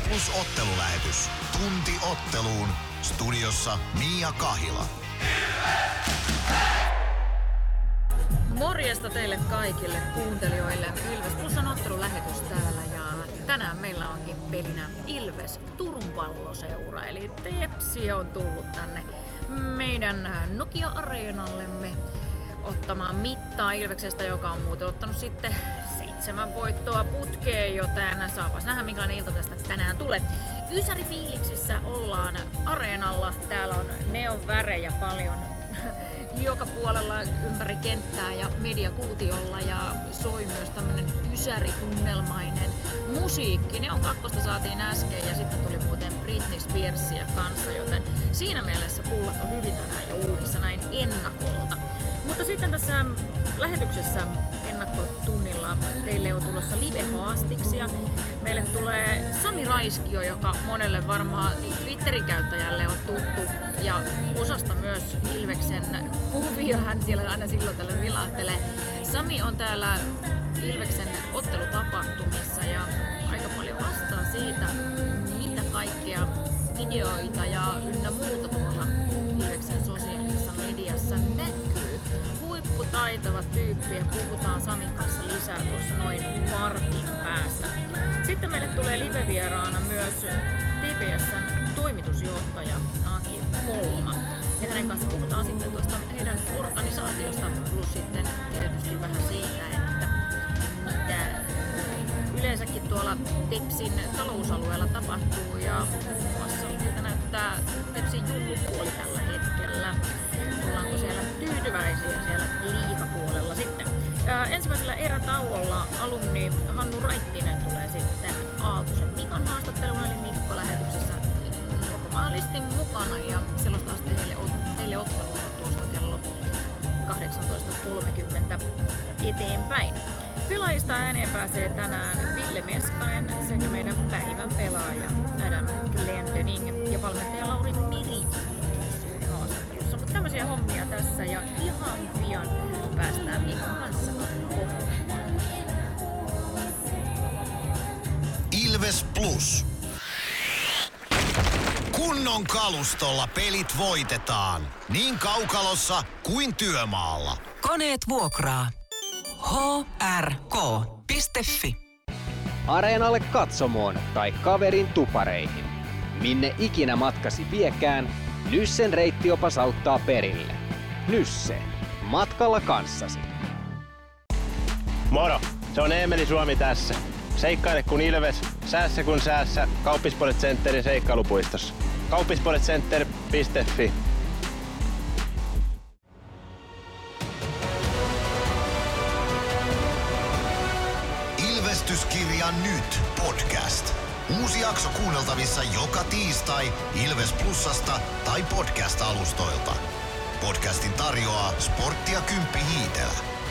Plus ottelulähetys. Tunti otteluun. Studiossa Mia Kahila. Morjesta teille kaikille kuuntelijoille. Ilves Plus on ottelulähetys täällä ja tänään meillä onkin pelinä Ilves Turun Palloseura. Eli Tepsi on tullut tänne meidän Nokia-areenallemme ottamaan mittaa Ilveksestä, joka on muuten ottanut sitten 7 voittoa putkeen, joten saapas nähdä minkälainen ilta tästä tänään tulee. Ysärifiiliksissä ollaan areenalla. Täällä on neon värejä paljon joka puolella ympäri kenttää ja mediakuutiolla ja soi myös tämmönen ysäritunnelmainen musiikki. Neon kakkosta saatiin äsken ja sitten tuli muuten Britney Spearsia kanssa, joten siinä mielessä pullat on hyvin tänään jo uudissa näin ennakolta. Mutta sitten tässä lähetyksessä ennakkotunnilla teille on tulossa live-haastiksia. Meille tulee Sami Raiskio, joka monelle varmaan Twitterin käyttäjälle on tuttu ja osasta myös Ilveksen kuvia. Hän siellä aina silloin tällä vilahtelee. Sami on täällä Ilveksen ottelutapahtumissa ja aika paljon vastaa siitä, mitä kaikkea videoita ja ynnä muuta tuolla Ilveksen sosiaalisessa mediassa näkyy. Huipputaitava tyyppi ja puhutaan Samin kanssa lisää tuossa noin vartin päästä. Sitten meille tulee live-vieraana myös TPS:n toimitusjohtaja Aki Holma. Ja hänen kanssa puhutaan sitten tuosta heidän organisaatiosta plus sitten tietysti vähän siitä, että mitä yleensäkin tuolla Tepsin talousalueella tapahtuu ja muun muassa miltä näyttää Tepsin jullupuoli tällä hetkellä. Ollaanko siellä tyytyväisiä siellä liigapuolella sitten. Ensimmäisellä erätauolla alumni Hannu Raittinen tulee sitten Aaltosen Mikan haastatteluun eli Mikko-lähetyksessä normaalistin mukana ja selostaa sitten heille ottelua tuosta kello 18.30 eteenpäin. Pelaajista ääneen pääsee tänään Ville Meskanen sekä meidän päivän pelaaja Adam Glendening ja valmentaja Lauri Miri haastattelussa. Mutta tämmöisiä hommia tässä ja ihan pian päästään Mikon kanssa kohdaan. Ilves Plus. Kunnon kalustolla pelit voitetaan. Niin kaukalossa kuin työmaalla. Koneet vuokraa. hrk.fi. Areenalle katsomoon tai kaverin tupareihin. Minne ikinä matkasi viekään, Nyssen reittiopas auttaa perille. Nysse. Matkalla kanssasi. Moro! Se on Eemeli Suomi tässä. Seikkaile kun Ilves, säässä kun säässä. Kauppisports Centerin seikkailupuistossa. Kauppisportscenter.fi. Ilvestyskirja nyt podcast. Uusi jakso kuunneltavissa joka tiistai Ilves Plusasta tai podcast-alustoilta. Podcastin tarjoaa Sporttia Kymppi Hiitelä.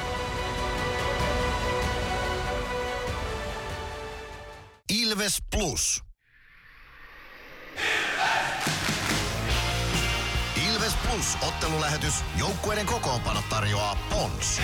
Ilves Plus. Ilves Plus ottelulähetys. Joukkueiden kokoonpano tarjoaa Pons.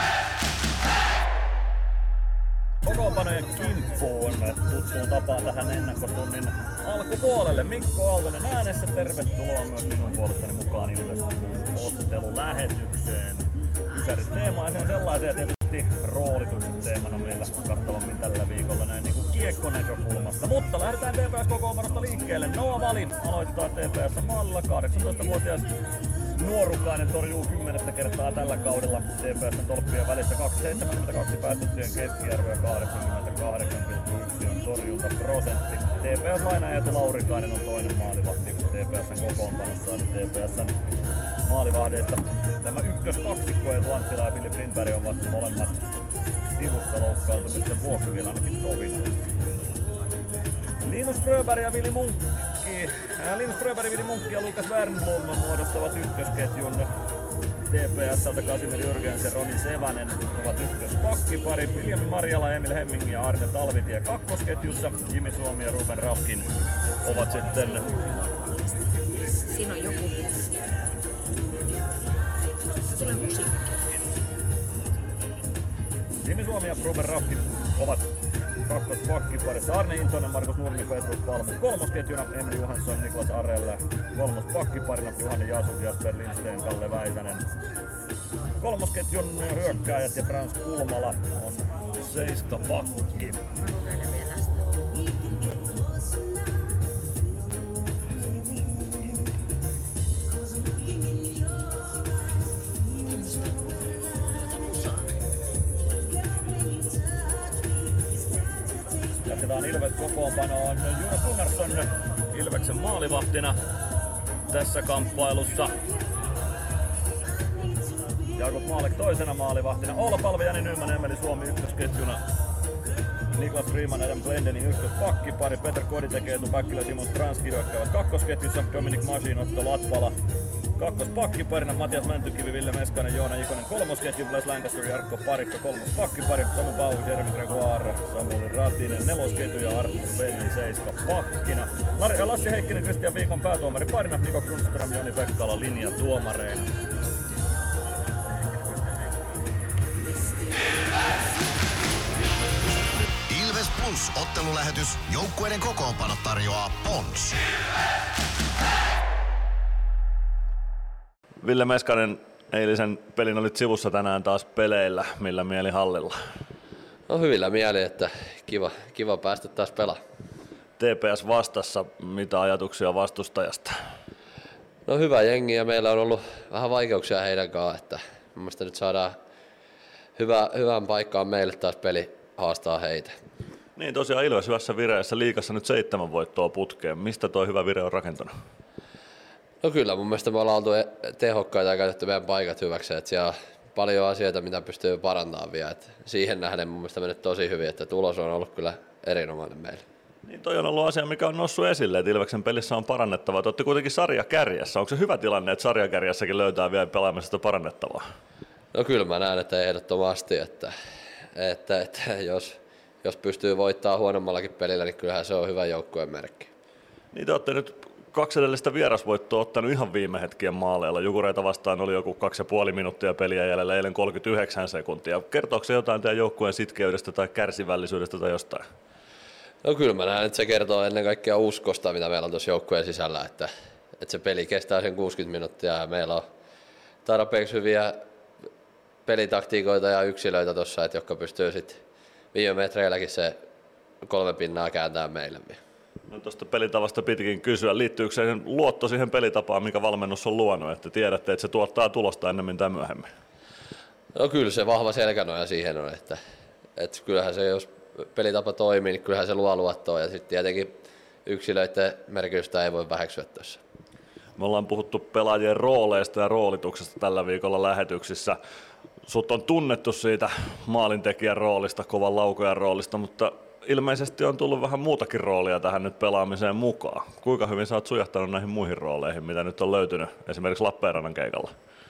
Kokoonpanojen kimppuun tuttuun tapaan tähän ennakkotunnin alkupuolelle. Mikko Aaltonen äänessä, tervetuloa myös minun puolestani mukaan Ilves ottelulähetykseen. Ysärit teema on sellaisia tietysti roolitukset teemana meillä kattavammin tällä viikolla näin niin kuin kiekkonäkökulmasta. Mutta lähdetään TPS-kokoonpanosta liikkeelle. Noah Wallin aloittaa TPS-maalilla. 18-vuotias nuorukainen torjuu 10 kertaa tällä kaudella TPS:n tolppien välissä 2,72 päästettyjen keskiarvo ja 88,1 on torjuntaprosentti. TPS-lainaajat ja Laurikainen on toinen maalivahti TPS:n kokoonpanossa, eli TPS:n maalivahdeista tämä ykköskaksikko ja Lanttila ja Filip Lindberg ovat molemmat sivussa loukkaantumisten vuoksi vielä ainakin tovina. Linus Fröberg ja Vili Munkki ja Lukas Wernbloom muodostavat ykkösketjun. TPS:ltä Kasimir Jürgens ja Roni Sevanen ovat ykköspakkipari. Viljami Marjala, Emil Hemming ja Arne Talvitie kakkosketjussa. Jimi Suomi ja Ruben Rafkin ovat sitten... Siinä on joku. Tulee musiikki. Jimi Suomi ja Ruben Rafkin ovat kakkospakkiparissa Arne Intonen, Markus Nurmi, Petrus Palmu. Kolmosketjuna Emri Johansson, Niklas Arelle. Kolmospakkiparina Juhani Jasuk, Jasper Lindsten, Kalle Väisänen. Kolmosketjun hyökkääjät ja Frans Kulmala on seiskapakki. Mä kokeilen vielä sitä. Jatketaan Ilves kokoonpanoon. Juno Gunnarsson Ilveksen maalivahtina tässä kamppailussa. Jakub Maalek toisena maalivahtina. Olla Palve, Jani Nyman, Emeli Suomi ykkösketjuna. Niklas Freeman, Adam Glendening ykköspakkipari. Peter Koditek, Eetu Päkkilä, Simon Stranski hyökkäävät kakkosketjussa. Dominic Masin, Otto Latvala kakkospakkiparina. Matias Mäntykivi, Ville Meskanen, Joona Ikonen kolmosketju. Blas Lancaster, Jarkko Parikka kolmospakkipari. Samu Bauhi, Jeremy Gregoire, Samuel Ratinen nelosketju ja Arttu Pelli seiskapakkina. Lassi Heikkinen, Kristian Viikon päätuomari parina. Niko Grundström, Joni Pekkala linjatuomareina. Ilves Plus -ottelulähetys. Joukkueiden kokoonpano tarjoaa Pons. Ville Meskanen, eilisen pelin olit sivussa tänään taas peleillä. Millä mieli hallilla? No hyvillä mieli, että kiva päästä taas pelaamaan. TPS vastassa, mitä ajatuksia vastustajasta? No hyvä jengi ja meillä on ollut vähän vaikeuksia heidän kanssaan, että mun mielestä nyt saadaan hyvään paikkaan meille taas peli haastaa heitä. Niin tosiaan Ilves hyvässä vireessä, liigassa nyt 7 voittoa putkeen. Mistä tuo hyvä vire on rakentunut? No kyllä, mun mielestä me ollaan oltu tehokkaita ja käytetty meidän paikat hyväksi, että siellä on paljon asioita, mitä pystyy parantamaan vielä. Että siihen nähden mun mielestä mennyt tosi hyvin, että tulos on ollut kyllä erinomainen meille. Niin toi on ollut asia, mikä on noussut esille, että Ilveksen pelissä on parannettavaa. Te olette kuitenkin sarjakärjessä. Onko se hyvä tilanne, että sarjakärjessäkin löytää vielä pelaamisesta parannettavaa? No kyllä mä näen, että ehdottomasti, että jos pystyy voittamaan huonommallakin pelillä, niin kyllähän se on hyvä joukkueen merkki. Niin te olette nyt 2 edellistä vierasvoittoa ottanut ihan viime hetkien maaleilla. Jukureita vastaan oli joku 2,5 minuuttia peliä jäljellä, eilen 39 sekuntia. Kertooko se jotain teidän joukkueen sitkeydestä tai kärsivällisyydestä tai jostain? No kyllä mä näen, että se kertoo ennen kaikkea uskosta, mitä meillä on tuossa joukkueen sisällä, että se peli kestää sen 60 minuuttia ja meillä on tarpeeksi hyviä pelitaktiikoita ja yksilöitä tuossa, että jotka pystyy sitten viime metreilläkin se 3 pinnaa kääntämään meille. No tuosta pelitavasta pitikin kysyä, liittyykö se luotto siihen pelitapaan, mikä valmennus on luonut, että tiedätte, että se tuottaa tulosta ennemmin tai myöhemmin? No kyllä se vahva selkänoja siihen on, että kyllähän se, jos pelitapa toimii, niin kyllähän se luo luottoa ja sitten tietenkin yksilöiden merkitystä ei voi väheksyä tuossa. Me ollaan puhuttu pelaajien rooleista ja roolituksesta tällä viikolla lähetyksissä. Sut on tunnettu siitä maalintekijän roolista, kovan laukojan roolista, mutta ilmeisesti on tullut vähän muutakin roolia tähän nyt pelaamiseen mukaan. Kuinka hyvin sä oot sujahtanut näihin muihin rooleihin, mitä nyt on löytynyt esimerkiksi Lappeenrannan keikalla?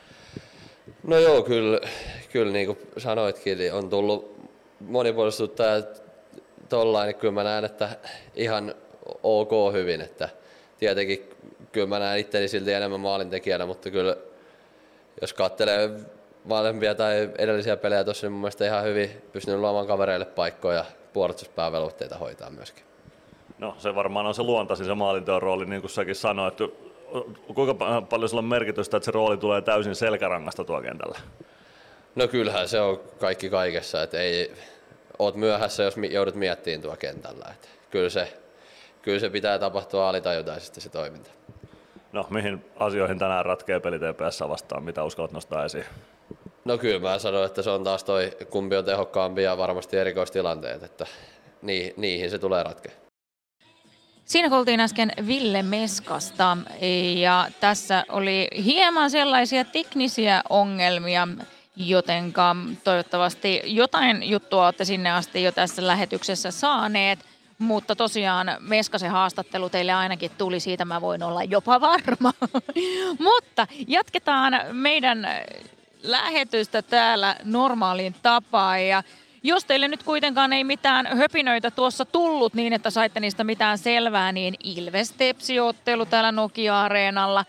No joo, kyllä niin kuin sanoitkin, niin on tullut monipuolisuutta ja tollain, niin kyllä mä näen, että ihan ok hyvin, että tietenkin kyllä mä näen itteni silti enemmän maalintekijänä, mutta kyllä jos katselee vanhempia tai edellisiä pelejä tuossa, niin mun mielestä ihan hyvin pystynyt luomaan kavereille paikkoja ja puolustuspäävelvoitteita hoitaa myöskin. No se varmaan on se luontaisin se maalinteon rooli, niin kuin säkin sanoit. Kuinka paljon sillä on merkitystä, että se rooli tulee täysin selkärangasta tuo kentällä? No kyllähän se on kaikki kaikessa, että oot myöhässä, jos joudut miettimään tuo kentällä. Että kyllä se pitää tapahtua alitajuntaisesti se toiminta. No mihin asioihin tänään ratkee peli TPS vastaan, mitä uskallat nostaa esiin? No kyllä mä sanon, että se on taas toi kumpi on tehokkaampi ja varmasti erikoistilanteet, että niihin se tulee ratkea. Siinä kuultiin äsken Ville Meskasta ja tässä oli hieman sellaisia teknisiä ongelmia, jotenka toivottavasti jotain juttua olette sinne asti jo tässä lähetyksessä saaneet. Mutta tosiaan Meskasen haastattelu teille ainakin tuli, siitä mä voin olla jopa varma. Mutta jatketaan meidän lähetystä täällä normaaliin tapaan. Ja jos teille nyt kuitenkaan ei mitään höpinöitä tuossa tullut niin, että saitte niistä mitään selvää, niin Ilves-Tepsi-ottelu täällä Nokia-areenalla.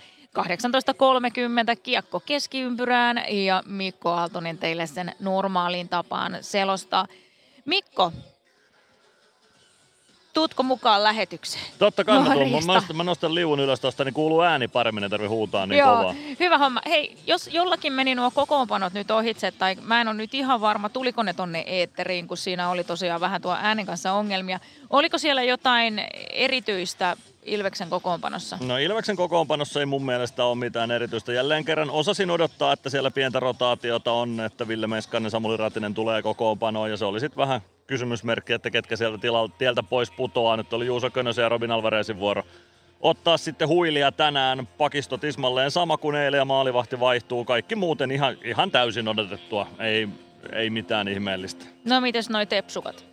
18.30 kiekko keskiympyrään ja Mikko Aaltonen teille sen normaaliin tapaan selostaa. Mikko, tuutko mukaan lähetykseen? Totta kai Morjesta. mä nostan liuun ylös tosta, niin kuuluu ääni paremmin, ei tarvi huutaa niin Joo, kovaa. hyvä homma. Hei, jos jollakin meni nuo kokoonpanot nyt ohitse, tai mä en ole nyt ihan varma, tuliko ne tonne eetteriin, kun siinä oli tosiaan vähän tuo äänen kanssa ongelmia. Oliko siellä jotain erityistä Ilveksen kokoonpanossa? No Ilveksen kokoonpanossa ei mun mielestä ole mitään erityistä. Jälleen kerran osasin odottaa, että siellä pientä rotaatiota on, että Ville Meskanen, Samuli Ratinen tulee kokoonpanoon ja se oli sitten vähän kysymysmerkki, että ketkä sieltä tieltä pois putoaa. Nyt oli Juuso Könösen ja Robin Alvarezin vuoro ottaa sitten huilia tänään. Pakisto tismalleen sama kuin eilen ja maalivahti vaihtuu. Kaikki muuten ihan täysin odotettua. Ei mitään ihmeellistä. No mites noi tepsukat?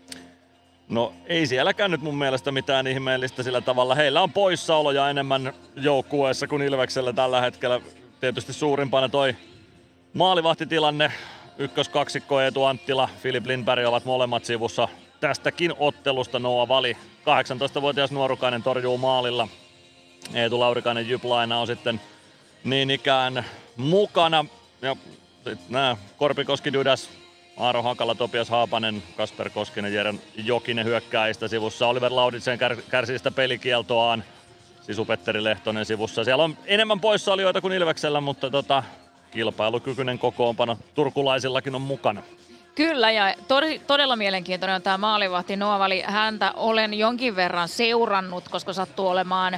No ei sielläkään nyt mun mielestä mitään ihmeellistä sillä tavalla. Heillä on poissaoloja enemmän joukkueessa kuin Ilveksellä tällä hetkellä. Tietysti suurimpana toi maalivahtitilanne. Ykköskaksikko Eetu Anttila, Filip Lindberg ovat molemmat sivussa tästäkin ottelusta. Noa Vali, 18-vuotias nuorukainen, torjuu maalilla. Eetu Laurikainen Jyplaina on sitten niin ikään mukana. Ja sitten nämä Korpikoski, Dudas, Aaro Hakala, Topias Haapanen, Kasper Koskinen, Jeren Jokinen hyökkääjistä sivussa. Oliver Lauditsen kärsii sitä pelikieltoaan. Sisu-Petteri Lehtonen sivussa. Siellä on enemmän poissaolijoita kuin Ilveksellä, mutta kilpailukykyinen kokoonpano turkulaisillakin on mukana. Kyllä, ja todella mielenkiintoinen on tämä maalivahti Noa Vali. Häntä olen jonkin verran seurannut, koska sattuu olemaan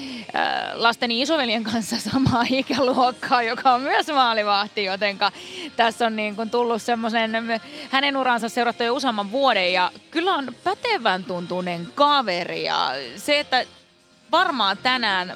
lasteni isoveljen kanssa samaa ikäluokkaa, joka on myös maalivahti, jotenka tässä on niin kuin tullut semmoisen hänen uransa seurattu jo useamman vuoden, ja kyllä on pätevän tuntuinen kaveri, ja se, että varmaan tänään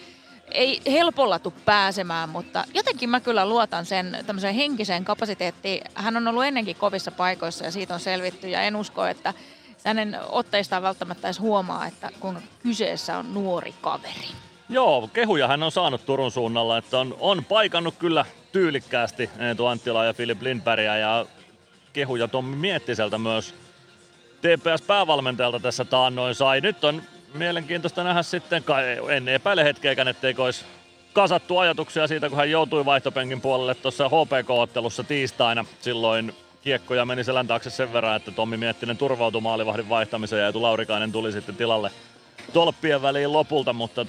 ei helpolla tule pääsemään, mutta jotenkin mä kyllä luotan sen tämmöiseen henkiseen kapasiteettiin. Hän on ollut ennenkin kovissa paikoissa ja siitä on selvitty, ja en usko, että hänen otteistaan välttämättä edes huomaa, että kun kyseessä on nuori kaveri. Joo, kehuja hän on saanut Turun suunnalla, että on paikannut kyllä tyylikkäästi Eetu Anttilaa ja Filip Lindbergia, ja kehuja Tommi Miettiseltä myös TPS-päävalmentajalta tässä taannoin sai. Nyt on mielenkiintoista nähdä sitten, en epäile hetkeäkään, etteikö olisi kasattu ajatuksia siitä, kun hän joutui vaihtopenkin puolelle tuossa HPK-ottelussa tiistaina. Silloin kiekkoja meni selän taakse sen verran, että Tommi Miettinen turvautui maalivahdin vaihtamiseen ja Eetu Laurikainen tuli sitten tilalle tolppien väliin lopulta, mutta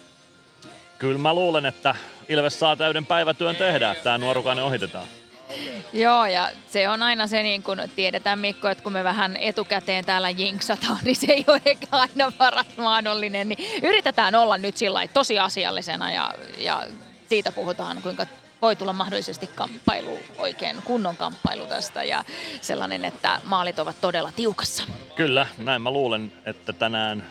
kyllä mä luulen, että Ilves saa täyden päivätyön tehdä, että tämä nuorukainen ohitetaan. Joo, ja se on aina se, niin kuin tiedetään Mikko, että kun me vähän etukäteen täällä jinksataan, niin se ei ole ehkä aina paras mahdollinen, niin yritetään olla nyt sillä tosi asiallisena ja siitä puhutaan, kuinka voi tulla mahdollisesti kamppailu, oikein kunnon kamppailu tästä ja sellainen, että maalit ovat todella tiukassa. Kyllä, näin mä luulen, että tänään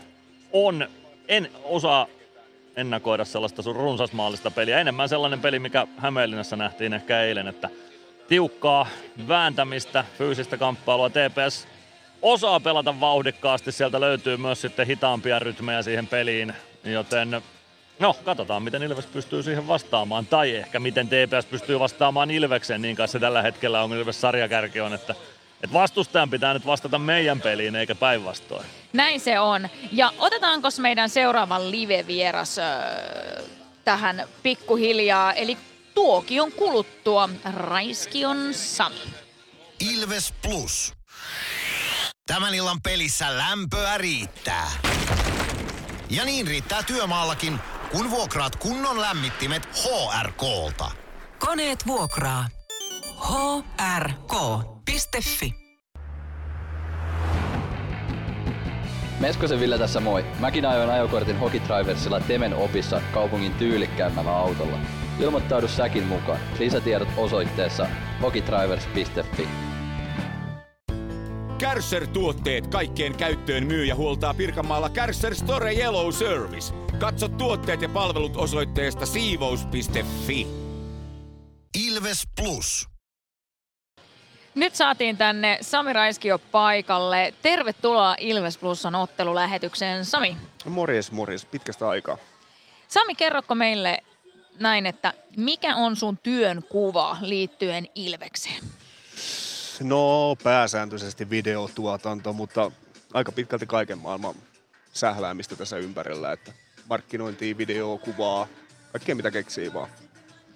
en osaa ennakoida sellaista sun runsasmaallista peliä. Enemmän sellainen peli, mikä Hämeenlinnassa nähtiin ehkä eilen, että tiukkaa vääntämistä, fyysistä kamppailua. TPS osaa pelata vauhdikkaasti, sieltä löytyy myös sitten hitaampia rytmejä siihen peliin, joten katsotaan miten Ilves pystyy siihen vastaamaan, tai ehkä miten TPS pystyy vastaamaan Ilvekseen, niin kanssa tällä hetkellä on Ilves sarjakärki on, että vastustajan pitää nyt vastata meidän peliin eikä päinvastoin. Näin se on. Ja otetaanko meidän seuraavan live-vieras tähän pikkuhiljaa, eli tuokion kuluttua Raiskion Sami. Ilves Plus. Tämän illan pelissä lämpöä riittää. Ja niin riittää työmaallakin, kun vuokraat kunnon lämmittimet HRK:lta. Koneet vuokraa. hrk.fi. Meskosen Ville tässä moi. Mäkin ajoin ajokortin Hokitriversilla Temen opissa kaupungin tyylikkäämmällä autolla. Ilmoittaudu säkin mukaan. Lisätiedot osoitteessa hokitrivers.fi. Kärcher-tuotteet kaikkeen käyttöön myy ja huoltaa Pirkanmaalla Kärcher Store Yellow Service. Katso tuotteet ja palvelut osoitteesta siivous.fi. Ilves Plus. Nyt saatiin tänne Sami Raiskio paikalle. Tervetuloa Ilves Plusan ottelulähetykseen, Sami. Morjes. Pitkästä aikaa. Sami, kerrokko meille näin, että mikä on sun työn kuva liittyen Ilvekseen? No, pääsääntöisesti videotuotanto, mutta aika pitkälti kaiken maailman sähläämistä tässä ympärillä, että markkinointia, videokuvaa, kaikkea mitä keksii vaan.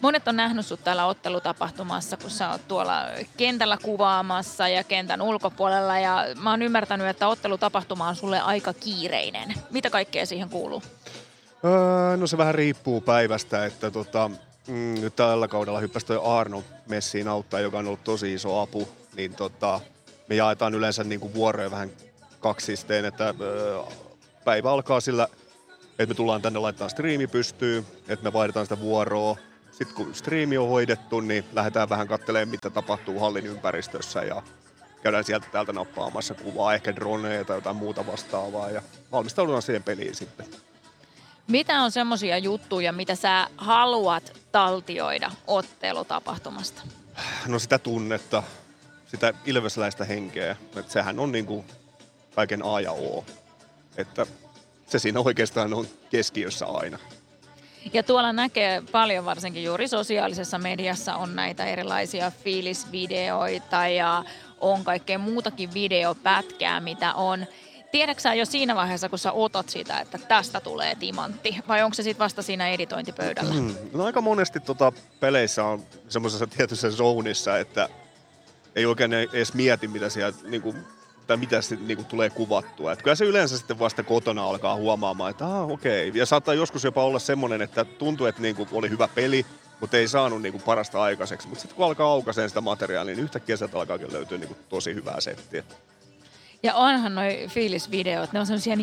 Monet on nähnyt sut täällä ottelutapahtumassa, kun sä oot tuolla kentällä kuvaamassa ja kentän ulkopuolella. Ja mä oon ymmärtänyt, että ottelutapahtuma on sulle aika kiireinen. Mitä kaikkea siihen kuuluu? No se vähän riippuu päivästä, että nyt tällä kaudella hyppäsi toi Arno messiin auttaa, joka on ollut tosi iso apu. Niin me jaetaan yleensä niinku vuoroja vähän kaksisteen, että päivä alkaa sillä, että me tullaan tänne laittaa striimi pystyyn, että me vaihdetaan sitä vuoroa. Sitten kun striimi on hoidettu, niin lähdetään vähän katselemaan, mitä tapahtuu hallin ympäristössä ja käydään sieltä täältä nappaamassa kuvaa, ehkä droneja tai jotain muuta vastaavaa ja valmistaudutaan siihen peliin sitten. Mitä on semmoisia juttuja, mitä sä haluat taltioida ottelutapahtumasta? No sitä tunnetta, sitä ilvesläistä henkeä, että sehän on niinku kaiken A ja O, että se siinä oikeastaan on keskiössä aina. Ja tuolla näkee paljon, varsinkin juuri sosiaalisessa mediassa on näitä erilaisia fiilisvideoita ja on kaikkea muutakin videopätkää, mitä on. Tiedätkö sä jo siinä vaiheessa, kun sä otat sitä, että tästä tulee timantti, vai onko se sitten vasta siinä editointipöydällä? No aika monesti peleissä on semmoisessa tietyssä zoneissa, että ei oikein edes mieti, mitä siellä tai mitä sitten tulee kuvattua. Et kyllä se yleensä sitten vasta kotona alkaa huomaamaan, että okei. Ja saattaa joskus jopa olla semmoinen, että tuntuu, että oli hyvä peli, mutta ei saanut parasta aikaiseksi. Mutta sitten kun alkaa aukaiseen sitä materiaalia, niin yhtäkkiä sieltä alkaakin löytyä tosi hyvää settiä. Ja onhan noi fiilisvideot, ne on semmosia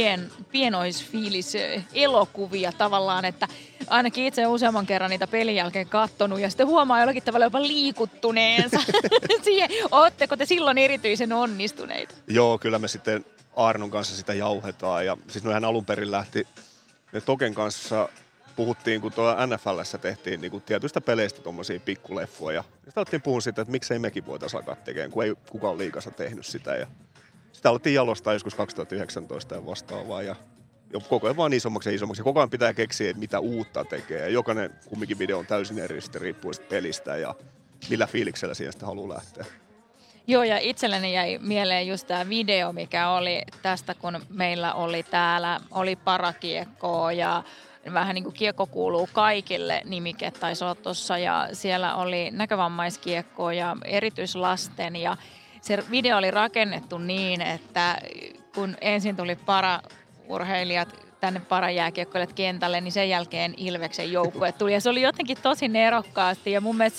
pienoisfiilis-elokuvia tavallaan, että ainakin itse useamman kerran niitä pelin jälkeen kattonut ja sitten huomaa jollakin tavalla jopa liikuttuneensa siihen. Ootteko te silloin erityisen onnistuneita? Joo, kyllä me sitten Arnon kanssa sitä jauhetaan ja siis noihän alun perin lähti, me Token kanssa puhuttiin, kun tuolla NFL:ssä tehtiin tietyistä peleistä tommosia pikkuleffoja. Ja sitten alettiin puhua siitä, että miksei mekin voitaisiin alkaa tekemään, kun ei kukaan liigassa tehnyt sitä. Ja sitä alettiin jalostaa joskus 2019 ja vastaavaa ja koko ajan vaan isommaksi ja isommaksi. Koko ajan pitää keksiä, mitä uutta tekee. Ja jokainen kumminkin video on täysin eri, riippuu pelistä ja millä fiiliksellä siihen sitten haluaa lähteä. Joo, ja itselleni jäi mieleen just tämä video, mikä oli tästä, kun meillä oli täällä, oli parakiekkoa ja vähän niin kuin kiekko kuuluu kaikille -nimike taisi olla tuossa ja siellä oli näkövammaiskiekkoa ja erityislasten ja se video oli rakennettu niin, että kun ensin tuli paraurheilijat tänne parajääkiekkoilijat kentälle, niin sen jälkeen Ilveksen joukkue tuli ja se oli jotenkin tosi nerokkaasti ja mun mielestä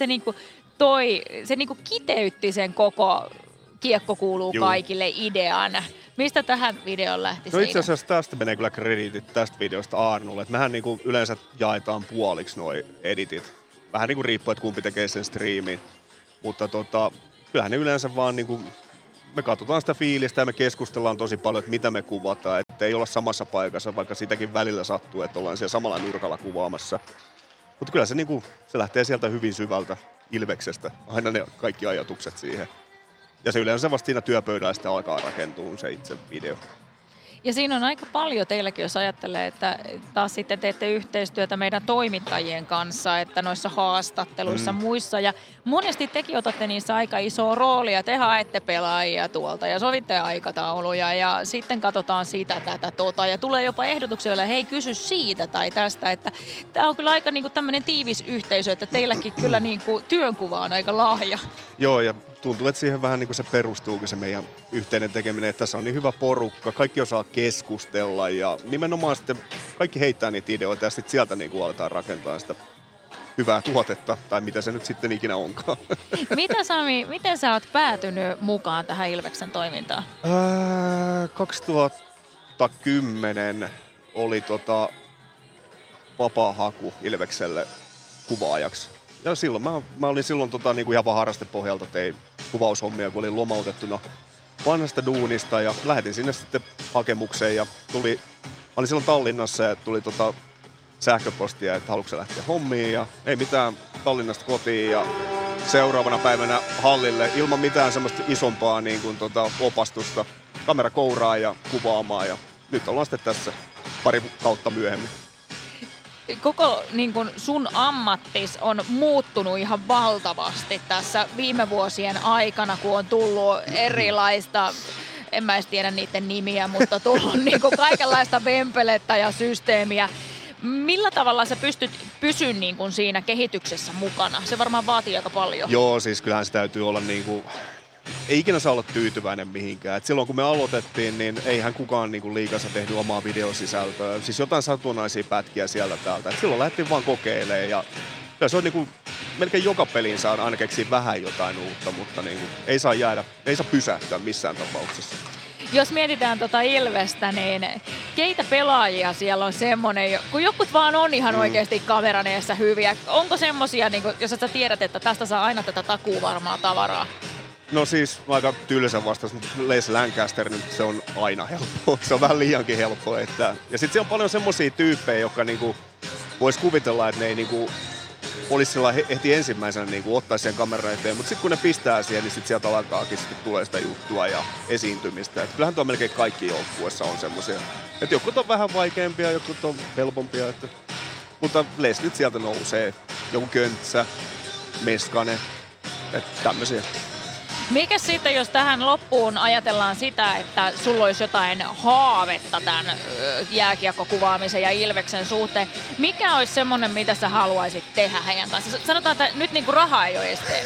se kiteytti sen koko kiekko kuuluu kaikille -idean. Mistä tähän videoon lähti? No itse asiassa tästä menee kyllä krediitit tästä videosta Arnolle. Että mehän yleensä jaetaan puoliksi noi editit. Vähän riippuu, että kumpi tekee sen striimin. Mutta kyllähän ne yleensä vaan me katsotaan sitä fiilistä ja me keskustellaan tosi paljon, että mitä me kuvataan. Että ei olla samassa paikassa, vaikka sitäkin välillä sattuu, että ollaan siellä samalla nurkalla kuvaamassa. Mutta kyllä se lähtee sieltä hyvin syvältä Ilveksestä. Aina ne kaikki ajatukset siihen. Ja se yleensä vasta siinä työpöydällä sitten alkaa rakentua se itse video. Ja siinä on aika paljon teilläkin, jos ajattelee, että taas sitten teette yhteistyötä meidän toimittajien kanssa, että noissa haastatteluissa muissa. Ja monesti tekin otatte niissä aika isoa roolia, te haette pelaajia tuolta ja sovitte aikatauluja ja sitten katsotaan sitä, tätä, ja tulee jopa ehdotuksia, joilla hei kysy siitä tai tästä. Että tämä on kyllä aika tämmöinen tiivis yhteisö, että teilläkin kyllä työnkuva on aika lahja. Joo, ja tuntuu, että siihen vähän se perustuukin se meidän yhteinen tekeminen, että tässä on niin hyvä porukka, kaikki osaa keskustella ja nimenomaan sitten kaikki heittää niitä ideoita ja sitten sieltä aletaan rakentaa sitä hyvää tuotetta tai mitä se nyt sitten ikinä onkaan. Mitä Sami, miten sä oot päätynyt mukaan tähän Ilveksen toimintaan? 2010 oli vapaa haku Ilvekselle kuvaajaksi. Ja silloin mä olin silloin ihan vaan harrastepohjalta tein kuvaushommia, kun olin lomautettuna vanhasta duunista ja lähetin sinne sitten hakemukseen ja mä olin silloin Tallinnassa ja tuli sähköpostia, että haluatko lähteä hommiin ja ei mitään, Tallinnasta kotiin ja seuraavana päivänä hallille ilman mitään semmoista isompaa opastusta, kamera kouraa ja kuvaamaan ja nyt ollaan sitten tässä pari kautta myöhemmin. Koko sun ammattis on muuttunut ihan valtavasti tässä viime vuosien aikana, kun on tullut erilaista, en mä edes tiedä niiden nimiä, mutta tullut kaikenlaista vempelettä ja systeemiä. Millä tavalla sä pystyt pysyä niin kuin siinä kehityksessä mukana? Se varmaan vaatii aika paljon. Joo, siis kyllähän se täytyy olla niin kuin, ei ikinä saa olla tyytyväinen mihinkään. Et silloin kun me aloitettiin, niin eihän kukaan niin kuin liigassa tehnyt omaa videosisältöä. Siis jotain satunnaisia pätkiä sieltä täältä. Et silloin lähdettiin vaan kokeilemaan ja se on niin kuin, melkein joka peliin saa aina keksiä vähän jotain uutta, mutta niin kuin, ei saa pysähtyä missään tapauksessa. Jos mietitään Ilvestä, niin keitä pelaajia siellä on semmoinen, kun jokut vaan on ihan oikeasti kameran edessä hyviä. Onko semmosia, niin jos sä tiedät, että tästä saa aina tätä takuuvarmaa tavaraa? No siis aika tylsä vastaus, mutta Les Lancaster nyt se on aina helppo. Se on vähän liiankin helppo. Ja sitten siellä on paljon semmosia tyyppejä, jotka niinku vois kuvitella, että ne ei niinku olisi heti ensimmäisenä niinku ottaa sen kameran eteen, mutta sitten kun ne pistää siihen, niin sit sieltä alkaakin tulee sitä juttua ja esiintymistä. Et kyllähän tuo melkein kaikki joukkueessa on semmoisia. Että jokut on vähän vaikeampia, jokut on helpompia. Mutta Les nyt sieltä nousee. Joku Köntsä, Meskanen, tämmöisiä. Mikä sitten, jos tähän loppuun ajatellaan sitä, että sulla olisi jotain haavetta tämän jääkiekkokuvaamisen ja Ilveksen suhteen, mikä olisi semmoinen, mitä sä haluaisit tehdä heidän kanssa? Sanotaan, että nyt niinku raha ei ole esteenä.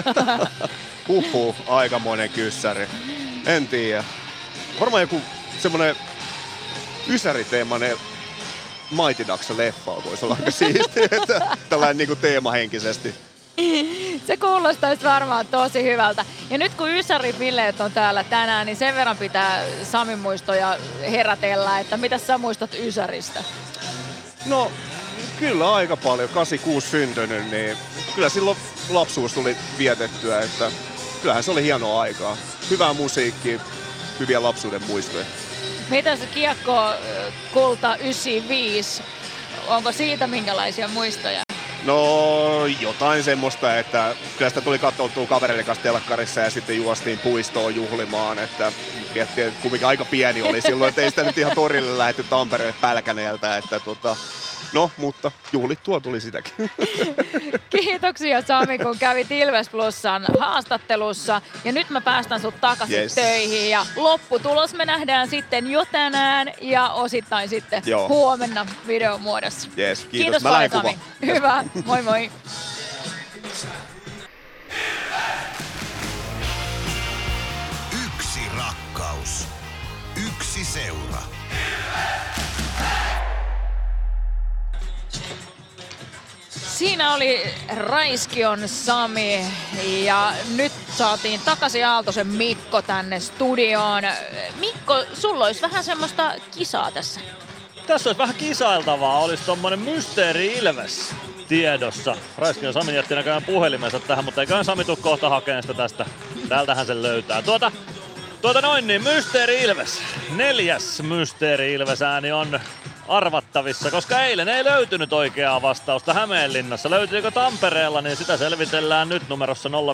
Aikamoinen kyssäri. En tiedä. Varmaan joku semmoinen ysäriteemainen Mighty Ducks-leffa voisi olla aika siistiä, että tällainen niinku teemahenkisesti. Se kuulostaisi varmaan tosi hyvältä. Ja nyt kun Ysäri-bileet on täällä tänään, niin sen verran pitää Samin muistoja herätellä, että mitä sä muistat Ysäristä? No kyllä aika paljon, 86 syntynyt, niin kyllä silloin lapsuus tuli vietettyä, että kyllähän se oli hienoa aikaa. Hyvää musiikkia, hyviä lapsuuden muistoja. Mitä se kiekko kulta 95, onko siitä minkälaisia muistoja? No jotain semmoista, että kyllä sitä tuli katsottua kavereiden kanssa telkkarissa ja sitten juostiin puistoon juhlimaan, että miettii, että kumminkin aika pieni oli silloin, että ei sitä nyt ihan torille lähdetty Tampereen Pälkäneeltä, että no, mutta juhlittua tuli sitäkin. Kiitoksia Sami, kun kävit Ilves Plusan haastattelussa. Ja nyt mä päästän sut takaisin töihin. Ja lopputulos me nähdään sitten jo tänään ja osittain sitten huomenna videon muodossa. Yes, kiitos paljon Sami. Hyvä, moi moi. Yksi rakkaus. Yksi seura. Siinä oli Raiskion Sami ja nyt saatiin takaisin Aaltosen Mikko tänne studioon. Mikko, sulla olisi vähän semmoista kisaa tässä. Tässä olisi vähän kisailtavaa, olisi tommonen Mysteeri Ilves tiedossa. Raiskion Sami jätti näköjään puhelimensa tähän, mutta eiköhän Sami tuu kohta hakemaan sitä tästä. Täältähän se löytää. Niin Mysteeri Ilves. 4. Mysteeri Ilves ääni on arvattavissa, koska eilen ei löytynyt oikeaa vastausta Hämeenlinnassa. Löytyykö Tampereella, niin sitä selvitellään nyt numerossa 0505531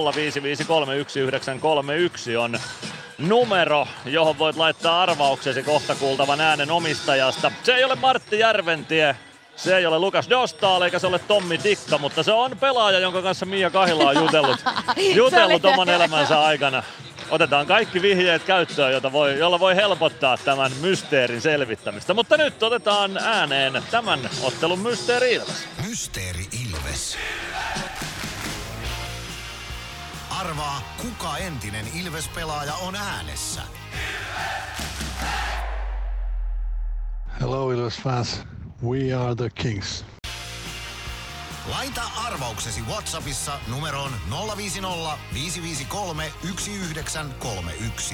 on numero, johon voit laittaa arvauksesi kohta kuultavan äänen omistajasta. Se ei ole Martti Järventie, se ei ole Lukas Dostal eikä se ole Tommi Tikka, mutta se on pelaaja, jonka kanssa Mia Kahila on jutellut oman elämänsä aikana. Otetaan kaikki vihjeet käyttöön, jolla voi helpottaa tämän mysteerin selvittämistä. Mutta nyt otetaan ääneen tämän ottelun Mysteeri Ilves. Mysteeri Ilves. Arvaa, kuka entinen Ilves-pelaaja on äänessä. Hello Ilves fans, we are the Kings. Laita arvauksesi WhatsAppissa numeroon 050 553 1931.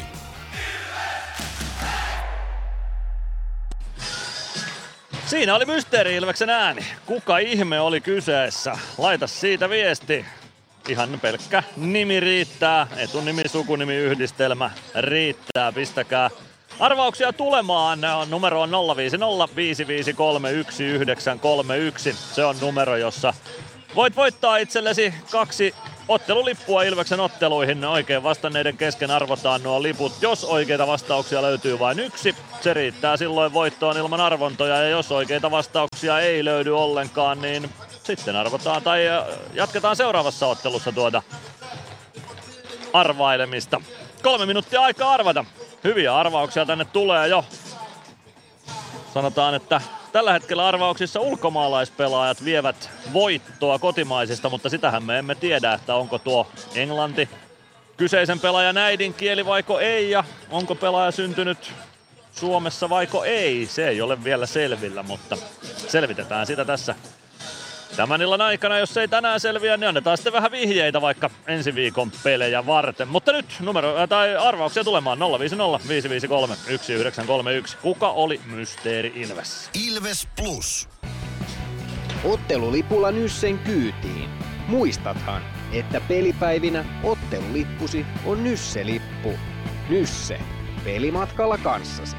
Siinä oli Mysteeri Ilveksen ääni. Kuka ihme oli kyseessä? Laita siitä viesti. Ihan pelkkä nimi riittää. Etunimi, sukunimi, yhdistelmä riittää. Pistäkää arvauksia tulemaan. Numero on 050 553 1931. Se on numero, jossa voit voittaa itsellesi 2 ottelulippua Ilveksen otteluihin. Oikein vastanneiden kesken arvotaan nuo liput. Jos oikeita vastauksia löytyy vain 1, se riittää silloin voittoon ilman arvontoja. Ja jos oikeita vastauksia ei löydy ollenkaan, niin sitten arvotaan tai jatketaan seuraavassa ottelussa tuota arvailemista. 3 minuuttia aikaa arvata. Hyviä arvauksia tänne tulee jo. Sanotaan, että Tällä hetkellä arvauksissa ulkomaalaispelaajat vievät voittoa kotimaisista, mutta sitähän me emme tiedä, että onko tuo englanti kyseisen pelaajan äidinkieli vaiko ei ja onko pelaaja syntynyt Suomessa vaiko ei. Se ei ole vielä selvillä, mutta selvitetään sitä tässä tämän illan aikana. Jos ei tänään selviä, niin annetaan sitten vähän vihjeitä vaikka ensi viikon pelejä varten. Mutta nyt arvauksia tulemaan 050 553 1931. Kuka oli Mysteeri Ilves? Ilves Plus. Ottelulipulla Nyssen kyytiin. Muistathan, että pelipäivinä ottelulippusi on Nysse-lippu. Nysse. Pelimatkalla kanssasi.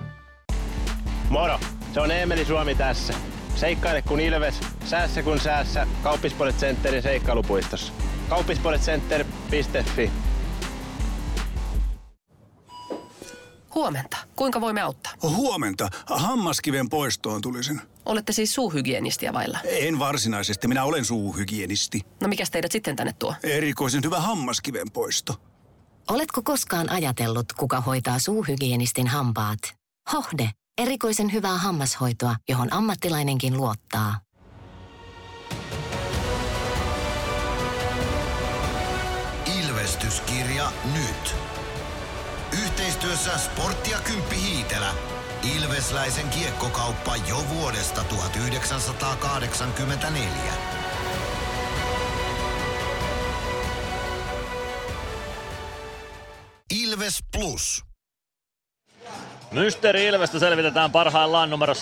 Moro, se on Eemeli Suomi tässä. Seikkaile kun Ilves, säässä kun säässä. Kauppisports Centerin seikkailupuistossa. Kauppisportscenter.fi. Huomenta. Kuinka voimme auttaa? Huomenta. Hammaskiven poistoon tulisin. Olette siis suuhygienistiä vailla? En varsinaisesti. Minä olen suuhygienisti. No mikäs teidät sitten tänne tuo? Erikoisen hyvä hammaskiven poisto. Oletko koskaan ajatellut, kuka hoitaa suuhygienistin hampaat? Hohde. Erikoisen hyvää hammashoitoa, johon ammattilainenkin luottaa. Ilvestyskirja nyt. Yhteistyössä Sportti ja Kymppi Hiitelä. Ilvesläisen kiekkokauppa jo vuodesta 1984. Ilves Plus. Mysteeri Ilvestä selvitetään parhaillaan numerossa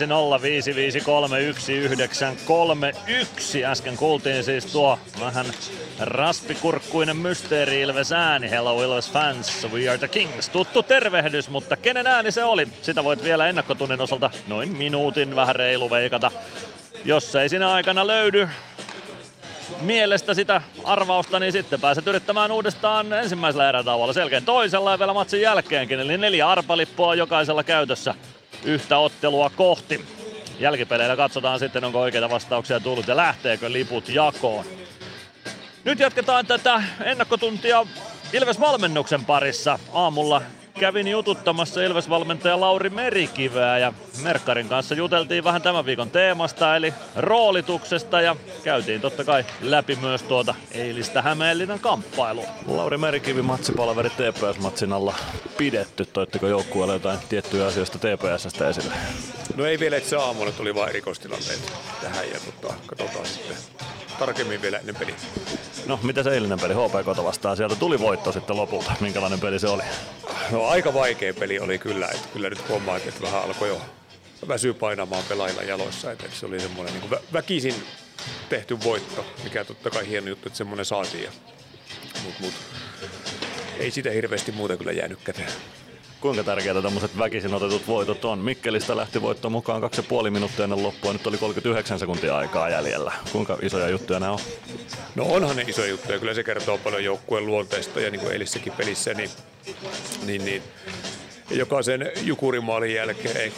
0505531. Äsken kuultiin siis tuo vähän raspikurkkuinen Mysteeri Ilves ääni. Hello Ilves fans, we are the Kings. Tuttu tervehdys, mutta kenen ääni se oli? Sitä voit vielä ennakkotunnin osalta noin minuutin vähän reilu veikata. Jos ei siinä aikana löydy mielestä sitä arvausta, niin sitten pääset yrittämään uudestaan ensimmäisellä erätauolla, selkeän toisella ja vielä matsin jälkeenkin. Eli 4 arpalippua jokaisella käytössä yhtä ottelua kohti. Jälkipeleillä katsotaan sitten, onko oikeita vastauksia tullut ja lähteekö liput jakoon. Nyt jatketaan tätä ennakkotuntia Ilves-valmennuksen parissa. Aamulla kävin jututtamassa Ilves-valmentaja Lauri Merikiveä ja Merkkarin kanssa juteltiin vähän tämän viikon teemasta eli roolituksesta ja käytiin totta kai läpi myös tuota eilistä Hämeenlinnan kamppailua. Lauri Merikivi, matsipalaverit TPS-matsin alla pidetty. Toitteko joukkueelle jotain tiettyjä asioista TPS:stä esille? No ei vielä, että se aamulla tuli vain erikoistilanteet tähän ja katsotaan sitten tarkemmin vielä ennen peliä. No, mitä se eilinen peli HPK:ta vastaan? Sieltä tuli voitto sitten lopulta. Minkälainen peli se oli? No aika vaikea peli oli kyllä. Että kyllä nyt huomaa, että vähän alkoi jo väsyä painamaan pelaajilla jaloissa. Että se oli semmoinen niin kuin väkisin tehty voitto, mikä totta kai hieno juttu, että semmoinen saatiin. Mut ei sitä hirveästi muuta kyllä jäänyt käteen. Kuinka tärkeitä tämmöiset väkisin otetut voitot on? Mikkelistä lähti voitto mukaan 2,5 minuuttia ennen loppua, nyt oli 39 sekuntia aikaa jäljellä. Kuinka isoja juttuja nämä on? No onhan ne isoja juttuja, kyllä se kertoo paljon joukkueen luonteesta ja niin kuin eilissäkin pelissä, niin jokaisen Jukurimaalin jälkeen,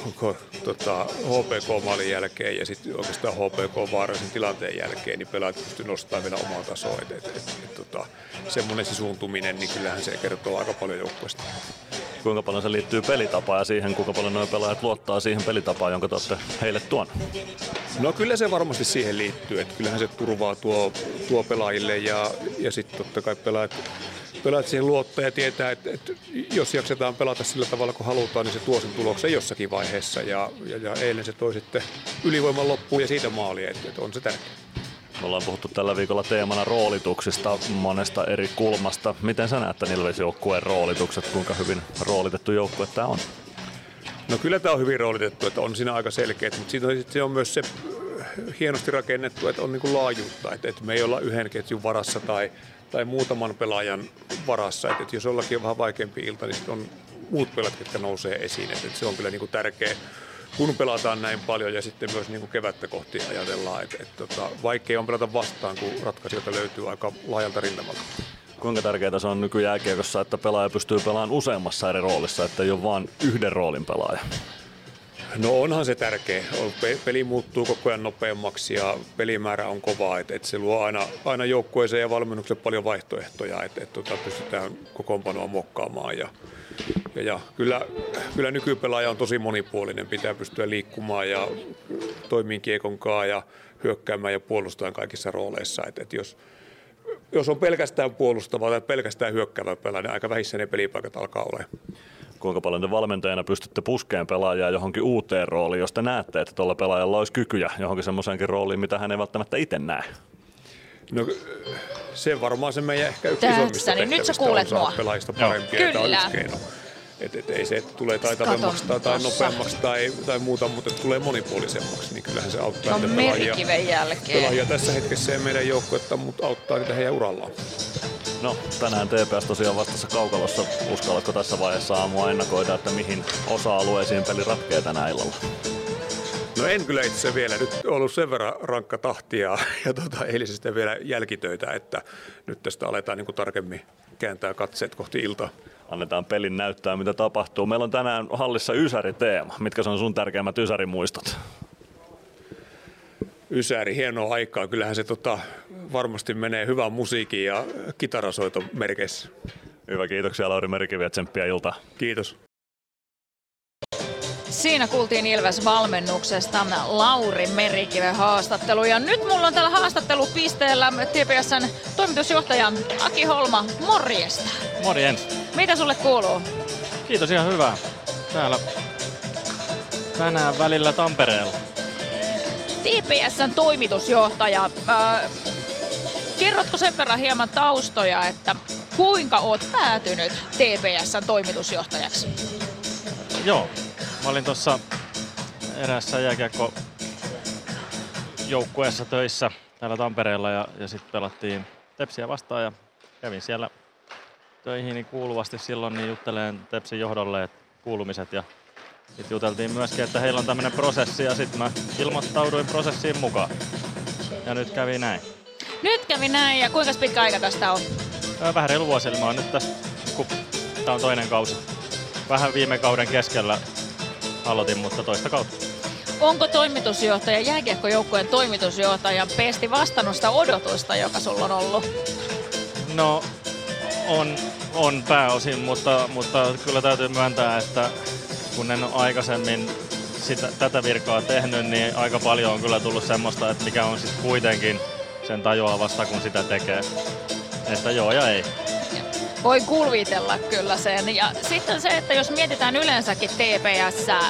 HPK-maalin jälkeen ja sitten oikeastaan HPK-vaarallisen tilanteen jälkeen, niin pelaajat pystyy nostamaan vielä omaa tasoa. Semmoinen sisuuntuminen, niin kyllähän se kertoo aika paljon joukkueesta. Kuinka paljon se liittyy pelitapaan ja siihen, kuinka paljon nuo pelaajat luottaa siihen pelitapaan, jonka te olette heille tuonut? No kyllä se varmasti siihen liittyy, että kyllähän se turvaa tuo pelaajille ja sitten totta kai pelaajat siihen luottaa ja tietää, että jos jaksetaan pelata sillä tavalla kun halutaan, niin se tuo sen tuloksen jossakin vaiheessa ja eilen se toi sitten ylivoiman loppuun ja siitä maalia, että on se tärkeää. Me ollaan puhuttu tällä viikolla teemana roolituksista monesta eri kulmasta. Miten sä näet tämän Ilves-joukkueen roolitukset? Kuinka hyvin roolitettu joukkue tämä on? No kyllä tämä on hyvin roolitettu, että on siinä aika selkeät, mutta se on myös se hienosti rakennettu, että on niin kuin laajuutta. Että me ei olla yhden ketjun varassa tai muutaman pelaajan varassa. Että jos jollakin on vähän vaikeampi ilta, niin sitten on muut pelaajat, jotka nousee esiin. Että se on kyllä niin kuin tärkeä, kun pelataan näin paljon ja sitten myös niin kuin kevättä kohti ajatellaan. Vaikea on pelata vastaan, kun ratkaisijoita löytyy aika laajalta rintamalta. Kuinka tärkeää se on nykyjääkiekossa, että pelaaja pystyy pelaamaan useammassa eri roolissa, että ei ole vain yhden roolin pelaaja? No onhan se tärkeä. Peli muuttuu koko ajan nopeammaksi ja pelimäärä on kovaa. Et se luo aina joukkueeseen ja valmennukseen paljon vaihtoehtoja, että pystytään kokoonpanoa muokkaamaan. Ja Ja kyllä nykypelaaja on tosi monipuolinen, pitää pystyä liikkumaan ja toimimaan kiekonkaan ja hyökkäämään ja puolustamaan kaikissa rooleissa. Et jos on pelkästään puolustava tai pelkästään hyökkäävä pelaaja, niin aika vähissä ne pelipaikat alkaa olemaan. Kuinka paljon te valmentajana pystytte puskeen pelaajaa johonkin uuteen rooliin, jos te näette, että tuolla pelaajalla olisi kykyjä johonkin semmoiseenkin rooliin, mitä hän ei välttämättä itse näe? No se varmaan se meidän ehkä yksi isommista tehtävistä on saada pelaajista parempia. Tämä on yksi keino. Ei se, että tulee taitavemmaksi tai nopeammaksi tai muuta, mutta että tulee monipuolisemmaksi, niin kyllähän se auttaa niitä pelaajia tässä hetkessä ja meidän joukkuetta, mutta auttaa niitä heidän urallaan. No, tänään TPS tosiaan vastassa Kaukalossa. Uskallatko tässä vaiheessa aamua ennakoida, että mihin osa-alueisiin peli ratkeaa tänä illalla? No en kyllä itse vielä. Nyt on ollut sen verran rankka tahtia ja eilisestä vielä jälkitöitä, että nyt tästä aletaan niin kuin tarkemmin kääntää katseet kohti iltaa. Annetaan pelin näyttää, mitä tapahtuu. Meillä on tänään hallissa Ysäri-teema. Mitkä on sun tärkeimmät Ysäri-muistot? Ysäri, hienoa aikaa. Kyllähän se varmasti menee hyvän musiikin ja kitarasoiton merkeissä. Hyvä, kiitoksia Lauri Merikivi ja tsemppiä iltaa. Kiitos. Siinä kuultiin Ilves-valmennuksesta Lauri Merikiven haastattelu. Ja nyt mulla on täällä haastattelupisteellä TPS:n toimitusjohtaja Aki Holma. Morjesta. Morjens. Mitä sulle kuuluu? Kiitos, ihan hyvää. Täällä tänään välillä Tampereella. TPS:n toimitusjohtaja. Kerrotko sen verran hieman taustoja, että kuinka oot päätynyt TPS:n toimitusjohtajaksi? Joo. Mä olin tuossa eräässä jääkiekkojoukkueessa töissä täällä Tampereella ja sitten pelattiin Tepsiä vastaan ja kävin siellä töihin kuuluvasti silloin niin jutteleen Tepsin johdolle kuulumiset ja sitten juteltiin myöskin, että heillä on tämmöinen prosessi ja sitten mä ilmoittauduin prosessiin mukaan. Ja nyt kävi näin. Nyt kävi näin ja kuinka pitkä aika tästä on? Vähän reilu vuosi, eli mä oon nyt tässä, kun tää on toinen kausi. Vähän viime kauden keskellä aloitin, mutta toista kautta. Onko toimitusjohtaja, jääkiekkojoukkueen toimitusjohtajan Pesti vastannut sitä odotusta, joka sulla on ollut? No, on pääosin, mutta kyllä täytyy myöntää, että kun en ole aikaisemmin tätä virkaa tehnyt, niin aika paljon on kyllä tullut semmoista, että mikä on sitten kuitenkin sen tajuaa vasta, kun sitä tekee. Että joo ja ei. Voi kuvitella kyllä sen. Ja sitten se, että jos mietitään yleensäkin TPS:ssä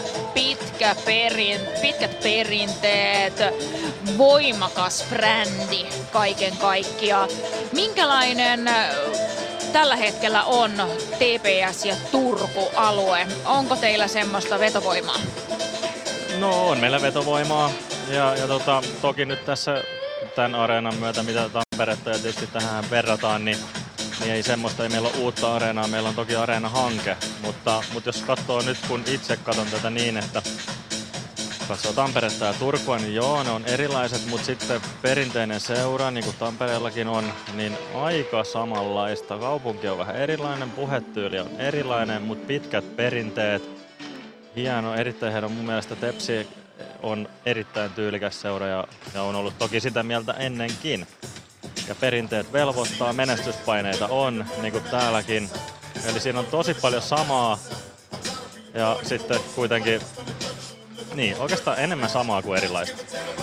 pitkät perinteet, voimakas brändi kaiken kaikkiaan. Minkälainen tällä hetkellä on TPS ja Turku-alue? Onko teillä semmoista vetovoimaa? No on meillä vetovoimaa ja toki nyt tässä tämän areenan myötä, mitä Tamperetta ja tietysti tähän verrataan, niin ei semmoista, ei meillä ole uutta areenaa, meillä on toki areenahanke, mutta jos katsoo nyt, kun itse katson tätä niin, että katsoo Tamperetta ja Turkua, niin joo, ne on erilaiset, mutta sitten perinteinen seura, niin kuin Tampereellakin on, niin aika samanlaista. Kaupunki on vähän erilainen, puhetyyli on erilainen, mutta pitkät perinteet, hieno, erittäin hieno. Mun mielestä Tepsi on erittäin tyylikäs seura ja on ollut toki sitä mieltä ennenkin. Ja perinteet velvoittaa, menestyspaineita on, niin kuin täälläkin. Eli siinä on tosi paljon samaa ja sitten kuitenkin, niin oikeastaan enemmän samaa kuin erilaista.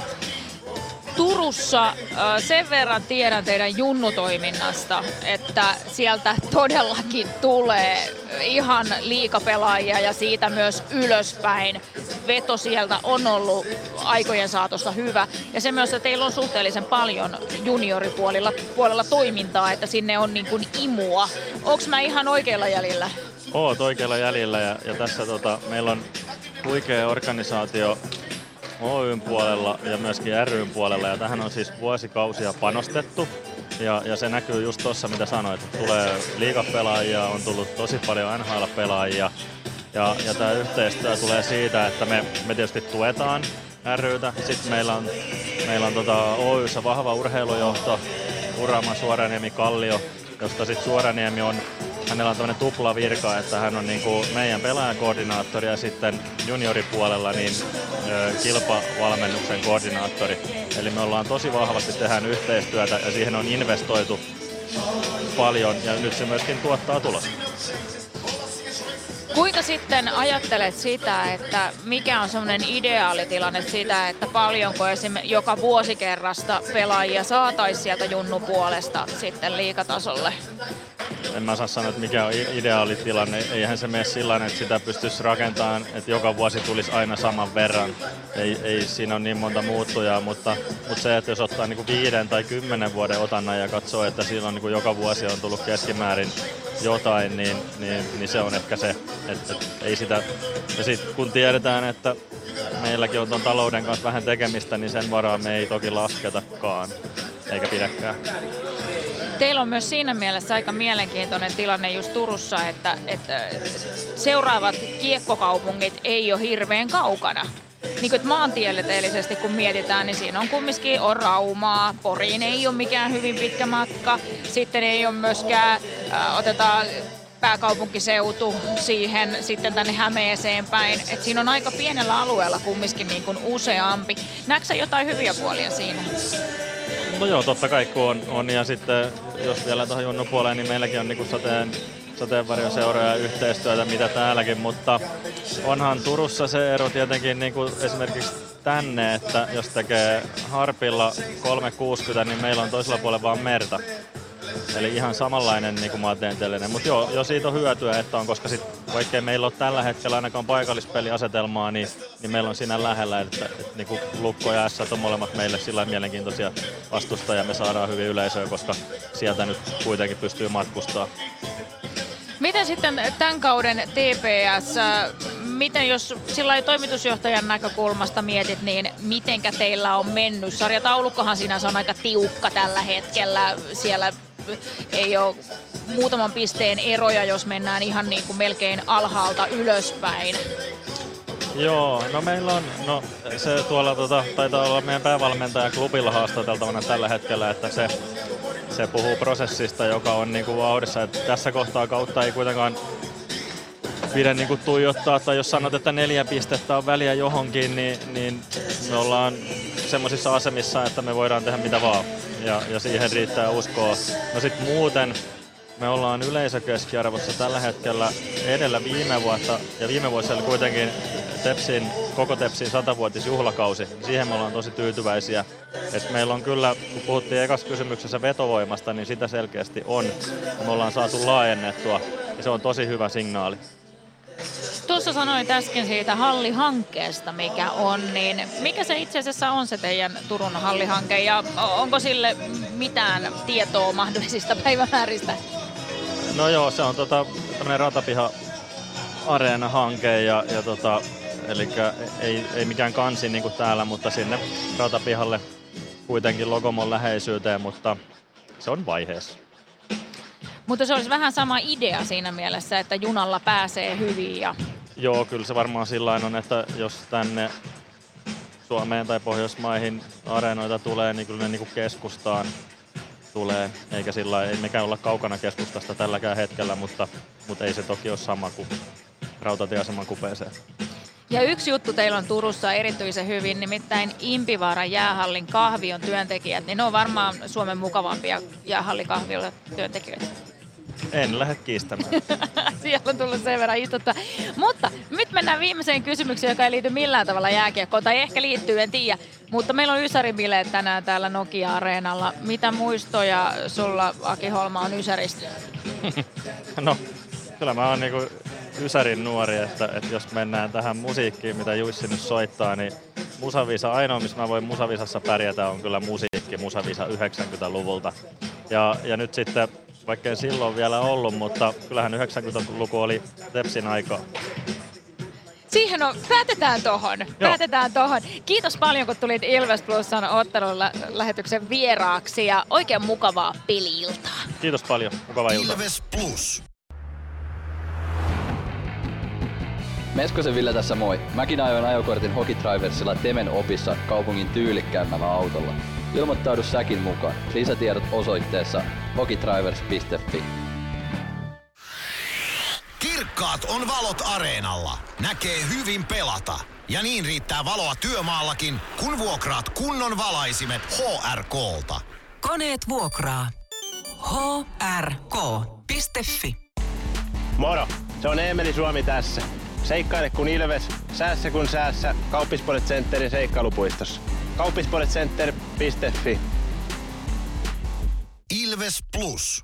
Turussa sen verran tiedän teidän junnutoiminnasta, että sieltä todellakin tulee ihan liigapelaajia ja siitä myös ylöspäin. Veto sieltä on ollut aikojen saatossa hyvä. Ja se myös, että teillä on suhteellisen paljon junioripuolella toimintaa, että sinne on niin kuin imua. Onko mä ihan oikealla jäljellä? Oot oikealla jäljellä ja tässä meillä on huikea organisaatio Oyn puolella ja myöskin ryn puolella ja tähän on siis vuosikausia panostettu ja se näkyy just tuossa mitä sanoit, että tulee liigapelaajia, on tullut tosi paljon NHL-pelaajia ja tämä yhteistyö tulee siitä, että me tietysti tuetaan rytä, sitten meillä on Oyssä vahva urheilujohto, Urama, Suoraniemi, Kallio, josta sitten Suoraniemi on, hänellä on tämmöinen tuplavirka, että hän on niinku meidän pelaajakoordinaattori ja sitten junioripuolella niin kilpavalmennuksen koordinaattori. Eli me ollaan tosi vahvasti tehdään yhteistyötä ja siihen on investoitu paljon ja nyt se myöskin tuottaa tulosta. Kuinka sitten ajattelet sitä, että mikä on semmoinen ideaalitilanne sitä, että paljonko esimerkiksi joka vuosikerrasta pelaajia saataisiin sieltä junnupuolesta sitten liigatasolle? En mä saa sanoa, että mikä on ideaalitilanne. Eihän se mene sillä, että sitä pystyisi rakentamaan, että joka vuosi tulisi aina saman verran. Ei siinä ole niin monta muuttujaa, mutta se, että jos ottaa niin kuin 5 tai 10 vuoden otannan ja katsoo, että silloin niin kuin joka vuosi on tullut keskimäärin jotain, niin se on ehkä se, että ei sitä. Ja sitten kun tiedetään, että meilläkin on ton talouden kanssa vähän tekemistä, niin sen varaan me ei toki lasketakaan, eikä pidäkään. Teillä on myös siinä mielessä aika mielenkiintoinen tilanne just Turussa, että seuraavat kiekkokaupungit ei ole hirveän kaukana. Niin kuin maantieteellisesti kun mietitään, niin siinä on kumminkin on Raumaa, Poriin ei ole mikään hyvin pitkä matka, sitten ei ole myöskään, otetaan pääkaupunkiseutu siihen, sitten tänne Hämeeseen päin. Et siinä on aika pienellä alueella kumminkin niin kuin useampi. Näetkö sä jotain hyviä puolia siinä? No joo, totta kai kun on. Ja sitten jos vielä tuohon junnupuoleen, niin meilläkin on niinku sateenvarjoseuroja ja yhteistyötä, mitä täälläkin, mutta onhan Turussa se ero tietenkin niinku esimerkiksi tänne, että jos tekee Harpilla 360, niin meillä on toisella puolella vaan merta. Eli ihan samanlainen niin maantieteellinen, mutta jo siitä on hyötyä, että on, koska vaikkei meillä ole tällä hetkellä ainakaan paikallispeliasetelmaa, niin meillä on siinä lähellä, että niin Lukko ja S on molemmat meille sillä mielenkiintoisia vastustajia, me saadaan hyvin yleisöä, koska sieltä nyt kuitenkin pystyy matkustamaan. Miten sitten tämän kauden TPS, miten jos sillä toimitusjohtajan näkökulmasta mietit, niin mitenkä teillä on mennyt? Sarjataulukkohan sinänsä on aika tiukka tällä hetkellä, siellä ei ole muutaman pisteen eroja, jos mennään ihan niin kuin melkein alhaalta ylöspäin. Joo, no meillä on, se tuolla taitaa olla meidän päävalmentaja klubilla haastateltavana tällä hetkellä, että se puhuu prosessista, joka on niinku vauhdissa. Että tässä kohtaa kautta ei kuitenkaan pidä niinku tuijottaa, tai jos sanot, että 4 pistettä on väliä johonkin, niin me ollaan semmoisissa asemissa, että me voidaan tehdä mitä vaan. Ja siihen riittää uskoa. No sit muuten me ollaan yleisökeskiarvossa tällä hetkellä edellä viime vuotta, ja viime vuosi oli kuitenkin koko Tepsin 100-vuotisjuhlakausi. Siihen me ollaan tosi tyytyväisiä. Et meillä on kyllä, kun puhuttiin ekassa kysymyksessä vetovoimasta, niin sitä selkeästi on. Me ollaan saatu laajennettua, ja se on tosi hyvä signaali. Tuossa sanoit äsken siitä hallihankkeesta, mikä on, niin mikä se itse asiassa on se teidän Turun hallihanke, ja onko sille mitään tietoa mahdollisista päivämääristä? No joo, se on tämmöinen Ratapiha-areena-hanke, eli ei mikään kansi niin kuin täällä, mutta sinne Ratapihalle kuitenkin Logomon läheisyyteen, mutta se on vaiheessa. Mutta se olisi vähän sama idea siinä mielessä, että junalla pääsee hyvin. Joo, kyllä se varmaan sillain on, että jos tänne Suomeen tai Pohjoismaihin areenoita tulee, niin kyllä ne niin kuin keskustaan tulee. Eikä sillain, ei mekään olla kaukana keskustasta tälläkään hetkellä, mutta ei se toki ole sama kuin rautatieaseman kupeeseen. Ja yksi juttu teillä on Turussa erityisen hyvin, nimittäin Impivaaran jäähallin kahvion työntekijät, niin ne on varmaan Suomen mukavampia jäähallikahviolla työntekijöitä. En lähde kiistämään. Siellä on tullut sen verran istuttua. Mutta nyt mennään viimeiseen kysymykseen, joka ei liity millään tavalla jääkiekkoon, tai ehkä liittyy, en tiedä. Mutta meillä on Ysäri-bileet tänään täällä Nokia-areenalla. Mitä muistoja sulla, Aki Holma, on Ysäristä? No, kyllä mä oon niinku Ysärin nuori, että jos mennään tähän musiikkiin, mitä Jussi nyt soittaa, niin Musavisa, ainoa missä mä voin Musavisassa pärjätä, on kyllä musiikki Musavisa 90-luvulta. Ja nyt sitten, vaikka ei silloin vielä ollut, mutta kyllähän 90-luku oli Tepsin aikaa. Siihen päätetään tohon. Kiitos paljon, kun tulit Ilves Plusan ottelun lähetyksen vieraaksi ja oikein mukavaa peli-iltaa. Kiitos paljon, mukavaa iltaa. Ilves Plus. Meskosen Ville tässä moi. Mäkin ajoin ajokortin Hokitriversilla Temen opissa kaupungin tyylikkäämmällä autolla. Ilmoittaudu säkin mukaan. Lisätiedot osoitteessa hokitrivers.fi. Kirkkaat on valot areenalla. Näkee hyvin pelata. Ja niin riittää valoa työmaallakin, kun vuokraat kunnon valaisimet HRK:lta. Koneet vuokraa. hrk.fi. Moro! Se on Eemeli Suomi tässä. Seikkaile kun Ilves, säässä kun säässä. Kauppisports Centerin seikkailupuistossa. Kauppisportscenter.fi. Ilves Plus.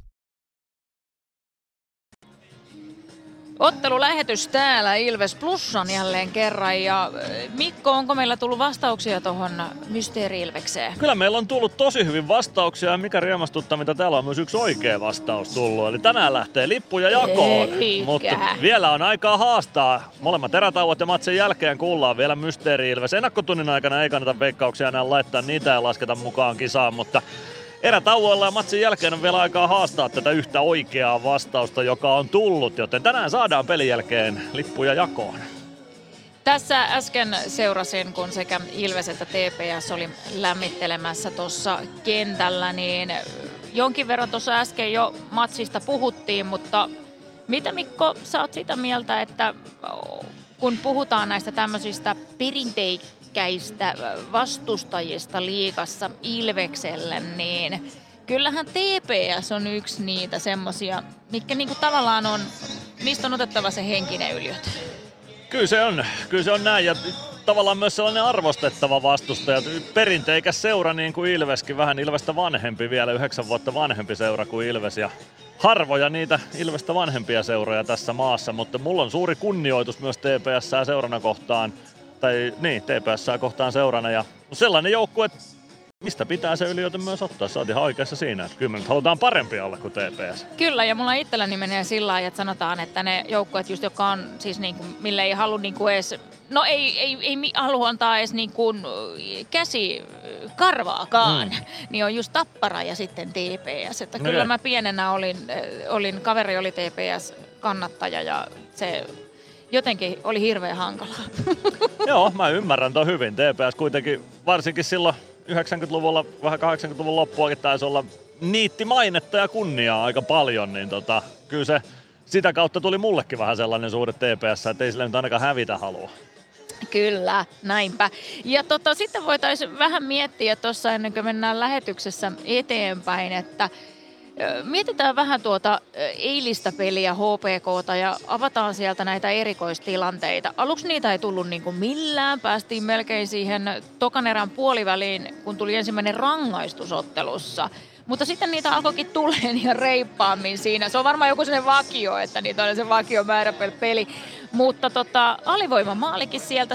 Ottelulähetys täällä Ilves Plusan jälleen kerran. Ja Mikko, onko meillä tullut vastauksia tuohon Mysteeri-Ilvekseen? Kyllä meillä on tullut tosi hyvin vastauksia ja mikä riemastuttaa, mitä täällä on myös yksi oikea vastaus tullut. Eli tänään lähtee lippuja jakoon, mutta vielä on aikaa haastaa. Molemmat erätauot ja matsin jälkeen kuullaan vielä Mysteeri-Ilves. Ennakkotunnin aikana ei kannata veikkauksia enää laittaa, niitä ei lasketa mukaan kisaan, mutta erätauoilla ja matsin jälkeen on vielä aikaa haastaa tätä yhtä oikeaa vastausta, joka on tullut, joten tänään saadaan pelin jälkeen lippuja jakoon. Tässä äsken seurasin, kun sekä Ilves että TPS oli lämmittelemässä tuossa kentällä, niin jonkin verran tuossa äsken jo matsista puhuttiin, mutta mitä Mikko, sä oot sitä mieltä, että kun puhutaan näistä tämmöisistä perinteikkäistä vastustajista liigassa Ilvekselle, niin kyllähän TPS on yksi niitä semmosia, mitkä niinku tavallaan on, mistä on otettava se henkinen yljöt. Kyllä se on näin ja tavallaan myös sellainen arvostettava vastustaja. Perinteikäs seura niin kuin Ilveskin, vähän Ilvestä vanhempi vielä, 9 vuotta vanhempi seura kuin Ilves ja harvoja niitä Ilvestä vanhempia seuroja tässä maassa, mutta mulla on suuri kunnioitus myös TPS:ää seurana kohtaan, tai niin, TPS:ää kohtaan seurana ja sellainen joukkue, mistä pitää se yliote myös ottaa. Sä oot ihan oikeassa siinä, että kyllä me nyt halutaan parempia olla kuin TPS. Kyllä, ja mulla itselläni menee sillä lailla, että sanotaan, että ne joukkueet, just jotka on siis niinku, mille ei halua niinku edes, no ei halua antaa edes niinku käsikarvaakaan, niin on just Tappara ja sitten TPS. Että kyllä mä pienenä olin, kaveri oli TPS-kannattaja ja se jotenkin oli hirveän hankalaa. Joo, mä ymmärrän ton hyvin. TPS kuitenkin varsinkin silloin 90-luvulla, vähän 80-luvun loppuakin taisi olla niitti mainetta ja kunniaa aika paljon, niin kyllä se sitä kautta tuli mullekin vähän sellainen suhde TPS, että ei sille nyt ainakaan hävitä halua. Kyllä, näinpä. Ja sitten voitaisiin vähän miettiä tuossa ennen kuin mennään lähetyksessä eteenpäin, että mietitään vähän tuota eilistä peliä HPK:ta ja avataan sieltä näitä erikoistilanteita. Aluksi niitä ei tullut niin kuin millään, päästiin melkein siihen tokan erän puoliväliin, kun tuli ensimmäinen rangaistusottelussa. Mutta sitten niitä alkoikin tuleen ihan reippaammin siinä. Se on varmaan joku sellainen vakio, että niitä on se vakiomäärä per peli. Mutta alivoimamaalikin sieltä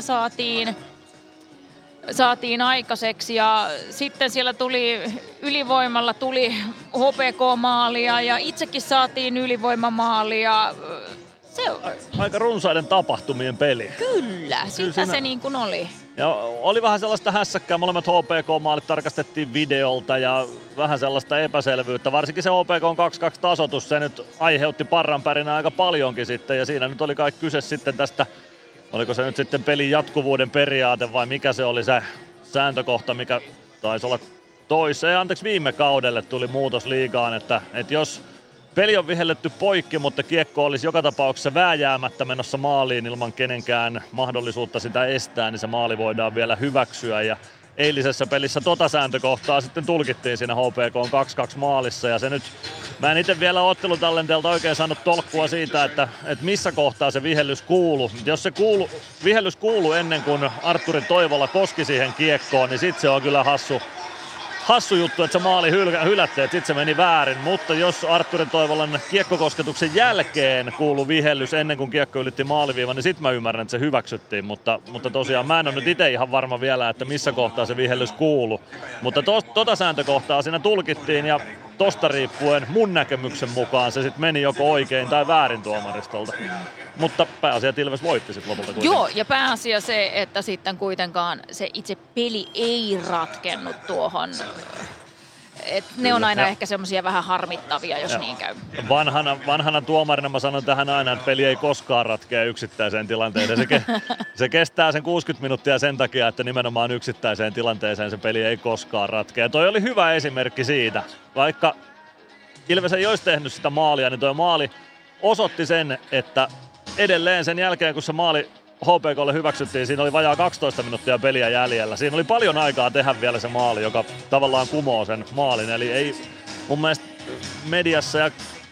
saatiin aikaiseksi ja sitten siellä ylivoimalla tuli HPK-maalia ja itsekin saatiin ylivoimamaalia. Se on aika runsaiden tapahtumien peli. Kyllä sitä se niin kuin oli. Ja oli vähän sellaista hässäkkää, molemmat HPK-maalit tarkastettiin videolta ja vähän sellaista epäselvyyttä. Varsinkin se HPK on 2-2 tasoitus, se nyt aiheutti parranpärinä aika paljonkin sitten ja siinä nyt oli kai kyse sitten tästä. Oliko se nyt sitten pelin jatkuvuuden periaate vai mikä se oli se sääntökohta, mikä taisi olla viime kaudelle tuli muutos liigaan, että jos peli on vihelletty poikki, mutta kiekko olisi joka tapauksessa vääjäämättä menossa maaliin ilman kenenkään mahdollisuutta sitä estää, niin se maali voidaan vielä hyväksyä. Ja eilisessä pelissä sääntökohtaa sitten tulkittiin siinä HPK 2-2 maalissa ja se nyt, mä en itse vielä ottelutallenteelta oikein saanut tolkkua siitä, että missä kohtaa se vihellys kuului. Jos se vihellys kuului ennen kuin Artturi Toivola koski siihen kiekkoon, niin sit se on kyllä hassu juttu, että se maali hylättiin, että sit se meni väärin, mutta jos Artturi Toivolan kiekkokosketuksen jälkeen kuului vihellys ennen kuin kiekko ylitti maaliviivan, niin sit mä ymmärrän, että se hyväksyttiin, mutta tosiaan mä en ole nyt itse ihan varma vielä, että missä kohtaa se vihellys kuului, mutta sääntökohtaa siinä tulkittiin ja tosta riippuen mun näkemyksen mukaan se sitten meni joko oikein tai väärin tuomaristolta. Mutta pääasia, että Ilves voitti sitten lopulta kuitenkin. Joo, ja pääasia se, että sitten kuitenkaan se itse peli ei ratkennut tuohon. Et ne on aina ehkä semmoisia vähän harmittavia, jos niin käy. Vanhana tuomarina mä sanon tähän aina, että peli ei koskaan ratkea yksittäiseen tilanteeseen. Se kestää sen 60 minuuttia sen takia, että nimenomaan yksittäiseen tilanteeseen se peli ei koskaan ratkea. Ja toi oli hyvä esimerkki siitä. Vaikka Ilves ei olisi tehnyt sitä maalia, niin toi maali osoitti sen, että edelleen sen jälkeen, kun se maali HPK:lle hyväksyttiin, siinä oli vajaa 12 minuuttia peliä jäljellä. Siinä oli paljon aikaa tehdä vielä se maali, joka tavallaan kumoo sen maalin. Eli ei mun mielestä mediassa ja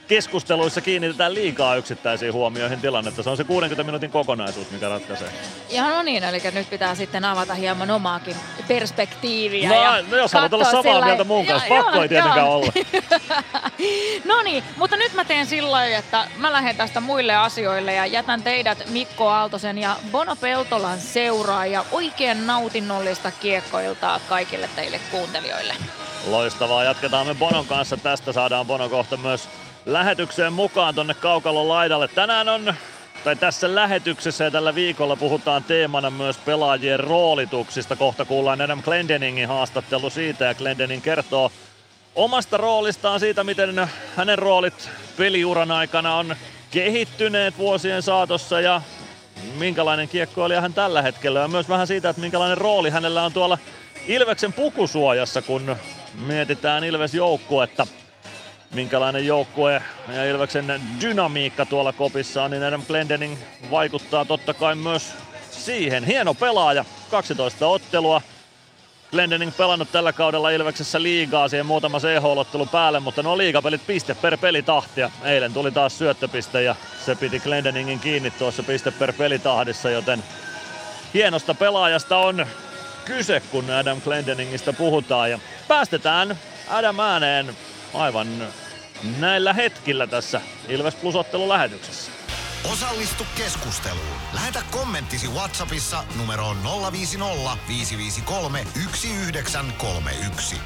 keskusteluissa kiinnitetään liikaa yksittäisiin huomioihin tilannetta. Se on se 60 minuutin kokonaisuus, mikä ratkaisee. Ja no niin, eli nyt pitää sitten avata hieman omaakin perspektiiviä. No jos haluat olla samaa mieltä mun kanssa, pakko ei tietenkään olla. No niin, mutta nyt mä teen sillä lailla, että mä lähden tästä muille asioille ja jätän teidät Mikko Aaltosen ja Bono Peltolan seuraa ja oikein nautinnollista kiekkoiltaa kaikille teille kuuntelijoille. Loistavaa, jatketaan me Bonon kanssa. Tästä saadaan Bono kohta myös lähetykseen mukaan tonne kaukalon laidalle. Tässä lähetyksessä ja tällä viikolla puhutaan teemana myös pelaajien roolituksista. Kohta kuullaan Adam Glendeningin haastattelu siitä ja Glendening kertoo omasta roolistaan siitä, miten hänen roolit peliuran aikana on kehittyneet vuosien saatossa ja minkälainen kiekkoilija hän tällä hetkellä ja myös vähän siitä, että minkälainen rooli hänellä on tuolla Ilveksen pukusuojassa, kun mietitään Ilves-joukkuetta. Minkälainen joukkue ja Ilveksen dynamiikka tuolla kopissa on, niin Adam Glendening vaikuttaa totta kai myös siihen. Hieno pelaaja, 12 ottelua. Glendening pelannut tällä kaudella Ilveksessä liigaa, siihen muutama CHL-ottelu päälle, mutta nuo liigapelit piste per pelitahtia. Eilen tuli taas syöttöpiste ja se piti Glendeningin kiinni tuossa piste per pelitahdissa, joten hienosta pelaajasta on kyse, kun Adam Glendeningistä puhutaan. Ja päästetään Adam ääneen aivan näillä hetkillä tässä Ilves Plus-ottelun lähetyksessä. Osallistu keskusteluun. Lähetä kommenttisi WhatsAppissa numeroon 050 553 1931.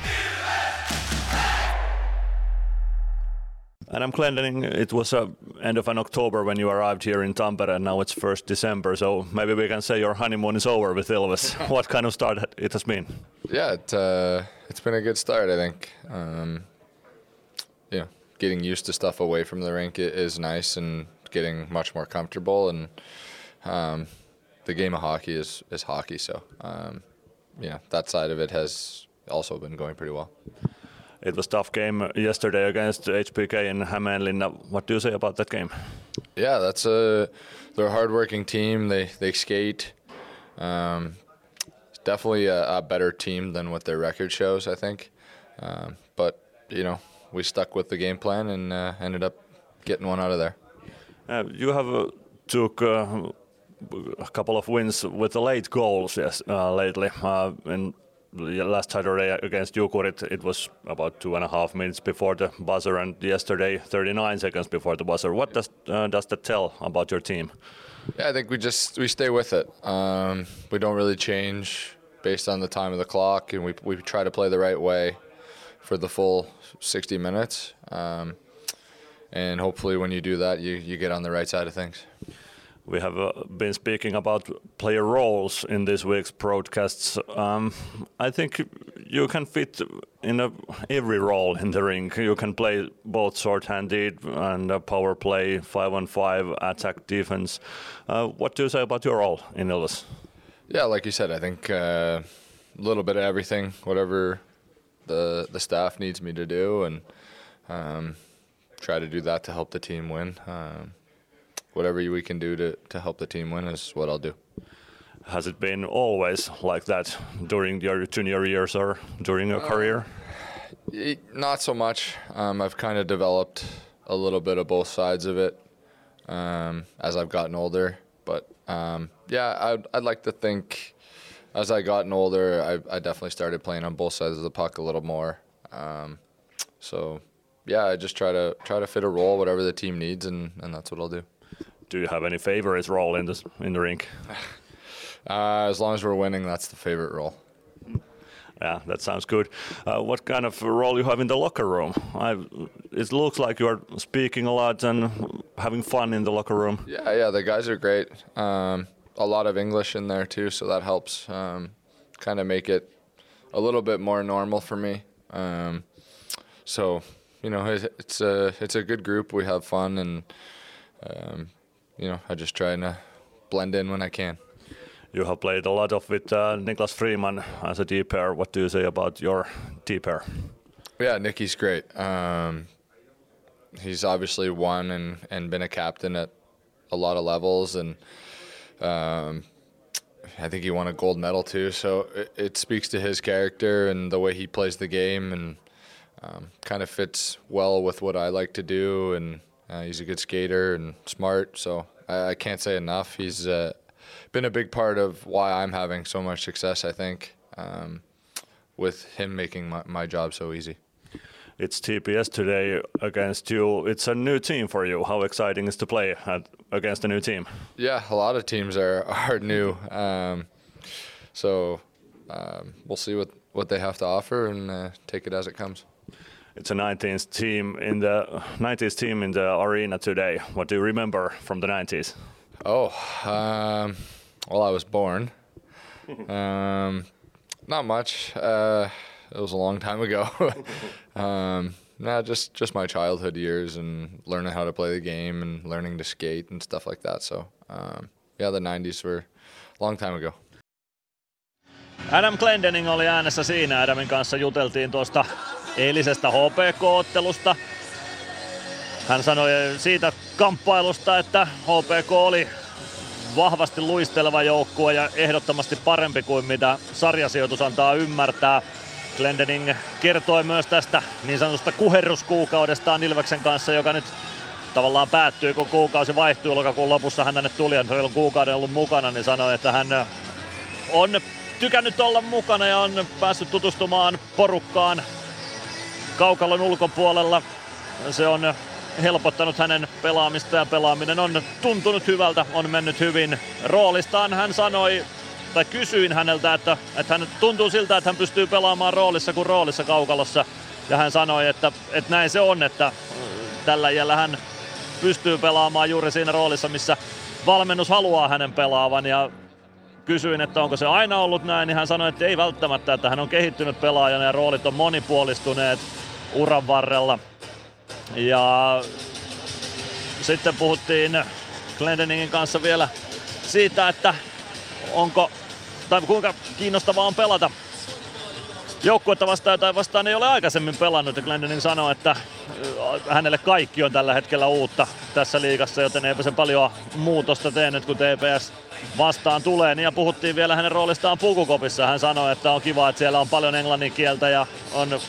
Adam Glendening, it was end of October when you arrived here in Tampere, and now it's 1st December, so maybe we can say your honeymoon is over with Ilves. What kind of start it has been? Yeah, it's been a good start, I think. Getting used to stuff away from the rink is nice, and getting much more comfortable. And the game of hockey is hockey, so that side of it has also been going pretty well. It was a tough game yesterday against HPK in Hämeenlinna. What do you say about that game? Yeah, they're a hard-working team. They skate. Definitely a better team than what their record shows, I think. But we stuck with the game plan and ended up getting one out of there. You have took a couple of wins with the late goals lately. In last Saturday against Jukurit, it was about 2.5 minutes before the buzzer, and yesterday 39 seconds before the buzzer. What does that tell about your team? Yeah, I think we stay with it. We don't really change based on the time of the clock, and we try to play the right way for the full 60 minutes. And hopefully when you do that, you get on the right side of things. We have been speaking about player roles in this week's broadcasts. I think you can fit in every role in the rink. You can play both short-handed and power play, 5-on-5, attack, defense. What do you say about your role in Ilves? Yeah, like you said, I think a little bit of everything, whatever the staff needs me to do, and try to do that to help the team win. Whatever we can do to help the team win is what I'll do. Has it been always like that during your junior years or during your career? Not so much. I've kind of developed a little bit of both sides of it as I've gotten older. But I'd like to think as I gotten older, I definitely started playing on both sides of the puck a little more. I just try to fit a role, whatever the team needs, and that's what I'll do. Do you have any favorite role in the rink? As long as we're winning, that's the favorite role. Yeah, that sounds good. What kind of role you have in the locker room? It looks like you're speaking a lot and having fun in the locker room. Yeah, the guys are great. A lot of English in there too, so that helps kind of make it a little bit more normal for me. It's a good group. We have fun, and I just try to blend in when I can. You have played a lot with Niklas Freeman as a D-pair. What do you say about your D-pair? Yeah, Nicky's great. He's obviously won and been a captain at a lot of levels, and I think he won a gold medal too. So it speaks to his character and the way he plays the game, and kind of fits well with what I like to do, and he's a good skater and smart, so I can't say enough. He's been a big part of why I'm having so much success, I think, with him making my job so easy. It's TPS today against you. It's a new team for you. How exciting is to play against a new team? Yeah, a lot of teams are new. We'll see what they have to offer and take it as it comes. It's a 90s team in the arena today. What do you remember from the 90s? Well, I was born. Not much. It was a long time ago. Just my childhood years and learning how to play the game and learning to skate and stuff like that. So, the 90s were a long time ago. Adam Glendening oli äänessä siinä. Adamin kanssa juteltiin tuosta eilisestä HPK-ottelusta. Hän sanoi siitä kamppailusta, että HPK oli vahvasti luisteleva joukkue ja ehdottomasti parempi kuin mitä sarjasijoitus antaa ymmärtää. Glendening kertoi myös tästä niin sanotusta kuherruskuukaudestaan Ilveksen kanssa, joka nyt tavallaan päättyi, kun kuukausi vaihtui lokakuun lopussa. Hän tänne tuli ja on kuukauden ollut mukana, niin sanoi, että hän on tykännyt olla mukana ja on päässyt tutustumaan porukkaan kaukalon ulkopuolella. Se on helpottanut hänen pelaamista ja pelaaminen on tuntunut hyvältä, on mennyt hyvin. Roolistaan hän sanoi, tai kysyin häneltä, että hän tuntuu siltä, että hän pystyy pelaamaan roolissa kuin roolissa kaukalossa. Ja hän sanoi, että näin se on, että tällä iällä hän pystyy pelaamaan juuri siinä roolissa, missä valmennus haluaa hänen pelaavan. Ja kysyin, että onko se aina ollut näin, niin hän sanoi, että ei välttämättä, että hän on kehittynyt pelaajana ja roolit on monipuolistuneet uran varrella. Ja sitten puhuttiin Glendeningin kanssa vielä siitä, että kuinka kiinnostavaa on pelata joukkuetta vastaan, jota vastaan ei ole aikaisemmin pelannut. Ja Glendening sanoi, että hänelle kaikki on tällä hetkellä uutta tässä liigassa, joten eipä se paljon muutosta tee nyt, kun TPS vastaan tulee. Ja puhuttiin vielä hänen roolistaan Pukukopissa. Hän sanoi, että on kiva, että siellä on paljon englannin kieltä ja on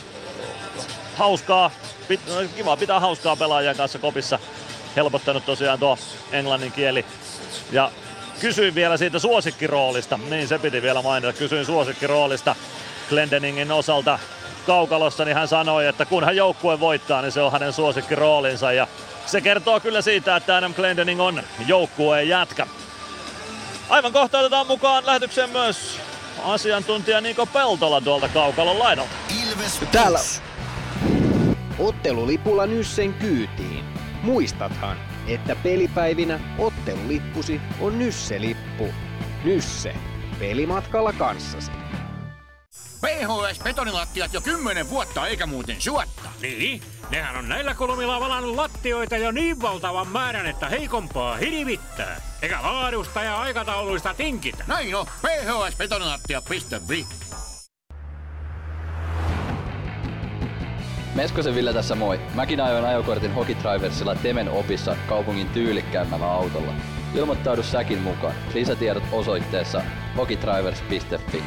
kiva pitää hauskaa pelaajien kanssa kopissa. Helpottanut tosiaan tuo englannin kieli. Ja kysyin vielä siitä suosikkiroolista. Niin, se piti vielä mainita. Kysyin suosikkiroolista Glendeningin osalta kaukalossa, niin hän sanoi, että kun hän joukkue voittaa, niin se on hänen suosikkiroolinsa. Ja se kertoo kyllä siitä, että Adam Glendening on joukkueen jätkä. Aivan kohta otetaan mukaan lähetykseen myös asiantuntija Niko Peltola tuolta kaukalon laidalta. Täällä ottelulipulla Nyssen kyytiin. Muistathan, että pelipäivinä ottelulippusi on Nysse-lippu. Nysse. Pelimatkalla kanssasi. PHS-betonilattiat jo 10 vuotta eikä muuten suotta. Niin, nehän on näillä kolmilla valannut lattioita jo niin valtavan määrän, että heikompaa hirvittää. Eikä laadusta ja aikatauluista tinkitä. Näin on, phsbetonilattia.fi. Meskosen Ville tässä moi. Mäkin ajoin ajokortin Hokitriversilla Temen opissa kaupungin tyylikkäämmällä autolla. Ilmoittaudu säkin mukaan. Lisätiedot osoitteessa hokitrivers.fi.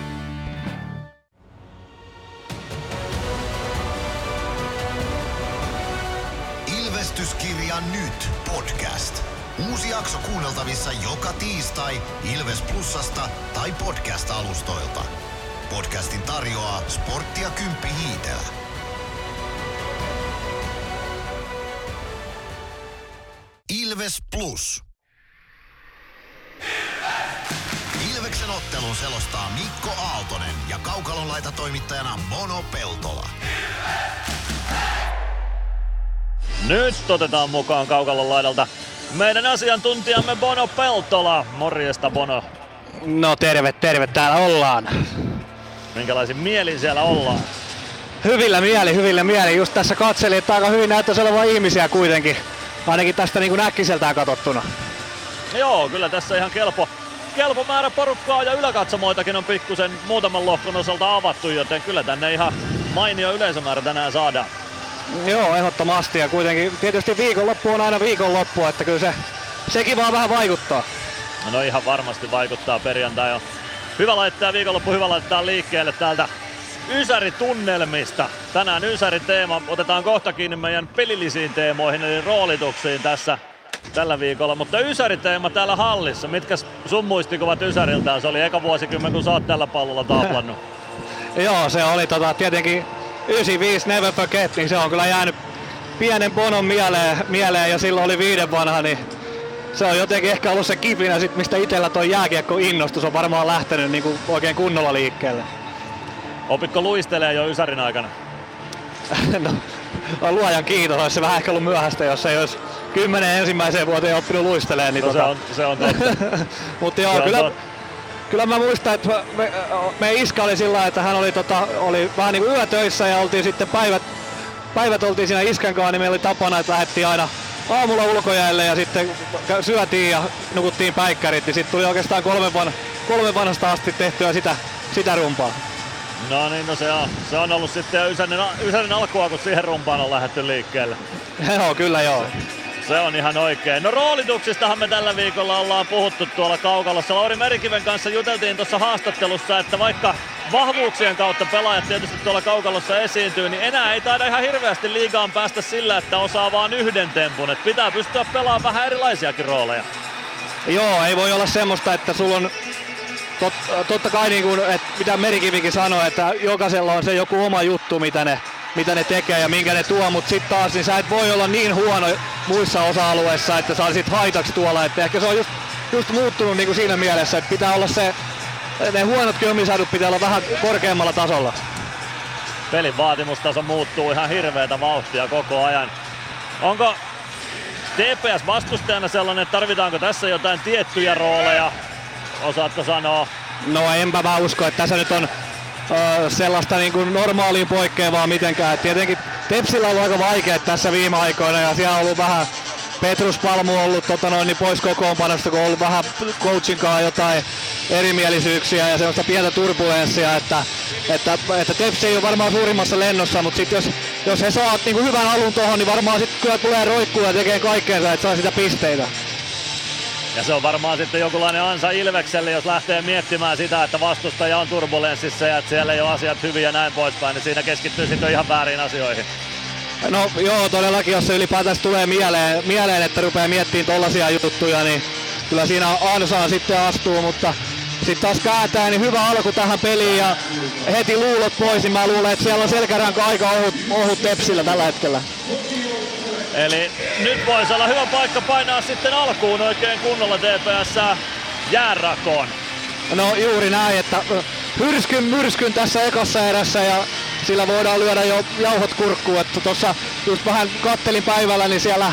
Ilvestyskirja nyt podcast. Uusi jakso kuunneltavissa joka tiistai Ilves Plusasta tai podcast-alustoilta. Podcastin tarjoaa Sporttia Kymppi Hiitelä. Ilves Plus. Ilveksen ottelun selostaa Mikko Aaltonen ja kaukalon laitatoimittajana Mono Peltola. Nyt otetaan mukaan kaukalon laidalta meidän asiantuntijamme Bono Peltola. Morjesta Bono. No terve, täällä ollaan. Minkälaisin mielin siellä ollaan? Hyvillä mieli. Just tässä katselin, että aika hyvin näyttäisi olevan ihmisiä kuitenkin. Ainakin tästä niin kuin äkkiseltään katsottuna. Joo, kyllä tässä ihan kelpo määrä porukkaa ja yläkatsomoitakin on pikkusen muutaman lohkon osalta avattu, joten kyllä tänne ihan mainio yleisömäärä tänään saadaan. Joo, ehdottomasti ja kuitenkin tietysti viikonloppu on aina viikonloppu, että kyllä sekin vaan vähän vaikuttaa. No ihan varmasti vaikuttaa, perjantai on hyvä laittaa, viikonloppu hyvä laittaa liikkeelle täältä Ysäritunnelmista. Tänään Ysäriteema. Otetaan kohta kiinni meidän pelillisiin teemoihin eli roolituksiin tässä tällä viikolla. Mutta Ysäriteema täällä hallissa. Mitkä sun muistikuvat Ysäriltään? Se oli eka vuosikymmen, kun sä oot tällä pallolla taplannut. Joo, se oli tietenkin 95 Never Forget, niin se on kyllä jäänyt pienen Bonon mieleen ja silloin oli 5 vanha, niin se on jotenkin ehkä ollut se kipinä, mistä itsellä toi jääkiekko innostus on varmaan lähtenyt niin kuin oikein kunnolla liikkeelle. Opitko luistelee jo Ysärin aikana? No, luojan kiitos, olisi se vähän ehkä ollut myöhäistä, jos ei olisi 10 ensimmäiseen vuoteen oppinut luistelemaan. Niin no se on totta. Mutta joo, kyllä mä muistan, että me iskä oli sillä lailla, että hän oli vähän niin kuin yötöissä ja oltiin sitten päivät oltiin siinä iskän kanssa, niin meillä oli tapana, että lähdettiin aina aamulla ulkojäälle ja sitten syötiin ja nukuttiin päikkärit, niin sitten tuli oikeastaan 3 vanhasta asti tehtyä sitä rumpaa. No niin, no se on ollut sitten jo Ysärin alkua, kun siihen rumpaan on lähdetty liikkeelle. Joo, kyllä joo. Se on ihan oikein. No roolituksistahan me tällä viikolla ollaan puhuttu tuolla kaukalossa. Lauri Merikiven kanssa juteltiin tuossa haastattelussa, että vaikka vahvuuksien kautta pelaajat tietysti tuolla kaukalossa esiintyy, niin enää ei taida ihan hirveästi liigaan päästä sillä, että osaa vaan yhden tempun. Että pitää pystyä pelaamaan vähän erilaisiakin rooleja. Joo, ei voi olla semmoista, että sulla on totta kai niin kuin, että mitä Merikivikin sanoi, että jokaisella on se joku oma juttu, mitä ne tekee ja minkä ne tuo, mutta sitten taas niin sä et voi olla niin huono muissa osa-alueissa, että sä olisit haitaksi tuolla, että ehkä se on just muuttunut niin kuin siinä mielessä, että pitää olla ne huonotkin omisadut pitää olla vähän korkeammalla tasolla. Pelin vaatimustaso muuttuu ihan hirveätä vauhtia koko ajan. Onko TPS vastustajana sellainen, että tarvitaanko tässä jotain tiettyjä rooleja? Osaatko sanoa? No enpä mä usko, että tässä nyt on sellaista niin kuin normaaliin poikkeavaa mitenkään. Et tietenkin Tepsillä on ollut aika vaikea tässä viime aikoina ja siellä on ollut vähän Petrus Palmu ollut pois kokoonpanosta, kun on ollut vähän coachinkaan jotain erimielisyyksiä ja sellaista pientä turbulenssia, että Tepsi ei ole varmaan suurimmassa lennossa, mutta sitten jos he saa niin kuin hyvän alun tuohon, niin varmaan sitten kyllä tulee roikkuu ja tekee kaikkeensa, että saa sitä pisteitä. Ja se on varmaan sitten jonkunlainen ansa Ilvekselle, jos lähtee miettimään sitä, että vastustaja on turbulenssissa ja että siellä ei ole asiat hyviä ja näin poispäin, niin siinä keskittyy sitten ihan väärin asioihin. No joo, todellakin, jos se ylipäätään tulee mieleen, että rupeaa miettimään tollaisia juttuja, niin kyllä siinä ansaan sitten astuu, mutta sitten taas kääntää, niin hyvä alku tähän peliin ja heti luulot pois, niin mä luulen, että siellä on selkäranka aika ohut Tepsillä tällä hetkellä. Eli nyt voisi olla hyvä paikka painaa sitten alkuun oikein kunnolla TPS jäänrakoon. No juuri näin, että myrskyn tässä ekassa erässä ja sillä voidaan lyödä jo jauhot kurkkuun. Että tuossa just vähän kattelin päivällä, niin siellä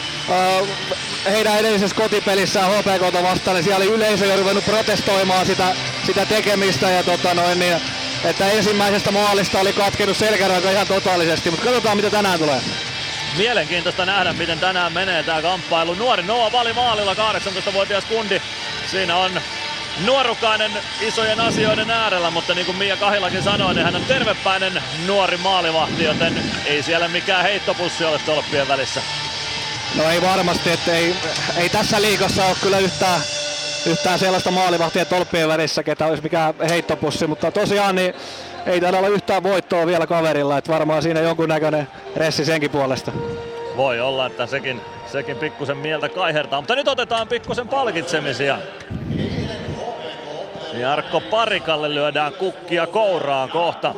heidän edellisessä kotipelissä HPK:ta vastaan, niin siellä oli yleisö jo ruvennut protestoimaan sitä tekemistä ja niin, että ensimmäisestä maalista oli katkenut selkäranka ihan totaalisesti, mutta katsotaan mitä tänään tulee. Mielenkiintoista nähdä, miten tänään menee tää kamppailu. Nuori Noa Vali maalilla, 18-vuotias kundi. Siinä on nuorukainen isojen asioiden äärellä, mutta niin kuin Mia Kahilakin sanoi, niin hän on tervepäinen nuori maalivahti, joten ei siellä mikään heittopussi ole tolppien välissä. No ei varmasti, että ei tässä liigassa ole kyllä yhtään sellaista maalivahtia tolppien välissä, ketä olisi mikään heittopussi, mutta tosiaan niin ei taida olla yhtään voittoa vielä kaverilla, että varmaan siinä jonkunnäköinen ressi senkin puolesta. Voi olla, että sekin pikkusen mieltä kaihertaa, mutta nyt otetaan pikkusen palkitsemisia. Jarkko Parikalle lyödään kukkia kouraan kohta.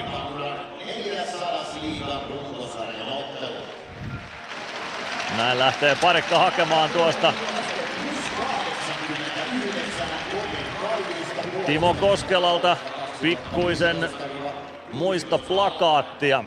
Näin lähtee Parikka hakemaan tuosta Timo Koskelalta pikkuisen muistoplakaattia.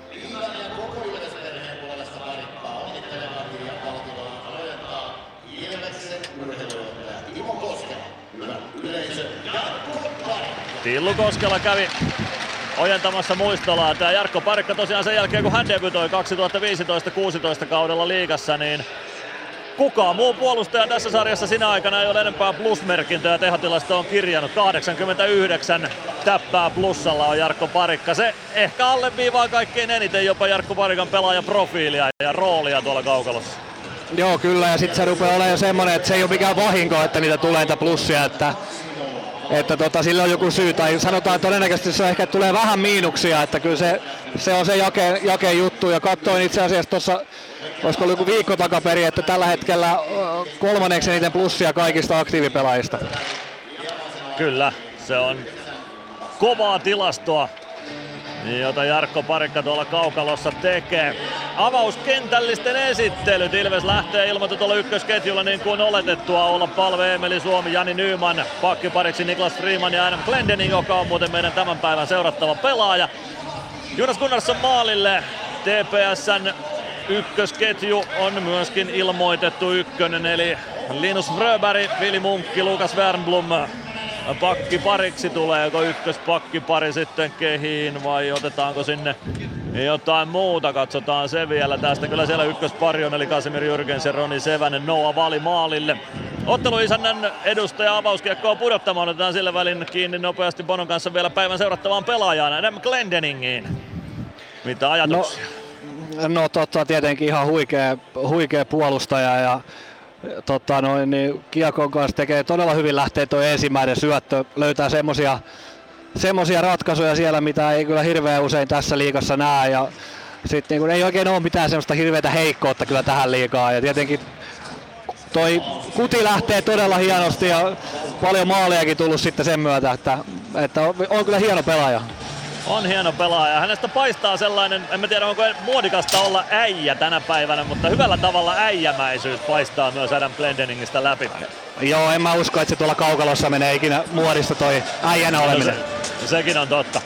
Tillu Koskela kävi ojentamassa muistolaa. Tää Jarkko Parikka tosiaan sen jälkeen kun hän debytoi 2015-16 kaudella liigassa, niin kukaan muu puolustaja tässä sarjassa sinä aikana ei ole enempää plusmerkintöjä tehotilasta on kirjannut. 89 täppää plussalla on Jarkko Parikka. Se ehkä alleviivaa kaikkein eniten jopa Jarkko Parikan pelaajaprofiilia ja roolia tuolla kaukalossa. Joo kyllä, ja sitten se rupeaa olemaan jo semmonen, että se ei ole mikään vahinko, että niitä tulee niitä plussia, että että sillä on joku syy, tai sanotaan todennäköisesti se ehkä tulee vähän miinuksia, että kyllä se on se jake juttu, ja katsoin itse asiassa tuossa, olisiko ollut joku viikko takaperin, että tällä hetkellä 3. eniten plussia kaikista aktiivipelaajista. Kyllä, se on kovaa tilastoa, jota Jarkko Parikka tuolla kaukalossa tekee. Avauskentällisten esittelyt. Ilves lähtee ilmoitetulla ykkösketjulla niin kuin oletettua. Olla Palve, Emeli Suomi, Jani Nyman, pakkipariksi Niklas Freeman ja Adam Glendening, joka on muuten meidän tämän päivän seurattava pelaaja. Jonas Gunnarsson maalille. TPS:n ykkösketju on myöskin ilmoitettu ykkönen, eli Linus Fröberg, Vili Munkki, Lukas Wernbloom. Pakkipariksi tuleeko ykköspakkipari sitten kehiin vai otetaanko sinne jotain muuta, katsotaan se vielä tästä. Kyllä siellä ykköspari on, eli Kasimir Jürgensen, Roni Sevänen, Noah Vali maalille. Otteluisännän edustaja avauskiekkoa pudottamaan, otetaan sillä välin kiinni nopeasti Bonon kanssa vielä päivän seurattavaan pelaajaan, Adam Glendeningiin. Mitä ajatuksia? No tietenkin ihan huikea puolustaja ja niin kiekon kanssa tekee todella hyvin lähtee tuo ensimmäinen syöttö, löytää semmosia ratkaisuja siellä, mitä ei kyllä hirveän usein tässä liigassa näe, ja sitten niin ei oikein ole mitään semmoista hirveätä heikkoutta kyllä tähän liigaan, ja tietenkin toi kuti lähtee todella hienosti ja paljon maalejakin tullut sitten sen myötä, että on kyllä hieno pelaaja. On hieno pelaaja. Hänestä paistaa sellainen, en tiedä onko muodikasta olla äijä tänä päivänä, mutta hyvällä tavalla äijämäisyys paistaa myös Adam Glendeningistä läpi. Joo, en mä usko, että se tuolla kaukalossa menee ikinä muodista toi äijänä oleminen. Sekin on totta.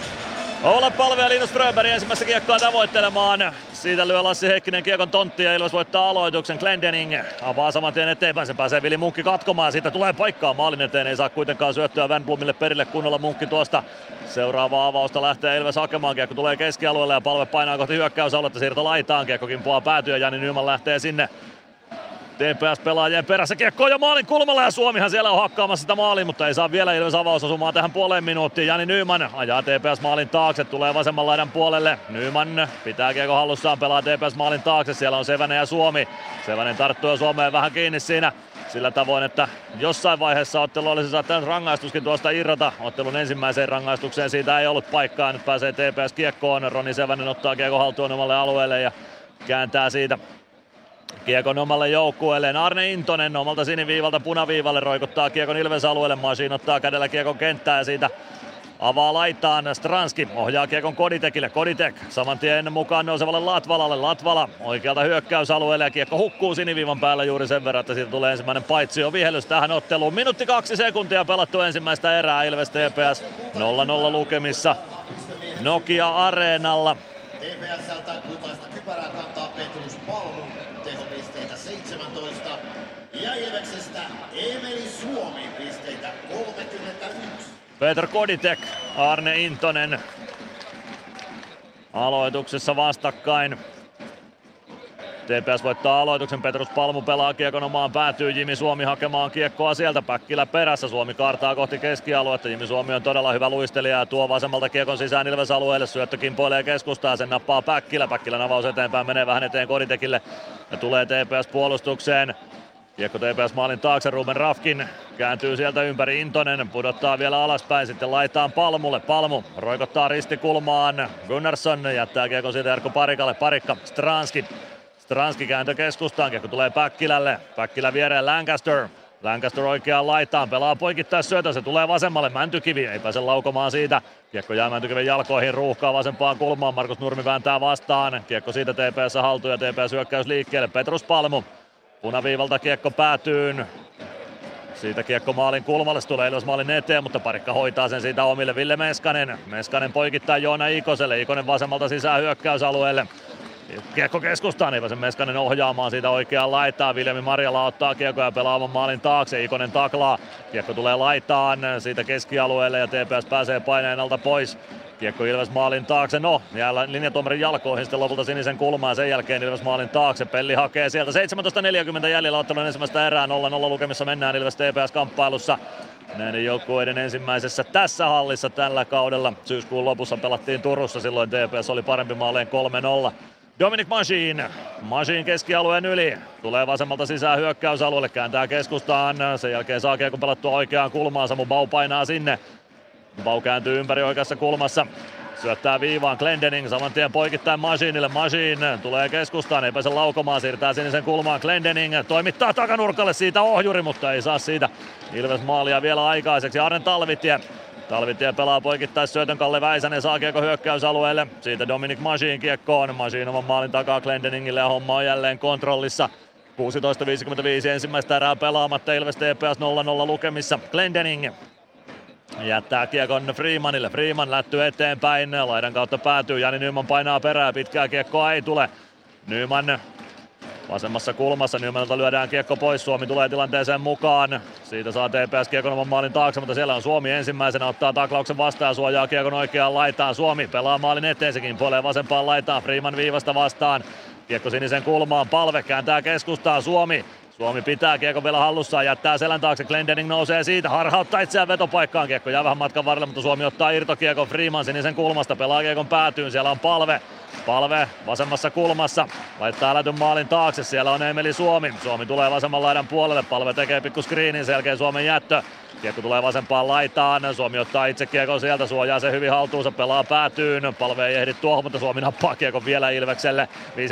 Ole Palve ja Linus Fröberg ensimmäistä kiekkoa tavoittelemaan. Siitä lyö Lassi Heikkinen kiekon tonttia ja Ilves voittaa aloituksen. Glendening avaa saman tien eteenpäin, sen pääsee Vili Munkki katkomaan. Siitä tulee paikkaa maalin eteen, ei saa kuitenkaan syöttöä Wernbloomille perille kunnolla. Munkki tuosta seuraavaa avausta lähtee Ilves hakemaan. Kiekko tulee keskialueelle ja Palve painaa kohti hyökkäysaluetta. Siirto laitaan, kiekko kimpoaa päätyä ja Jani Nyman lähtee sinne. TPS-pelaajien perässä kiekko jo maalin kulmalla ja Suomihan siellä on hakkaamassa sitä maaliin, mutta ei saa vielä Ilves avausosumaan tähän puoleen minuuttiin. Jani Nyman ajaa TPS-maalin taakse, tulee vasemman laidan puolelle. Nyman pitää kiekko hallussaan, pelaa TPS-maalin taakse, siellä on Sevänen ja Suomi. Sevänen tarttuu jo Suomeen vähän kiinni siinä sillä tavoin, että jossain vaiheessa ottelu olisi saattanut rangaistuskin tuosta irrota. Ottelun ensimmäiseen rangaistukseen siitä ei ollut paikkaa, nyt pääsee TPS kiekkoon. Roni Sevänen ottaa kiekko haltuun omalle alueelle ja kääntää siitä kiekon omalle joukkueelleen. Arne Intonen omalta siniviivalta punaviivalle roikuttaa kiekon Ilves alueelle. Masiin ottaa kädellä kiekon kenttää ja siitä avaa laitaan. Stranski ohjaa kiekon Koditekille. Koditek saman tien mukaan nousevalle Latvalalle. Latvala oikealta hyökkäysalueelle ja kiekko hukkuu siniviivan päällä juuri sen verran, että siitä tulee ensimmäinen paitsio vihellys tähän otteluun. Minuutti 2 sekuntia pelattu ensimmäistä erää. Ilves TPS 0-0 lukemissa Nokia-areenalla. TPS:ltä kultaista kypärää kantaa Petrus Palmu, tehopisteitä 17. Ja Ilveksestä Emeli Suomi, pisteitä 31. Petr Koditek, Arne Intonen aloituksessa vastakkain. TPS voittaa aloituksen, Petrus Palmu pelaa kiekon omaan päätyy, Jimi Suomi hakemaan kiekkoa sieltä, Päkkilä perässä, Suomi kaartaa kohti keskialuetta, Jimi Suomi on todella hyvä luistelija ja tuo vasemmalta kiekon sisään Ilves alueelle, syöttö kimpoilee keskustaa, sen nappaa Päkkilä, Päkkilän avaus eteenpäin menee vähän eteen Koditekille ja tulee TPS puolustukseen. Kiekko TPS maalin taakse, Ruben Rafkin kääntyy sieltä ympäri, Intonen pudottaa vielä alaspäin, sitten laitaan Palmulle, Palmu roikottaa ristikulmaan, Gunnarsson jättää kiekko siitä Jarkko Parikalle, Parikka, Stranski kääntö keskustaan, kiekko tulee Päkkilälle, Päkkilä viereen Lancaster oikeaan laitaan, pelaa poikittais syötön, se tulee vasemmalle, Mäntykivi ei pääse laukomaan siitä, kiekko jää Mäntykiven jalkoihin, ruuhkaa vasempaan kulmaan, Markus Nurmi vääntää vastaan, kiekko siitä TPS haltuun ja TPS hyökkäys liikkeelle, Petrus Palmu, punaviivalta kiekko päätyyn, siitä kiekko maalin kulmalle, se tulee Ilves maalin eteen, mutta Parikka hoitaa sen siitä omille, Ville Meskanen poikittaa Joona Ikoselle, Ikonen vasemmalta sisään hyökkäysalueelle. Kiekko keskustaan, ei pääse Meskanen ohjaamaan siitä oikeaan laitaan. Viljami Marjala ottaa kiekko ja pelaavan maalin taakse. Ikonen taklaa. Kiekko tulee laitaan siitä keskialueelle ja TPS pääsee paineen alta pois. Kiekko Ilves maalin taakse. No, jää linjatuomarin jalkoihin sitten lopulta sinisen kulmaan. Sen jälkeen Ilves maalin taakse. Pelli hakee sieltä 17.40 jäljellä ottelun ensimmäistä erää. 0-0 lukemissa mennään Ilves TPS kamppailussa. Näiden joukkueiden ensimmäisessä tässä hallissa tällä kaudella. Syyskuun lopussa pelattiin Turussa. Silloin TPS oli parempi maaleen 3-0. Dominic Machine. Machine keskialueen yli. Tulee vasemmalta sisään hyökkäysalueelle, kääntää keskustaan. Sen jälkeen saa kiekon pelattua oikeaan kulmaan. Samu Bau painaa sinne. Bau kääntyy ympäri oikeassa kulmassa. Syöttää viivaan Glendening, saman tien poikittain Machinelle. Machine tulee keskustaan, ei pääse laukomaan, siirtää sinisen kulmaan. Glendening toimittaa takanurkalle, siitä ohjuri, mutta ei saa siitä Ilves maalia vielä aikaiseksi. Arne Talvitie. Talvitie pelaa poikittais syötön, Kalle Väisänen saa kiekko hyökkäysalueelle. Siitä Dominic Machine kiekkoon. Machine oman maalin takaa Glendeningille ja homma on jälleen kontrollissa. 16.55 ensimmäistä erää pelaamatta, Ilves TPS 0-0 lukemissa. Glendening jättää kiekon Freemanille. Freeman lättyy eteenpäin. Laidan kautta päätyy. Jani Nyman painaa perää. Pitkää kiekkoa ei tule. Nyman vasemmassa kulmassa. Nymanilta lyödään kiekko pois. Suomi tulee tilanteeseen mukaan. Siitä saa TPS kiekon oman maalin taakse, mutta siellä on Suomi ensimmäisenä. Ottaa taklauksen vastaan ja suojaa kiekon oikeaan laitaan. Suomi pelaa maalin eteen. Se kimpoilee vasempaan laitaan. Freeman viivasta vastaan. Kiekko sinisen kulmaan. Palve kääntää keskustaan. Suomi pitää kiekon vielä hallussaan, jättää selän taakse, Glendening nousee siitä, harhauttaa itseään vetopaikkaan, kiekko jää vähän matkan varrelle, mutta Suomi ottaa irtokiekon Freeman sinisen kulmasta, pelaa kiekon päätyyn, siellä on Palve vasemmassa kulmassa, laittaa lätyn maalin taakse, siellä on Emeli Suomi tulee vasemman laidan puolelle, Palve tekee pikku screenin, sen jälkeen Suomen jättö, kiekko tulee vasempaan laitaan, Suomi ottaa itse kiekon sieltä, suojaa se hyvin haltuunsa, pelaa päätyyn, Palve ei ehdi tuohon, mutta Suomi nappaa kiekon vielä Ilvekselle,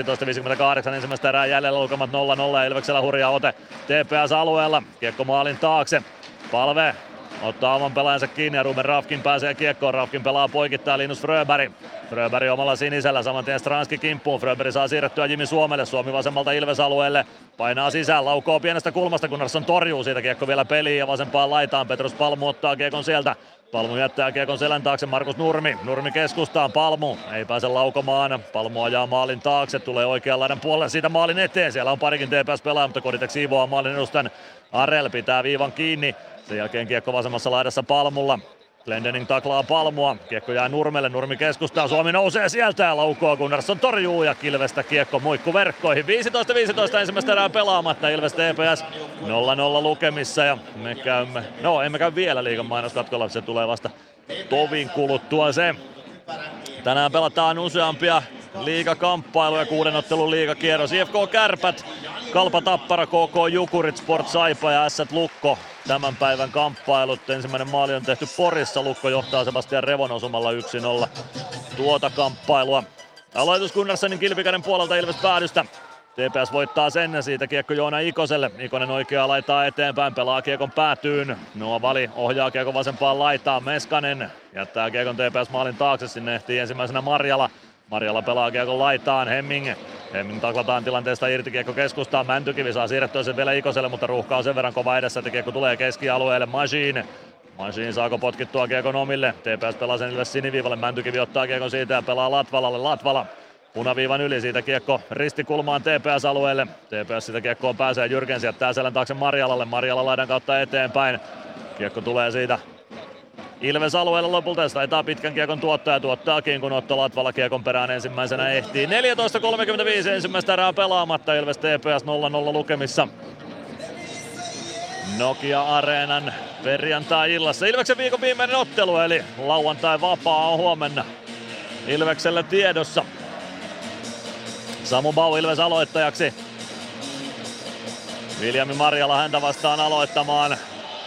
15.58 ensimmäistä erää jäljellä, lukemat 0-0 Ilveksellä hurja ote TPS-alueella, kiekko maalin taakse, Palve ottaa oman pelaajansa kiinni ja Ruben Rafkin pääsee kiekkoon. Rafkin pelaa poikittaa Linus Fröberg. Fröberg omalla sinisellä, saman tien Stranski kimppuun. Fröberg saa siirrettyä Jimi Suomelle. Suomi vasemmalta Ilves-alueelle. Painaa sisään, laukoo pienestä kulmasta, Gunnarsson torjuu siitä kiekko vielä peliin ja vasempaan laitaan. Petrus Palmu ottaa kiekon sieltä. Palmu jättää kiekon selän taakse, Markus Nurmi keskustaan, Palmu ei pääse laukomaan. Palmu ajaa maalin taakse, tulee oikean laidan puolelle siitä maalin eteen. Siellä on parikin TPS-pelaaja, mutta Koditek siivoaa maalin edustan. Arel pitää viivan kiinni. Sen jälkeen kiekko vasemmassa laidassa Palmulla. Glendening taklaa Palmua, kiekko jää Nurmelle, Nurmi keskustaa, Suomi nousee sieltä ja laukoo, Gunnarsson torjuu ja Kilvestä kiekko muikku verkkoihin. 15.15 ensimmäistä erää pelaamatta, Ilves TPS 0-0 lukemissa ja me käymme, emme käy vielä liigan mainoskatkolla, se tulee vasta tovin kuluttua se. Tänään pelataan useampia liigakamppailuja, 6 ottelun liigakierros. IFK Kärpät, Kalpa Tappara, KK Jukurit, Sport Saipa ja Ässät Lukko. Tämän päivän kamppailut. Ensimmäinen maali on tehty Porissa. Lukko johtaa Sebastian Revon osumalla 1-0 tuota kamppailua. Aloitus Gunnarssonin kilpikäden puolelta Ilves päädystä. TPS voittaa sen, siitä kiekko Joona Ikoselle. Ikonen oikeaa laitaa eteenpäin, pelaa kiekon päätyyn. Noa Vali ohjaa kiekon vasempaan laitaan. Meskanen jättää kiekon TPS maalin taakse, sinne ehtii ensimmäisenä Marjala pelaa kiekon laitaan, Hemming taklataan tilanteesta irti, kiekko keskustaan, Mäntykivi saa siirrettyä sen vielä Ikoselle, mutta ruuhka on sen verran kova edessä, että kiekko tulee keskialueelle. Machine saako potkittua kiekon omille, TPS pelaa sen Ilves siniviivalle, Mäntykivi ottaa kiekon siitä ja pelaa Latvala punaviivan yli, siitä kiekko ristikulmaan TPS-alueelle. TPS sitä kiekkoon pääsee, Jyrkens jättää selän taakse Marjala laidan kautta eteenpäin. Kiekko tulee siitä Ilves-alueella lopulta, ja taitaa pitkän kiekon tuottaakin, kun Otto Latvala kiekon perään ensimmäisenä ehtii. 14.35 ensimmäistä erää pelaamatta, Ilves TPS 0-0 lukemissa. Nokia-areenan perjantai-illassa. Ilveksen viikon viimeinen ottelu, eli lauantai vapaa on huomenna Ilveksellä tiedossa. Samu Bau Ilves aloittajaksi. Viljami Marjala häntä vastaan aloittamaan.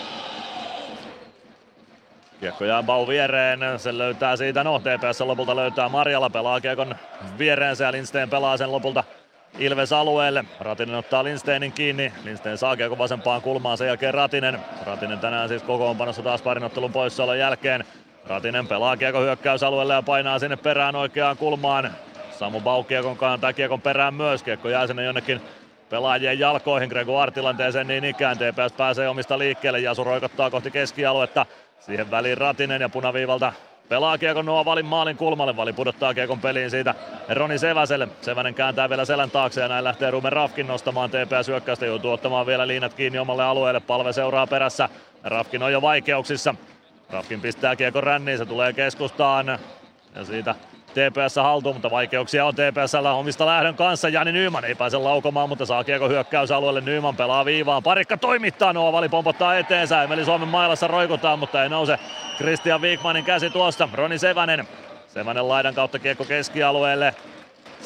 Kiekko jää Bau viereen, sen löytää siitä, TPS lopulta löytää Marjala, pelaa kiekon viereensä ja Lindsten pelaa sen lopulta Ilves alueelle. Ratinen ottaa Lindsteinin kiinni, Lindsten saa kiekon vasempaan kulmaan, sen jälkeen Ratinen tänään siis kokoonpanossa taas parinottelun poissaolon jälkeen. Ratinen pelaa kiekon hyökkäysalueelle ja painaa sinne perään oikeaan kulmaan. Samu Bau kiekon kantaa kiekon perään myös, kiekko jää sinne jonnekin pelaajien jalkoihin, Gregor tilanteeseen niin ikään, TPS pääsee omista liikkeelle, Jasu roikottaa kohti keskialuetta. Siihen väliin Ratinen ja punaviivalta pelaa kiekon Noa Valin maalin kulmalle. Vali pudottaa kiekon peliin siitä Roni Seväselle. Sevänen kääntää vielä selän taakse ja näin lähtee Ruben Rafkin nostamaan TPS-hyökkäystä. Joutuu ottamaan vielä liinat kiinni omalle alueelle. Palve seuraa perässä. Rafkin on jo vaikeuksissa. Rafkin pistää kiekon ränniin, se tulee keskustaan. Ja siitä TPS haltuun, mutta vaikeuksia on TPS:llä omista lähdön kanssa. Jani Nyman ei pääse laukomaan, mutta saa kiekko hyökkäysalueelle. Nyman pelaa viivaan. Parikka toimittaa, Noa Vali pompottaa eteensä. Emeli Suomen mailassa roikutaan, mutta ei nouse Christian Wikmanin käsi tuosta. Roni Sevänen laidan kautta kiekko keskialueelle.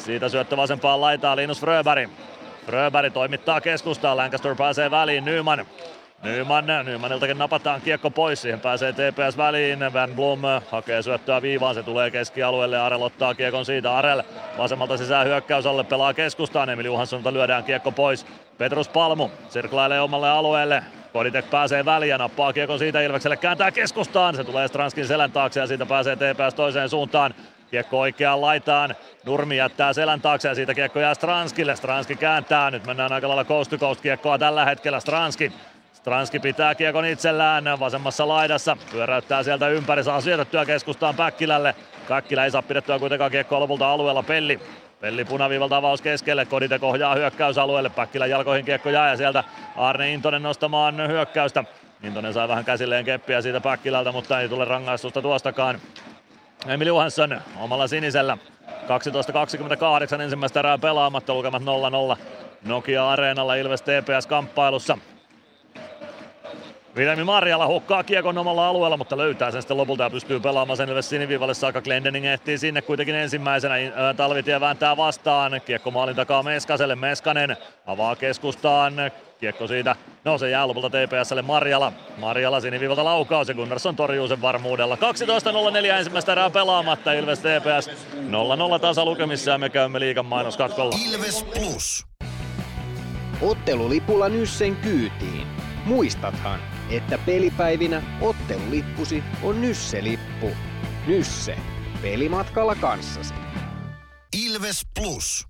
Siitä syöttö vasempaan laitaan Linus Fröberg. Fröberg toimittaa keskustaan, Lancaster pääsee väliin, Nymaniltakin napataan kiekko pois, siihen pääsee TPS väliin, Van Blom hakee syöttöä viivaan, se tulee keskialueelle, Arel ottaa kiekon siitä, Arel vasemmalta sisään hyökkäysalle, pelaa keskustaan, Emil Johanssonilta lyödään kiekko pois, Petrus Palmu sirklailee omalle alueelle, Koditek pääsee väliin ja nappaa kiekon siitä Ilvekselle, kääntää keskustaan, se tulee Stranskin selän taakse ja siitä pääsee TPS toiseen suuntaan. Kiekko oikeaan laitaan, Nurmi jättää selän taakse ja siitä kiekko jää Stranskille, Stranski kääntää, nyt mennään aika lailla coast to coast kiekkoa tällä hetkellä, Stranski pitää kiekon itsellään vasemmassa laidassa, pyöräyttää sieltä ympäri, saa syötettyä keskustaan Päkkilälle. Päkkilä ei saa pidettyä kuitenkaan kiekkoa lopulta alueella, Pelli punaviivalta avaus keskelle, Koditek ohjaa hyökkäysalueelle, Päkkilän jalkoihin kiekko jää ja sieltä Arne Intonen nostamaan hyökkäystä. Intonen sai vähän käsilleen keppiä siitä Päkkilältä, mutta ei tule rangaistusta tuostakaan. Emil Johansson omalla sinisellä, 12.28 ensimmäistä erää pelaamatta, lukemat 0-0 Nokia-areenalla Ilves TPS kamppailussa. Vilhelmi Marjala hukkaa kiekon omalla alueella, mutta löytää sen sitten lopulta ja pystyy pelaamaan sen Ilves siniviivalle saakka. Glendening ehtii sinne kuitenkin ensimmäisenä. Talvitie vääntää vastaan. Kiekko maalin takaa Meskaselle. Meskanen avaa keskustaan. Kiekko siitä. No se jää lopulta TPS:lle Marjala siniviivalta laukaus ja Gunnarsson torjuu sen varmuudella. 12.04 ensimmäistä erää pelaamatta. Ilves TPS 0-0 tasalukemissa ja me käymme liigan mainoskatkolla. Ilves Plus. Ottelulipulla Nyssen kyytiin. Muistathan, että pelipäivinä ottelulippusi on Nysse-lippu. Nysse. Pelimatkalla kanssasi. Ilves Plus.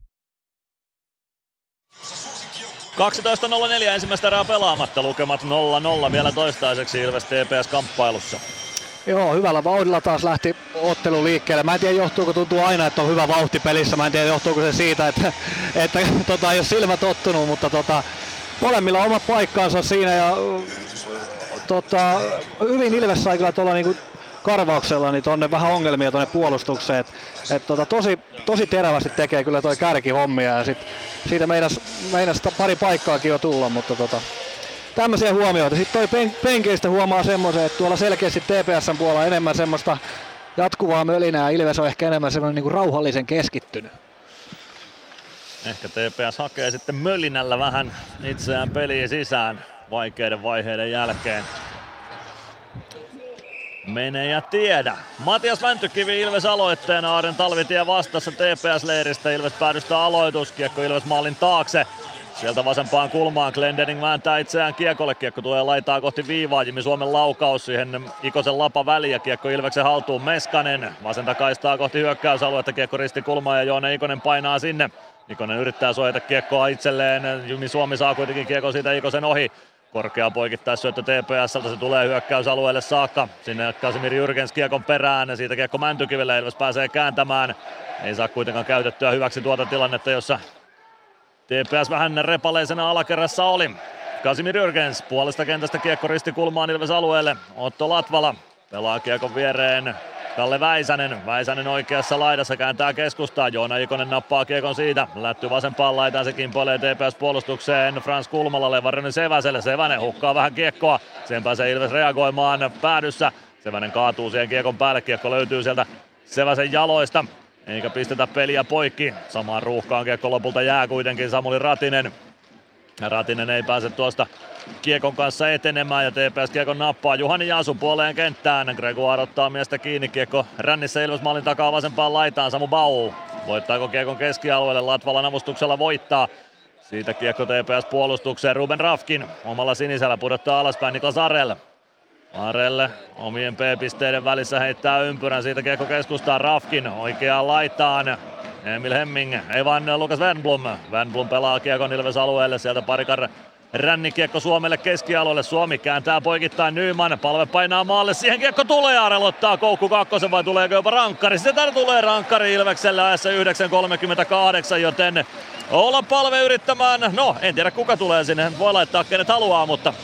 12.04 ensimmäistä erää pelaamatta, lukemat 0-0 vielä toistaiseksi Ilves TPS kamppailussa. Joo, hyvällä vauhdilla taas lähti ottelu liikkeelle. Mä en tiedä johtuuko, tuntuu aina, että on hyvä vauhti pelissä. Mä en tiedä johtuuko se siitä, että ei ole silmä tottunut, mutta molemmilla on omat paikkaansa siinä ja hyvin Ilves sai kyllä tuolla niinku karvauksella niin tonne vähän ongelmia tonne puolustukseen. Tosi terävästi tekee kyllä toi kärkihommia ja siitä meinas pari paikkaakin jo tulla, mutta tämmöisiä huomioita. Sitten toi penkeistä huomaa semmoisen, että tuolla selkeästi TPS:n puolella enemmän semmoista jatkuvaa mölinää ja Ilves on ehkä enemmän semmoinen niinku rauhallisen keskittynyt. Ehkä TPS hakee sitten mölinällä vähän itseään peliin sisään vaikeiden vaiheiden jälkeen. Mene ja tiedä. Matias Mäntykivi Ilves aloitteena, Aaren Talvitie vastassa TPS-leiristä. Ilves päädystä aloitus, kiekko Ilves maalin taakse. Sieltä vasempaan kulmaan Glendening vääntää itseään kiekolle. Kiekko tulee laitaa kohti viivaa. Jimi Suomen laukaus siihen Ikosen lapa väliin ja kiekko Ilveksen haltuun. Meskanen vasenta kaistaa kohti hyökkäysaluetta. Kiekko risti kulmaan ja Joona Ikonen painaa sinne. Ikonen yrittää suojata kiekkoa itselleen. Jimi Suomi saa kuitenkin kiekko siitä Ikosen ohi. Korkea poikittaisyöttö TPS:ltä, se tulee hyökkäysalueelle saakka. Sinne Casimir Jürgens kiekon perään, siitä kiekko Mäntykivelle, Ilves pääsee kääntämään. Ei saa kuitenkaan käytettyä hyväksi tuota tilannetta, jossa TPS vähän repaleisena alakerrassa oli. Casimir Jürgens puolesta kentästä kiekko ristikulmaan Ilves alueelle. Otto Latvala pelaa kiekon viereen. Kalle Väisänen oikeassa laidassa kääntää keskustaan. Joona Ikonen nappaa kiekon siitä. Lätty vasempaan laitaan, se kimpoilee TPS puolustukseen. Frans Kulmalalle, Varjonen Seväselle. Sevänen hukkaa vähän kiekkoa. Sen pääsee Ilves reagoimaan päädyssä. Sevänen kaatuu siihen kiekon päälle. Kiekko löytyy sieltä Seväsen jaloista. Eikä pistetä peliä poikki. Samaan ruuhkaan kiekko lopulta jää kuitenkin Samuli Ratinen. Ratinen ei pääse tuosta kiekon kanssa etenemään ja TPS kiekon nappaa Juhani Jaasu puoleen kenttään. Gregoire ottaa miestä kiinni, kiekko rännissä Ilves maalin takaa vasempaan laitaan. Samu Bau voittaako kiekon keskialueelle, Latvalan avustuksella voittaa. Siitä kiekko TPS puolustukseen, Ruben Rafkin omalla sinisellä pudottaa alaspäin Niklas Arel. Arelle omien P-pisteiden välissä heittää ympyrän, siitä kiekko keskustaan Rafkin oikeaan laitaan. Emil Hemming, ei vaan Lukas Wernbloom. Wernbloom pelaa kiekon Ilves alueelle, sieltä Parikar rännikiekko Suomelle keskialueelle. Suomi kääntää poikittain Nyman, palve painaa maalle, siihen kiekko tulee, Arel ottaa koukku kakkosen vai tuleeko jopa rankkari? Sitten tulee rankkari Ilvekselle ajassa 9.38, joten olla palve yrittämään, no en tiedä kuka tulee sinne, voi laittaa kenet haluaa, mutta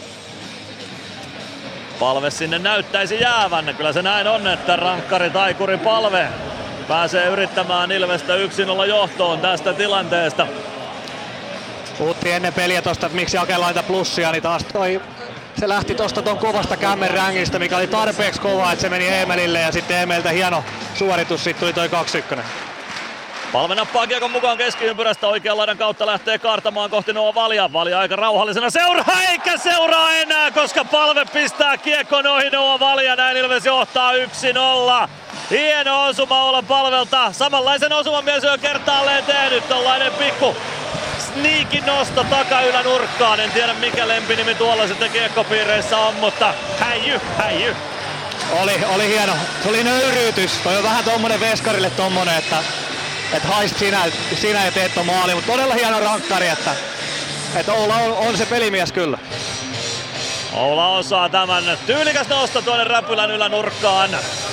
palve sinne näyttäisi jäävän. Kyllä se näin on, että rankkari taikuri palve pääsee yrittämään Ilvestä 1-0 johtoon tästä tilanteesta. Puhuttiin ennen peliä tosta, että miksi Jake laita plussia, niin taas se lähti tosta ton kovasta kämmenrängistä, mikä oli tarpeeksi kova, että se meni Eemelille ja sitten Eemeliltä hieno suoritus, sitten tuli toi 2-1. Palve nappaa kiekon mukaan keskiympyrästä, oikean laidan kautta lähtee kaartamaan kohti Noa Valia. Valia aika rauhallisena seuraa, eikä seuraa enää, koska Palve pistää kiekon ohi Noa Valia. Näin Ilves johtaa 1-0. Hieno osuma olla Palvelta. Samanlaisen osuman mies on kertaalleen tehnyt. Tollainen pikku sneakin nosto takaylänurkkaan. En tiedä mikä lempinimi tuolla sitten kiekkopiireissä on, mutta häijy. Oli hieno. Se oli nöyryytys. Toi on vähän tommonen veskarille tommonen, että haist sinä ja teet ton maali, mutta todella hieno rankkari, että Oula on se pelimies kyllä. Oula osaa tämän. Tyylikäs nosto tuonne räpylän ylänurkkaan.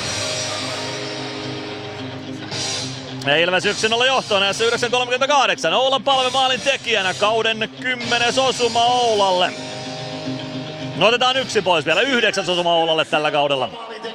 Ja Ilves 1-0 johtoon näissä 9.38. Oulan Palve maalin tekijänä, kauden 10. osuma Oulalle. No otetaan yksi pois vielä, 9. osuma Oulalle tällä kaudella.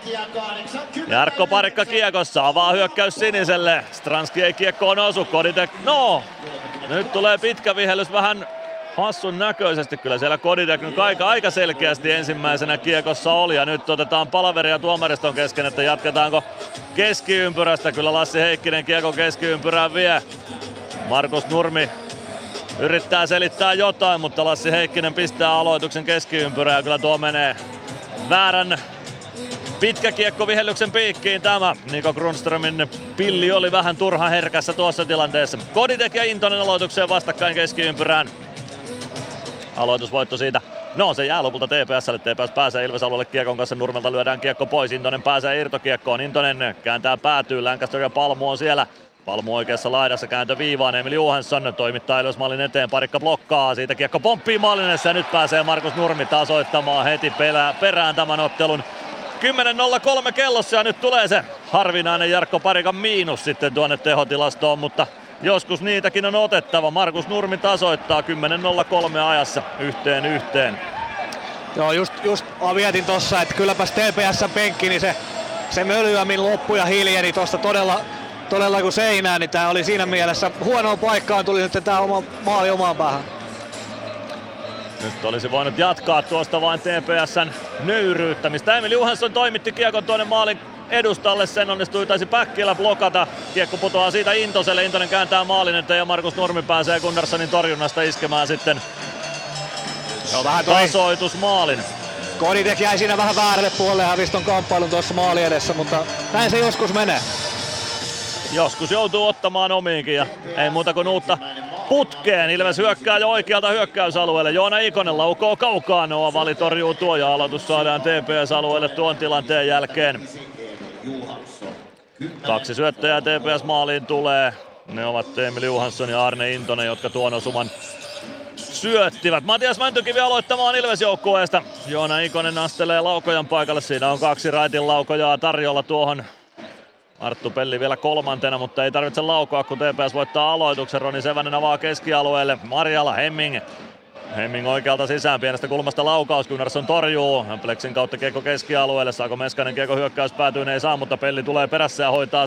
Jarkko Parikka kiekossa, avaa hyökkäys siniselle. Stranski ei kiekkoon osu, Koditek, no! Nyt tulee pitkä vihellys vähän hassun näköisesti. Kyllä siellä Koditek nyt aika selkeästi ensimmäisenä kiekossa oli. Ja nyt otetaan palaveri ja tuomariston kesken, että jatketaanko keskiympyrästä. Kyllä Lassi Heikkinen kiekon keskiympyrään vie. Markus Nurmi yrittää selittää jotain, mutta Lassi Heikkinen pistää aloituksen keskiympyrään. Ja kyllä tuo menee väärän pitkä kiekko vihellyksen piikkiin tämä. Niko Grundströmin pilli oli vähän turha herkässä tuossa tilanteessa. Koditek ja Intonen aloitukseen vastakkain keskiympyrään. Aloitusvoitto siitä. No se jää lopulta TPS:lle. TPS pääsee Ilves alueelle kiekon kanssa. Nurmelta lyödään kiekko pois. Intonen pääsee irtokiekkoon. Intonen kääntää päätyyn. Lancaster ja Palmu on siellä. Palmu oikeassa laidassa, kääntö viivaan. Emil Johansson toimittaa Ilves maalin eteen. Parikka blokkaa. Siitä kiekko pomppii maalin edessä. Ja nyt pääsee Markus Nurmi tasoittamaan heti perään tämän ottelun. 10.03 kellossa ja nyt tulee se harvinainen Jarkko Parikan miinus sitten tuonne tehotilastoon, mutta joskus niitäkin on otettava. Markus Nurmi tasoittaa 10.03 ajassa 1-1. Joo, just mietin tossa, että kylläpäs TPS:n penkki, niin se mölyämin loppu ja hiljeni tosta todella kuin seinään, niin tää oli siinä mielessä huonoon paikkaan tuli nyt tää oma maali omaan päähän. Nyt olisi voinut jatkaa tuosta vain TPS:n nöyryyttämistä. Emil Johansson toimitti kiekon tuonne maalin edustalle, sen taisi Päkkilä blokata. Kiekko putoaa siitä Intoselle, Intonen kääntää maalin eteen ja Markus Nurmi pääsee Gunnarssonin torjunnasta iskemään sitten tasoitusmaalin. Koditek jäi siinä vähän väärälle puolelle, hävisi ton kamppailun tuossa maali edessä, mutta näin se joskus menee. Joskus joutuu ottamaan omiinkin ja ei muuta kuin uutta putkeen. Ilves hyökkää jo oikealta hyökkäysalueelle. Joona Ikonen laukoo kaukaa. Noa Vali torjuu tuo ja aloitus saadaan TPS-alueelle tuon tilanteen jälkeen. 2 syöttäjää TPS maaliin tulee. Ne ovat Emil Johansson ja Arne Intonen, jotka tuon osuman syöttivät. Matias Mäntykivi aloittamaan Ilves-joukkueesta. Joona Ikonen astelee laukojan paikalle. Siinä on 2 raitin laukojaa tarjolla tuohon. Arttu Pelli vielä kolmantena, mutta ei tarvitse laukoa, kun TPS voittaa aloituksen. Roni Sevänen avaa keskialueelle. Marjala, Hemming oikealta sisään, pienestä kulmasta laukaus. Gunnarsson torjuu. Plexin kautta kiekko keskialueelle. Saako Meskanen kiekko hyökkäys päätyyn? Ei saa, mutta Pelli tulee perässä ja hoitaa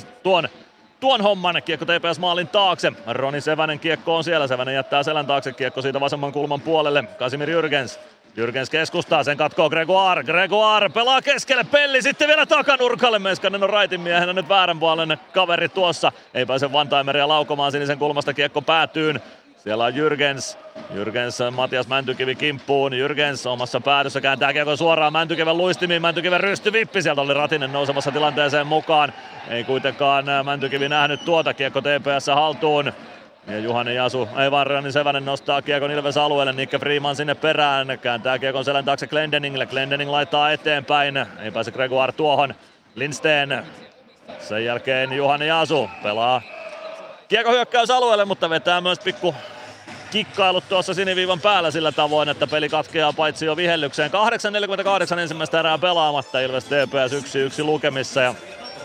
tuon homman. Kiekko TPS maalin taakse. Roni Sevänen kiekko on siellä. Sevänen jättää selän taakse. Kiekko siitä vasemman kulman puolelle. Kasimir Jürgens keskustaa, sen katkoo Gregoire pelaa keskelle, Pelli sitten vielä takanurkalle. Meskanen on raitin miehenä nyt vääränpuolinen kaveri tuossa. Ei pääse one-timeria laukomaan sinisen kulmasta, kiekko päätyyn. Siellä on Jürgens Matias Mäntykivi kimppuun. Jürgens omassa päädyssä kääntää kiekon suoraan Mäntykiven luistimiin. Mäntykiven rystyvippi, sieltä oli Ratinen nousemassa tilanteeseen mukaan. Ei kuitenkaan Mäntykivi nähnyt tuota, kiekko TPS haltuun. Ja Roni Sevänen nostaa kiekon Ilves alueelle, Nikke Freeman sinne perään, kääntää kiekon selän taakse Glendeningille, Glendening laittaa eteenpäin, ei pääse Gregoire tuohon, Lindsten, sen jälkeen Juhani Jasu pelaa kiekko hyökkäys alueelle, mutta vetää myös pikku kikkailut tuossa siniviivan päällä sillä tavoin, että peli katkeaa paitsi jo vihellykseen. 8.48 ensimmäistä erää pelaamatta, Ilves TPS 1-1 lukemissa ja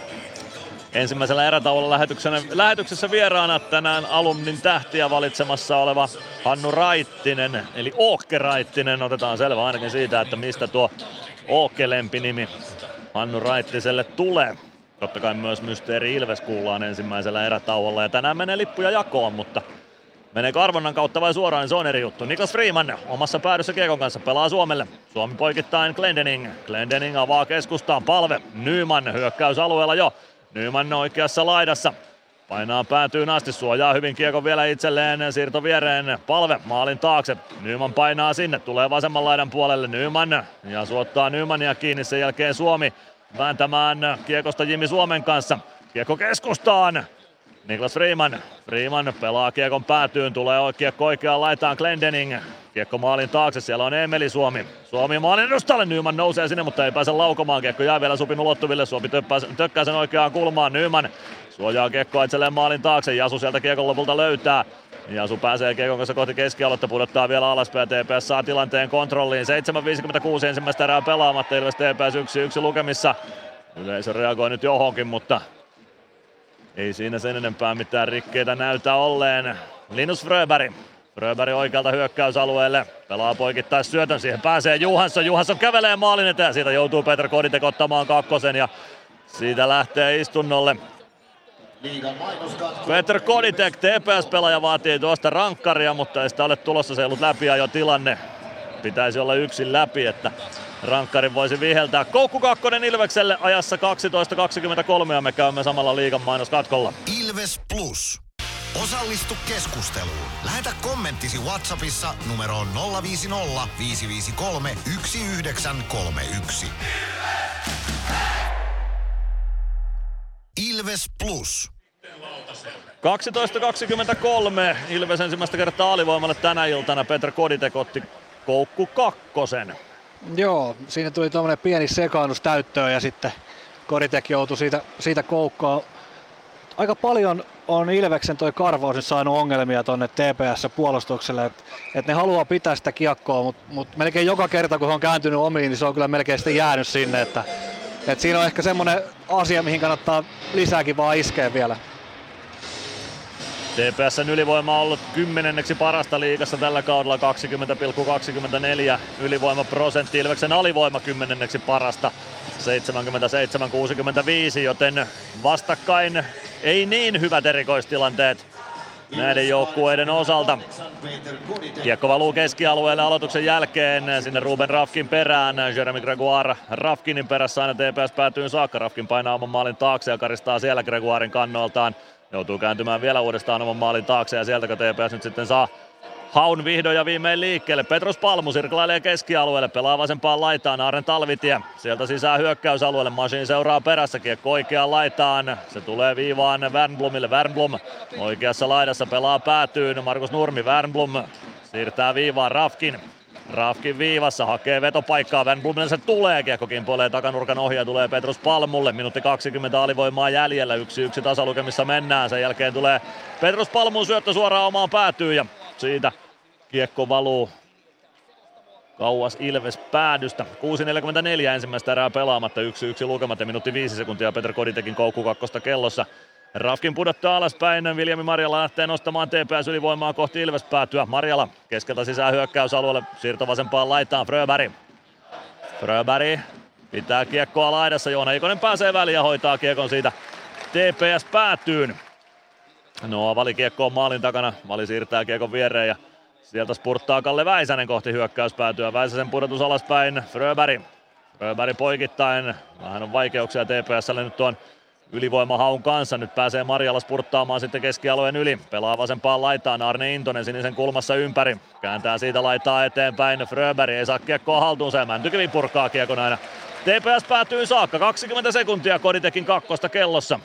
ensimmäisellä erätauolla lähetyksessä vieraana tänään alumnin tähtiä valitsemassa oleva Hannu Raittinen, eli Åke Raittinen. Otetaan selvä ainakin siitä, että mistä tuo Åke-lempinimi Hannu Raittiselle tulee. Totta kai myös Mysteeri Ilves kuullaan ensimmäisellä erätauolla ja tänään menee lippuja jakoon, mutta meneekö arvonnan kautta vai suoraan, niin se on eri juttu. Niklas Freeman omassa päädyssä kiekon kanssa pelaa Suomelle. Suomi poikittain Glendening avaa keskustaan, Palve, Nyman hyökkäysalueella jo. Nyman oikeassa laidassa. Painaa päätyyn asti, suojaa hyvin kiekon vielä itselleen, siirto viereen, Palve maalin taakse, Nyman painaa sinne, tulee vasemman laidan puolelle Nyman ja suottaa Nymania kiinni, sen jälkeen Suomi vääntämään kiekosta Jimmy Suomen kanssa, kiekko keskustaan, Niklas Freeman pelaa kiekon päätyyn, tulee kiekko oikeaan laitaan Glendening, kiekko maalin taakse, siellä on Emeli Suomi maalin edustalle, Nyman nousee sinne, mutta ei pääse laukomaan, kiekko jää vielä Supin ulottuville, Suomi tökkää sen oikeaan kulmaan, Nyman suojaa kiekkoa itselleen maalin taakse, Jasu sieltä kiekon lopulta löytää. Jasu pääsee kiekon kanssa kohti keskialuetta, pudottaa vielä alaspäin, TPS saa tilanteen kontrolliin. 7.56 ensimmäistä erää pelaamatta, Ilves TPS 1-1 lukemissa. Yleisö reagoi nyt johonkin, mutta ei siinä sen enempää mitään rikkeitä näytä olleen. Linus Fröberg oikealta hyökkäysalueelle, pelaa poikittais syötön, siihen pääsee Johansson kävelee maalin eteen, siitä joutuu Petr Koditek ottamaan kakkosen ja siitä lähtee istunnolle. Petr Koditek, TPS-pelaaja vaatii tuosta rankkaria, mutta ei sitä ole tulossa, se ei ollut läpiajotilanne. Pitäisi olla yksin läpi, että rankkarin voisi viheltää. Koukku kakkonen Ilvekselle ajassa 12.23 ja me käymme samalla liigan mainoskatkolla. Ilves Plus. Osallistu keskusteluun. Lähetä kommenttisi WhatsAppissa numeroon 050 553 1931. Ilves Plus. 12.23. Ilves ensimmäistä kertaa alivoimalle tänä iltana. Petr Koditek otti koukku kakkosen. Joo, siinä tuli tuommoinen pieni sekaannus täyttöön ja sitten Koditek joutui siitä koukkaan. Aika paljon on Ilveksen toi Karvaus nyt saanut ongelmia tonne TPS-puolustukselle, että ne haluaa pitää sitä kiekkoa, mutta melkein joka kerta kun he on kääntynyt omiin, niin se on kyllä melkein sitten jäänyt sinne, että siinä on ehkä semmoinen asia, mihin kannattaa lisääkin vaan iskeä vielä. TPS:n ylivoima on ollut 10. parasta liigassa tällä kaudella 20,24 ylivoimaprosentti. Ilveksen alivoima 10. parasta 77,65, joten vastakkain ei niin hyvät erikoistilanteet näiden joukkueiden osalta. Kiekko valuu keskialueelle aloituksen jälkeen sinne Ruben Rafkin perään. Jeremy Gregoire Rafkinin perässä aina TPS päätyy saakka. Rafkin painaa oman maalin taakse ja karistaa siellä Gregoirin kannoiltaan. Joutuu kääntymään vielä uudestaan oman maalin taakse ja sieltäkö TPS nyt sitten saa haun vihdoin ja viimein liikkeelle. Petrus Palmu sirklailee keskialueelle, pelaa vasempaan laitaan, Aaren Talvitie. Sieltä sisään hyökkäysalueelle, Machine seuraa perässä, kiekko oikeaan laitaan. Se tulee viivaan Wernbloomille, Wernbloom oikeassa laidassa pelaa päätyyn, Markus Nurmi, Wernbloom siirtää viivaan Rafkin viivassa, hakee vetopaikkaa, Wernbloomille se tulee, kiekko kimpoilee takanurkan ohi ja tulee Petrus Palmulle. Minuutti 20 alivoimaa jäljellä, 1-1 tasalukemissa mennään, sen jälkeen tulee Petrus Palmun syöttö suoraan omaan päätyyn ja siitä kiekko valuu kauas Ilves päädystä. 6.44 ensimmäistä erää pelaamatta, 1-1 lukemat ja minuutti 5 sekuntia Petr Koditekin koukku kakkosta kellossa. Rafkin pudottaa alaspäin, Viljami Marjala lähtee nostamaan TPS ylivoimaa kohti Ilves päätyä. Marjala keskeltä sisään hyökkäysalueelle, siirto vasempaan laitaan, Fröberg pitää kiekkoa laidassa, Joona Ikonen pääsee väliin ja hoitaa kiekon siitä TPS päätyyn. No, Vali kiekko on maalin takana, Vali siirtää kiekon viereen ja sieltä spurttaa Kalle Väisänen kohti hyökkäyspäätyä. Väisäsen pudotus alaspäin, Fröberg poikittain, vähän on vaikeuksia TPS:lle nyt tuon ylivoimahaun kanssa. Nyt pääsee Marjala spurttaamaan sitten keskialueen yli. Pelaa vasempaan laitaan, Arne Intonen sinisen kulmassa ympäri. Kääntää siitä laitaa eteenpäin, Fröberg ei saa kiekkoa haltuunsa ja Mäntykivi purkaa kiekon aina. TPS päätyy saakka, 20 sekuntia Koditekin kakkosta kellossa.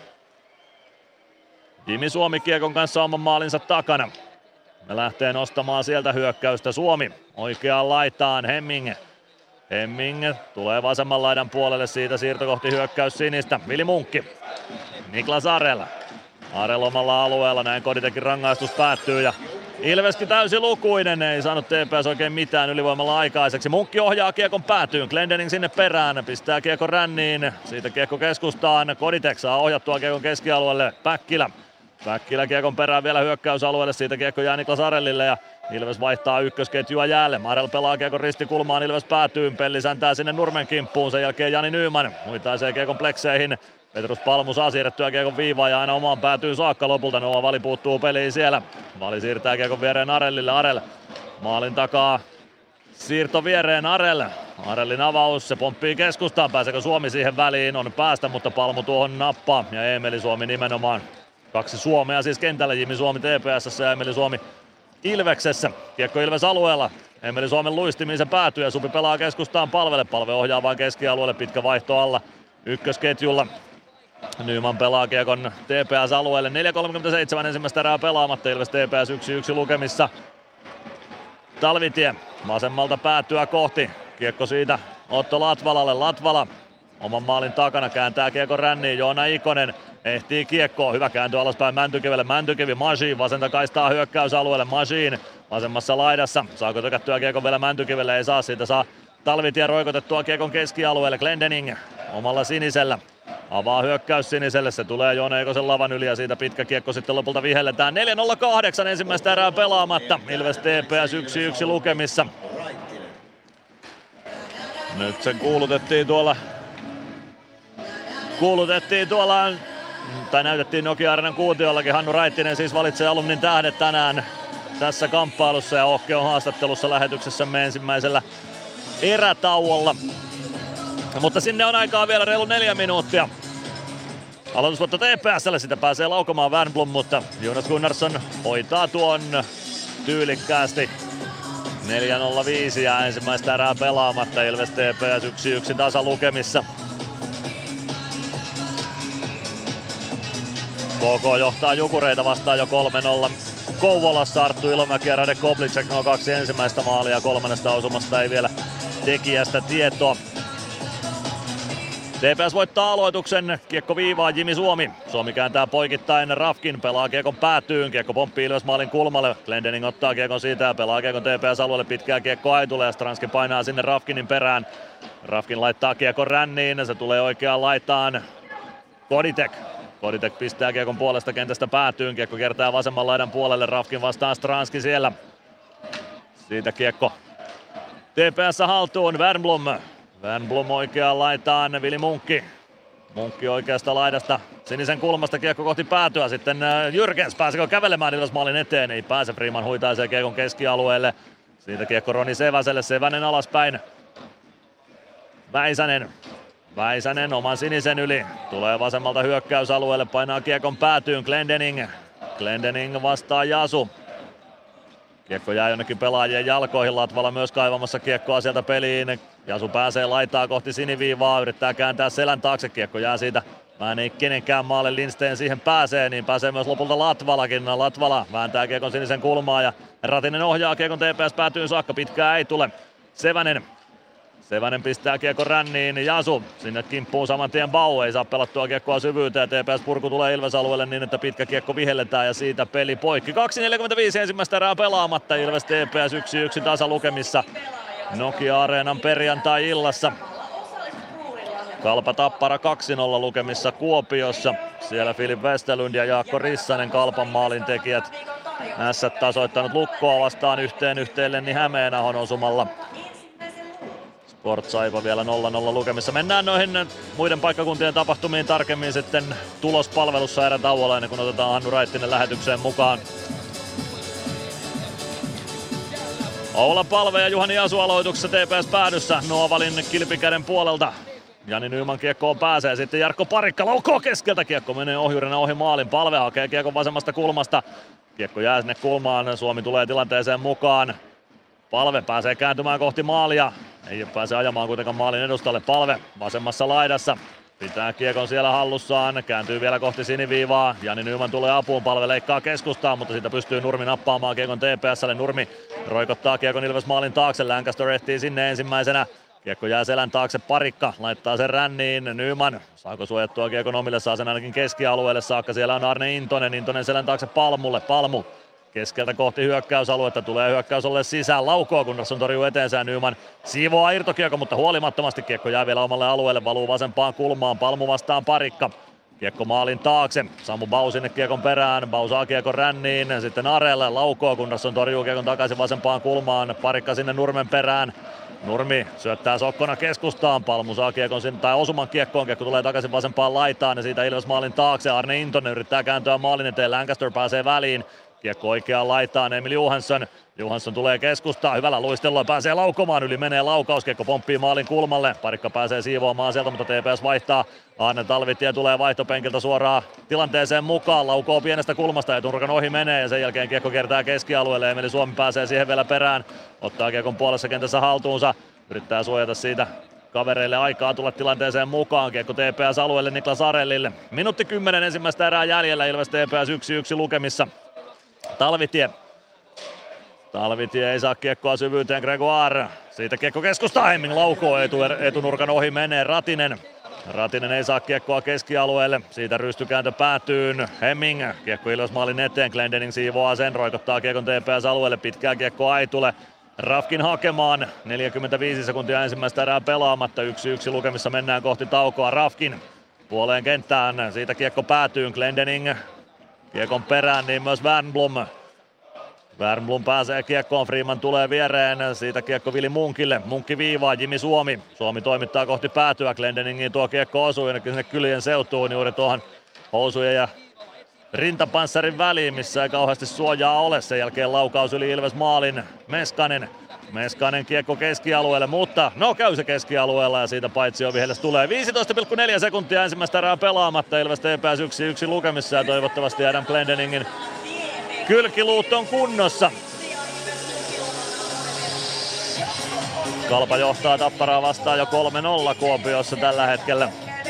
Jimi Suomi kiekon kanssa oman maalinsa takana. Me lähtee nostamaan sieltä hyökkäystä Suomi. Oikeaan laitaan Hemming tulee vasemman laidan puolelle, siitä siirto kohti hyökkäys sinistä. Vili Munkki. Niklas Arel omalla alueella, näin Koditekin rangaistus päättyy ja Ilveskin täysi lukuinen, ei saanut TPS oikein mitään ylivoimalla aikaiseksi. Munkki ohjaa kiekon päätyyn, Glendening sinne perään, pistää kiekon ränniin, siitä kiekko keskustaan, Koditek saa ohjattua kiekon keskialueelle, Päkkilä kiekon perään vielä hyökkäysalueelle, siitä kiekko jää Niklas Arellille ja Ilves vaihtaa ykkösketjua jäälle. Arel pelaa kiekon ristikulmaan, Ilves päätyy, Pelli säntää sinne Nurmen kimppuun, sen jälkeen Jani Nyman huitaisee kiekon plekseihin. Petrus Palmu saa siirrettyä kiekon viivaan ja aina omaan päätyy saakka lopulta. Noa Vali puuttuu peliin siellä. Vali siirtää kiekon viereen Arellille. Arel maalin takaa. Siirto viereen Arellin avaus, se pomppii keskustaan. Pääseekö Suomi siihen väliin? On päästä, mutta Palmu tuohon nappaa. Ja Eemeli Suomi nimenomaan 2 Suomea siis kentällä, Jimi Suomi TPS:ssä ja Emeli Suomi Ilveksessä. Kiekko Ilves alueella. Emeli Suomen luistimiin se päätyy ja Supi pelaa keskustaan Palvelle. Palve ohjaa vain keskialueelle, pitkä vaihto alla ykkösketjulla. Nyman pelaa kiekon TPS-alueelle. 4.37 ensimmäistä erää pelaamatta. Ilves TPS 1-1 lukemissa. Talvitie vasemmalta päätyä kohti. Kiekko siitä Otto Latvalalle. Latvala oman maalin takana kääntää kiekon ränniin. Joona Ikonen ehtii kiekkoon. Hyvä kääntö alaspäin Mäntykivelle. Mäntykivi Majin vasenta kaistaa hyökkäysalueelle. Majin vasemmassa laidassa. Saako tökättyä kiekon vielä Mäntykivelle? Ei saa. Siitä saa Talvitie roikotettua kiekon keskialueelle. Glendening omalla sinisellä. Avaa hyökkäys siniselle, se tulee Joona Ikosen lavan yli ja siitä pitkä kiekko sitten lopulta vihelletään. 4.08 ensimmäistä erää pelaamatta. Ilves TPS 1-1 lukemissa. Nyt sen kuulutettiin tuolla, tai näytettiin Nokia-areenan kuutiollakin. Hannu Raittinen siis valitsee Alumnin tähdet tänään tässä kamppailussa ja Ohke on haastattelussa lähetyksessämme ensimmäisellä erätauolla. Mutta sinne on aikaa vielä reilu 4 minuuttia. Aloitusvoitto TPS:lle, sitä pääsee laukomaan Wernbloom, mutta Jonas Gunnarsson hoitaa tuon tyylikkäästi. 4.05 ja ensimmäistä erää pelaamatta. Ilves TPS 1-1 tasalukemissa. KK johtaa Jukureita vastaan jo 3-0. Kouvolassa Arttu Ilomäki ja Rade Koblicek nuo 2 ensimmäistä maalia. 3. osumasta ei vielä tekijästä tietoa. TPS voittaa aloituksen, kiekko viivaa Jimi Suomi. Suomi kääntää poikittain, Rafkin pelaa kiekon päätyyn, kiekko pomppii Ilves maalin kulmalle. Glendening ottaa kiekon siitä ja pelaa kiekon TPS-alueelle, pitkää kiekko Aitulle ja Stranski painaa sinne Rafkinin perään. Rafkin laittaa kiekon ränniin, se tulee oikeaan laitaan. Koditek pistää kiekon puolesta kentästä päätyyn, kiekko kertaa vasemman laidan puolelle, Rafkin vastaan Stranski siellä. Siitä kiekko TPS haltuun, Wernbloom oikeaan laitaan, Vili Munkki. Munkki oikeasta laidasta, sinisen kulmasta kiekko kohti päätyä, sitten Jürgens pääsekö kävelemään Ilves maalin eteen, ei pääse, Freeman huitaisee kiekon keskialueelle. Siitä kiekko Roni Seväselle, Sevänen alaspäin. Väisänen oman sinisen yli, tulee vasemmalta hyökkäysalueelle, painaa kiekon päätyyn, Glendening vastaa Jasu. Kiekko jää jonnekin pelaajien jalkoihin, Latvala myös kaivamassa kiekkoa sieltä peliin. Jasu pääsee laitaa kohti siniviivaa, yrittää kääntää selän taakse, kiekko jää siitä. Mä ei kenenkään maalle, Lindsten siihen pääsee, niin pääsee myös lopulta Latvalakin. Latvala vääntää kiekon sinisen kulmaa ja Ratinen ohjaa kiekon TPS päätyyn saakka, pitkää ei tule. Sevänen pistää kiekon ränniin, Jasu sinne kimppuu saman tien Bau, ei saa pelattua kiekkoa syvyyteen. TPS purku tulee Ilves-alueelle niin, että pitkä kiekko vihelletään ja siitä peli poikki. 2.45 ensimmäistä erää pelaamatta, Ilves TPS 1-1 tasalukemissa Nokia-areenan perjantai-illassa. Kalpa Tappara 2-0 lukemissa Kuopiossa. Siellä Filip Westerlund ja Jaakko Rissanen Kalpan maalintekijät. Ässät tasoittanut Lukkoa vastaan yhteen Lenni Hämeenahon osumalla. Sport Saipa vielä 0-0 lukemissa. Mennään noihin muiden paikkakuntien tapahtumiin tarkemmin sitten tulospalvelussa erätauolla ennen kuin otetaan Hannu Raittinen lähetykseen mukaan. Oula Palve ja Juhani Jasu aloituksessa TPS päädyssä Noavalin kilpikäden puolelta. Jani Nyman kiekkoon pääsee, sitten Jarkko Parikka laukoo keskeltä, kiekko menee ohjurina ohi maalin. Palve hakee kiekon vasemmasta kulmasta. Kiekko jää sinne kulmaan, Suomi tulee tilanteeseen mukaan. Palve pääsee kääntymään kohti maalia. Ei pääse ajamaan kuitenkaan maalin edustalle. Palve vasemmassa laidassa. Pitää kiekon siellä hallussaan. Kääntyy vielä kohti siniviivaa. Jani Nyman tulee apuun. Palve leikkaa keskustaan, mutta siitä pystyy Nurmi nappaamaan kiekon TPS:lle. Nurmi roikottaa kiekon Ilves maalin taakse. Lancaster ehtii sinne ensimmäisenä. Kiekko jää selän taakse, Parikka laittaa sen ränniin. Nyman saako suojattua kiekon omille, saa sen ainakin keskialueelle saakka. Siellä on Arne Intonen selän taakse Palmulle. Palmu keskeltä kohti hyökkäysaluetta, tulee hyökkäysalueelle sisään, laukoo Gunnarsson torjuu eteensä. Nyman siivoaa irtokiekko, mutta huolimattomasti kiekko jää vielä omalle alueelle, valuu vasempaan kulmaan. Palmu vastaan Parikka. Kiekko maalin taakse, Samu Bau sinne kiekon perään, Bau saa kiekon ränniin, sitten Arelle laukoo, Gunnarsson torjuu kiekon takaisin vasempaan kulmaan, Parikka sinne Nurmen perään. Nurmi syöttää sokkona keskustaan, Palmu saa kiekon sinne, tai osuman kiekkoon, kiekko tulee takaisin vasempaan laitaan ja siitä Ilves maalin taakse. Arne Intonen yrittää kääntyä maalin eteen, Lancaster pääsee väliin. Kiekko oikeaan laitaan, Emil Johansson. Johansson tulee keskustaan, hyvällä luistelulla pääsee laukomaan, yli menee laukaus, kiekko pomppii maalin kulmalle. Parikka pääsee siivoamaan sieltä, mutta TPS vaihtaa. Arne Talvitie tulee vaihtopenkiltä suoraan tilanteeseen mukaan, laukoo pienestä kulmasta, etunurkan ohi menee ja sen jälkeen kiekko kertaa keskialueelle. Emeli Suomi pääsee siihen vielä perään, ottaa kiekon puolessa kentässä haltuunsa, yrittää suojata siitä kavereille aikaa tulla tilanteeseen mukaan. Kiekko TPS-alueelle Niklas Arellille. Minuutti 10 ensimmäistä erää jäljellä, Ilves TPS 1-1 lukemissa. Talvitie ei saa kiekkoa syvyyteen, Gregoire. Siitä kiekko keskustaan, Hemming laukoo, etunurkan ohi menee Ratinen ei saa kiekkoa keskialueelle, siitä rystykääntö päätyy. Hemming, kiekko Ilves maalin eteen, Glendening siivoaa sen, roikottaa kiekon TPS-alueelle, pitkää kiekkoa ei tule. Rafkin hakemaan, 45 sekuntia ensimmäistä erää pelaamatta, 1-1 lukemissa mennään kohti taukoa. Rafkin puoleen kenttään, siitä kiekko päätyy, Glendening kiekon perään, niin myös Wernbloom pääsee kiekkoon, Freeman tulee viereen, siitä kiekko Vili Munkille, Munkki viivaa, Jimi Suomi toimittaa kohti päätyä, Glendeningin tuo kiekko osuu jonnekin sinne kyljen seutuun juuri tuohon housujen ja rintapanssarin väliin, missä ei kauheasti suojaa ole. Sen jälkeen laukaus yli Ilves maalin, Meskanen kiekko keskialueelle, mutta käy se keskialueella ja siitä paitsio vihelles tulee. 15,4 sekuntia ensimmäistä erää pelaamatta, Ilves TPS 1-1 lukemissa ja toivottavasti Adam Glendeningin kylkiluut on kunnossa. Kalpa johtaa Tapparaa vastaan jo 3-0 Kuopiossa tällä hetkellä.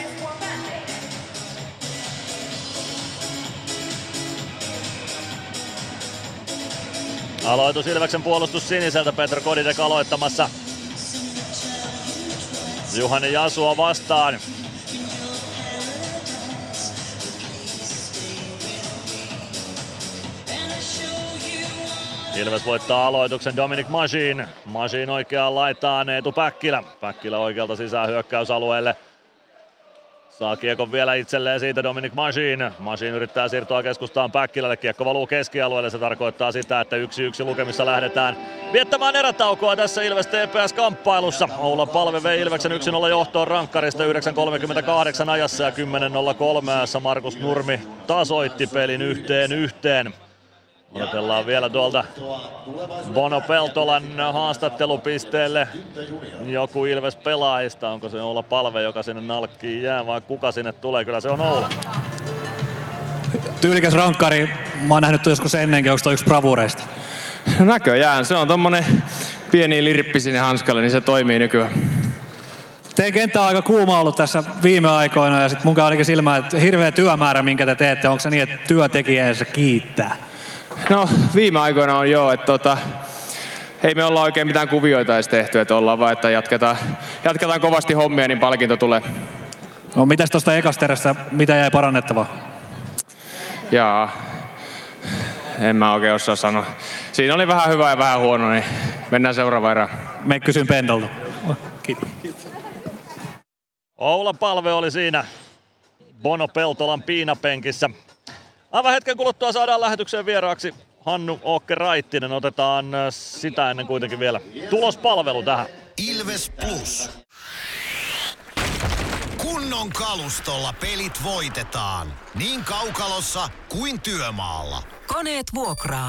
Aloitus Ilveksen puolustus siniseltä, Petr Kodidek aloittamassa. Juhani Jasua vastaan. Ilves voittaa aloituksen, Dominic Masin. Masin oikeaan laitaan, Eetu Päkkilä. Päkkilä oikealta sisään hyökkäysalueelle. Saa kiekon vielä itselleen siitä Dominic Masin. Masin yrittää siirtoa keskustaan Päkkilälle. Kiekko valuu keskialueelle. Se tarkoittaa sitä, että 1-1 lukemissa lähdetään viettämään erätaukoa tässä Ilves TPS-kamppailussa. Oula Palve vei Ilveksen 1-0 johtoon rankkarista 9.38 ajassa ja 10.03 ajassa Markus Nurmi tasoitti pelin 1-1. Odotellaan vielä tuolta Bono Peltolan haastattelupisteelle joku Ilves pelaajista. Onko se Oula Palve, joka sinne nalkkiin jää vai kuka sinne tulee? Kyllä se on Oula. Tyylikäs rankkari. Mä oon nähnyt joskus ennenkin. Onko toi yksi bravureista? Näköjään. Se on tommonen pieni lirppi sinne hanskalle, niin se toimii nykyään. Teidän kenttä on aika kuuma ollut tässä viime aikoina ja sit munkaan olikin silmää, että hirveä työmäärä, minkä te teette. Onko se niin, että työntekijänsä kiittää? No viime aikoina on joo, että ei me olla oikein mitään kuvioita edes tehty, että ollaan vaan, että jatketaan kovasti hommia, niin palkinto tulee. No mitäs tosta ekasta erästä, mitä jäi parannettavaa? Jaa, en mä oikein osaa sanoa. Siinä oli vähän hyvä ja vähän huono, niin mennään seuraavaan erään. Me kysyn Pendolta. Kiitos. Oula Palve oli siinä Bono Peltolan piinapenkissä. Aivan hetken kuluttua saadaan lähetykseen vieraaksi Hannu Åke Raittinen. Otetaan sitä ennen kuitenkin vielä tulospalvelu tähän. Ilves Plus. Kunnon kalustolla pelit voitetaan. Niin kaukalossa kuin työmaalla. Koneet vuokraa.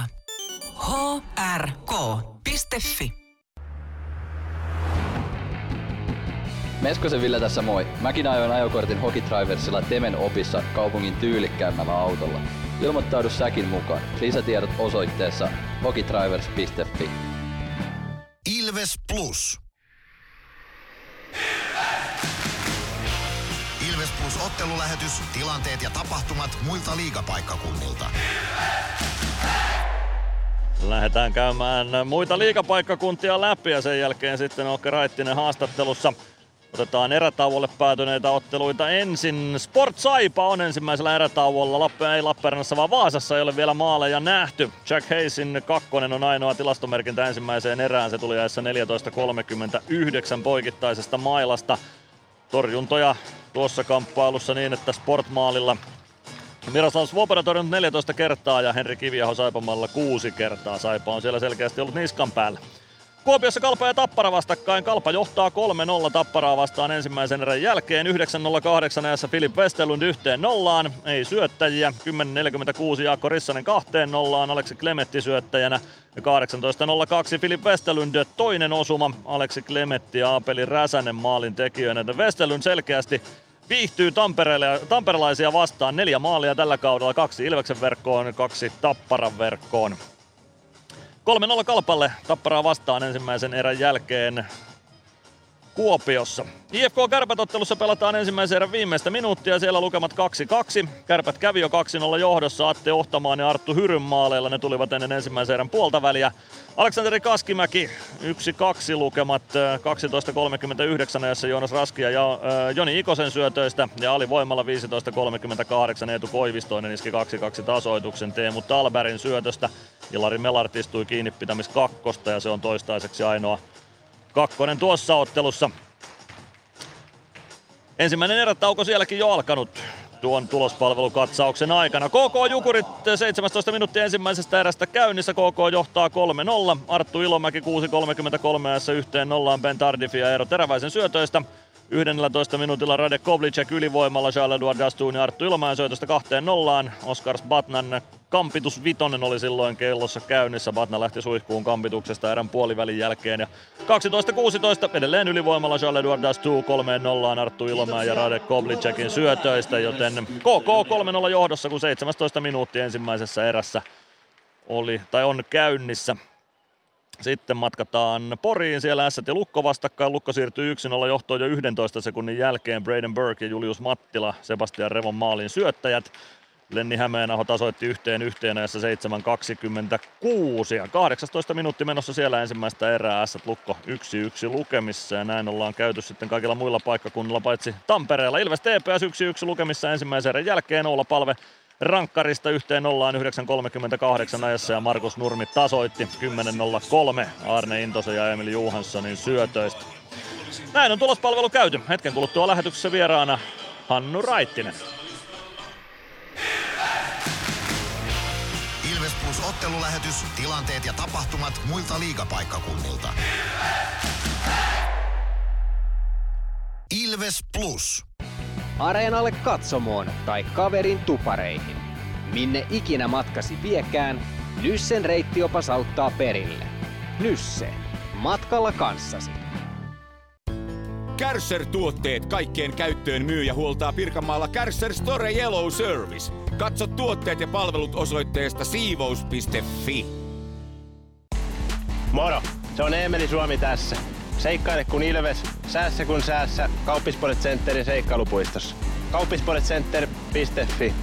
hrk.fi. Meskosen Ville tässä moi. Mäkin ajoin ajokortin Hokitriversilla Temen opissa kaupungin tyylikkäämmällä autolla. Ilmoittaudu säkin mukaan. Lisätiedot osoitteessa hokitrivers.fi. Ilves Plus. Ilves Plus -ottelulähetys, tilanteet ja tapahtumat muilta liigapaikkakunnilta. Lähdetään käymään muita liigapaikkakuntia läpi ja sen jälkeen sitten Åke Raittinen haastattelussa. Otetaan erätauolle päätyneitä otteluita ensin. Sport Saipa on ensimmäisellä erätauolla. Ei Lappeenrannassa vaan Vaasassa ei ole vielä maaleja nähty. Jack Hayesin 2 on ainoa tilastomerkintä ensimmäiseen erään. Se tuli ajassa 14.39 poikittaisesta mailasta. Torjuntoja tuossa kamppailussa niin, että Sportmaalilla Miroslav Svoboda torjunut 14 kertaa ja Henri Kiviaho Saipamalla 6 kertaa. Saipa on siellä selkeästi ollut niskan päällä. Kuopiossa Kalpa ja Tappara vastakkain. Kalpa johtaa 3-0 Tapparaa vastaan ensimmäisen erän jälkeen. 9.08 ajassa Filip Westerlund 1-0. Ei syöttäjiä. 10.46 Jaakko Rissanen 2-0. Aleksi Klemetti syöttäjänä. Ja 18.02 Filip Westerlund toinen osuma. Aleksi Klemetti ja Aapeli Räsänen maalin tekijöinä. Westerlund selkeästi viihtyy tamperelaisia vastaan. 4 maalia tällä kaudella. 2 Ilveksen verkkoon, 2 Tapparan verkkoon. 3-0 Kalpalle Tapparaa vastaan ensimmäisen erän jälkeen Kuopiossa. IFK Kärpät-ottelussa pelataan ensimmäisen erän viimeistä minuuttia. Siellä lukemat 2-2. Kärpät kävi jo 2-0 johdossa Atte Ohtamaan ja Arttu Hyryn maaleilla. Ne tulivat ennen ensimmäisen erän puolta väliä. Aleksanteri Kaskimäki 1-2 lukemat 12.39 ajassa Joonas Raski ja Joni Ikosen syötöistä. Ja alivoimalla 15.38 Eetu Koivistoinen iski 2-2 tasoituksen Teemu Talbergin syötöstä. Ilari Melart istui kiinni pitämis kakkosta ja se on toistaiseksi ainoa kakkonen tuossa ottelussa. Ensimmäinen erätauko sielläkin jo alkanut tuon tulospalvelukatsauksen aikana. KK Jukurit 17 minuuttia ensimmäisestä erästä käynnissä. KK johtaa 3-0. Arttu Ilomäki 6.33 ajassa 1-0 Ben Tardif ja Eero Teräväisen syötöistä. 11 minuutilla Radek Koblicek ylivoimalla Charles-Edouard Dastuun ja Arttu Ilomäen syötöstä 2-0. Oskar Batnan kampitus vitonen oli silloin kellossa käynnissä. Batna lähti suihkuun kampituksesta erän puolivälin jälkeen. Ja 12.16 edelleen ylivoimalla Charles-Edouard Dastuun 3-0 Arttu Ilomäen ja Radek Koblicekin syötöistä. Joten KK 3-0 johdossa, kun 17 minuuttia ensimmäisessä erässä on käynnissä. Sitten matkataan Poriin, siellä Ässät ja Lukko vastakkain. Lukko siirtyy 1-0 johtoon jo 11 sekunnin jälkeen. Braden Burke ja Julius Mattila, Sebastian Revon maalin syöttäjät. Lenni Hämeenaho tasoitti 1-1 ajassa 7.26. Ja 18 minuutti menossa siellä ensimmäistä erää. Ässät Lukko 1-1 lukemissa. Ja näin ollaan käyty sitten kaikilla muilla paikkakunnilla paitsi Tampereella. Ilves TPS 1-1 lukemissa ensimmäisen erän jälkeen. Oula Palve rankkarista 1-0 9.38 ajassa ja Markus Nurmi tasoitti 10.03 Arne Intosen ja Emil Johanssonin syötöistä. Näin on tulospalvelu käyty. Hetken kuluttua lähetyksessä vieraana Hannu Raittinen. Ilves Plus -ottelulähetys, tilanteet ja tapahtumat muilta liigapaikkakunnilta. Ilves Plus. Areenalle katsomoon tai kaverin tupareihin. Minne ikinä matkasi viekään, Nyssen reittiopas auttaa perille. Nysse. Matkalla kanssasi. Kärcher-tuotteet kaikkeen käyttöön myy ja huoltaa Pirkanmaalla Kärcher Store Yellow Service. Katso tuotteet ja palvelut osoitteesta siivous.fi. Moro, se on Eemeli Suomi tässä. Seikkaile kun Ilves, säässä kun säässä. Kauppispoilet Centerin seikkailupuistossa. Kauppispoiletcenter.fi.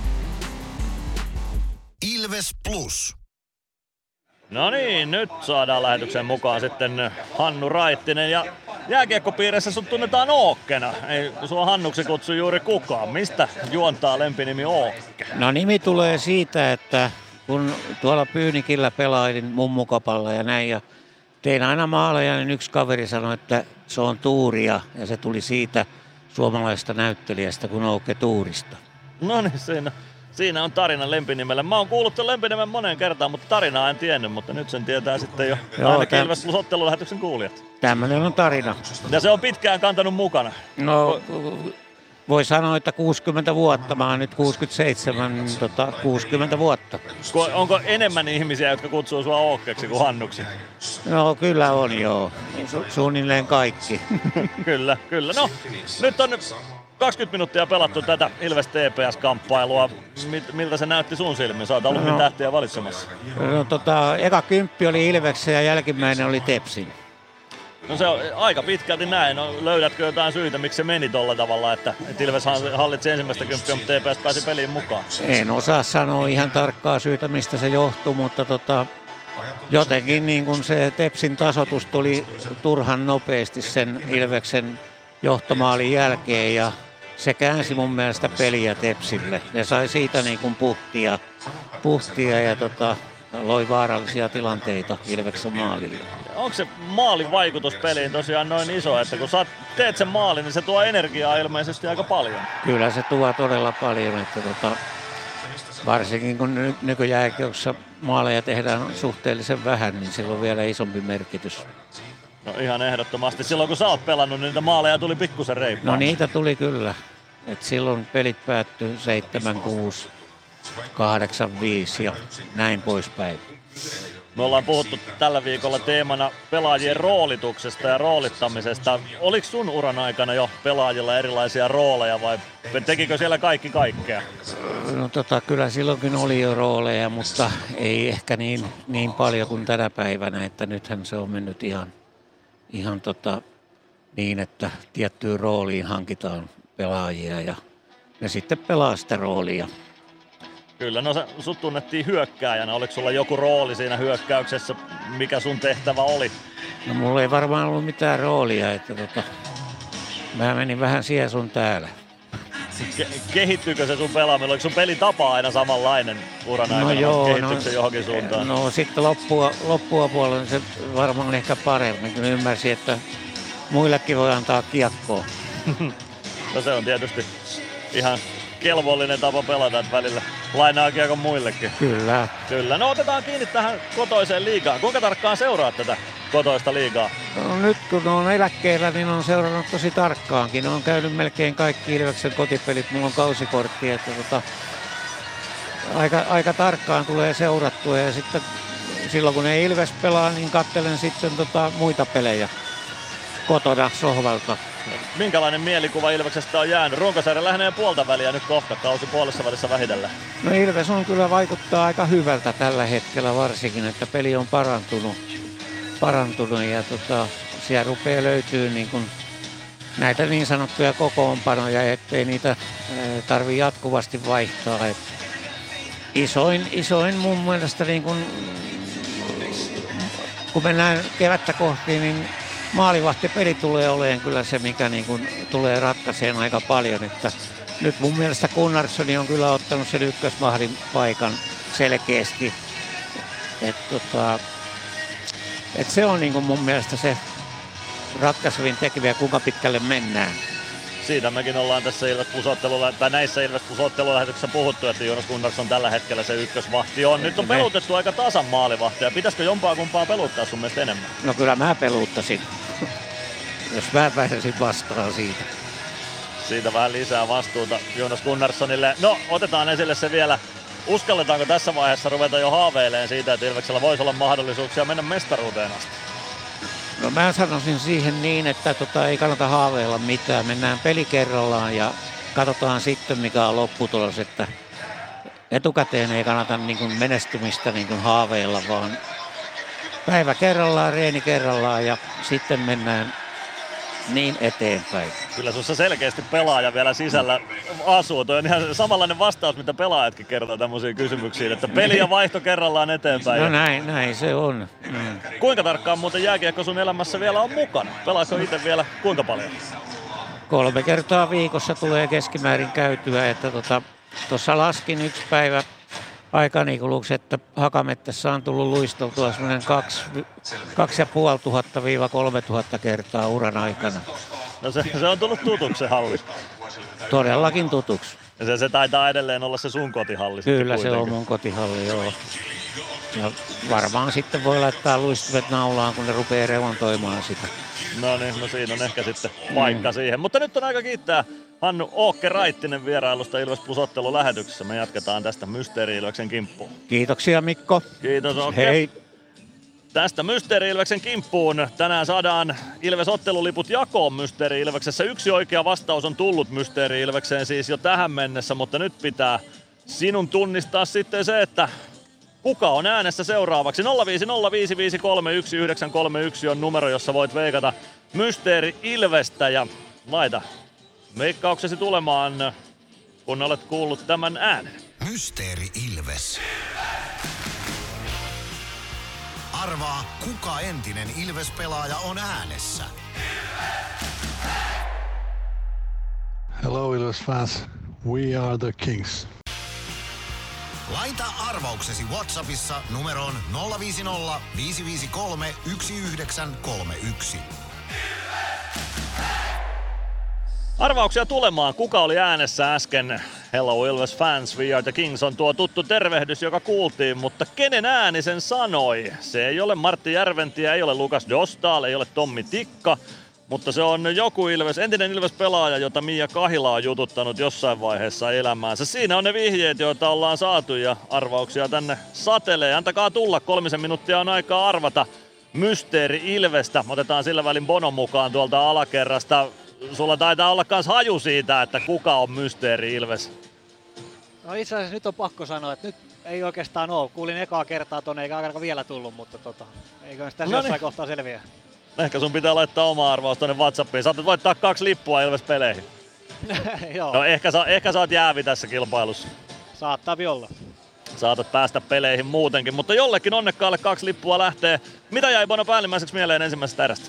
Ilves Plus. No niin, nyt saadaan lähetyksen mukaan sitten Hannu Raittinen ja jääkiekkopiirissä sut tunnetaan Ookkena. Ei sua Hannuksi kutsu juuri kukaan. Mistä juontaa lempinimi Ookke? No nimi tulee siitä, että kun tuolla Pyynikillä pelailin mummukapalla ja näin ja tein aina maaleja, niin yksi kaveri sanoi, että se on Tuuria ja se tuli siitä suomalaisesta näyttelijästä kuin Oukke Tuurista. No niin, siinä on tarina lempinimellä. Mä oon kuullut sen lempinimen moneen kertaan, mutta tarinaa en tiennyt, mutta nyt sen tietää sitten jo ainakin Ilves Plus -ottelulähetyksen kuulijat. Tämmöinen on tarina. Ja se on pitkään kantanut mukana. No voi sanoa, että 60 vuotta. Mä oon nyt 67, 60 vuotta. Onko enemmän ihmisiä, jotka kutsuu sua Ookkeksi kuin Hannuksi? No kyllä on joo. Suunnilleen kaikki. Kyllä. No nyt on 20 minuuttia pelattu tätä Ilves TPS-kamppailua. Miltä se näytti sun silmin? Sä oot ollut tähtiä valitsemassa. No eka 10 oli Ilveksen ja jälkimmäinen oli Tepsin. No se on aika pitkälti näin. No, löydätkö jotain syitä, miksi se meni tolla tavalla, että Ilves hallitsi ensimmäistä 10, mutta TPS pääsi peliin mukaan? En osaa sanoa ihan tarkkaa syytä, mistä se johtui, mutta jotenkin niin kun se Tepsin tasoitus tuli turhan nopeasti sen Ilveksen johtomaalin jälkeen ja se käänsi mun mielestä peliä Tepsille. Ne sai siitä niin kuin puhtia ja loi vaarallisia tilanteita Ilveksen maalille. Onko se maalin vaikutus peliin tosiaan noin iso, että kun sä teet sen maalin, niin se tuo energiaa ilmeisesti aika paljon? Kyllä se tuo todella paljon, että varsinkin kun nykyjääkiekossa maaleja tehdään suhteellisen vähän, niin sillä on vielä isompi merkitys. No ihan ehdottomasti. Silloin kun sä oot pelannut, niin niitä maaleja tuli pikkusen reippaan. No niitä tuli kyllä. Et silloin pelit päättyi 7-6, 8-5 ja näin poispäin. Me ollaan puhuttu tällä viikolla teemana pelaajien roolituksesta ja roolittamisesta. Oliko sun uran aikana jo pelaajilla erilaisia rooleja vai tekikö siellä kaikki kaikkea? No kyllä silloinkin oli jo rooleja, mutta ei ehkä niin paljon kuin tänä päivänä, että nythän se on mennyt ihan niin, että tiettyyn rooliin hankitaan pelaajia ja ne sitten pelaa sitä roolia. Kyllä, no sut tunnettiin hyökkääjänä. Oliko sulla joku rooli siinä hyökkäyksessä? Mikä sun tehtävä oli? No mulla ei varmaan ollut mitään roolia, että mä menin vähän siellä sun täällä. Kehittyykö se sun pelaaminen? Oliko sun pelitapa aina samanlainen uran aikana? No joo, kehittyykö se johonkin suuntaan? No sitten loppua puolella se varmaan ehkä paremmin, kun ymmärsin, että muillekin voi antaa kiekkoa. No se on tietysti ihan kelvollinen tapa pelata, että välillä lainaa kiekon muillekin. Kyllä. Kyllä. No otetaan kiinni tähän kotoiseen liigaan. Kuinka tarkkaan seuraat tätä kotoista liigaa? No nyt kun on eläkkeellä, niin on seurannut tosi tarkkaankin. On käynyt melkein kaikki Ilveksen kotipelit. Mulla on kausikortti, että aika tarkkaan tulee seurattua. Ja sitten silloin kun ei Ilves pelaa, niin katselen sitten muita pelejä kotona sohvalta. Minkälainen mielikuva Ilveksestä on jäänyt? Runkosarja lähenee puolta väliä nyt kohta, kausi puolessa välissä vähitellen. No Ilves on kyllä vaikuttaa aika hyvältä tällä hetkellä varsinkin, että peli on parantunut ja siellä rupeaa löytyy niin kuin näitä niin sanottuja kokoonpanoja, ettei niitä tarvitse jatkuvasti vaihtaa. Et isoin mun mielestä niin kuin, kun mennään kevättä kohti, niin maalivahtipeli tulee olemaan kyllä se, mikä niin kuin tulee ratkaiseen aika paljon. Että nyt mun mielestä Gunnarssoni on kyllä ottanut sen ykkösmahdin paikan selkeästi. Et se on niin kuin mun mielestä se ratkaisevin tekijä, kuinka pitkälle mennään. Siitä mekin ollaan tässä näissä Ilves Plus-ottelulähetyksissä puhuttu, että Jonas Gunnarsson tällä hetkellä se ykkösvahti on. Nyt on pelutettu aika tasan maalivahtia. Pitäisikö jompaa kumpaa peluttaa sun mielestä enemmän? No kyllä mä peluuttasin, jos mä pääsisin vastaan siitä. Siitä vähän lisää vastuuta Jonas Gunnarssonille. No, otetaan esille se vielä. Uskalletaanko tässä vaiheessa ruveta jo haaveilemaan siitä, että Ilveksellä voisi olla mahdollisuuksia mennä mestaruuteen asti? No mä sanoisin siihen niin, että ei kannata haaveilla mitään. Mennään peli kerrallaan ja katsotaan sitten mikä on lopputulos. Että etukäteen ei kannata niin kuin menestymistä niin kuin haaveilla, vaan päivä kerrallaan, reeni kerrallaan ja sitten mennään niin eteenpäin. Kyllä sussa selkeästi pelaaja vielä sisällä asuu. Tuo on ihan samanlainen vastaus, mitä pelaajatkin kertoo tämmöisiin kysymyksiin, että peli ja vaihto kerrallaan eteenpäin. No näin se on. Kuinka tarkkaan muuten jääkiekko sun elämässä vielä on mukana? Pelaatko itse vielä kuinka paljon? 3 kertaa viikossa tulee keskimäärin käytyä, että tuossa laskin yksi päivä aikani kuluksi, että Hakamettässä on tullut luisteltua semmoinen 2500–3000 kertaa uran aikana. No se on tullut tutuksi se halli. Todellakin tutuksi. Ja se taitaa edelleen olla se sun kotihalli. Kyllä se on mun kotihalli, joo. Ja varmaan sitten voi laittaa luistimet naulaan, kun ne rupeaa remontoimaan sitä. No niin, no siinä on ehkä sitten paikka siihen. Mutta nyt on aika kiittää Hannu Åke Raittinen vierailusta Ilves Plus-ottelun lähetyksessä. Me jatketaan tästä Mysteeri-Ilveksen kimppuun. Kiitoksia Mikko. Kiitos Åke. Hei. Tästä Mysteeri-Ilveksen kimppuun. Tänään saadaan Ilves-otteluliput jakoon Mysteeri-Ilveksessä. Yksi oikea vastaus on tullut Mysteeri-Ilvekseen siis jo tähän mennessä, mutta nyt pitää sinun tunnistaa sitten se, että kuka on äänessä seuraavaksi. 0505531 on numero, jossa voit veikata Mysteeri-Ilvestä ja laita veikkauksesi tulemaan, kun olet kuullut tämän äänen. Mysteeri Ilves. Arvaa, kuka entinen Ilves-pelaaja on äänessä. Hello Ilves fans, we are the Kings. Laita arvauksesi WhatsAppissa numeroon 050 553 1931. Arvauksia tulemaan. Kuka oli äänessä äsken Hello Ilves fans, we are the Kings on tuo tuttu tervehdys, joka kuultiin, mutta kenen ääni sen sanoi? Se ei ole Martti Järventie, ei ole Lukas Dostal, ei ole Tommi Tikka, mutta se on joku entinen Ilves-pelaaja, jota Mia Kahila on jututtanut jossain vaiheessa elämäänsä. Siinä on ne vihjeet, joita ollaan saatu ja arvauksia tänne satelee. Antakaa tulla, 3 minuuttia on aikaa arvata Mysteeri Ilvestä. Otetaan sillä välin Bonon mukaan tuolta alakerrasta. Sulla taitaa olla kans haju siitä, että kuka on Mysteeri Ilves. No itse asiassa nyt on pakko sanoa, että nyt ei oikeastaan ole. Kuulin ekaa kertaa tonne, eikä aika vielä tullut, mutta eikö sitä jossain kohtaa selviä. Ehkä sun pitää laittaa oma arvaus tonne WhatsAppiin. Saatat voittaa 2 lippua Ilves-peleihin. Joo. No ehkä saat jäävi tässä kilpailussa. Saattaa olla. Saatat päästä peleihin muutenkin, mutta jollekin onnekkaalle 2 lippua lähtee. Mitä jäi Bono päällimmäiseksi mieleen ensimmäisestä erästä?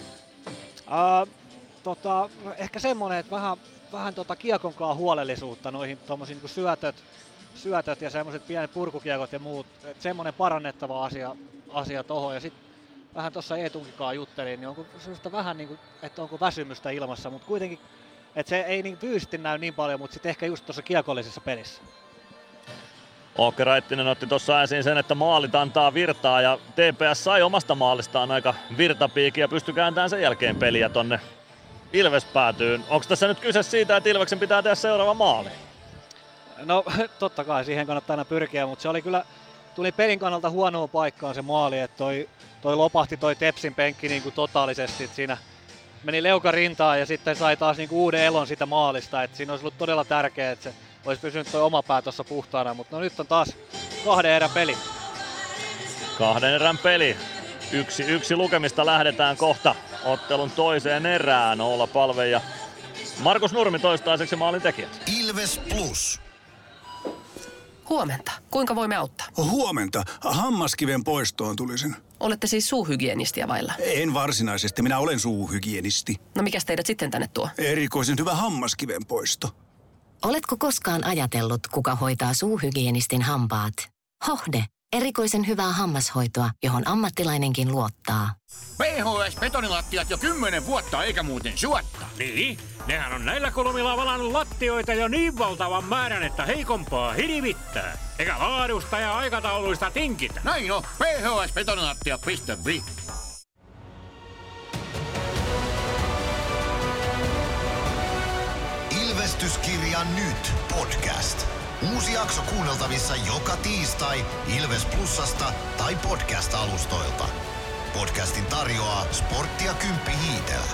Ehkä semmonen, että vähän kiekonkaan huolellisuutta noihin tommosiin niin syötöt ja semmoiset pienet purkukiekot ja muut. Semmonen parannettava asia tohon. Ja sit vähän tuossa Eetunkikaan juttelin, niin onko semmoista vähän niin kuin, että onko väsymystä ilmassa, mutta kuitenkin, että se ei niin fyysisesti näy niin paljon, mutta sitten ehkä just tuossa kiekollisessa pelissä. Åke Raittinen otti tuossa esiin sen, että maalit antaa virtaa ja TPS sai omasta maalistaan aika virtapiikin ja pystyi kääntämään sen jälkeen peliä tonne Ilves päätyyn. Onko tässä nyt kyse siitä, että Ilveksen pitää tehdä seuraava maali? No totta kai siihen kannattaa aina pyrkiä, mutta se oli kyllä, tuli pelin kannalta huonoa paikkaan se maali, että toi lopahti toi Tepsin penkki niin kuin totaalisesti, että siinä meni leuka rintaan ja sitten sai taas niin kuin uuden elon siitä maalista, että siinä olisi ollut todella tärkeää, että se olisi pysynyt toi oma pää tuossa puhtaana, mutta no nyt on taas 2 erän peli. 2 erän peli. 1-1 lukemista lähdetään kohta ottelun toiseen erään. Oula Palve ja Markus Nurmi toistaiseksi maalin tekijät. Ilves Plus. Huomenta. Kuinka voimme auttaa? Huomenta. Hammaskiven poistoon tulisin. Olette siis suuhygienistiä vailla? En varsinaisesti. Minä olen suuhygienisti. No mikäs teidät sitten tänne tuo? Erikoisen hyvä hammaskiven poisto. Oletko koskaan ajatellut, kuka hoitaa suuhygienistin hampaat? Hohde. Erikoisen hyvää hammashoitoa, johon ammattilainenkin luottaa. PHS-betonilattiat jo 10 vuotta eikä muuten suotta. Niin, nehän on näillä kolmilla valannut lattioita jo niin valtavan määrän, että heikompaa hirvittää. Eikä laadusta ja aikatauluista tinkitä. Näin on, phsbetonilattia.fi. Ilvestyskirja nyt podcast. Uusi jakso kuunneltavissa joka tiistai Ilves Plusasta tai podcast-alustoilta. Podcastin tarjoaa Sporttia Kymppi Hiitelä.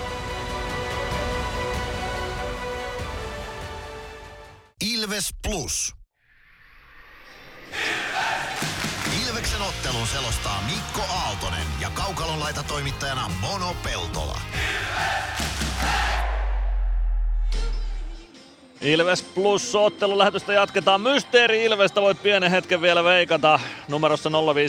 Ilves Plus. Ilveksen ottelun selostaa Mikko Aaltonen ja Kaukalon laitatoimittajana Mono Peltola. Ilves Plus -ottelulähetystä jatketaan. Mysteeri Ilvestä voit pienen hetken vielä veikata numerossa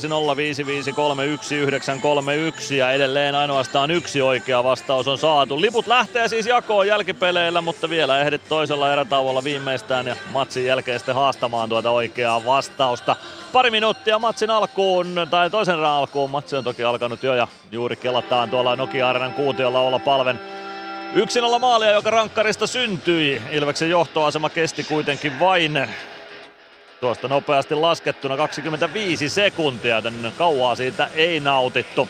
05055319131 ja edelleen ainoastaan 1 oikea vastaus on saatu. Liput lähtee siis jakoon jälkipeleillä, mutta vielä ehdit toisella erätauolla viimeistään ja matsin jälkeen sitten haastamaan tuota oikeaa vastausta. 2 minuuttia matsin alkuun, tai toisen erän alkuun. Matsi on toki alkanut jo ja juuri kelataan tuolla Nokia-areenan kuutiolla Oula Palven 1-0 maalia, joka rankkarista syntyi. Ilveksen johtoasema kesti kuitenkin vain tuosta nopeasti laskettuna 25 sekuntia, joten kauaa siitä ei nautittu.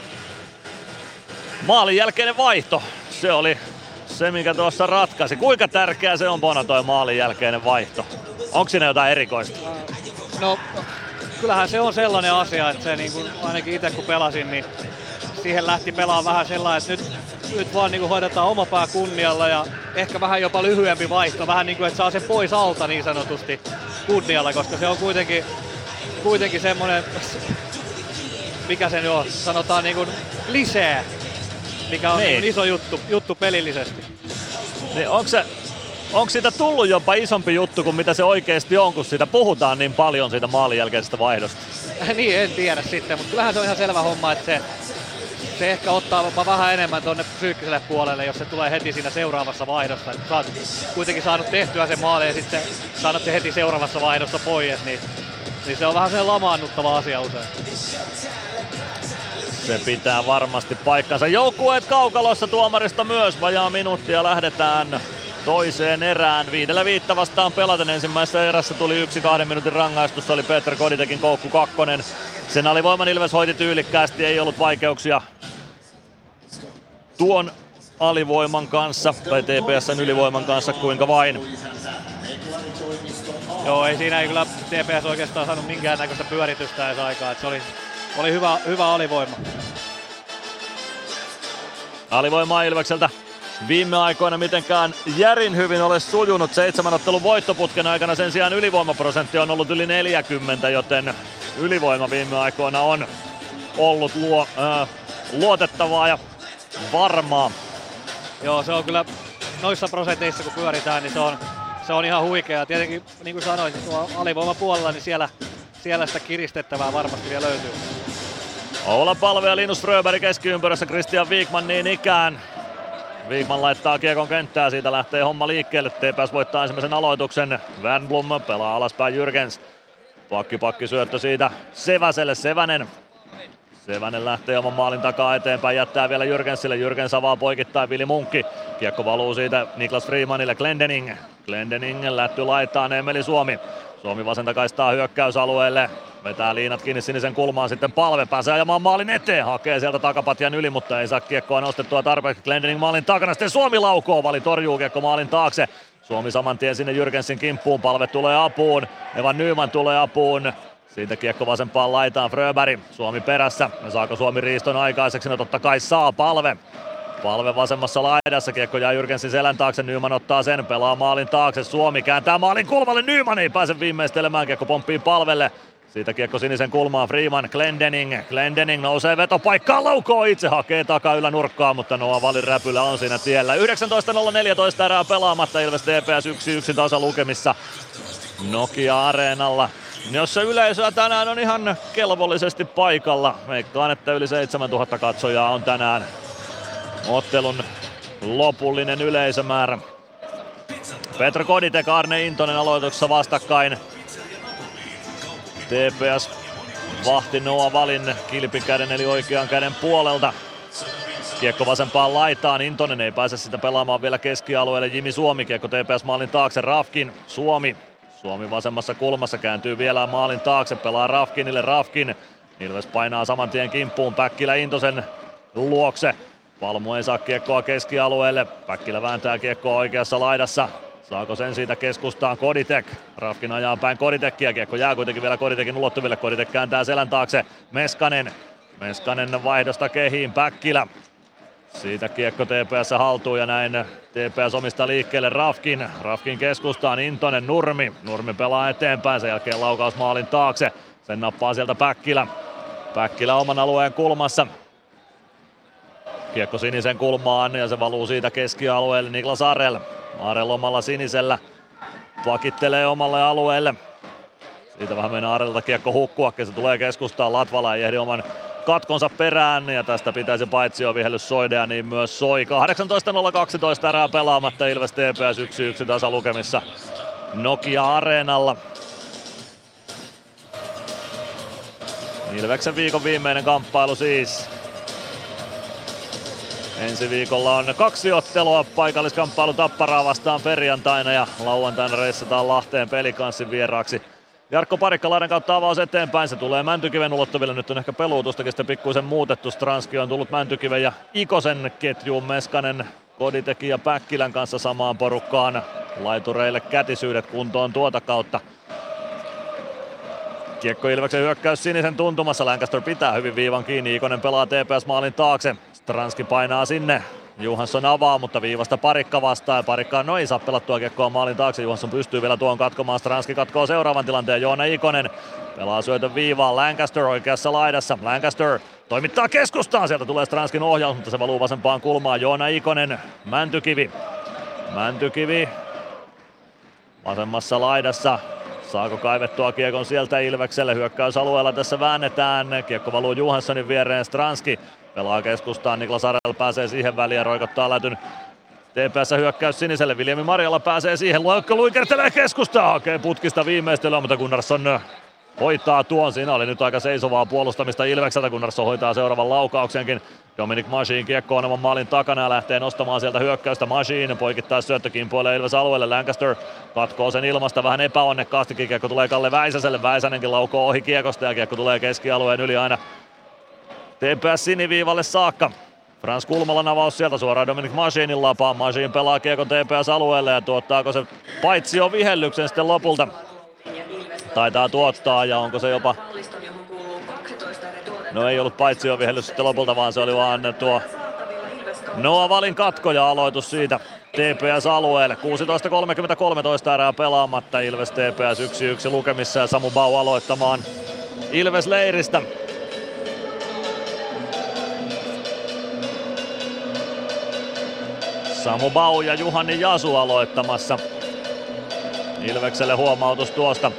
Maalin jälkeinen vaihto, se oli se mikä tuossa ratkaisi. Kuinka tärkeä se on, Bono, toi maalin jälkeinen vaihto? Onko siinä jotain erikoista? No kyllähän se on sellainen asia, että se niin kuin ainakin itse kun pelasin, niin siihen lähti pelaamaan vähän sellainen, että nyt vaan niin kuin hoidetaan oma pää kunnialla ja ehkä vähän jopa lyhyempi vaihto, vähän niin kuin, että saa sen pois alta niin sanotusti kunnialla, koska se on kuitenkin semmoinen, mikä se nyt on, sanotaan niin kuin lisää, mikä on niin iso juttu pelillisesti. Niin onko siitä tullut jopa isompi juttu kuin mitä se oikeasti on, kun siitä puhutaan niin paljon siitä maalin jälkeisestä vaihdosta? Niin, en tiedä sitten, mutta kyllähän se on ihan selvä homma, että se ehkä ottaa jopa vähän enemmän tuonne psyykkiselle puolelle, jos se tulee heti siinä seuraavassa vaihdossa. Sä oot kuitenkin saanut tehtyä sen maalin ja sitten saanut se heti seuraavassa vaihdossa pois, niin se on vähän sen lamaannuttava asia usein. Se pitää varmasti paikkansa. Joukkueet kaukalossa tuomarista myös. Vajaa minuuttia lähdetään toiseen erään. 5-5 vastaan pelaten ensimmäisessä erässä tuli 1 2 minuutin rangaistus. Se oli Peter Koditekin koukku 2. Sen alivoiman Ilves hoiti tyylikkäästi, ei ollut vaikeuksia tuon alivoiman kanssa tai TPS:n ylivoiman kanssa kuinka vain. Joo, ei siinä ei kyllä TPS oikeastaan saanut minkäännäköistä pyöritystä edes aikaa. Se oli hyvä alivoima. Alivoimaa Ilvekseltä viime aikoina mitenkään järin hyvin ole sujunut. 7 ottelun voittoputken aikana sen sijaan ylivoimaprosentti on ollut yli 40, joten ylivoima viime aikoina on ollut luotettavaa ja varmaa. Joo, se on kyllä noissa prosenteissa kun pyöritään, niin se on ihan huikea. Tietenkin niin kuin sanoin, tuo alivoimapuolella, niin siellä sitä kiristettävää varmasti vielä löytyy. Oula Palve ja Linus Fröberg keskiympyrässä, Christian Wikman niin ikään. Wikman laittaa kiekon kenttää, siitä lähtee homma liikkeelle. TPS voittaa ensimmäisen aloituksen. Wernbloom pelaa alaspäin Jürgens. Pakki syöttö siitä Seväselle. Sevänen lähtee oman maalin takaa eteenpäin, jättää vielä Jürgensille. Jürgens avaa poikittain Vili Munkki. Kiekko valuu siitä Niklas Freemanille. Glendening lätty laitaan Emeli Suomi. Suomi vasenta kaistaa hyökkäysalueelle. Vetää liinat kiinni sinisen kulmaan, sitten Palve pääsee ajamaan maalin eteen. Hakee sieltä takapatjan yli, mutta ei saa kiekkoa nostettua tarpeeksi. Glendening maalin takana, sitten Suomi laukoo. Vali torjuu kiekko maalin taakse. Suomi saman tien sinne Jürgensin kimppuun. Palve tulee apuun. Evan Nyman tulee apuun. Siitä kiekko vasempaan laitaan Fröberg. Suomi perässä. Ja saako Suomi riiston aikaiseksi? No totta kai saa. Palve vasemmassa laidassa, kiekko jää Jürgensin selän taakse, Nyman ottaa sen, pelaa maalin taakse, Suomi kääntää maalin kulmalle, Nyman ei pääse viimeistelemään, kiekko pomppii Palvelle. Siitä kiekko sinisen kulmaan, Freeman, Glendening nousee vetopaikkaan, laukoo itse, hakee takaa ylänurkkaa, mutta Noa Valin räpylä on siinä tiellä. 19.014 erää pelaamatta, Ilves TPS 1-1 tasalukemissa Nokia-areenalla, jossa yleisöä tänään on ihan kelvollisesti paikalla. Veikkaan, että yli 7000 katsojaa on tänään ottelun lopullinen yleisömäärä. Petr Koditek, Arne Intonen aloituksessa vastakkain. TPS vahti Noa Valin kilpikäden eli oikean käden puolelta. Kiekko vasempaan laitaan, Intonen ei pääse sitä pelaamaan vielä keskialueelle. Jimi Suomi, kiekko TPS maalin taakse, Rafkin, Suomi vasemmassa kulmassa, kääntyy vielä maalin taakse, pelaa Rafkinille, Ilves painaa saman tien kimppuun, Päkkilä Intosen luokse. Palmu ei saa kiekkoa keskialueelle, Päkkilä vääntää kiekkoa oikeassa laidassa. Saako sen siitä keskustaan Koditek? Rafkin ajaa päin Koditekia, kiekko jää kuitenkin vielä Koditekin ulottuville. Koditek kääntää selän taakse, Meskanen vaihdosta kehiin, Päkkilä. Siitä kiekko TPS haltuu ja näin TPS omista liikkeelle Rafkin keskustaan, Intonen, Nurmi pelaa eteenpäin, sen jälkeen laukaus maalin taakse. Sen nappaa sieltä Päkkilä oman alueen kulmassa. Kiekko sinisen kulmaan ja se valuu siitä keskialueelle, Niklas Arell omalla sinisellä pakittelee omalle alueelle. Siitä vähän mennään Arelta kiekko hukkuakin, se tulee keskustaan, Latvala ei ehdi oman katkonsa perään ja tästä pitäisi paitsi jo vihellys soida ja niin myös soi. 18.012 erää pelaamatta, Ilves TPS 1-1 tasalukemissa Nokia-areenalla. Ilveksen viikon viimeinen kamppailu siis. Ensi viikolla on 2 ottelua, paikalliskamppailu Tapparaa vastaan perjantaina ja lauantaina reissataan Lahteen Pelikanssin vieraaksi. Jarkko Parikka laidan kautta avaus eteenpäin, se tulee Mäntykiven ulottuville, nyt on ehkä peluutustakin sitten pikkuisen muutettu. Stranski on tullut Mäntykiven ja Ikosen ketjuun, Meskanen, Koditeki ja Päkkilän kanssa samaan porukkaan. Laitureille kätisyydet kuntoon tuota kautta. Kiekko Ilveksen hyökkäys sinisen tuntumassa, Lancaster pitää hyvin viivan kiinni, Ikonen pelaa TPS maalin taakse. Stranski painaa sinne, Johansson avaa, mutta viivasta Parikka vastaa ja Parikka ei saa pelattua kiekkoa maalin taakse. Johansson pystyy vielä tuon katkomaan, Stranski katkoo seuraavan tilanteen, Joona Ikonen pelaa syötön viivaan, Lancaster oikeassa laidassa, Lancaster toimittaa keskustaan, sieltä tulee Stranskin ohjaus, mutta se valuu vasempaan kulmaan, Joona Ikonen, Mäntykivi vasemmassa laidassa. Saako kaivettua kiekon sieltä Ilvekselle? Hyökkäysalueella tässä väännetään. Kiekko valuu Johanssonin viereen, Stranski pelaa keskustaan. Niklas Arell pääsee siihen väliin ja roikottaa lätyn TPS hyökkäys siniselle. Viljami Marjala pääsee siihen. Loikka luikertelee keskustaan. Hakee putkista viimeistelyä, mutta Gunnarsson hoitaa tuon. Siinä oli nyt aika seisovaa puolustamista Ilvekseltä. Gunnarsson hoitaa seuraavan laukauksenkin. Dominic Machine kiekko on oman maalin takana ja lähtee nostamaan sieltä hyökkäystä. Machine poikittaa syöttö kimpoilee Ilves alueelle. Lancaster katkoo sen ilmasta vähän epäonnekkaasti. Kiekko tulee Kalle Väisäselle. Väisänenkin laukoo ohi kiekosta ja kiekko tulee keskialueen yli aina TPS siniviivalle saakka. Frans Kulmalan avaus sieltä suoraan Dominic Machinin lapaan. Machine pelaa kiekon TPS alueelle ja tuottaako se paitsio vihellyksen sitten lopulta. Taitaa tuottaa ja onko se jopa... No ei ollut paitsio vihellys sitten lopulta, vaan se oli vaan tuo Noah Valin katko ja aloitus siitä TPS alueelle. 16.33 erää pelaamatta. Ilves TPS 1-1 lukemissa ja Samu Bau aloittamaan Ilves leiristä. Samu Bau ja Juhani Jasu aloittamassa. Ilvekselle huomautus tuosta.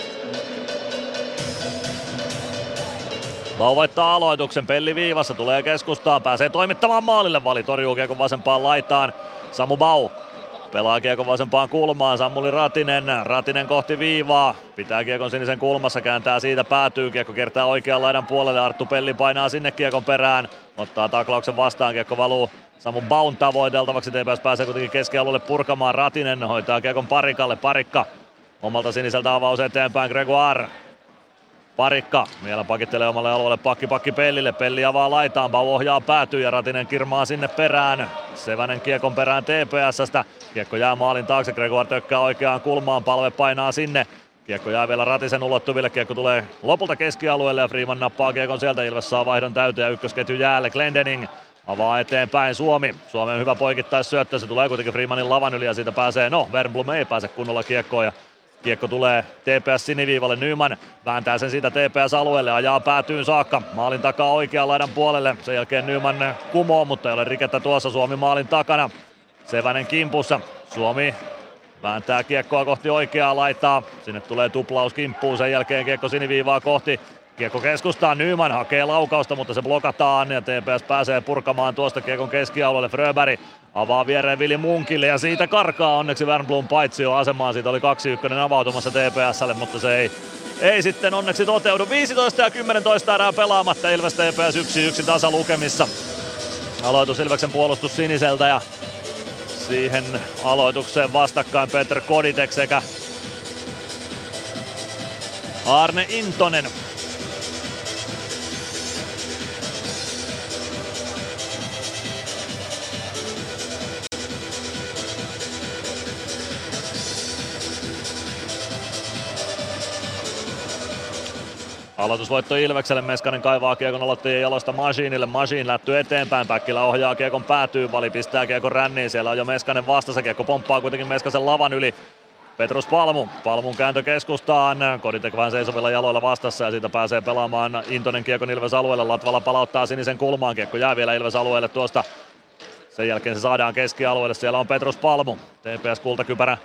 Bau voittaa aloituksen, Pelli viivassa, tulee keskustaan, pääsee toimittamaan maalille, Vali torjuu kiekon vasempaan laitaan. Samu Bau pelaa kiekon vasempaan kulmaan, Samuli Ratinen kohti viivaa, pitää kiekon sinisen kulmassa, kääntää siitä, päätyy, kiekko kertaa oikean laidan puolelle, Arttu Pelli painaa sinne kiekon perään, ottaa taklauksen vastaan, kiekko valuu Samu Baun tavoiteltavaksi, TPS pääsee kuitenkin keskialueelle purkamaan, Ratinen hoitaa kiekon Parikalle, Parikka omalta siniseltä avaus eteenpäin, Gregoire. Parikka vielä pakittelee omalle alueelle pakki Pellille. Pelli avaa laitaan, Bau ohjaa päätyy ja Ratinen kirmaa sinne perään. Sevänen kiekon perään TPS:stä. Kiekko jää maalin taakse, Gregoire tökkää oikeaan kulmaan, palve painaa sinne. Kiekko jää vielä Ratisen ulottuville, kiekko tulee lopulta keskialueelle ja Freeman nappaa kiekon sieltä. Ilves saa vaihdon täyteen ja ykkösketju jäälle. Glendening avaa eteenpäin Suomi. Suomen hyvä poikittaisyöttö, se tulee kuitenkin Freemanin lavan yli ja siitä pääsee, Wernbloom ei pääse kunnolla kiekkoon ja kiekko tulee TPS siniviivalle, Nyman vääntää sen siitä TPS alueelle, ajaa päätyyn saakka, maalin takaa oikean laidan puolelle, sen jälkeen Nyman kumoo, mutta ei ole rikettä tuossa, Suomi maalin takana, Sevänen kimpussa, Suomi vääntää kiekkoa kohti oikeaa laitaa, sinne tulee tuplaus kimppuun, sen jälkeen kiekko siniviivaa kohti, kiekko keskustaan, Nyman hakee laukausta, mutta se blokataan ja TPS pääsee purkamaan tuosta kiekon keskialueelle, Fröberg avaa viereen Vili Munkille ja siitä karkaa onneksi Wernbloom paitsio asemaan. Siitä oli 2-1 avautumassa TPS:lle, mutta se ei sitten onneksi toteudu. 15 ja 10 erää pelaamatta. Ilves TPS 1-1 tasalukemissa. Aloitus Ilveksen puolustus siniseltä ja siihen aloitukseen vastakkain Petr Koditek sekä Arne Intonen. Aloitusvoitto Ilvekselle, Meskanen kaivaa kiekon aloittajien jalosta Machinelle, Machine lätty eteenpäin, Päkkilä ohjaa kiekon päätyyn, Vali pistää kiekon ränniin, siellä on jo Meskanen vastassa, kiekko pomppaa kuitenkin Meskasen lavan yli. Petrus Palmun kääntö keskustaan, Koditek vähän seisovilla jaloilla vastassa ja siitä pääsee pelaamaan Intonen kiekon Ilves alueelle, Latvala palauttaa sinisen kulmaan, kiekko jää vielä Ilves alueelle tuosta. Sen jälkeen se saadaan keskialueelle, siellä on Petrus Palmu, TPS kultakypärä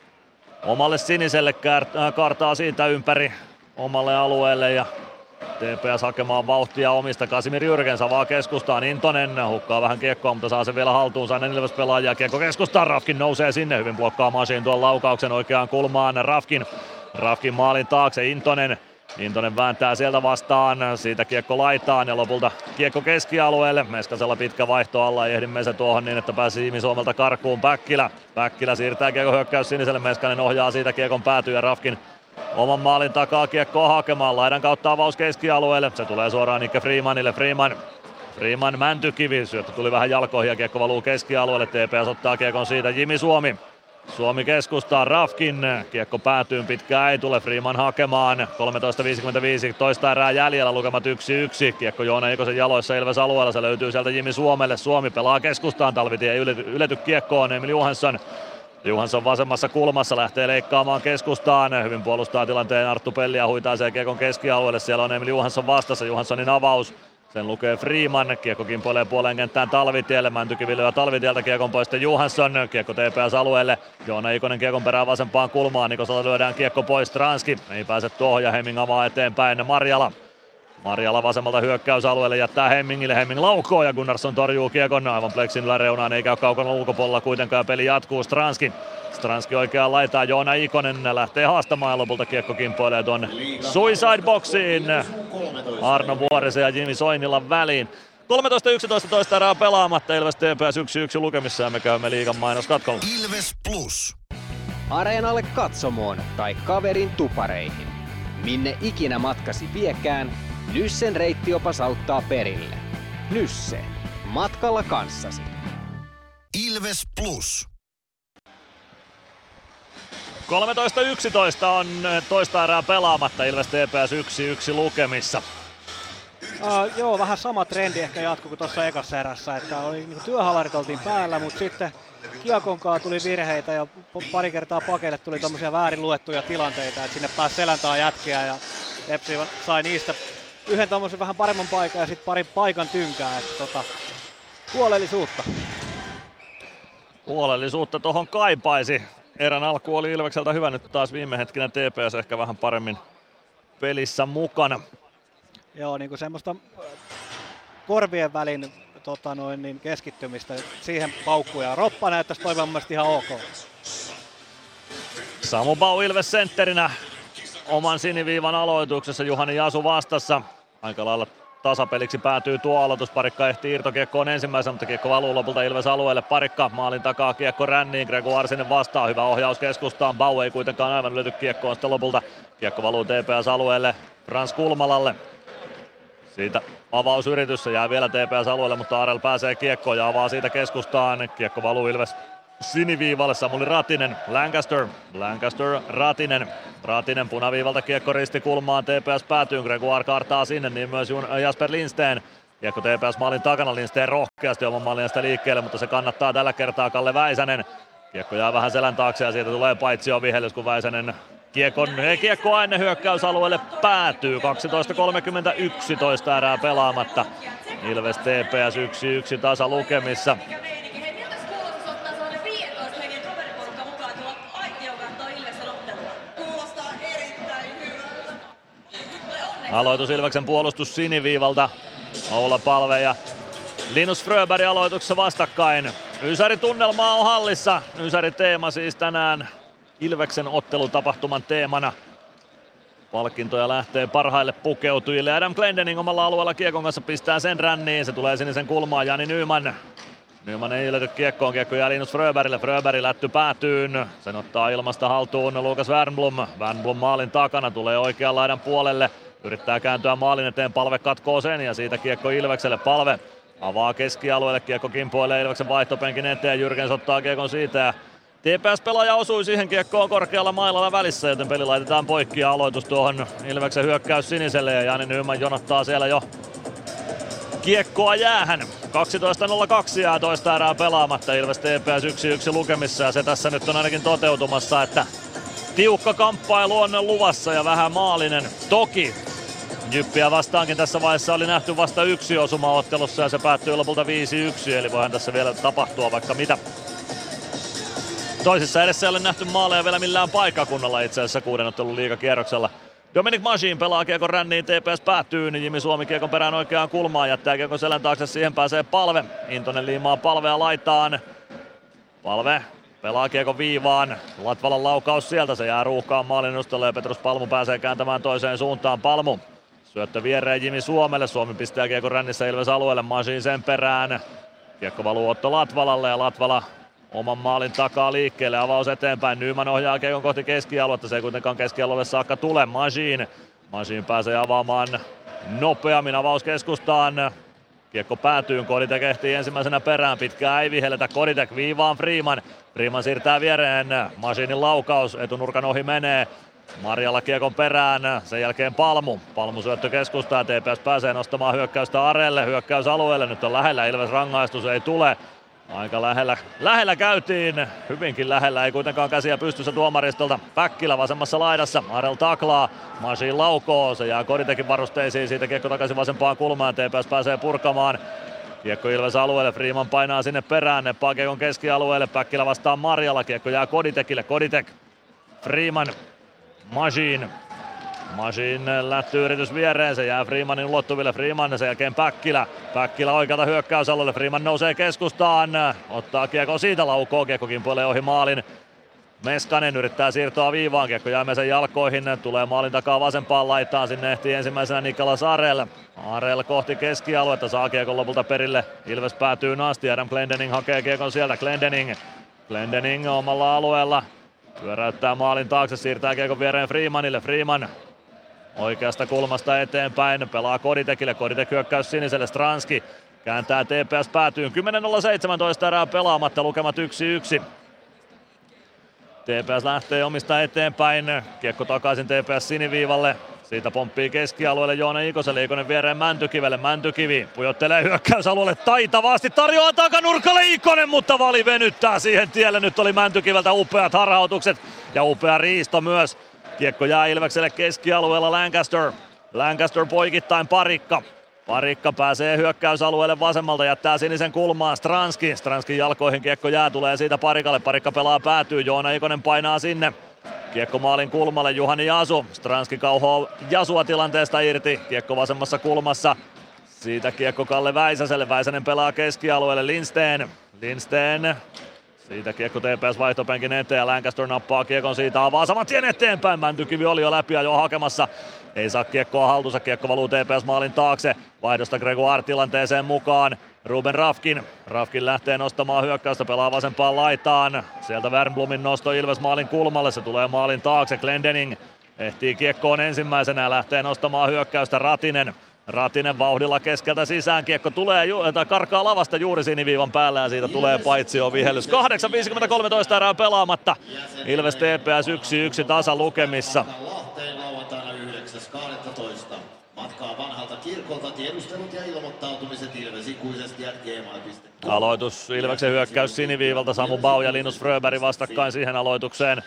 omalle siniselle, kaartaa siitä ympäri omalle alueelle ja TPS hakemaan vauhtia omista. Kasimir Jürgens avaa keskustaan, Intonen hukkaa vähän kiekkoa, mutta saa sen vielä haltuunsa ennen Ilves pelaajia. Kiekko keskustaan, Rafkin nousee sinne, hyvin blokkaa Machine tuon laukauksen oikeaan kulmaan. Rafkin maalin taakse, Intonen vääntää sieltä vastaan, siitä kiekko laitaan ja lopulta kiekko keskialueelle. Meskasella pitkä vaihto alla, ei ehdi Mese tuohon niin, että pääsi Jimi Suomelta karkuun. Päkkilä siirtää kiekko hyökkäys siniselle, Meskanen ohjaa siitä kiekon päätyy ja Rafkin oman maalin takaa kiekkoa hakemaan, laidan kautta avaus keskialueelle, se tulee suoraan Nikke Freemanille, Freeman Mäntykivi, syöttö tuli vähän jalkoihin ja kiekko valuu keskialueelle, TPS ottaa kiekon siitä, Jimi Suomi keskustaa, Rafkin, kiekko päätyyn, pitkään ei tule, Freeman hakemaan, 13.55, toista erää jäljellä, lukemat 1-1, kiekko Joona Ikosen jaloissa Ilves alueella, se löytyy sieltä Jimi Suomelle, Suomi pelaa keskustaan, Talvitie ei ylety kiekkoon, Emil Johansson vasemmassa kulmassa lähtee leikkaamaan keskustaan, hyvin puolustaa tilanteen Arttu Pelli ja huitaa sen kiekon keskialueelle, siellä on Emil Johansson vastassa, Johanssonin avaus, sen lukee Freeman, kiekko kimpoilee puoleen kenttään Talvitielle, Mäntykivi lyö Talvitieltä kiekon pois, Johansson, kiekko TPS alueelle, Joona Ikonen kiekon perään vasempaan kulmaan, Nikoselta lyödään kiekko pois, Stranski ei pääse tuohon ja Hemming avaa eteenpäin, Marjala vasemmalta hyökkäysalueelle jättää Hemmingille, Hemming laukoo ja Gunnarsson torjuu kiekon aivan pleksin yläreunaan, ei käy kaukana ulkopuolella kuitenkaan, peli jatkuu, Stranski Stranski oikeaan laitaan, Joona Ikonen lähtee haastamaan ja lopulta kiekko kimpoilee tuonne suicide boxiin Arno Vuorisen ja Jimi Soinilan väliin. 13-11 toista erää pelaamatta, Ilves TPS 1-1 lukemissa ja me käymme liigan mainoskatkolla. Ilves Plus. Areenalle katsomoon tai kaverin tupareihin. Minne ikinä matkasi viekään, Nyssen reittiopas auttaa perille. Nysse. Matkalla kanssasi. Ilves Plus. 13-11 on toista erää pelaamatta, Ilves TPS 1-1 lukemissa. Joo, vähän sama trendi ehkä jatkuu kuin tuossa ekassa erässä, että oli niin työhalarit oltiin päällä, mutta sitten kiekonkaan tuli virheitä ja pari kertaa pakeille tuli tommosia väärin luettuja tilanteita, että sinne pääsi selän taa jätkiä ja Tepsi sai niistä yhden tommosen vähän paremman paikan ja sitten pari paikan tynkää, että huolellisuutta. Huolellisuutta tohon kaipaisi. Erän alku oli Ilvekseltä hyvä, nyt taas viime hetkinä TPS ehkä vähän paremmin pelissä mukana. Joo, niin kuin semmoista korvien välin niin keskittymistä siihen paukkuun ja Roppa näyttäisi toivon mielestä ihan ok. Samu Bau Ilves sentterinä oman siniviivan aloituksessa, Juhani Jasu vastassa. Aika lailla tasapeliksi päätyy tuo aloitus, Parikka ehtii irtokiekkoon ensimmäisenä, mutta kiekko valuu lopulta Ilves alueelle. Parikka maalin takaa kiekko ränniin, Gregu Arsinen vastaa, hyvä ohjaus keskustaan, Bau ei kuitenkaan aivan löyty kiekkoon, sitten lopulta kiekko valuu TPS alueelle Frans Kulmalalle. Siitä avausyritys, se jää vielä TPS alueelle, mutta Arel pääsee kiekkoon ja avaa siitä keskustaan. Kiekko valuu Ilves siniviivalle, Samuli Ratinen, Lancaster, Ratinen punaviivalta kiekko ristikulmaan, TPS päätyy, Gregoire kaartaa sinne, niin myös Jasper Lindsten. Kiekko TPS maalin takana, Lindsten rohkeasti oman maalin sitä liikkeelle, mutta se kannattaa tällä kertaa Kalle Väisänen. Kiekko jää vähän selän taakse ja siitä tulee paitsio vihellys, kun Väisänen kiekko aina hyökkäysalueelle päätyy. 12.30 erää pelaamatta. Ilves TPS 1-1 tasa lukemissa. Aloitus Ilveksen puolustus siniviivalta. Oula Palve ja Linus Fröberg aloituksessa vastakkain. Ysäri tunnelmaa on hallissa. Ysäri teema siis tänään Ilveksen ottelutapahtuman teemana. Palkintoja lähtee parhaille pukeutujille. Adam Glendening omalla alueella kiekon kanssa pistää sen ränniin. Se tulee sinisen kulmaan, Jani Nyman. Nyman ei ylety kiekkoon, kiekko jää Linus Fröbergille. Fröberg lätty päätyyn. Sen ottaa ilmasta haltuun Lukas Wernblom. Wernblom maalin takana, tulee oikean laidan puolelle. Yrittää kääntyä maalin eteen, Palve katkoo sen ja siitä kiekko Ilvekselle. Palve avaa keskialueelle, kiekko kimpoilee Ilveksen vaihtopenkin eteen. Jyrkens ottaa kiekon siitä ja TPS-pelaaja osui siihen kiekkoon korkealla mailalla välissä, joten peli laitetaan poikki ja aloitus tuohon Ilveksen hyökkäys siniselle ja Jani Nyman jonottaa siellä jo kiekkoa jäähän. 12.02 jää toista erää pelaamatta, Ilves TPS 1-1 lukemissa ja se tässä nyt on ainakin toteutumassa, että tiukka kamppailu on luvassa ja vähän maalinen. Toki Jyppiä vastaankin tässä vaiheessa oli nähty vasta yksi osuma ottelussa ja se päättyy lopulta 5-1, eli voihan tässä vielä tapahtua vaikka mitä. Toisessa edessä ei ole nähty maaleja vielä millään paikkakunnalla itse asiassa 6. ottelun liigakierroksella. Dominic Masin pelaa kiekon ränniin, TPS päätyy, niin Jimi Suomi kiekon perään oikeaan kulmaan, jättää kiekon selän taakse, siihen pääsee Palve. Intonen liimaa Palvea laitaan. Palve pelaa kiekon viivaan, Latvalan laukaus sieltä, se jää ruuhkaan maalin edustalle ja Petrus Palmu pääsee kääntämään toiseen suuntaan. Palmu syöttö viereen Jimi Suomelle, Suomi pistää kiekon rännissä Ilves alueelle, Masin sen perään. Kiekko valuu Otto Latvalalle ja Latvala oman maalin takaa liikkeelle, avaus eteenpäin, Nyman ohjaa kiekon kohti keskialuetta, se ei kuitenkaan keskialueelle saakka tule, Masin pääsee avaamaan nopeammin, avaus keskustaan, kiekko päätyy, Koditek ehtii ensimmäisenä perään, pitkää ei vihelletä, Koditek viivaan Freeman siirtää viereen, Masinin laukaus, etunurkan ohi menee, Marjalla kiekon perään, sen jälkeen Palmu syöttö keskustaan, TPS pääsee nostamaan hyökkäystä Arelle, hyökkäysalueelle, nyt on lähellä, Ilves rangaistus ei tule. Aika lähellä käytiin, hyvinkin lähellä, ei kuitenkaan käsiä pystyssä tuomaristolta. Päkkilä vasemmassa laidassa, Arel taklaa, Masin laukoo, se jää Koditekin varusteisiin, siitä kiekko takaisin vasempaan kulmaan, TPS pääsee purkamaan. Kiekko Ilves alueelle, Freeman painaa sinne perään, neppaa kiekon keskialueelle, Päkkilä vastaan Marjalla, kiekko jää Koditekille, Koditek, Freeman, Masin lähtyyritys viereen, se jää Freemanin ulottuville, Freeman, sen jälkeen Päkkilä oikealta hyökkäysalueelle, Freeman nousee keskustaan, ottaa kiekko siitä, laukoo, kiekko kimpoilee ohi maalin. Meskanen yrittää siirtoa viivaan, kiekko Jäimesen jalkoihin, tulee maalin takaa vasempaan laitaan, sinne ehtii ensimmäisenä Nikolas Arel. Arel kohti keskialuetta, saa kiekon lopulta perille, Ilves päätyy asti, Adam Glendening hakee kiekon sieltä, Glendening omalla alueella, pyöräyttää maalin taakse, siirtää kiekon viereen Freemanille, Freeman oikeasta kulmasta eteenpäin, pelaa Koditekille, Koditek hyökkäys siniselle, Stranski kääntää TPS päätyyn, 10.17 erää pelaamatta, lukemat 1-1. TPS lähtee omista eteenpäin, kiekko takaisin TPS siniviivalle, siitä pomppii keskialueelle Joona Ikoselle, Ikonen viereen Mäntykivelle, Mäntykivi pujottelee hyökkäysalueelle taitavasti, tarjoaa takanurkalle Ikonen, mutta Vali venyttää siihen tielle, nyt oli Mäntykiveltä upeat harhautukset ja upea riisto myös. Kiekko jää Ilvekselle keskialueella, Lancaster poikittain Parikka pääsee hyökkäysalueelle vasemmalta, jättää sinisen kulmaan Stranskin jalkoihin kiekko jää, tulee siitä Parikalle, Parikka pelaa päätyy, Joona Ikonen painaa sinne. Kiekko maalin kulmalle, Juhani Jasu, Stranski kauhoo Jasua tilanteesta irti, kiekko vasemmassa kulmassa. Siitä kiekko Kalle Väisäselle, Väisänen pelaa keskialueelle, Lindsten. Siitä kiekko TPS vaihtopenkin eteen ja Lancaster nappaa kiekon siitä, avaa saman tien eteenpäin. Mäntykivi oli jo läpi ja jo hakemassa. Ei saa kiekkoa haltuunsa, kiekko valuu TPS maalin taakse. Vaihdosta Gregoire tilanteeseen mukaan. Ruben Rafkin lähtee nostamaan hyökkäystä, pelaa vasempaan laitaan. Sieltä Wernblomin nosto Ilves maalin kulmalle, se tulee maalin taakse. Glendening ehtii kiekkoon ensimmäisenä ja lähtee nostamaan hyökkäystä Ratinen vauhdilla keskeltä sisään, kiekko karkaa lavasta juuri siniviivan päällä ja siitä tulee paitsio vihellys. 8.53 erää pelaamatta. Ilves TPS 1-1 tasalukemissa. Matkaa vanhalta kirkolta, tiedustelut ja ilmoittautumiset Ilves ikuisesti ja gmail.com. Aloitus Ilveksen hyökkäys siniviivalta, Samu Bau ja Linus Fröberg vastakkain siihen aloitukseen.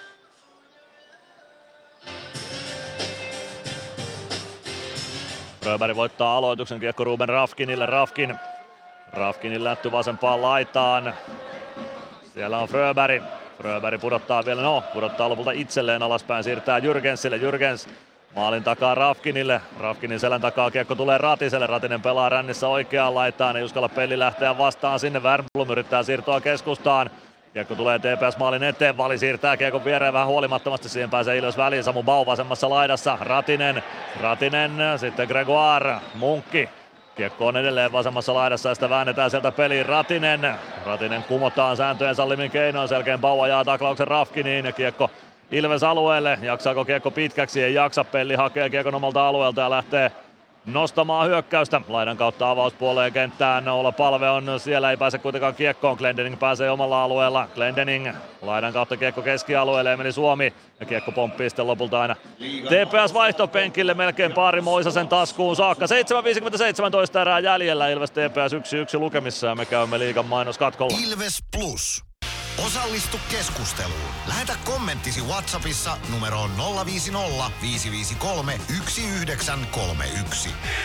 Fröberg voittaa aloituksen, kiekko Ruben Rafkinille, Rafkinin lätty vasempaan laitaan. Siellä on Fröberg pudottaa vielä, pudottaa lopulta itselleen alaspäin, siirtää Jürgensille, Jürgens maalin takaa Rafkinin selän takaa kiekko tulee Ratiselle, Ratinen pelaa rännissä oikeaan laitaan, ei uskalla peli lähteä vastaan sinne, Wernbloom yrittää siirtoa keskustaan. Kiekko tulee TPS maalin eteen, Vali siirtää kiekon viereen vähän huolimattomasti, siihen pääsee Ilves väliin, Samu Bau vasemmassa laidassa, Ratinen, sitten Gregoire, Munkki. Kiekko on edelleen vasemmassa laidassa ja sitä väännetään sieltä peliin, Ratinen kumotaan sääntöjen sallimin keinoin, selkeän Bau ajaa taklauksen Rafkiniin ja kiekko Ilves alueelle, jaksaako kiekko pitkäksi, ei jaksa, Pelli hakee kiekon omalta alueelta ja lähtee nostamaan hyökkäystä. Laidan kautta avauspuoleen kenttään, Oula Palve on siellä, ei pääse kuitenkaan kiekkoon, Glendening pääsee omalla alueella, laidan kautta kiekko keskialueelle, Emeli Suomi ja kiekko pomppii sitten lopulta aina TPS vaihtopenkille, melkein Paari Moisasen taskuun saakka. 7.57 erää jäljellä, Ilves TPS 1-1 lukemissa ja me käymme liigan mainoskatkolla. Ilves Plus. Osallistu keskusteluun. Lähetä kommenttisi WhatsAppissa numeroon 050 553 1931.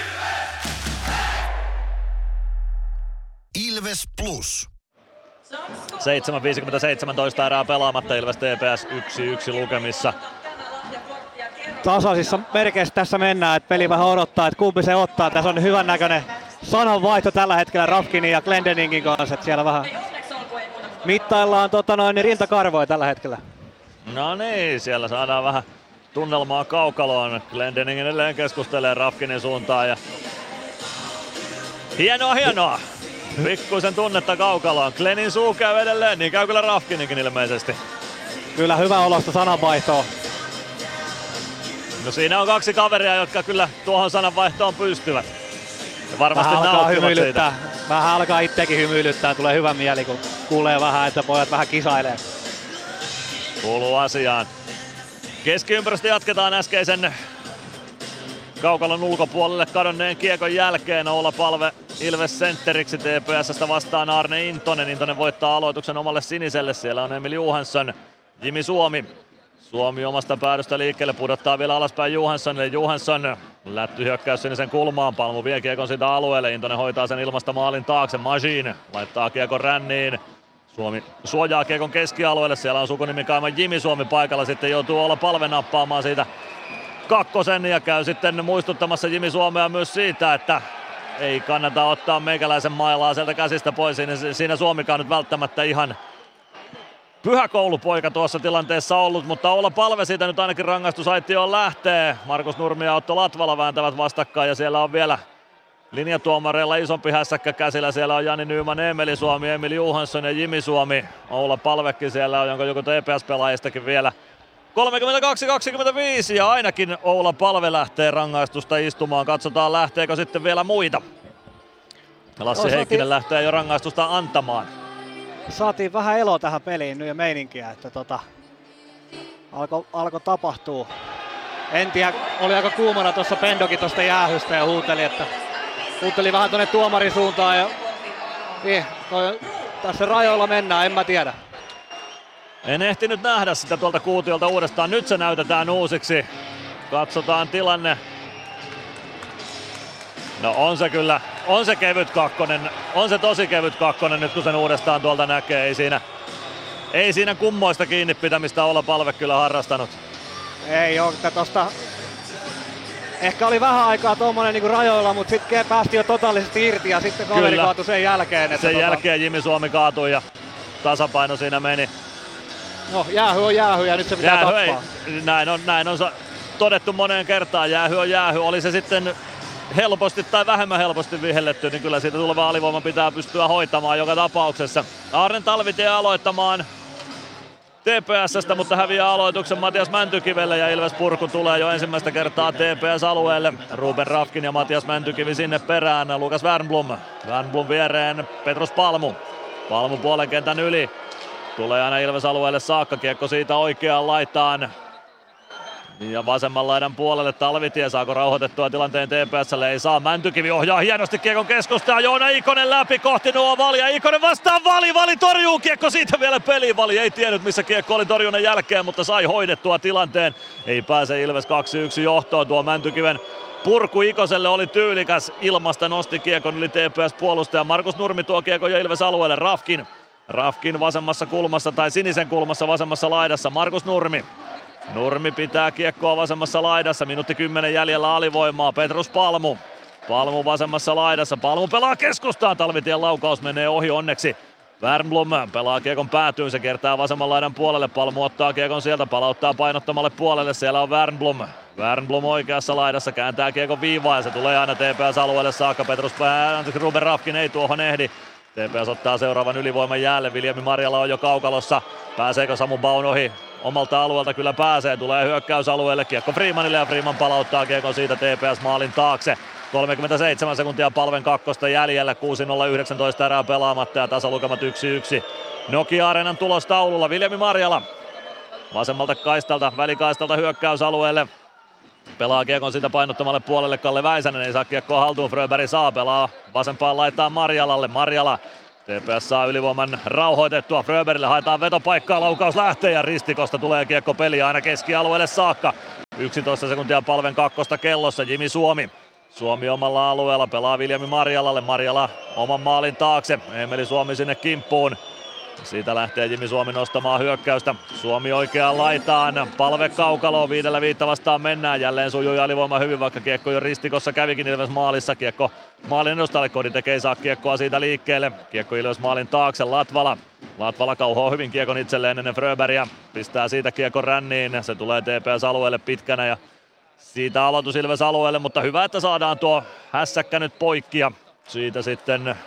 Ilves Plus. 7.57 erää pelaamatta, Ilves TPS 1-1 lukemissa. Tasaisissa merkeissä tässä mennään, että peli vähän odottaa, että kumpi se ottaa. Tässä on hyvän näköinen sananvaihto tällä hetkellä Rafkinin ja Glendeningin kanssa, että siellä vähän mittaillaan rintakarvoja tällä hetkellä. No niin, siellä saadaan vähän tunnelmaa kaukaloon. Glendening edelleen keskustelee Rafkinin suuntaan ja hienoa. Pikkuisen tunnetta kaukaloon. Glenin suu käy edelleen, niin käy kyllä Rafkininkin ilmeisesti. Kyllä hyvä olosta sananvaihtoa. No siinä on kaksi kaveria, jotka kyllä tuohon sananvaihtoon pystyvät. Ja varmasti nauttivat siitä. Vähän alkaa itsekin hymyilyttää, tulee hyvä mieli kun kuulee vähän, että pojat vähän kisailee. Kuuluu asiaan. Keskiympäristö jatketaan äskeisen kaukalon ulkopuolelle kadonneen kiekon jälkeen. Oula Palve Ilves sentteriksi, TPS:stä vastaan Arne Intonen. Intonen voittaa aloituksen omalle siniselle. Siellä on Emil Johansson, Jimi Suomi omasta päädystä liikkeelle, pudottaa vielä alaspäin Johanssonille. Johansson lätty hyökkäys sinisen kulmaan, Palmu vie kiekon siitä alueelle. Intonen hoitaa sen ilmasta maalin taakse. Majin laittaa kiekon ränniin. Suomi suojaa kiekon keskialueelle, siellä on sukunimikaima Jimi Suomi paikalla. Sitten joutuu olla Palve nappaamaan siitä kakkosen ja käy sitten muistuttamassa Jimi Suomea myös siitä, että ei kannata ottaa meikäläisen mailaa sieltä käsistä pois. Siinä Suomikaan nyt välttämättä ihan pyhä koulupoika tuossa tilanteessa ollut, mutta Oula Palve siitä nyt ainakin rangaistusaitioon lähtee. Markus Nurmi ja Otto Latvala vääntävät vastakkain ja siellä on vielä linjatuomareilla isompi hässäkkä käsillä. Siellä on Jani Nyman, Emeli Suomi, Emil Johansson ja Jimi Suomi. Oula Palvekin siellä on, jonka joku TPS-pelaajistakin vielä. 32-25 ja ainakin Oula Palve lähtee rangaistusta istumaan. Katsotaan lähteekö sitten vielä muita. Lassi Heikkinen lähtee jo rangaistusta antamaan. Saatiin vähän eloa tähän peliin nyt ja meininkiä, että alkoi tapahtua. En tiedä, oli aika kuumana tuossa Pendokin tuosta jäähystä ja huuteli vähän tuonne tuomarin suuntaan ja niin, tässä rajoilla mennään, en mä tiedä. En ehtinyt nähdä sitä tuolta kuutiolta uudestaan, nyt se näytetään uusiksi. Katsotaan tilanne. No on se kevyt kakkonen, on se tosi kevyt kakkonen nyt kun sen uudestaan tuolta näkee. Ei siinä kummoista kiinni pitämistä Oula Palve kyllä harrastanut. Ei oo, tosta ehkä oli vähän aikaa tuommoinen niinku rajoilla, mutta sitten päästi jo totaalisesti irti ja sitten kaveri kaatui sen jälkeen. Että sen jälkeen Jimi Suomi kaatui ja tasapaino siinä meni. No jäähy on jäähy ja nyt se pitää tappaa. Näin on todettu moneen kertaan, jäähy on jäähy. Oli se sitten helposti tai vähemmän helposti vihelletty, niin kyllä siitä tuleva alivoima pitää pystyä hoitamaan joka tapauksessa. Aarne Talvitie aloittamaan TPS:stä, mutta häviää aloituksen Matias Mäntykivelle ja Ilves Purku tulee jo ensimmäistä kertaa TPS-alueelle. Ruben Rafkin ja Matias Mäntykivi sinne perään. Lukas Wernblom viereen Petrus Palmu. Palmu puolen kentän yli. Tulee aina Ilves-alueelle saakka, kiekko siitä oikeaan laitaan. Ja vasemman laidan puolelle Talvitie, saako rauhoitettua tilanteen TPS:lle? Ei saa, Mäntykivi ohjaa hienosti kiekon keskustaan, Joona Ikonen läpi kohti Nuo Valia, Ikonen vastaan Vali torjuu kiekko siitä vielä peliin, Vali ei tiennyt missä kiekko oli torjunnan jälkeen, mutta sai hoidettua tilanteen. Ei pääse Ilves 2-1 johtoon, tuo Mäntykiven purku Ikoselle oli tyylikäs, ilmasta nosti kiekon yli TPS-puolustaja. Markus Nurmi tuo kiekon jo Ilves-alueelle, Rafkin vasemmassa kulmassa tai sinisen kulmassa vasemmassa laidassa, Markus Nurmi pitää kiekkoa vasemmassa laidassa, minuutti 10 jäljellä alivoimaa, Petrus Palmu vasemmassa laidassa, Palmu pelaa keskustaan, Talvitien laukaus menee ohi onneksi. Wernblom pelaa kiekon päätyyn, se kertaa vasemman laidan puolelle, Palmu ottaa kiekon sieltä, palauttaa painottamalle puolelle, siellä on Wernblom oikeassa laidassa, kääntää kiekon viivaa ja se tulee aina TPS-alueelle saakka, Ruben Rafkin ei tuohon ehdi. TPS ottaa seuraavan ylivoiman jälleen, Viljami Marjala on jo kaukalossa, pääseekö Samu Baun ohi? Omalta alueelta kyllä pääsee, tulee hyökkäysalueelle, kiekko Freemanille ja Freeman palauttaa kiekon siitä TPS-maalin taakse. 37 sekuntia Palven kakkosta jäljellä, 6.019 erää pelaamatta ja tasalukemat 1-1. Nokia-areenan tulostaululla Viljami Marjala vasemmalta kaistalta, välikaistalta hyökkäysalueelle. Pelaa kiekon siitä painottamalle puolelle, Kalle Väisänen ei saa kiekkoa haltuun, Fröberg saa, pelaa vasempaan laittaa Marjalalle, Marjala. TPS saa ylivoiman rauhoitettua, Fröbergille haetaan vetopaikkaa, laukaus lähtee ja Ristikosta tulee kiekko peli aina keskialueelle saakka. 11 sekuntia Palven kakkosta kellossa, Jimi Suomi omalla alueella, pelaa Viljami Marjalalle, Marjala oman maalin taakse, Emeli Suomi sinne kimppuun. Siitä lähtee Jimi Suomi nostamaan hyökkäystä, Suomi oikeaan laitaan, Palve kaukaloon, 5-5 vastaan mennään, jälleen sujuu alivoima hyvin, vaikka kiekko jo Ristikossa kävikin Ilves maalissa, kiekko maalin edustalle, Koditek ei saa kiekkoa siitä liikkeelle, kiekko Ilves maalin taakse, Latvala kauhoo hyvin kiekon itselleen ennen Fröbergia, pistää siitä kiekon ränniin, se tulee TPS-alueelle pitkänä ja siitä aloitus Ilves alueelle, mutta hyvä, että saadaan tuo hässäkkä nyt poikki ja siitä sitten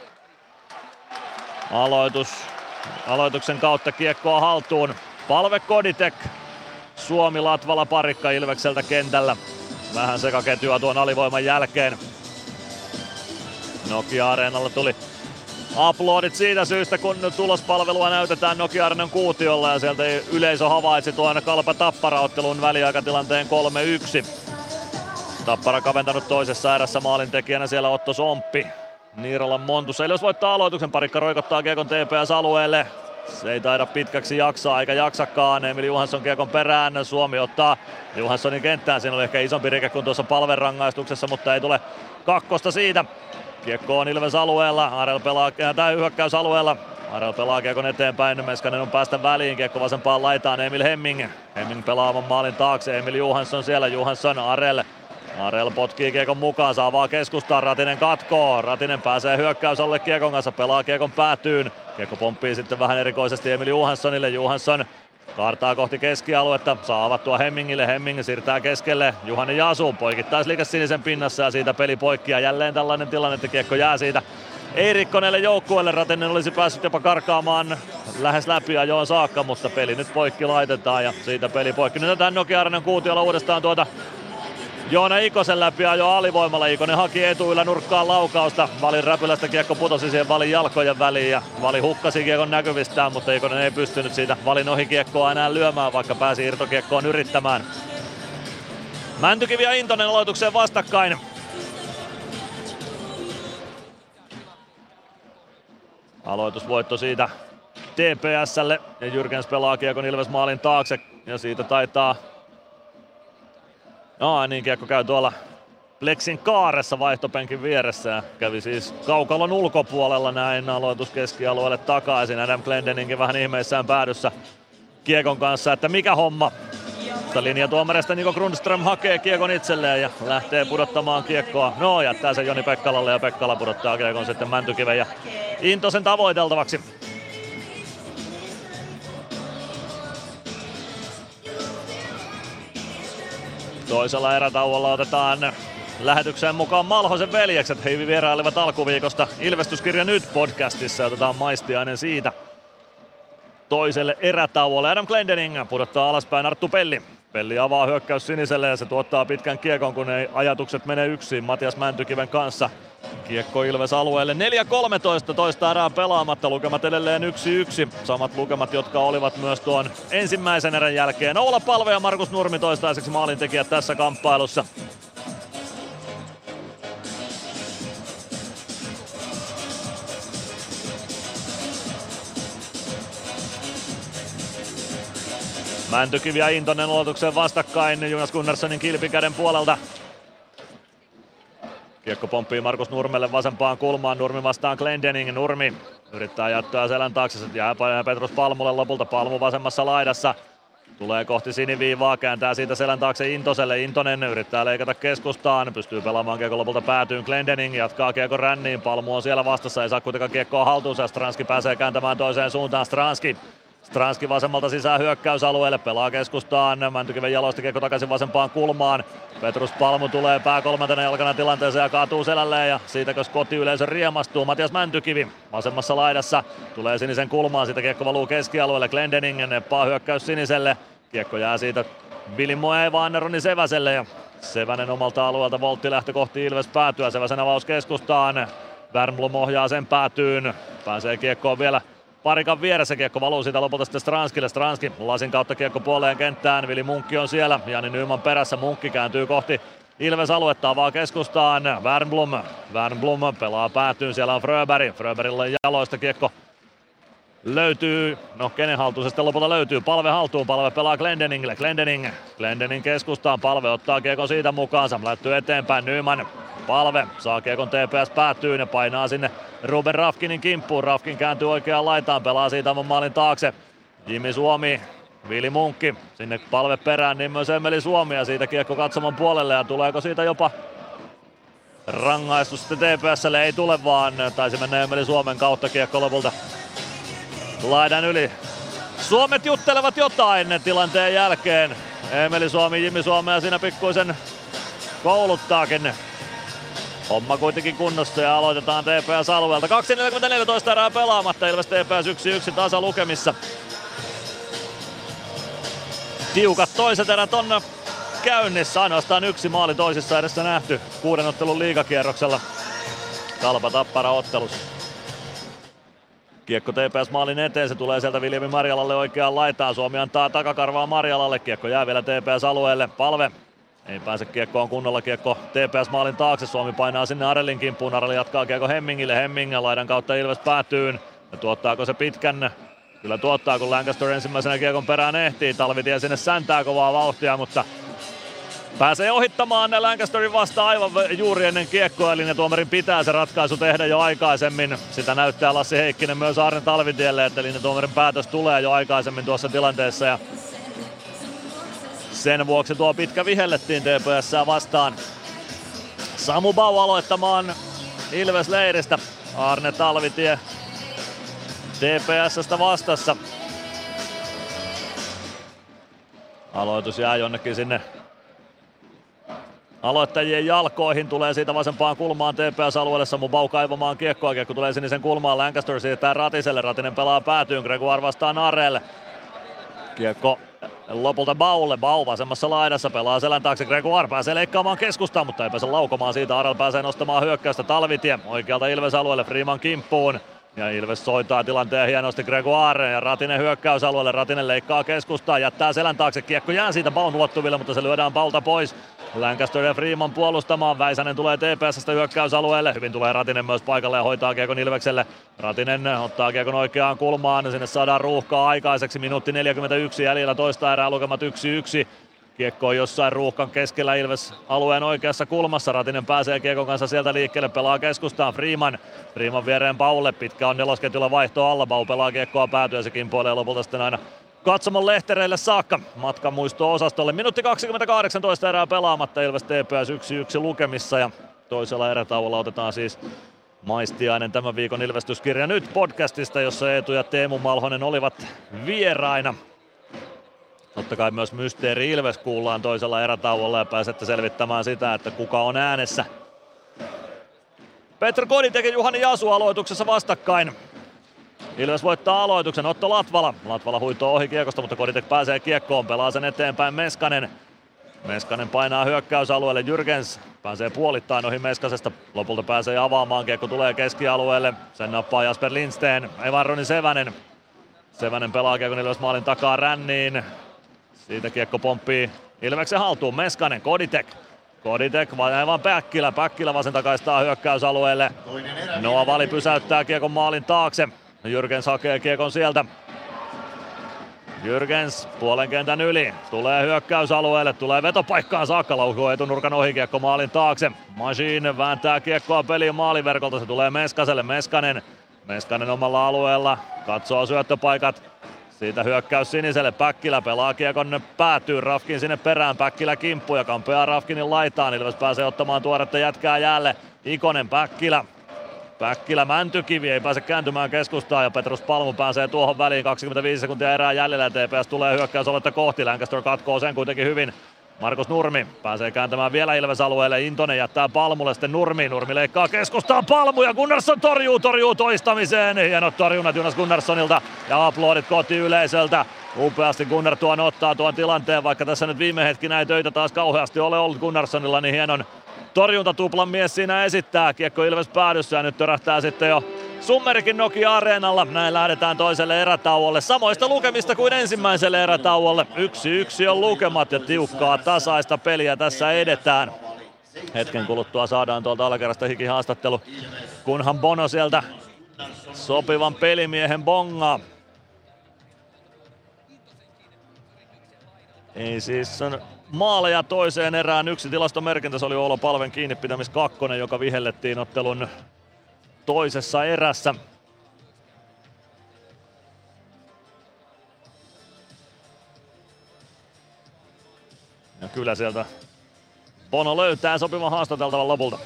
aloituksen kautta kiekkoa haltuun. Palve Koditek, Suomi, Latvala, Parikka Ilvekseltä kentällä. Vähän sekaketjua tuon alivoiman jälkeen. Nokia-areenalla tuli uploadit siitä syystä, kun tulospalvelua näytetään Nokia-areenan kuutiolla ja sieltä yleisö havaitsi tuon Kalpa-Tappara-ottelun väliaikatilanteen 3-1. Tappara kaventanut toisessa erässä maalintekijänä siellä Otto Somppi. Niiralan Montussa. Ilves voittaa aloituksen, Parikka roikottaa kiekon TPS-alueelle. Se ei taida pitkäksi jaksaa, eikä jaksakaan. Emil Johansson kiekon perään, Suomi ottaa Johanssonin kenttään. Siinä oli ehkä isompi rike kuin tuossa Palven rangaistuksessa, mutta ei tule kakkosta siitä. Kiekko on Ilves alueella, Arel pelaa, tai hyökkäysalueella. Arel pelaa kiekon eteenpäin, Meskanen on päästä väliin, kiekko vasempaan laitaan, Emil Hemming pelaa oman maalin taakse, Emil Johansson siellä, Johansson, Arel potkii kiekon mukaan, saa vaan keskustaa, Ratinen katkoo. Ratinen pääsee hyökkäysalle kiekon kanssa, pelaa kiekon päätyyn. Kiekko pomppii sitten vähän erikoisesti Emil Johanssonille. Johansson kaartaa kohti keskialuetta, saa avattua Hemmingille. Hemming siirtää keskelle Juhani Jasu. Poikittaisliike sinisen pinnassa ja siitä peli poikki. Ja jälleen tällainen tilanne, että kiekko jää siitä Eirikkonelle joukkueelle. Ratinen olisi päässyt jopa karkaamaan lähes läpiajoon saakka, mutta peli nyt poikki laitetaan ja siitä peli poikki. Nyt tähän Nokia-arenan kuutiolla uudestaan Joona Ikosen läpi ajoi alivoimalla. Ikonen haki etuylänurkkaan laukausta. Valin räpylästä kiekko putosi siihen Valin jalkojen väliin ja Vali hukkasi kiekon näkyvistään, mutta Ikonen ei pystynyt siitä Valin ohi kiekkoa enää lyömään, vaikka pääsi irtokiekkoon yrittämään. Mäntykivi ja Intonen aloitukseen vastakkain. Aloitusvoitto siitä TPS:lle ja Jürgens pelaa kiekon Ilves maalin taakse ja siitä taitaa niin kiekko käy tuolla Plexin kaaressa vaihtopenkin vieressä ja kävi siis kaukalon ulkopuolella näin aloitus keskialueelle takaisin. Adam Glendeningin vähän ihmeissään päädyssä kiekon kanssa, että mikä homma. Mutta linjatuomarista Niko Grundström hakee kiekon itselleen ja lähtee pudottamaan kiekkoa. Jättää sen Joni Pekkalalle ja Pekkala pudottaa kiekon sitten Mäntykiven ja Intosen tavoiteltavaksi. Toisella erätauolla otetaan lähetykseen mukaan Malhosen veljekset. He vierailivat alkuviikosta Ilvestyskirja Nyt podcastissa ja otetaan maistiainen siitä toiselle erätauolle. Adam Glendening pudottaa alaspäin Arttu Pelli. Pelli avaa hyökkäys siniselle ja se tuottaa pitkän kiekon, kun ei ajatukset mene yksin Matias Mäntykiven kanssa. Kiekko Ilves alueelle. 4.13 toista erää pelaamatta. Lukemat edelleen 1-1. Samat lukemat, jotka olivat myös tuon ensimmäisen erän jälkeen. Oula Palve ja Markus Nurmi toistaiseksi maalintekijät tässä kamppailussa. Mäntykivi ja Intonen aloitukseen vastakkain Jonas Gunnarssonin kilpikäden puolelta. Kiekko pomppii Markus Nurmelle vasempaan kulmaan. Nurmi vastaan Glendening. Nurmi yrittää jättää selän taakse. Jää Petrus Palmulle lopulta. Palmu vasemmassa laidassa. Tulee kohti siniviivaa. Kääntää siitä selän taakse Intoselle. Intonen yrittää leikata keskustaan. Pystyy pelaamaan kiekko lopulta päätyyn. Glendening jatkaa kiekko ränniin. Palmu on siellä vastassa. Ei saa kuitenkaan kiekkoa haltuunsa. Stranski pääsee kääntämään toiseen suuntaan. Stranski vasemmalta sisään hyökkäysalueelle, pelaa keskustaan, Mäntykiven jaloista kiekko takaisin vasempaan kulmaan. Petrus Palmu tulee kolmantena jalkana tilanteeseen ja kaatuu selälleen ja siitäkös kotiyleisö riemastuu. Matias Mäntykivi vasemmassa laidassa tulee sinisen kulmaan, siitä kiekko valuu keskialueelle. Glendening neppaa hyökkäys siniselle, kiekko jää siitä Billy Moe Roni Seväselle ja Sevänen omalta alueelta voltti lähtö kohti Ilves päätyä. Seväsen avaus keskustaan, Wernbloom ohjaa sen päätyyn, pääsee kiekkoon vielä parikan vieressä, kiekko valuu siitä lopulta sitten Stranskille. Stranski lasin kautta kiekko puoleen kenttään. Vili Munkki on siellä. Jani Nyman perässä. Munkki kääntyy kohti Ilves aluetta, avaa keskustaan. Wernbloom pelaa päätyyn. Siellä on Fröberg. Fröbergilla jaloista kiekko löytyy. Kenen haltuun se sitten lopulta löytyy? Palve haltuun. Palve pelaa Glendeningille. Glendening keskustaan. Palve ottaa kiekon siitä mukaansa. Lähtyy eteenpäin. Nyman. Palve saa kiekon TPS päätyyn ja painaa sinne Ruben Rafkinin kimppuun. Rafkin kääntyy oikeaan laitaan, pelaa siitä oman maalin taakse. Jimmy Suomi, Vili Munkki, sinne Palve perään, niin myös Emeli Suomi ja siitä kiekko katsomon puolelle ja tuleeko siitä jopa rangaistus sitten TPS:lle? Ei tule, vaan taisi mennä Emeli Suomen kautta kiekko lopulta laidan yli. Suomet juttelevat jotain tilanteen jälkeen. Emeli Suomi, Jimmy Suomi ja siinä pikkuisen kouluttaakin. Homma kuitenkin kunnossa ja aloitetaan TPS-alueelta. 2.44 erää pelaamatta. Ilves TPS 1-1 tasa lukemissa. Tiukat toiset erät on käynnissä. Ainoastaan yksi maali toisissa edessä nähty 6 ottelun liigakierroksella. Kalpa Tappara ottelussa. Kiekko TPS maalin eteen, se tulee sieltä Viljami Marjalalle oikeaan laitaan. Suomi antaa takakarvaa Marjalalle. Kiekko jää vielä TPS-alueelle. Palve. Ei pääse kiekkoon kunnolla, kiekko TPS maalin taakse, Suomi painaa sinne Arelin kimppuun, Areli jatkaa kiekko Hemmingille, Hemming laidan kautta Ilves päätyyn. Ja tuottaako se pitkän? Kyllä tuottaa, kun Lancaster ensimmäisenä kiekon perään ehtii, Talvitie sinne säntää kovaa vauhtia, mutta pääsee ohittamaan Lancasterin vasta aivan juuri ennen kiekkoa, eli tuomarin pitää se ratkaisu tehdä jo aikaisemmin. Sitä näyttää Lassi Heikkinen myös Aarne Talvitielle, että tuomarin päätös tulee jo aikaisemmin tuossa tilanteessa. Ja sen vuoksi tuo pitkä vihellettiin TPS:ää vastaan. Samu Bau aloittamaan Ilves-leiristä. Arne Talvitie TPS:stä vastassa. Aloitus jää jonnekin sinne aloittajien jalkoihin, tulee siitä vasempaan kulmaan TPS-alueelle. Samu Bau kaivamaan kiekkoa, kiekko tulee sinisen kulmaan. Lancaster siirtää Ratiselle, Ratinen pelaa päätyyn, Gregoire vastaa Narelle. Kiekko lopulta Baulle, Bau vasemmassa laidassa, pelaa selän taakse, Gregoire pääsee leikkaamaan keskustaan, mutta ei pääse laukomaan siitä. Arel pääsee nostamaan hyökkäystä, Talvitie oikealta Ilves-alueelle, Freeman kimppuun. Ja Ilves soittaa tilanteen hienosti Gregoire ja Ratinen hyökkäysalueelle. Ratinen leikkaa keskustaan, jättää selän taakse. Kiekko jää siitä Baun ulottuville, mutta se lyödään Baulta pois. Lancaster ja Freeman puolustamaan. Väisänen tulee TPS:stä hyökkäysalueelle. Hyvin tulee Ratinen myös paikalle ja hoitaa kiekon Ilvekselle. Ratinen ottaa kiekon oikeaan kulmaan. Sinne saadaan ruuhkaa aikaiseksi. Minuutti 41 jäljellä toista erää, lukemat 1-1. Kiekko on jossain ruuhkan keskellä Ilves alueen oikeassa kulmassa. Ratinen pääsee kiekon kanssa sieltä liikkeelle, pelaa keskustaan Freeman. Freeman viereen Baulle, pitkä on nelosketjulla vaihto alla. Bau pelaa kiekkoa päätyä ja se kimpoilee lopulta sitten aina katsomon lehtereille saakka matkan muisto-osastolle. Minuutti 28 erää pelaamatta, Ilves TPS 1-1 lukemissa ja toisella erätauolla otetaan siis maistiainen tämän viikon ilvestyskirja nyt podcastista, jossa Eetu ja Teemu Malhonen olivat vieraina. Totta kai myös Mysteeri Ilves kuullaan toisella erätauolla ja pääsette selvittämään sitä, että kuka on äänessä. Petr Koditek ja Juhani Jasu aloituksessa vastakkain. Ilves voittaa aloituksen, Otto Latvala. Latvala huitoo ohi kiekosta, mutta Koditek pääsee kiekkoon, pelaa sen eteenpäin Meskanen. Meskanen painaa hyökkäysalueelle, Jürgens pääsee puolittain ohi Meskasesta. Lopulta pääsee avaamaan, kiekko tulee keskialueelle. Sen nappaa Jasper Lindsten, Evan Roni Sevänen. Sevänen pelaa kiekon Ilves maalin takaa ränniin. Siitä kiekko pomppii Ilveksen haltuun, Meskanen, Koditek. Koditek aivan Päkkilä vasen takaistaa hyökkäysalueelle. Noa Vali pysäyttää kiekon maalin taakse. Jürgens hakee kiekon sieltä. Jürgens puolen kentän yli, tulee hyökkäysalueelle, tulee vetopaikkaan saakka, laukoo etunurkan ohi, kiekko maalin taakse. Machine vääntää kiekkoa peliin maaliverkolta, se tulee Meskaselle, Meskanen omalla alueella, katsoo syöttöpaikat. Siitä hyökkäys siniselle, Päkkilä pelaa kiekon päätyy, Rafkin sinne perään, Päkkilä kimppu ja kampeaa Rafkinin laitaan, Ilves pääsee ottamaan tuoretta jätkää jäälle. Ikonen, Päkkilä Mäntykivi ei pääse kääntymään keskustaan ja Petrus Palmu pääsee tuohon väliin, 25 sekuntia erää jäljellä ja TPS tulee hyökkäysaluetta kohti, Lancaster katkoo sen kuitenkin hyvin. Markus Nurmi pääsee kääntämään vielä Ilves-alueelle, Intonen jättää Palmulle, sitten Nurmi leikkaa keskustaan, Palmu ja Gunnarsson torjuu toistamiseen. Hienot torjunnat Jonas Gunnarssonilta ja aplodit kotiyleisöltä. Upeasti Gunnar tuon ottaa tuon tilanteen, vaikka tässä nyt viime hetkinä ei töitä taas kauheasti ole ollut Gunnarssonilla, niin hienon torjuntatuplan mies siinä esittää. Kiekko Ilves päädyssä ja nyt törähtää sitten jo Summerikin Nokia-areenalla. Näin lähdetään toiselle erätauolle. Samoista lukemista kuin ensimmäiselle erätauolle. 1-1 on lukemat ja tiukkaa tasaista peliä tässä edetään. Hetken kuluttua saadaan tuolta alakerrasta hikihaastattelu, kunhan Bono sieltä sopivan pelimiehen bongaa. Ei siis on maaleja toiseen erään, yksi tilastomerkintä, se oli Oolo Palven kiinnipitämis 2, joka vihellettiin ottelun toisessa erässä. Ja kyllä sieltä Bono löytää sopivan haastateltavan lopulta.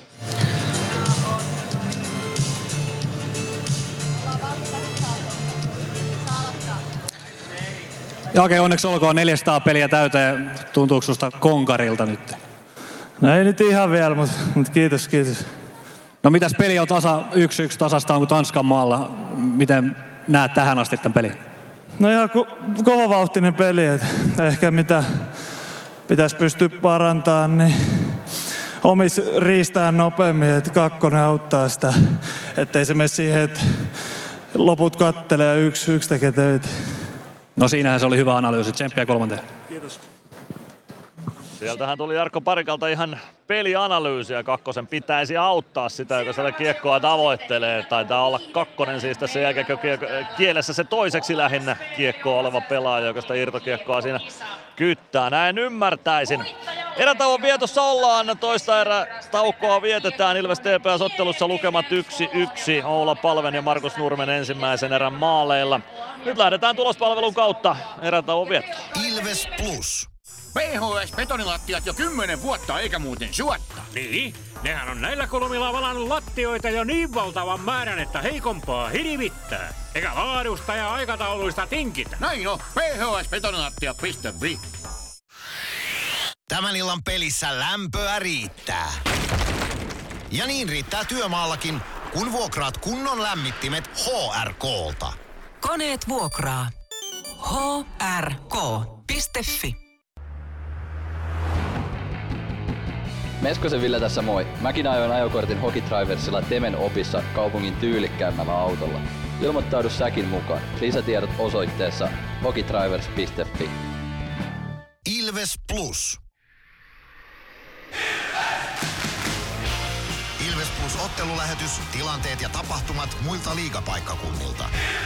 Ja okei, onneksi olkoon 400 peliä täyteen. Tuntuuko susta konkarilta nyt? No ei nyt ihan vielä, mutta kiitos. No mitäs peli on 1-1 tasasta kuin Tanskan maalla. Miten näet tähän asti tämän pelin? No ihan kovavauhtinen peli. Ehkä mitä pitäisi pystyä parantamaan, niin omis riistää nopeammin, että 2 auttaa sitä. Ettei se mene siihen, että loput kattelee ja yksi tekee töitä. No siinähän se oli hyvä analyysi. Tsemppiä 3. Kiitos. Sieltähän tuli Jarkko Parikalta ihan pelianalyysiä. 2 pitäisi auttaa sitä, joka siellä kiekkoa tavoittelee. Taitaa olla 2 siis tässä jääkiekkokielessä se toiseksi lähinnä kiekkoa oleva pelaaja, joka sitä irtokiekkoa siinä kyttää. Näin ymmärtäisin. Erätauon vietossa ollaan. Toista erätaukoa vietetään Ilves TPS-ottelussa lukemat 1-1. Oula Palven ja Markus Nurmen ensimmäisen erän maaleilla. Nyt lähdetään tulospalvelun kautta erätauon viettoon. Ilves Plus. PHS-betonilattiat jo 10 vuotta eikä muuten suotta. Niin, nehän on näillä kulmilla valannut lattioita jo niin valtavan määrän, että heikompaa hirvittää. Eikä laadusta ja aikatauluista tinkitä. Näin on, phsbetonilattia.fi. Tämän illan pelissä lämpöä riittää. Ja niin riittää työmaallakin, kun vuokraat kunnon lämmittimet HRK:lta. Koneet vuokraa. hrk.fi. Meskosen Ville tässä moi. Mäkin ajoin ajokortin Hokitriversilla Temen opissa kaupungin tyylikkäämmällä autolla. Ilmoittaudu säkin mukaan. Lisätiedot osoitteessa hokitrivers.fi. Ilves Plus. Ilves Plus -ottelulähetys, tilanteet ja tapahtumat muilta liigapaikkakunnilta.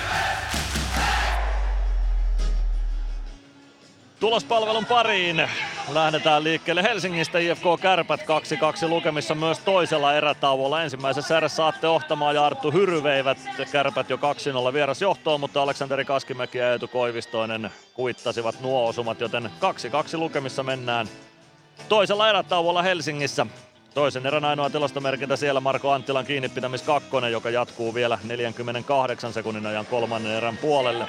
Tulospalvelun pariin lähdetään liikkeelle Helsingistä. IFK Kärpät 2-2 lukemissa myös toisella erätauolla. Ensimmäisessä erässä Atte Ohtamaa ja Arttu Hyry veivät Kärpät jo 2-0 vierasjohtoon, mutta Aleksanteri Kaskimäki ja Eetu Koivistoinen kuittasivat nuo osumat, joten 2-2 lukemissa mennään toisella erätauolla Helsingissä. Toisen erän ainoa tilastomerkintä siellä Marko Anttilan kiinnipitämis kakkonen, joka jatkuu vielä 48 sekunnin ajan kolmannen erän puolelle.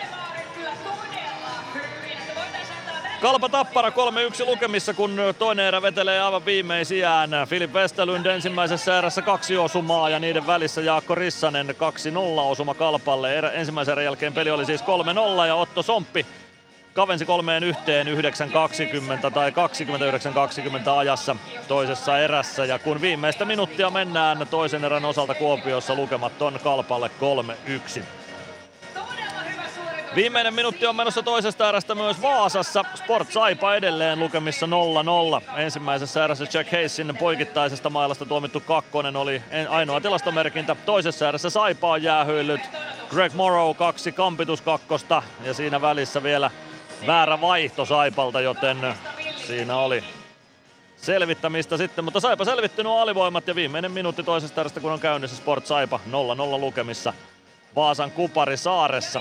Kalpa Tappara 3-1 lukemissa, kun toinen erä vetelee aivan viimeisiään. Filip Westerlund ensimmäisessä erässä 2 osumaa ja niiden välissä Jaakko Rissanen 2-0 osuma Kalpalle. Ensimmäisen erän jälkeen peli oli siis 3-0 ja Otto Somppi kavensi 3-1 9:20 tai 29:20 ajassa toisessa erässä. Ja kun viimeistä minuuttia mennään toisen erän osalta Kuopiossa, lukemat on Kalpalle 3-1. Viimeinen minuutti on menossa toisesta erästä myös Vaasassa. Sport Saipa edelleen lukemissa 0-0. Ensimmäisessä erässä Jack Hayesin poikittaisesta mailasta tuomittu kakkonen oli ainoa tilastomerkintä. Toisessa erässä Saipa on jäähyillyt Greg Morrow 2 kampituskakkosta ja siinä välissä vielä väärä vaihto Saipalta, joten siinä oli selvittämistä sitten, mutta Saipa selvitti nuo alivoimat ja viimeinen minuutti toisesta erästä kun on käynnissä Sport Saipa 0-0 lukemissa Vaasan Kuparisaaressa.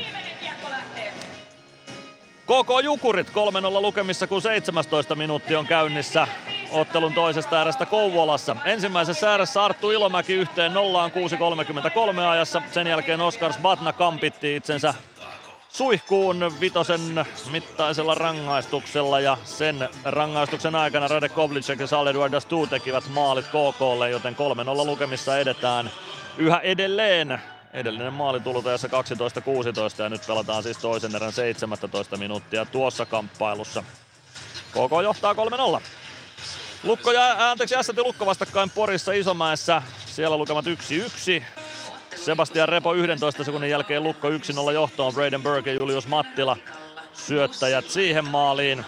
KK Jukurit 3-0 lukemissa, kun 17 minuutti on käynnissä ottelun toisesta erästä Kouvolassa. Ensimmäisessä erässä Arttu Ilomäki yhteen 0:aan 6:33 ajassa. Sen jälkeen Oskar Sbatna kampitti itsensä suihkuun vitosen mittaisella rangaistuksella ja sen rangaistuksen aikana Radek Kovlicek ja Sal-Eduard Dastu tekivät maalit KK:lle, joten 3-0 lukemissa edetään yhä edelleen. Edellinen maali tullut ajassa 12:16 ja nyt pelataan siis toisen erän 17 minuuttia tuossa kamppailussa. KK johtaa 3-0. Ässät ja Lukko vastakkain Porissa Isomäessä. Siellä lukemat 1-1. Sebastian Repo 11 sekunnin jälkeen Lukko 1-0 johtoon. Braden Burke ja Julius Mattila syöttäjät siihen maaliin.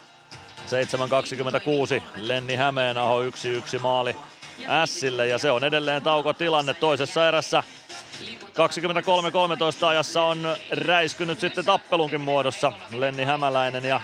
7:26 Lenni Hämeenaho 1-1 maali Ässille ja se on edelleen taukotilanne toisessa erässä. 23:13 ajassa on räiskynyt sitten tappelunkin muodossa Lenni Hämäläinen ja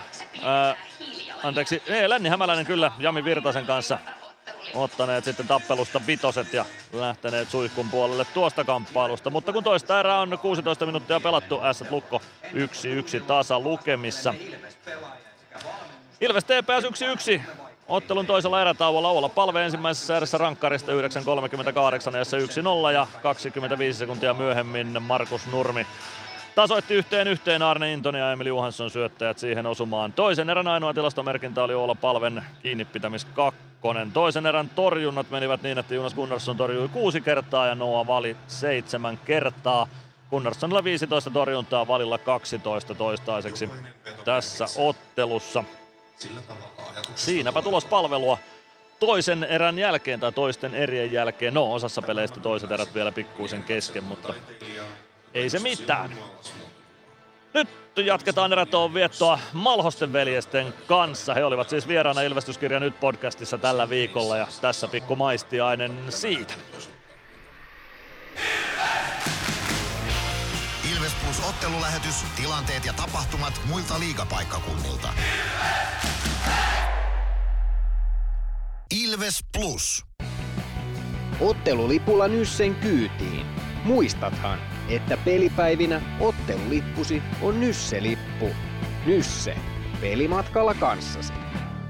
Lenni Hämäläinen kyllä Jami Virtasen kanssa ottaneet sitten tappelusta vitoset ja lähteneet suihkun puolelle tuosta kamppailusta. Mutta kun toista erää on 16 minuuttia pelattu, Ässät Lukko 1-1 tasa lukemissa. Ilves TPS 1-1. Ottelun toisella erätauolla Oula Palve ensimmäisessä erässä rankkarista 9:38 ajassa 1-0 ja 25 sekuntia myöhemmin Markus Nurmi tasoitti 1-1 Arne Intoni ja Emil Johansson syöttäjät siihen osumaan. Toisen erän ainoa tilastomerkintä oli Oula Palven kiinnipitämis kakkonen. Toisen erän torjunnat menivät niin, että Jonas Gunnarsson torjui 6 kertaa ja Noah Vali 7 kertaa. Gunnarssonilla 15 torjuntaa, Valilla 12 toistaiseksi tässä ottelussa. Siinäpä tulospalvelua toisen erän jälkeen tai toisten erien jälkeen. No, osassa peleistä toiset erät vielä pikkuisen kesken, mutta ei se mitään. Nyt jatketaan erätoon viettoa Malhosten veljesten kanssa. He olivat siis vieraana Ilvestyskirja Nyt podcastissa tällä viikolla ja tässä pikku maistiainen siitä. Ilves Plus -ottelulähetys, tilanteet ja tapahtumat muilta liigapaikkakunnilta. Ilves Plus. Ottelulipulla Nyssen kyytiin. Muistathan, että pelipäivinä ottelulippusi on Nysse-lippu. Nysse. Pelimatkalla kanssasi.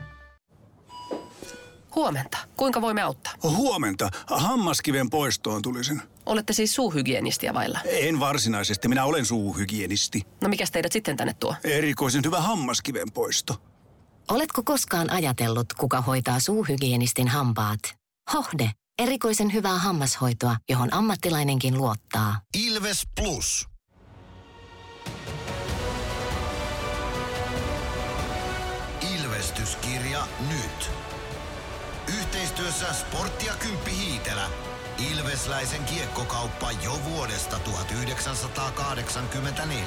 Huomenta. Kuinka voimme auttaa? Huomenta. Hammaskiven poistoon tulisin. Olette siis suuhygienistiä vailla? En varsinaisesti. Minä olen suuhygienisti. No mikäs teidät sitten tänne tuo? Erikoisen hyvä hammaskiven poisto. Oletko koskaan ajatellut, kuka hoitaa suuhygienistin hampaat? Hohde. Erikoisen hyvää hammashoitoa, johon ammattilainenkin luottaa. Ilves Plus. Ilvestyskirja nyt. Yhteistyössä Sporttia Kymppi Hiitelä. Ilvesläisen kiekkokauppa jo vuodesta 1984.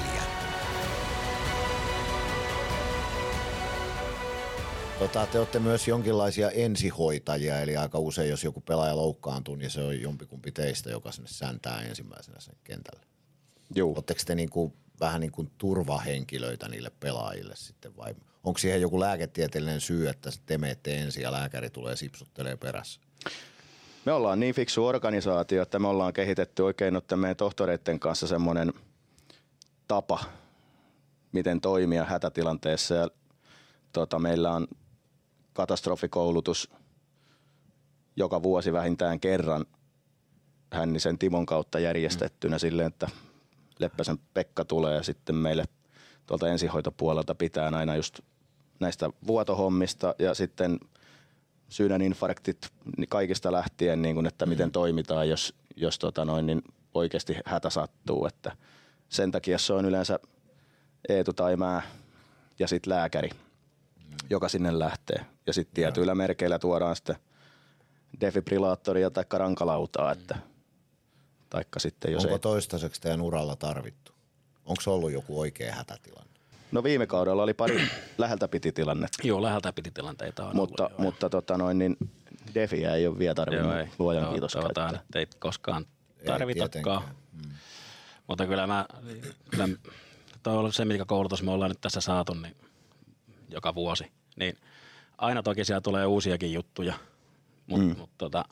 Te olette myös jonkinlaisia ensihoitajia, eli aika usein, jos joku pelaaja loukkaantuu, niin se on jompikumpi teistä, joka sinne säntää ensimmäisenä sen kentälle. Joo. Oletteko te vähän niin kuin turvahenkilöitä niille pelaajille sitten, vai onko siihen joku lääketieteellinen syy, että te menette ensin ja lääkäri tulee sipsuttelee perässä? Me ollaan niin fiksu organisaatio, että me ollaan kehitetty oikein meidän tohtoreiden kanssa semmoinen tapa, miten toimia hätätilanteessa. Ja meillä on katastrofikoulutus joka vuosi vähintään kerran Hännisen Timon kautta järjestettynä silleen, että Leppäsen Pekka tulee ja sitten meille tuolta ensihoitopuolelta pitää aina just näistä vuotohommista ja sitten sydäninfarktit kaikista lähtien, niin kuin, että miten toimitaan, jos niin oikeasti hätä sattuu. Että sen takia se on yleensä Eetu tai mä ja sitten lääkäri, joka sinne lähtee. Ja sitten tietyillä merkeillä tuodaan sitten defibrillaattoria tai rankalautaa. Että, taikka sitten jos onko toistaiseksi teidän uralla tarvittu? Onko ollut joku oikea hätätilanne? No viime kaudella oli pari läheltä piti tilannetta. Joo, läheltä piti tilanteita on mutta, ollut. Mutta niin defiä ei ole vielä tarvinnut, luojan kiitos. Toivotaan, että ei koskaan tarvitakaan. Mutta kyllä toi on ollut se, mikä koulutus me ollaan nyt tässä saatu niin joka vuosi. Niin aina toki siellä tulee uusiakin juttuja, mutta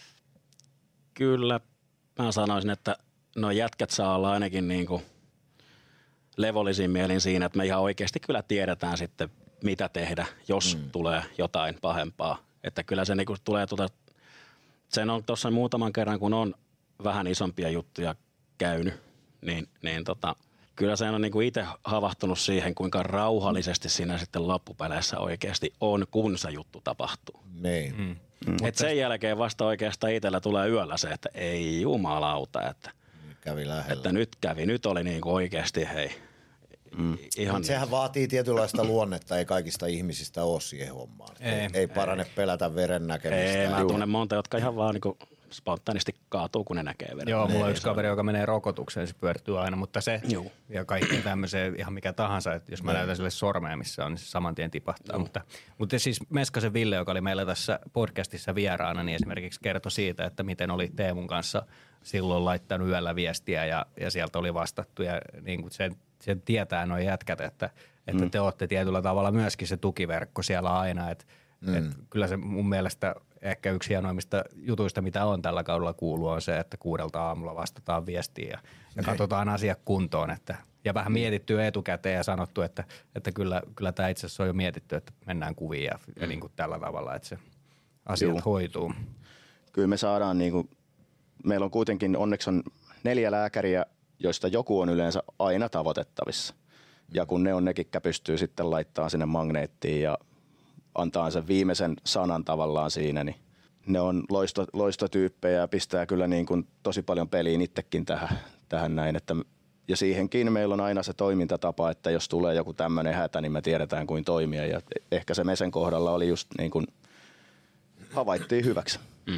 kyllä mä sanoisin, että no jätkät saa olla ainakin niinku levollisin mielin siinä, että me ihan oikeasti kyllä tiedetään sitten, mitä tehdä, jos tulee jotain pahempaa. Että kyllä se niinku tulee sen on tuossa muutaman kerran, kun on vähän isompia juttuja käynyt, niin kyllä se on niinku itse havahtunut siihen, kuinka rauhallisesti siinä sitten loppupeleissä oikeasti on, kun se juttu tapahtuu. Niin. Et sen jälkeen vasta oikeastaan itsellä tulee yöllä se, että ei jumalauta, että kävi lähellä. Että nyt oli niinku oikeasti ihan sehän vaatii tietynlaista luonnetta, ei kaikista ihmisistä ole siihen hommaan. Ei parane pelätä veren näkemistä. Ei, mä tunnen monta, jotka ihan vaan niinku spontaanisti kaatuu, kun ne näkee veren. Joo, mulla on yksi kaveri, joka menee rokotukseen, se pyörtyy aina, mutta se ja kaikki tämmöiseen ihan mikä tahansa, että jos mä näytän sille sormea, missä on, niin se saman tien tipahtaa. Mutta siis Meskasen Ville, joka oli meillä tässä podcastissa vieraana, niin esimerkiksi kertoi siitä, että miten oli Teemun kanssa silloin laittanut yöllä viestiä ja sieltä oli vastattu ja niin kuin sen tietää nuo jätkät, että te olette tietyllä tavalla myöskin se tukiverkko siellä aina, että kyllä se mun mielestä ehkä yksi hienoimmista jutuista, mitä on tällä kaudella kuuluu, on se, että 6 aamulla vastataan viestiin ja katsotaan asiat kuntoon. Ja vähän mietitty etukäteen ja sanottu, että kyllä tämä itse asiassa on jo mietitty, että mennään kuviin ja niin kuin tällä tavalla, että se asiat hoituu. Kyllä me saadaan, meillä on kuitenkin onneksi on 4 lääkäriä, joista joku on yleensä aina tavoitettavissa. Ja kun ne on nekin pystyy sitten laittaa sinne magneettiin ja antaa sen viimeisen sanan tavallaan siinä, niin ne on loistotyyppejä ja pistää kyllä niin kuin tosi paljon peliin itsekin tähän näin. Ja siihenkin meillä on aina se toimintatapa, että jos tulee joku tämmöinen hätä, niin me tiedetään kuin toimia. Ja ehkä se Mesen kohdalla oli just niin kuin havaittiin hyväksi.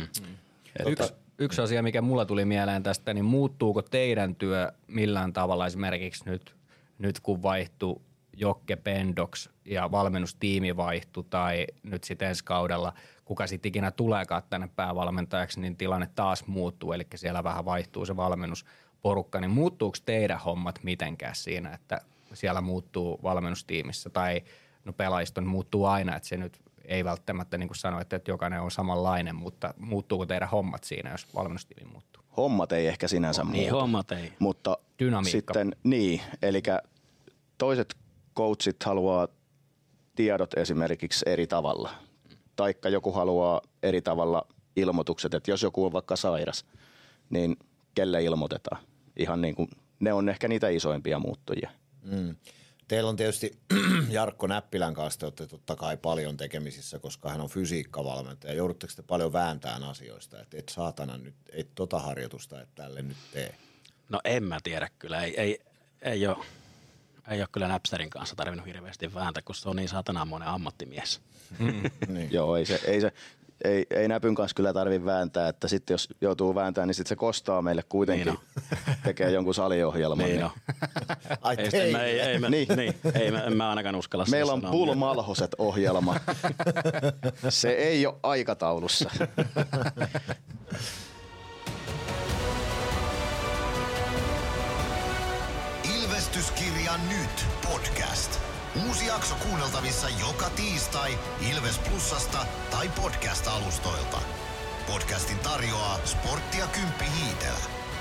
Yksi asia, mikä mulla tuli mieleen tästä, niin muuttuuko teidän työ millään tavalla esimerkiksi nyt kun vaihtui Jokke Pendoks ja valmennustiimi vaihtui tai nyt sitten ensi kaudella, kuka sitten ikinä tuleekaan tänne päävalmentajaksi, niin tilanne taas muuttuu, eli siellä vähän vaihtuu se valmennusporukka, niin muuttuuko teidän hommat mitenkään siinä, että siellä muuttuu valmennustiimissä tai pelaajiston muuttuu aina, että se nyt ei välttämättä niin kuin sanoitte, että jokainen on samanlainen, mutta muuttuuko teidän hommat siinä, jos valmennustiimi muuttuu? Hommat ei ehkä sinänsä muutu. Niin, hommat ei. Mutta dynamiikka. Sitten eli toiset coachit haluaa tiedot esimerkiksi eri tavalla. taikka joku haluaa eri tavalla ilmoitukset, että jos joku on vaikka sairas, niin kelle ilmoitetaan. Ihan niin kuin, ne on ehkä niitä isoimpia muuttujia. Teillä on tietysti Jarkko Näppilän kanssa, te olette totta kai paljon tekemisissä, koska hän on fysiikkavalmentaja. Joudutteko te paljon vääntämään asioista, että et saatana nyt, ei tota harjoitusta, että tälle nyt tee? No en mä tiedä kyllä, ei ole kyllä Näpsärin kanssa tarvinnut hirveästi vääntää, kun se on niin saatanamoinen ammattimies. Niin. Joo, ei Näpyn kanssa kyllä tarvitse vääntää, että sitten jos joutuu vääntämään, niin sitten se kostaa meille kuitenkin, niin tekee jonkun saliohjelman. Niin. Ai en mä ainakaan uskalla. Meillä on Bull Malhoset -ohjelma. Se ei ole aikataulussa. Ilvestyskirja nyt podcast. Uusi jakso kuunneltavissa joka tiistai Ilves Plusasta tai podcast-alustoilta. Podcastin tarjoaa Sporttia Kymppi Hiitelä.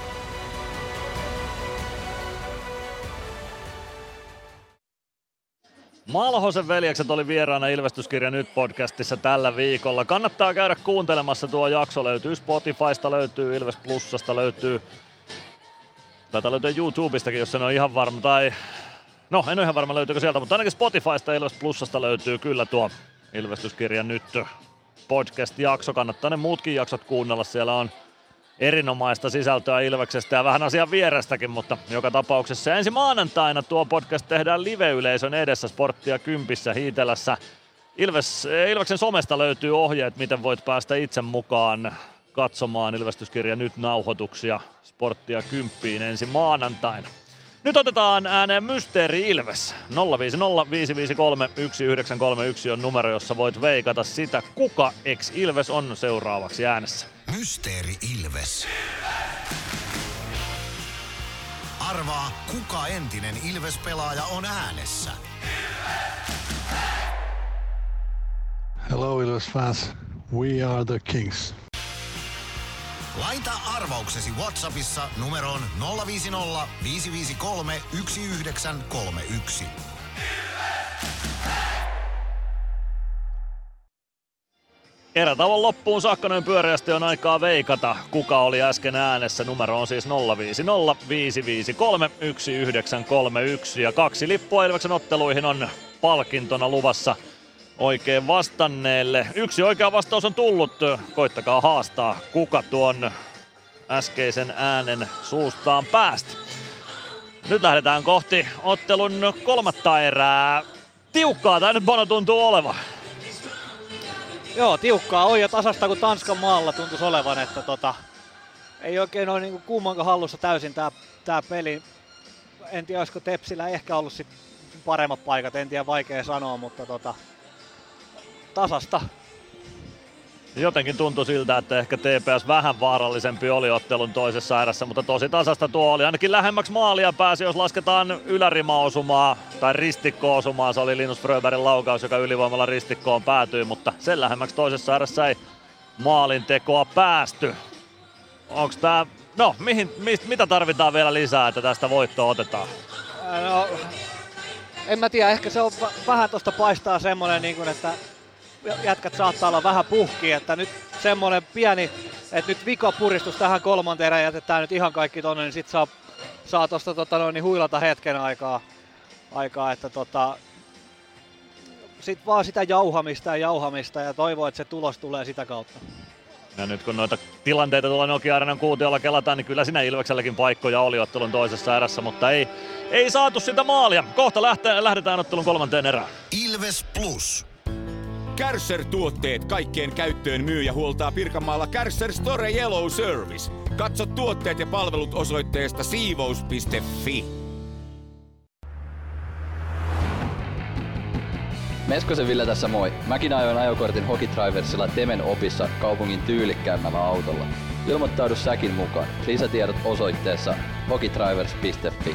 Malhosen veljekset oli vieraana Ilvestyskirja nyt podcastissa tällä viikolla. Kannattaa käydä kuuntelemassa, tuo jakso löytyy Spotifysta, löytyy Ilves Plusasta, taitaa löytyä YouTubestakin, jos en ole ihan varma, tai no en ole ihan varma löytyykö sieltä, mutta ainakin Spotifysta ja Ilves Plusasta löytyy kyllä tuo Ilvestyskirja nyt podcast-jakso. Kannattaa ne muutkin jaksot kuunnella, siellä on erinomaista sisältöä Ilveksestä ja vähän asian vierestäkin, mutta joka tapauksessa ensi maanantaina tuo podcast tehdään live-yleisön edessä Sporttia Kympissä Hiitelässä. Ilveksen somesta löytyy ohjeet, miten voit päästä itse mukaan katsomaan Ilvestyskirja nyt -nauhoituksia Sporttia Kymppiin ensi maanantaina. Nyt otetaan ääneen Mysteeri Ilves. 050 553 1931 on numero, jossa voit veikata sitä, kuka ex-Ilves on seuraavaksi äänessä. Mysteeri Ilves. Arvaa, kuka entinen Ilves-pelaaja on äänessä. Hello Ilves fans, we are the Kings. Laita arvauksesi WhatsAppissa numeroon 050 553 1931. Erätauon loppuun saakka noin pyöreästi on aikaa veikata, kuka oli äsken äänessä. Numero on siis 050 553 1931 ja 2 lippua Ilveksen otteluihin on palkintona luvassa oikein vastanneelle. 1 oikea vastaus on tullut. Koittakaa haastaa, kuka tuon äskeisen äänen suustaan päästi. Nyt lähdetään kohti ottelun 3. erää. Tiukkaa tää nyt Bono tuntuu olevan. Joo, tiukkaa on ja tasasta kuin Tanskan maalla tuntuisi olevan, että ei oikein ole niinku kummankaan hallussa täysin tää peli. En tiedä, olisiko Tepsillä ehkä ollut sit paremmat paikat, en tiedä, vaikea sanoa, mutta tasasta. Jotenkin tuntui siltä, että ehkä TPS vähän vaarallisempi oli ottelun toisessa erässä, mutta tosi tasasta tuo oli. Ainakin lähemmäksi maalia pääsi, jos lasketaan ylärimaosumaa tai ristikko-osumaa. Se oli Linus Fröbergin laukaus, joka ylivoimalla ristikkoon päätyi, mutta sen lähemmäksi toisessa erässä ei maalintekoa päästy. Onks tää... No, mitä tarvitaan vielä lisää, että tästä voittoa otetaan? No, en mä tiedä, ehkä se on vähän tosta paistaa semmonen, niin kun, että jätkät saattaa olla vähän puhki, että nyt semmonen pieni, että nyt vikapuristus tähän 3. erään jätetään nyt ihan kaikki tonne, niin sit saa tosta niin huilata hetken aikaa että sit vaan sitä jauhamista ja toivoo, että se tulos tulee sitä kautta. Ja nyt kun noita tilanteita tuolla Nokia-areenan kuutiolla kelataan, niin kyllä siinä Ilvekselläkin paikkoja oli ottelun toisessa erässä, mutta ei saatu sitä maalia. Kohta lähdetään ottelun 3. erään. Ilves Plus. Kärcher-tuotteet kaikkeen käyttöön myy ja huoltaa Pirkanmaalla Kärcher Store Yellow Service. Katso tuotteet ja palvelut osoitteesta siivous.fi. Meskosen Ville tässä moi. Mäkin ajoin ajokortin Hokitriversilla Temen opissa kaupungin tyylikkäämmällä autolla. Ilmoittaudu säkin mukaan. Lisätiedot osoitteessa hokitrivers.fi.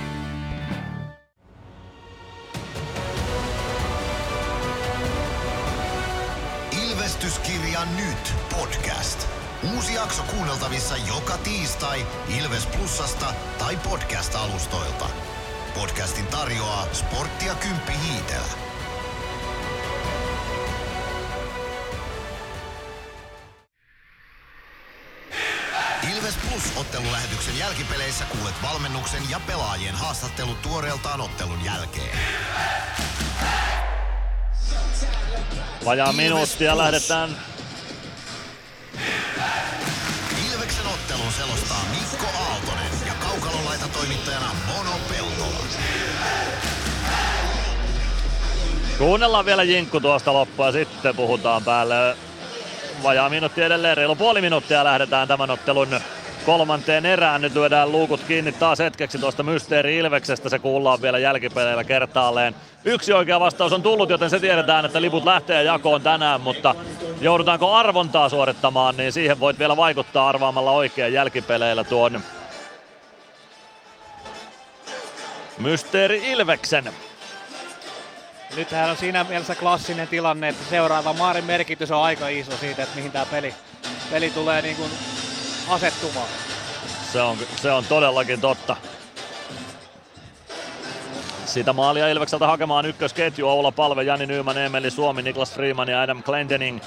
Ilvestyskirja nyt podcast. Uusi jakso kuunneltavissa joka tiistai Ilves Plusasta tai podcast-alustoilta. Podcastin tarjoaa Sporttia Kymppi Hiitelä. Plus-ottelulähetyksen jälkipeleissä kuulet valmennuksen ja pelaajien haastattelut tuoreeltaan ottelun jälkeen. Vajaa minuuttia lähdetään. Ilveksen ottelun selostaa Mikko Aaltonen ja Kaukalon toimittajana Mono Peltola. Kuunnellaan vielä jinkku tuosta loppua ja sitten puhutaan päälle. Vajaa minuutti edelleen, reilu puoli minuuttia lähdetään tämän ottelun kolmanteen erään. Nyt lyödään luukut kiinni taas hetkeksi tuosta Mysteeri Ilveksestä. Se kuullaan vielä jälkipeleillä kertaalleen. Yksi oikea vastaus on tullut, joten se tiedetään, että liput lähtee jakoon tänään, mutta joudutaanko arvontaa suorittamaan, niin siihen voit vielä vaikuttaa arvaamalla oikein jälkipeleillä tuon Mysteeri Ilveksen. Nythän on siinä mielessä klassinen tilanne, että seuraava maarin merkitys on aika iso siitä, että mihin tämä peli tulee niin kuin asettumaan. Se on todellakin totta. Sitä maalia Ilvekseltä hakemaan ykkösketju: Oula Palve, Jani Nyyman, Emeli Suomi, Niklas Freeman ja Adam Glendening.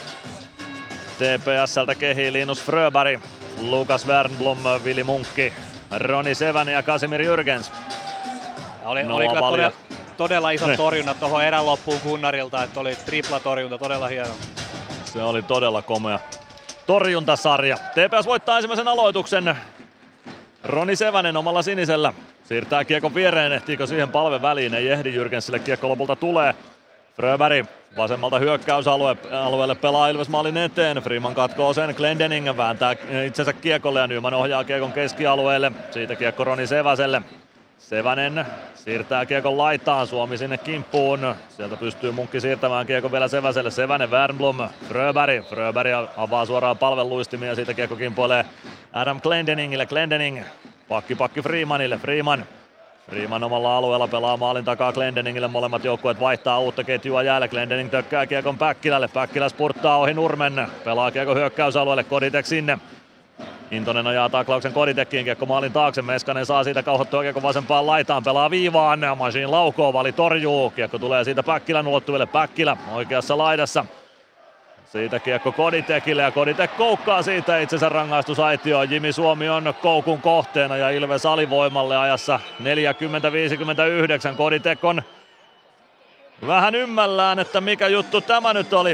TPS:ltä kehii Linus Fröberg, Lukas Wernbloom, Vili Munkki, Roni Sevänen ja Kasimir Jürgens. Oli kyllä todella isot torjunnat tuohon erän loppuun Gunnarilta, että oli triplatorjunta, todella hieno. Se oli todella komea torjuntasarja. TPS voittaa ensimmäisen aloituksen. Roni Sevänen omalla sinisellä siirtää kiekon viereen, ehtiikö siihen Palve väliin, ei ehdi, Jürgensille kiekko lopulta tulee. Fröberg vasemmalta hyökkäysalueelle pelaa Ilves maalin eteen, Freeman katkoo sen, Glendening vääntää itsensä kiekolle ja Nyman ohjaa kiekon keskialueelle, siitä kiekko Roni Seväselle. Sevänen siirtää kiekon laitaan, Suomi sinne kimppuun. Sieltä pystyy Munkki siirtämään kiekon vielä Seväselle. Sevänen, Wernbloom, Fröberg avaa suoraan Palven luistimia ja siitä kiekko kimpoilee Adam Glendeningille. Glendening pakki Freemanille. Freeman omalla alueella pelaa maalin takaa Glendeningille. Molemmat joukkueet vaihtaa uutta ketjua jäälle. Glendening tökkää kiekon Päkkilälle. Päkkilä spurttaa ohi Nurmen. Pelaa kiekko hyökkäysalueelle. Koditek sinne. Intonen ajaa taklauksen Koditekkiin, kiekko maalin taakse, Meskanen saa siitä kauhottua kiekko vasempaan laitaan, pelaa viivaan, Machine laukoo, Vali torjuu, kiekko tulee siitä Päkkilän ulottuville, Päkkilä oikeassa laidassa. Siitä kiekko Koditekille ja Koditek koukkaa siitä itsensä rangaistusaitioon. Jimi Suomi on koukun kohteena ja Ilves alivoimalle ajassa 40-59. Koditek on vähän ymmällään, että mikä juttu tämä nyt oli.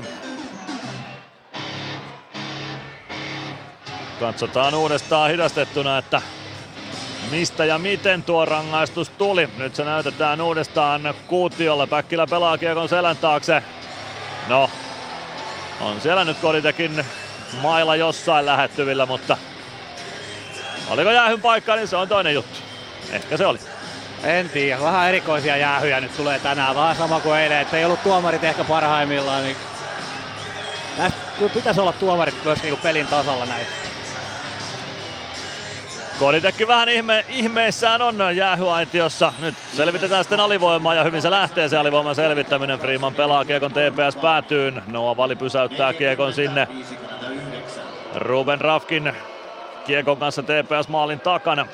Katsotaan uudestaan hidastettuna, että mistä ja miten tuo rangaistus tuli. Nyt se näytetään uudestaan Kuutiolle. Päkkilä pelaa kiekon selän taakse. No, on siellä nyt Koditekin mailla jossain lähettyvillä, mutta oliko jäähyn paikka, niin se on toinen juttu. Ehkä se oli. En tiedä, vähän erikoisia jäähyjä nyt tulee tänään, vähän sama kuin eilen, että ei ollut tuomarit ehkä parhaimmillaan. Niin pitäisi olla tuomarit myös niin pelin tasalla näissä. Koditekki vähän ihmeissään on jäähyaitiossa. Nyt selvitetään sitten alivoimaa ja hyvin se lähtee se alivoiman selvittäminen. Freeman pelaa kiekon TPS päätyyn. Noah Vali pysäyttää kiekon sinne. Ruben Rafkin kiekon kanssa TPS maalin takana.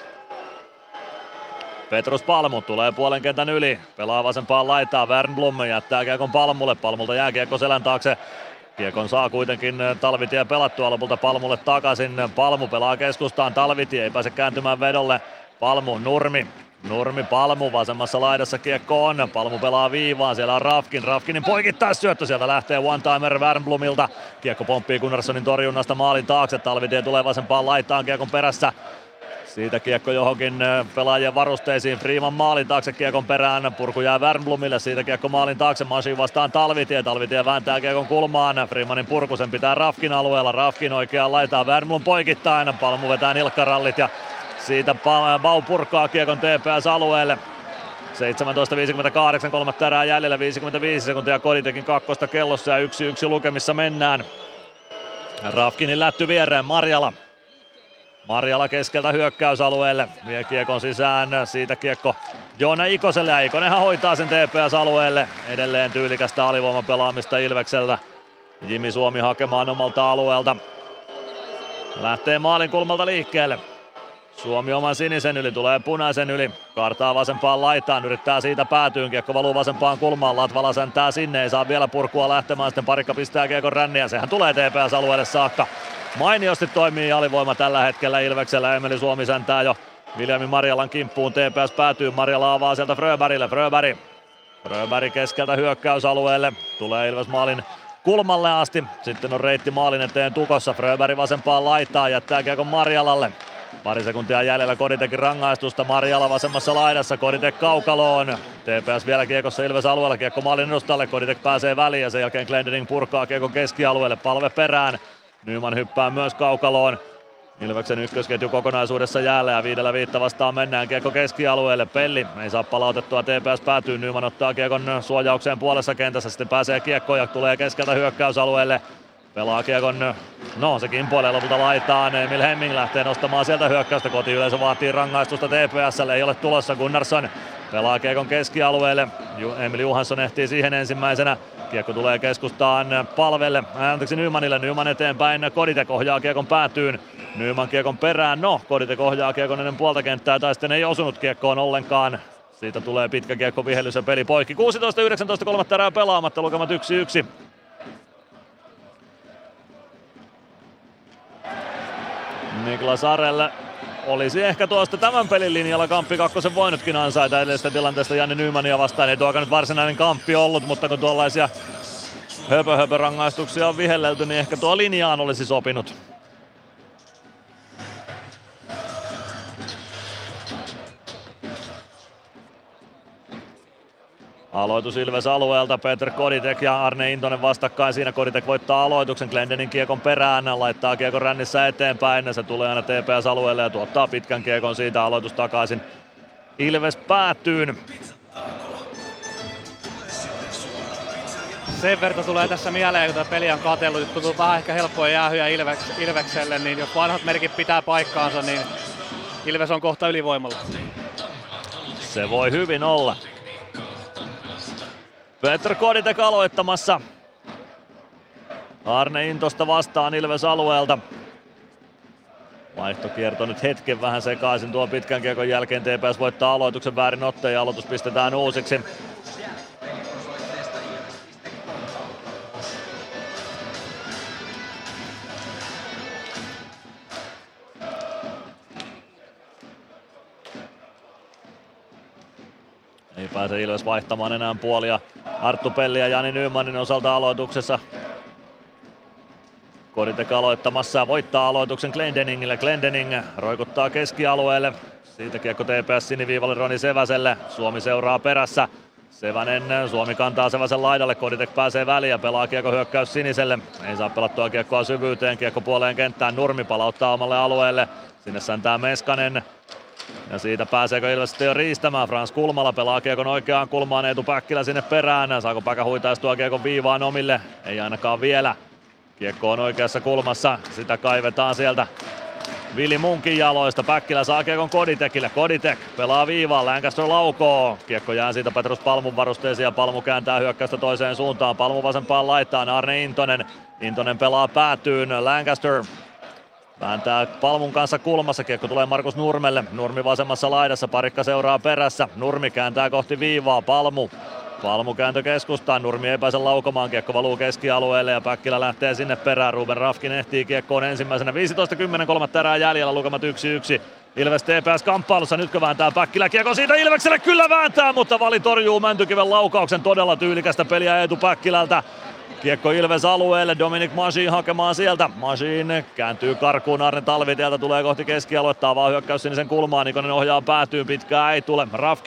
Petrus Palmu tulee puolen kentän yli. Pelaa vasempaan laitaan. Wernbloom jättää kiekon Palmulle. Palmulta jää kiekko selän taakse. Kiekon saa kuitenkin Talvitie pelattua lopulta Palmulle takaisin. Palmu pelaa keskustaan, Talvitie ei pääse kääntymään vedolle. Palmu, Nurmi, Palmu vasemmassa laidassa kiekko on. Palmu pelaa viivaan, siellä on Rafkinin poikittaisyöttö, sieltä lähtee one-timer Wernbloomilta. Kiekko pomppii Gunnarssonin torjunnasta maalin taakse, Talvitie tulee vasempaan laitaan kiekon perässä. Siitä kiekko johonkin pelaajien varusteisiin, Freeman maalin taakse kiekon perään, purku jää Wernbloomille, siitä kiekko maalin taakse, Machine vastaan Talvitie vääntää kiekon kulmaan, Freemanin purku, sen pitää Rafkin alueella, Rafkin oikeaan laitaan, Wernbloom poikittain, Palmu vetää nilkkarallit ja siitä Bau purkaa kiekon TPS alueelle. 17.58, kolmatta erää jäljellä, 55 sekuntia Koditekin kakkosta kellossa ja 1-1 lukemissa mennään. Rafkinin lätty viereen, Marjala keskeltä hyökkäysalueelle, vie kiekon sisään, siitä kiekko Joona Ikoselle ja Ikonenhan hoitaa sen TPS-alueelle. Edelleen tyylikästä alivoimapelaamista Ilvekseltä. Jimi Suomi hakemaan omalta alueelta. Lähtee maalin kulmalta liikkeelle. Suomi oman sinisen yli, tulee punaisen yli, kaartaa vasempaan laitaan, yrittää siitä päätyyn, kiekko valuu vasempaan kulmaan, Latvala säntää sinne, ei saa vielä purkua lähtemään, sitten Parikka pistää kiekon ränniä, sehän tulee TPS-alueelle saakka. mainiosti toimii alivoima tällä hetkellä Ilveksellä. Emeli Suomi säntää jo Viljami Marjalan kimppuun. TPS päätyy. Marjala avaa sieltä Fröbergille. Fröberg keskeltä hyökkäysalueelle. Tulee Ilves maalin kulmalle asti. Sitten on reitti maalin eteen tukossa. Fröberg vasempaan laitaan. Jättää kiekon Marjalalle. Pari sekuntia jäljellä Koditekin rangaistusta. Marjala vasemmassa laidassa. Koditek kaukaloon. TPS vielä kiekossa Ilves alueella. Kiekko maalin edustalle. Koditek pääsee väliin ja sen jälkeen Glendening purkaa kiekon keskialueelle. Palve perään. Nyman hyppää myös kaukaloon. Ilveksen ykkösketju kokonaisuudessa jäällä ja 5-5 vastaan mennään. Kiekko keskialueelle. Pelli ei saa palautettua. TPS päätyy. Nyman ottaa kiekon suojaukseen puolessa kentässä. Sitten pääsee kiekkoon ja tulee keskeltä hyökkäysalueelle. Pelaa kiekon, se kimpoilee lopulta laitaan. Emil Hemming lähtee nostamaan sieltä hyökkäystä. Kotiyleisö vaatii rangaistusta TPS:lle. Ei ole tulossa. Gunnarsson pelaa kiekon keskialueelle. Emil Johansson ehtii siihen ensimmäisenä. Kiekko tulee keskustaan Nymanille. Nyman eteenpäin. Koditek ohjaa kiekon päätyyn. Nyman kiekon perään. Koditek ohjaa kiekon ennen puolta kenttää tai sitten ei osunut kiekkoon ollenkaan. Siitä tulee pitkä kiekko vihellys ja peli poikki. 16-19 kolmatta erää pelaamatta. Lukemat 1-1. Niklas Arell olisi ehkä tuosta tämän pelin linjalla kamppi kakkosen voinutkin ansaita edellisestä tilanteesta Janne Nymania vastaan. Ei tuokaan nyt varsinainen kamppi ollut, mutta kun tuollaisia rangaistuksia on vihellelty, niin ehkä tuo linjaan olisi sopinut. Aloitus Ilves alueelta, Peter Koditek ja Arne Intonen vastakkain siinä. Koditek voittaa aloituksen Glendenin kiekon perään, laittaa kiekon rännissä eteenpäin. Se tulee aina TPS alueelle ja tuottaa pitkän kiekon siitä, aloitus takaisin Ilves päätyyn. Sen verran tulee tässä mieleen, kun tämä peli on katsellut, tuntuu vähän ehkä helppoja jäähyjä Ilvekselle, niin jos vanhat merkit pitää paikkaansa, niin Ilves on kohta ylivoimalla. Se voi hyvin olla. Petr Koditek aloittamassa. Arne Intosta vastaan Ilves alueelta. Vaihtokierto nyt hetken vähän sekaisin tuon pitkän kiekon jälkeen. TPS voittaa aloituksen väärin otteen ja aloitus pistetään uusiksi. Ei pääse Ilves vaihtamaan enää puolia. Arttu Pelli ja Jani Nymanin osalta aloituksessa. Koditek aloittamassa ja voittaa aloituksen Glendeningille. Glendening roikuttaa keskialueelle. Siitä kiekko TPS siniviivalle Roni Seväselle. Suomi seuraa perässä. Suomi kantaa Seväsen laidalle. Koditek pääsee väliin ja pelaa kiekko hyökkäys siniselle. Ei saa pelattua kiekkoa syvyyteen. Kiekko puoleen kenttään. Nurmi palauttaa omalle alueelle. Sinne säntää Meskanen. Ja siitä pääseekö Ilves sitten jo riistämään. Frans Kulmala pelaa kiekon oikeaan kulmaan. Eetu Päkkilä sinne perään. Saako Päkä huitaistua kiekon viivaan omille? Ei ainakaan vielä. Kiekko on oikeassa kulmassa. Sitä kaivetaan sieltä Vili Munkin jaloista. Päkkilä saa kiekon Koditekille. Koditek pelaa viivaan. Lancaster laukoo. Kiekko jää siitä Petrus Palmun varusteisiin ja Palmu kääntää hyökkäystä toiseen suuntaan. Palmu vasempaan laitaan. Arne Intonen. Intonen pelaa päätyyn. Lancaster vääntää Palmun kanssa kulmassa, kiekko tulee Markus Nurmelle. Nurmi vasemmassa laidassa, Parikka seuraa perässä. Nurmi kääntää kohti viivaa, Palmu kääntö keskustaan, Nurmi ei pääse laukomaan, kiekko valuu keskialueelle ja Päkkilä lähtee sinne perään. Ruben Rafkin ehtii kiekkoon ensimmäisenä. 15-10 kolmatta erää jäljellä, lukemat 1-1. Ilves TPS kamppailussa, nytkö vääntää Päkkilä kiekko siitä Ilvekselle, kyllä vääntää, mutta Vali torjuu Mäntykiven laukauksen. Todella tyylikästä peliä Eetu Päkkilältä. Kiekko Ilves alueelle, Dominic Masin hakemaan sieltä. Masin kääntyy karkuun, Arne Talvitieltä tulee kohti keskialuetta, avaa hyökkäys sinisen kulmaan. Nikonen ohjaa päätyyn, pitkää ei tule.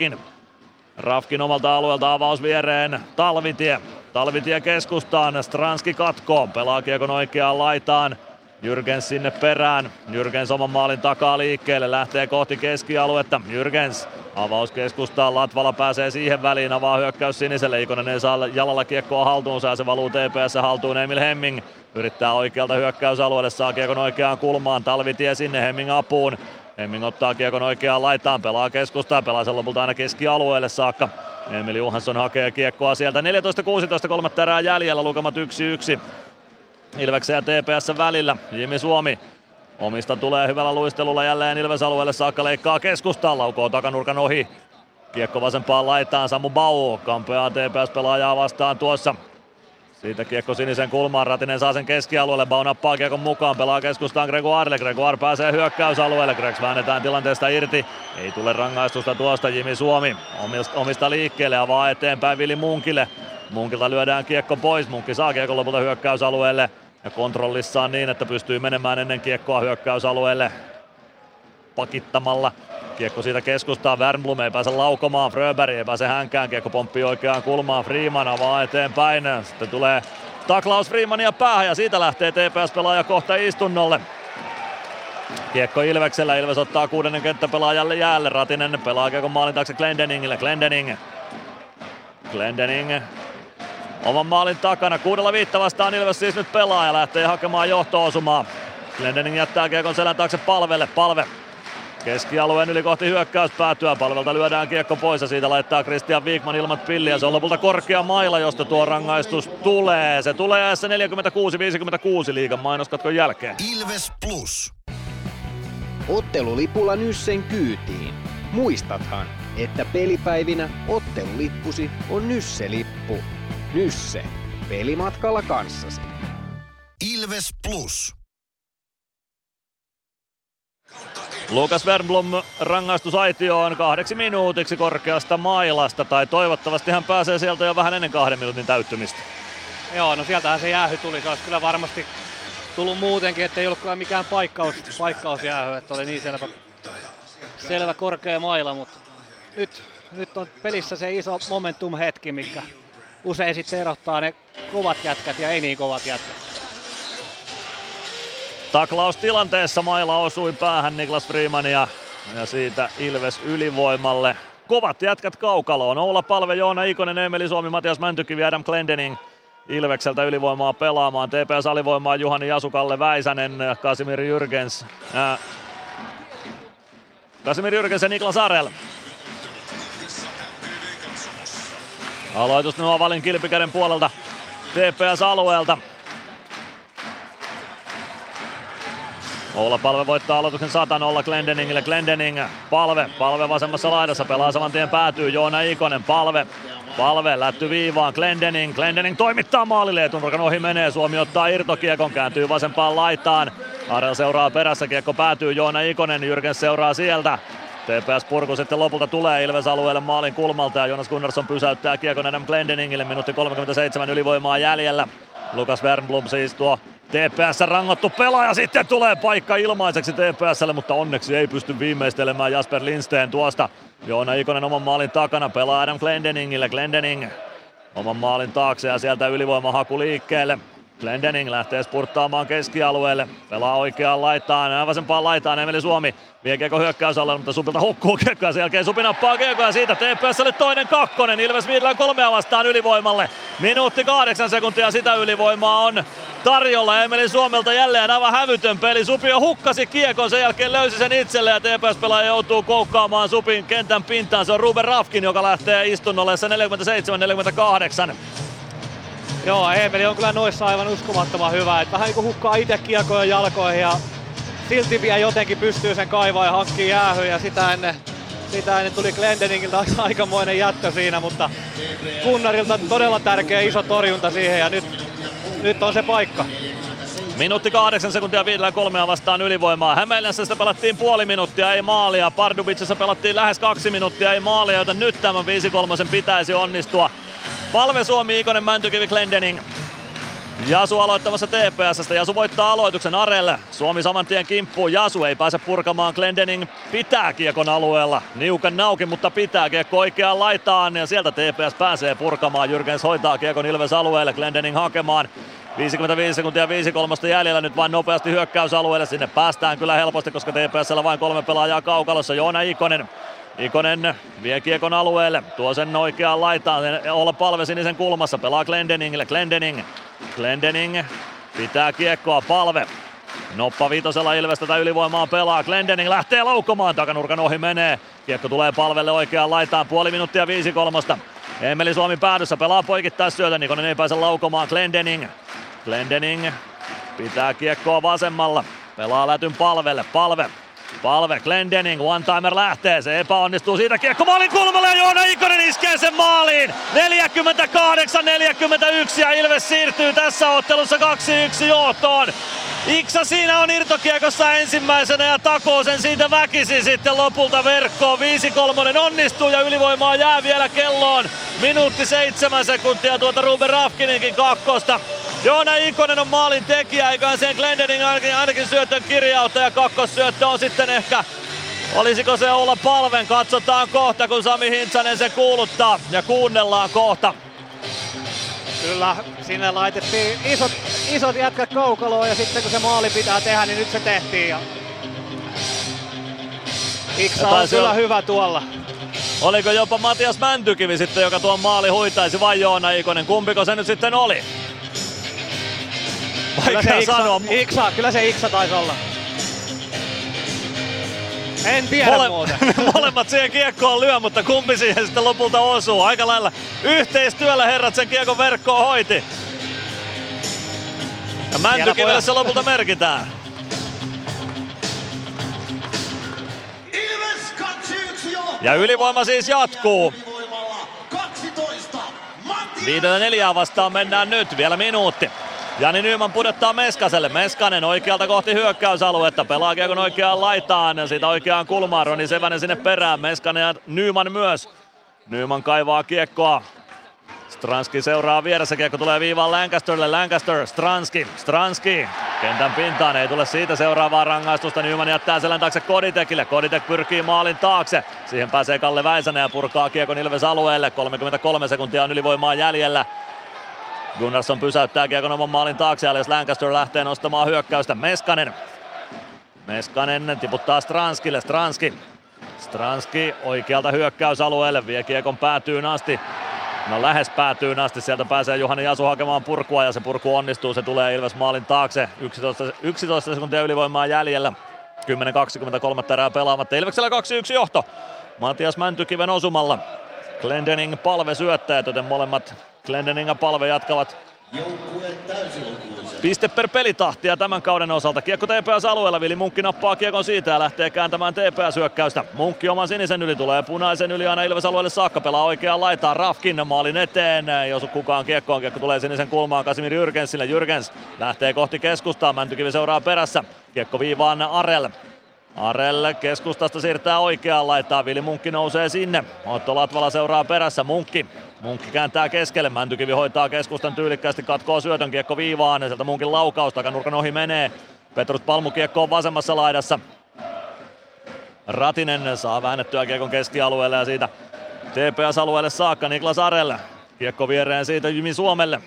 Rafkin omalta alueelta avaus viereen, Talvitie keskustaan, Stranski katkoo, pelaa kiekon oikeaan laitaan. Jürgens sinne perään, Jürgens oman maalin takaa liikkeelle, lähtee kohti keskialuetta. Jürgens avaus keskustaan, Latvala pääsee siihen väliin, avaa hyökkäys siniselle. Ikonen ei saa jalalla kiekkoa haltuunsa ja se valuu TPS haltuun. Emil Hemming yrittää oikealta hyökkäysalueelle, saa kiekon oikeaan kulmaan. Talvitie sinne, Hemming apuun. Hemming ottaa kiekon oikeaan laitaan, pelaa keskustaan, pelaa sen lopulta aina keskialueelle saakka. Emil Johansson hakee kiekkoa sieltä. 14-16 kolmatta erää jäljellä, lukemat 1-1. Ilveksen ja TPS välillä. Jimi Suomi omista tulee hyvällä luistelulla jälleen Ilves-alueelle saakka, leikkaa keskustaan, laukoo takanurkan ohi. Kiekko vasempaan laitaan, Samu Bau kampeaa TPS-pelaajaa vastaan tuossa. Siitä kiekko sinisen kulmaan, Ratinen saa sen keskialueelle, Bau nappaa kiekon mukaan, pelaa keskustaan Gregoirelle, Gregoire pääsee hyökkäysalueelle, Gregs väännetään tilanteesta irti, ei tule rangaistusta tuosta, Jimi Suomi omista liikkeelle, avaa eteenpäin Vili Munkille, Munkilta lyödään kiekko pois, Munkki saa kiekon lopulta hyökkäysalueelle ja kontrollissaan niin, että pystyy menemään ennen kiekkoa hyökkäysalueelle pakittamalla. Kiekko siitä keskustaan, Wernbloom ei pääse laukomaan, Fröberg ei pääse hänkään, kiekko pomppii oikeaan kulmaan, Freeman avaa eteenpäin, sitten tulee taklaus Freemania päähän ja siitä lähtee TPS-pelaaja kohta istunnolle. Kiekko Ilveksellä, Ilves ottaa 6. kenttäpelaajalle jäälle, Ratinen pelaa kiekon maalin taakse Glendeningille, Glendening oman maalin takana, 6-5 vastaan Ilves siis nyt pelaa ja lähtee hakemaan johto-osumaa. Glendening jättää kiekon selän taakse Palve. Keskialueen yli kohti hyökkäyspäätyä, Palvelta lyödään kiekko pois ja siitä laittaa Christian Wikman ilman pilliä. Se on lopulta korkea maila, josta tuo rangaistus tulee. Se tulee ajassa 46-56 liigan mainoskatkon jälkeen. Ilves Plus. Ottelulipulla Nyssen kyytiin. Muistathan, että pelipäivinä ottelulippusi on Nysse-lippu. Nysse. Pelimatkalla kanssasi. Ilves Plus. Lukas Wernbloom rangaistusaitioon 2 minuutiksi korkeasta mailasta, tai toivottavasti hän pääsee sieltä jo vähän ennen 2 minuutin täyttymistä. Joo, no sieltähän se jäähy tuli, se olisi kyllä varmasti tullut muutenkin, ettei ollut kyllä mikään paikkausjäähy, että oli niin selvä korkea maila, mutta nyt on pelissä se iso momentum-hetki, mikä usein sitten erottaa ne kovat jätkät ja ei niin kovat jätkät. Taklaustilanteessa maila osui päähän Niklas Freemania ja siitä Ilves ylivoimalle. Kovat jätkät kaukaloon. Oula Palve, Joona Ikonen, Emeli Suomi, Matias Mäntykivi, Adam Glendening Ilvekseltä ylivoimaa pelaamaan. TPS alivoimaa Juhani Jasu, Kalle Väisänen, Kasimir Jürgens ja Niklas Arel. Aloitus Noa Valin Kilpikäden puolelta TPS-alueelta. Oula Palve voittaa aloituksen 100-0 Glendeningille. Palve vasemmassa laidassa pelaa saman tien päätyy. Joona Ikonen, Palve lätty viivaan. Glendening toimittaa maalille. Etunurkan ohi menee. Suomi ottaa irtokiekon, kääntyy vasempaan laitaan. Arel seuraa perässä, kiekko päätyy. Joona Ikonen, Jürgens seuraa sieltä. TPS purku sitten lopulta tulee Ilves-alueelle maalin kulmalta ja Jonas Gunnarsson pysäyttää kiekon Adam Glendeningille. Minuutti 37 ylivoimaa jäljellä. Lukas Wernbloom siis tuo TPS rangottu pelaaja, sitten tulee paikka ilmaiseksi TPS:lle, mutta onneksi ei pysty viimeistelemään Jasper Lindsten tuosta. Joona Ikonen oman maalin takana pelaa Adam Glendeningille. Glendening oman maalin taakse ja sieltä ylivoimahaku liikkeelle. Glendening lähtee spurttaamaan keskialueelle, pelaa oikeaan laitaan, vasempaan laitaan Emeli Suomi vie kiekko hyökkäysalueelle, mutta Supilta hukkuu kiekko ja sen jälkeen Supi nappaa kiekko ja siitä TPS:lle toinen 2. Ilves 5-3 vastaan ylivoimalle. Minuutti 8 sekuntia sitä ylivoimaa on tarjolla. Emeli Suomelta jälleen aivan hävytön peli. Supi jo hukkasi kiekon, sen jälkeen löysi sen itselle ja TPS-pelaaja joutuu koukkaamaan Supin kentän pintaan. Se on Ruben Rafkin, joka lähtee istunnolle 47-48. Joo, Emeli on kyllä noissa aivan uskomattoman hyvä. Että vähän niin kuin hukkaa itse kiekoja jalkoihin ja silti vielä jotenkin pystyy sen kaivaa ja hankkii jäähyä. Ja sitä ennen tuli Glendeningiltä aikamoinen jättö siinä, mutta Gunnarilta todella tärkeä iso torjunta siihen ja nyt on se paikka. Minuutti 8 sekuntia 5-3 vastaan ylivoimaa. Hämeenlinnassa pelattiin puoli minuuttia, ei maalia. Pardubicissa pelattiin lähes 2 minuuttia, ei maalia, joten nyt tämän 5-3 pitäisi onnistua. Palve, Suomi, Ikonen, Mäntykivi, Glendening. Jasu aloittamassa TPS:stä. Jasu voittaa aloituksen Arelle. Suomi saman tien kimppuun. Jasu ei pääse purkamaan. Glendening pitää kiekon alueella. Niukan naukin, mutta pitää kiekko oikeaan laitaan. Ja sieltä TPS pääsee purkamaan. Jürgens hoitaa kiekon Ilves alueelle. Glendening hakemaan. 55 sekuntia 5-3 jäljellä, nyt vain nopeasti hyökkäysalueelle. Sinne päästään kyllä helposti, koska TPS:llä vain 3 pelaajaa kaukalossa. Joona Ikonen vie kiekon alueelle, tuo sen oikeaan laitaan, olla Palve sinisen kulmassa, pelaa Glendeningille. Glendening pitää kiekkoa, Palve. Noppa vitosella Ilves tätä ylivoimaa pelaa, Glendening lähtee laukkomaan, takanurkan ohi menee. Kiekko tulee Palvelle oikeaan laitaan, puoli minuuttia 5-3. Emeli Suomi päädyssä, pelaa poikittaisyötä, Ikonen ei pääse laukomaan, Glendening pitää kiekkoa vasemmalla, pelaa lätyn Palvelle, Palve, Glendening, one-timer lähtee, se epäonnistuu siitä, kiekko maalin kulmalle ja Joona Ikonen iskee sen maaliin. 48-41 ja Ilves siirtyy tässä ottelussa 2-1 johtoon. Iksa siinä on irtokiekossa ensimmäisenä ja takoo sen siitä väkisin sitten lopulta verkkoon. 5-3 onnistuu ja ylivoimaa jää vielä kelloon. Minuutti 7 sekuntia tuota Ruben Rafkininkin kakkosta. Joona Ikonen on maalin tekijä, eiköhän sen Glendening ainakin syötön kirjauta ja kakkossyöttö on sitten ehkä, olisiko se olla Palven, katsotaan kohta kun Sami Hintsanen sen kuuluttaa ja kuunnellaan kohta. Kyllä, sinne laitettiin isot jätkät kaukaloon ja sitten kun se maali pitää tehdä, niin nyt se tehtiin. Ja Iksa on kyllä hyvä tuolla. Oliko jopa Matias Mäntykivi sitten, joka tuon maali huitaisi vai Joona Ikonen? Kumpiko se nyt sitten oli? Vaikea sanoa. Kyllä se Iksa taisi olla. En tiedä muuten. Molemmat siihen kiekkoon lyö, mutta kumpi siihen sitten lopulta osuu? Aika lailla yhteistyöllä herrat sen kiekon verkkoon hoiti. Ja Mäntykivelle se lopulta merkitään. Ja ylivoima siis jatkuu. 5-4 vastaan mennään nyt, vielä minuutti. Jani Nyman pudottaa Meskaselle. Meskanen oikealta kohti hyökkäysaluetta. Pelaa kiekon oikeaan laitaan ja siitä oikeaan kulmaan. Roni Sevänen sinne perään. Meskanen ja Nyman myös. Nyman kaivaa kiekkoa. Stranski seuraa vieressä. Kiekko tulee viivaan Lancasterille. Lancaster, Stranski. Kentän pintaan. Ei tule siitä seuraavaa rangaistusta. Nyman jättää selän taakse Koditekille. Koditek pyrkii maalin taakse. Siihen pääsee Kalle Väisänen ja purkaa kiekon Ilves alueelle. 33 sekuntia on ylivoimaa jäljellä. Gunnarsson pysäyttää kiekon oman maalin taakse, ja Lancaster lähtee nostamaan hyökkäystä. Meskanen tiputtaa Stranskille. Stranski oikealta hyökkäysalueelle, vie kiekon päätyyn asti. No lähes päätyyn asti, sieltä pääsee Juhani Jasu hakemaan purkua ja se purku onnistuu, se tulee Ilves maalin taakse. 11 sekuntia ylivoimaa jäljellä. 10-23 erää pelaamatta. Ilveksellä 2-1 johto. Matias Mäntykiven osumalla. Glendening Palve syöttää, joten molemmat Glendening ja Palve jatkavat piste per pelitahtia tämän kauden osalta. Kiekko TPS-alueella, Vili Munkki nappaa kiekon siitä ja lähtee kääntämään TPS-hyökkäystä. Munkki oman sinisen yli, tulee punaisen yli aina Ilves-alueelle saakka, pelaa oikeaan laitaan, Rafkin maalin eteen, ei osu kukaan kiekkoon, kiekko tulee sinisen kulmaan Kasimir Jürgensille, Jürgens lähtee kohti keskustaa, Mäntykivi seuraa perässä, kiekko viivaan Arel keskustasta siirtää oikeaan laitaan, Vili Munkki nousee sinne, Otto Latvala seuraa perässä, Munkki kääntää keskelle, Mäntykivi hoitaa keskustan tyylikkäästi, katkoo syötön, kiekko viivaan ja sieltä Munkin laukaus, takanurkan ohi menee. Petrus Palmu kiekko on vasemmassa laidassa. Ratinen saa väännettyä kiekon keskialueelle ja siitä TPS-alueelle saakka Niklas Arel. Kiekko viereen siitä Jimi Suomelle.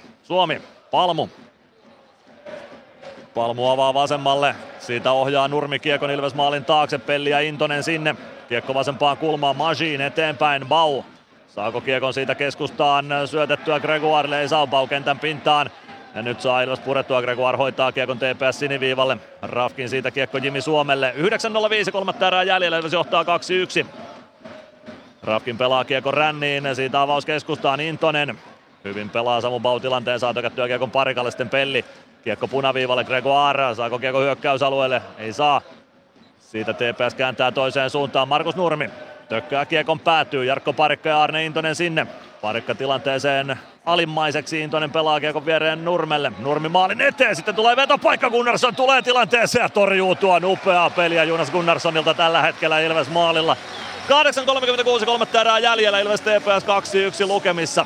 Palmu avaa vasemmalle, siitä ohjaa Nurmi kiekon Ilves maalin taakse, Pelli ja Intonen sinne. Kiekko vasempaan kulmaan, Majin eteenpäin, Bau. Saako kiekon siitä keskustaan syötettyä Gregoirelle, ei saa, Bau kentän pintaan. Ja nyt saa Ilves purettua, Gregoire hoitaa kiekon TPS siniviivalle. Rafkin siitä kiekko Jimi Suomelle. 9.05, 3 erää jäljellä, Ilves johtaa 2-1. Rafkin pelaa kiekon ränniin, siitä avaus keskustaan Intonen. Hyvin pelaa Samu Bau tilanteen, saa tökättyä kiekon Parikalle, sitten Pelli. Kiekko punaviivalle, Gregoire, saako kiekko hyökkäysalueelle? Ei saa. Siitä TPS kääntää toiseen suuntaan, Markus Nurmi. Tökkää kiekon päätyy, Jarkko Parikka ja Arne Intonen sinne. Parikka tilanteeseen alimmaiseksi, Intonen pelaa kiekon viereen Nurmelle. Nurmi maalin eteen, sitten tulee vetopaikka, Gunnarsson tulee tilanteeseen ja torjuu tuon upeaa peliä Jonas Gunnarssonilta tällä hetkellä Ilves maalilla. 8.36, 3 erää jäljellä, Ilves TPS 2-1 lukemissa.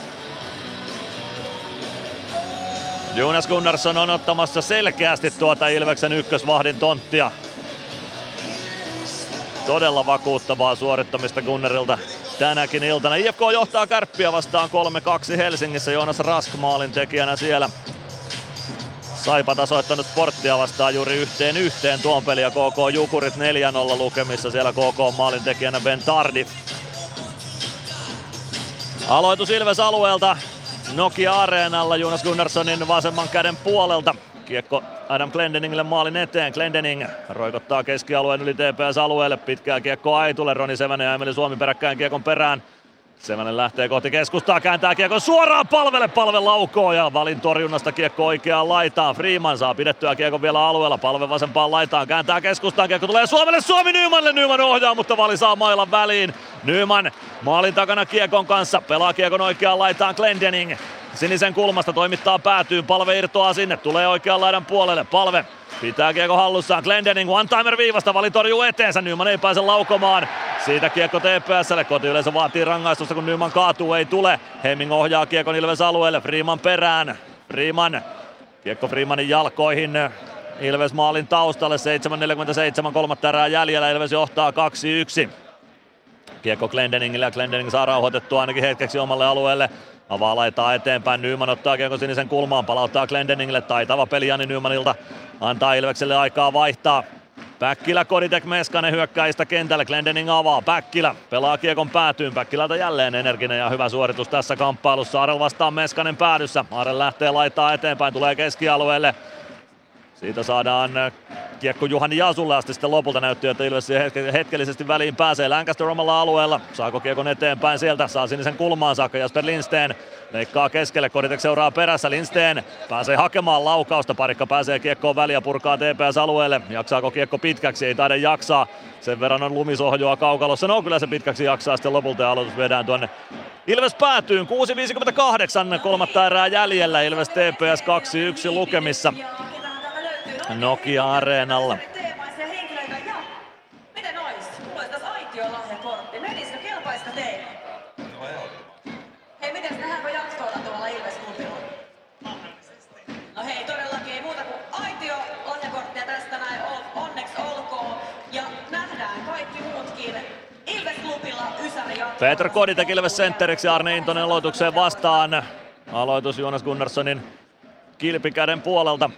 Jonas Gunnarsson on ottamassa selkeästi tuota Ilveksen ykkösvahdin tonttia. Todella vakuuttavaa suorittamista Gunnarilta tänäkin iltana. IFK johtaa Kärppiä vastaan 3-2 Helsingissä. Joonas Rask maalin tekijänä siellä. Saipa tasoittanut Sporttia vastaan juuri 1-1 tuon peli ja KK Jukurit 4-0 lukemissa. Siellä KK maalin tekijänä Ben Tardi. Aloitus Ilves alueelta Nokia-areenalla Jonas Gunnarssonin vasemman käden puolelta. Kiekko Adam Glendeningille maalin eteen. Glendening roikottaa keskialueen yli TPS-alueelle. Pitkää kiekko Aitulle. Roni Sevänen ja Emeli Suomi peräkkäin kiekon perään. Sevänen lähtee kohti keskustaa, kääntää kiekon suoraan Palvelle. Palve laukoo ja Valin torjunnasta kiekko oikeaan laitaan. Freeman saa pidettyä kiekon vielä alueella. Palve vasempaan laitaan, kääntää keskustaan. Kiekko tulee Suomelle, Suomi Nymanille. Nyman ohjaa, mutta Vali saa mailan väliin. Nyman maalin takana kiekon kanssa. Pelaa kiekon oikeaan laitaan Glendening. Sinisen kulmasta toimittaa päätyyn. Palve irtoaa sinne, tulee oikean laidan puolelle. Palve pitää kiekko hallussaan. Glendening one-timer viivasta. Vali torjuu eteensä. Nyman ei pääse laukomaan. Siitä kiekko TPS:lle. Kotiyleisö vaatii rangaistusta, kun Nyman kaatuu, ei tule. Hemming ohjaa kiekon Ilves alueelle. Freeman perään. Freeman. Kiekko Freemanin jalkoihin. Ilves maalin taustalle. 7.47, kolmatta erää jäljellä. Ilves johtaa 2-1. Kiekko Glendeningille ja Glendening saa rauhoitettua ainakin hetkeksi omalle alueelle. Avaa laitaa eteenpäin, Nyman ottaa kiekon sinisen kulmaan, palauttaa Glendeningille, taitava peli Jani Nymanilta, antaa Ilvekselle aikaa vaihtaa. Päkkilä, Koditek, Meskanen hyökkäistä kentälle, Glendening avaa, Päkkilä pelaa kiekon päätyyn, Päkkilältä jälleen energinen ja hyvä suoritus tässä kamppailussa. Arel vastaan Meskanen päädyssä, Arel lähtee laittaa eteenpäin, tulee keskialueelle. Siitä saadaan kiekko Juhani Jasulle asti, sitten lopulta näytti, että Ilves hetkellisesti väliin pääsee. Lancaster omalla alueella, saako kiekon eteenpäin sieltä, saa sinisen kulmaan saakka. Jasper Lindsten leikkaa keskelle, Koditek seuraa perässä, Lindsten pääsee hakemaan laukausta, Parikka pääsee kiekkoon väliin ja purkaa TPS-alueelle. Jaksaako kiekko pitkäksi, ei taida jaksaa, sen verran on lumisohjoa kaukalossa, no kyllä se pitkäksi jaksaa, sitten lopulta ja aloitus vedään tuonne Ilves päätyyn, 6.58, kolmatta erää jäljellä, Ilves TPS 2-1 lukemissa. Nokia-areenalla. Miten ois? Mulla olisi tässä aitiolahjakortti. Menisikö? Kelpaisiko teille? Hei, mites nähdäänkö jatkoilla tuolla Ilves-klubilla? No hei, todellakin ei muuta kuin aitiolahjakorttia tästä näin. Onneksi olkoon. Ja nähdään kaikki muutkin Ilves-klubilla Ysäri jatkoilla. Peter Koditek Ilves sentteriksi, Arne Intonen aloitukseen vastaan. Aloitus Jonas Gunnarssonin kilpikäden puolelta.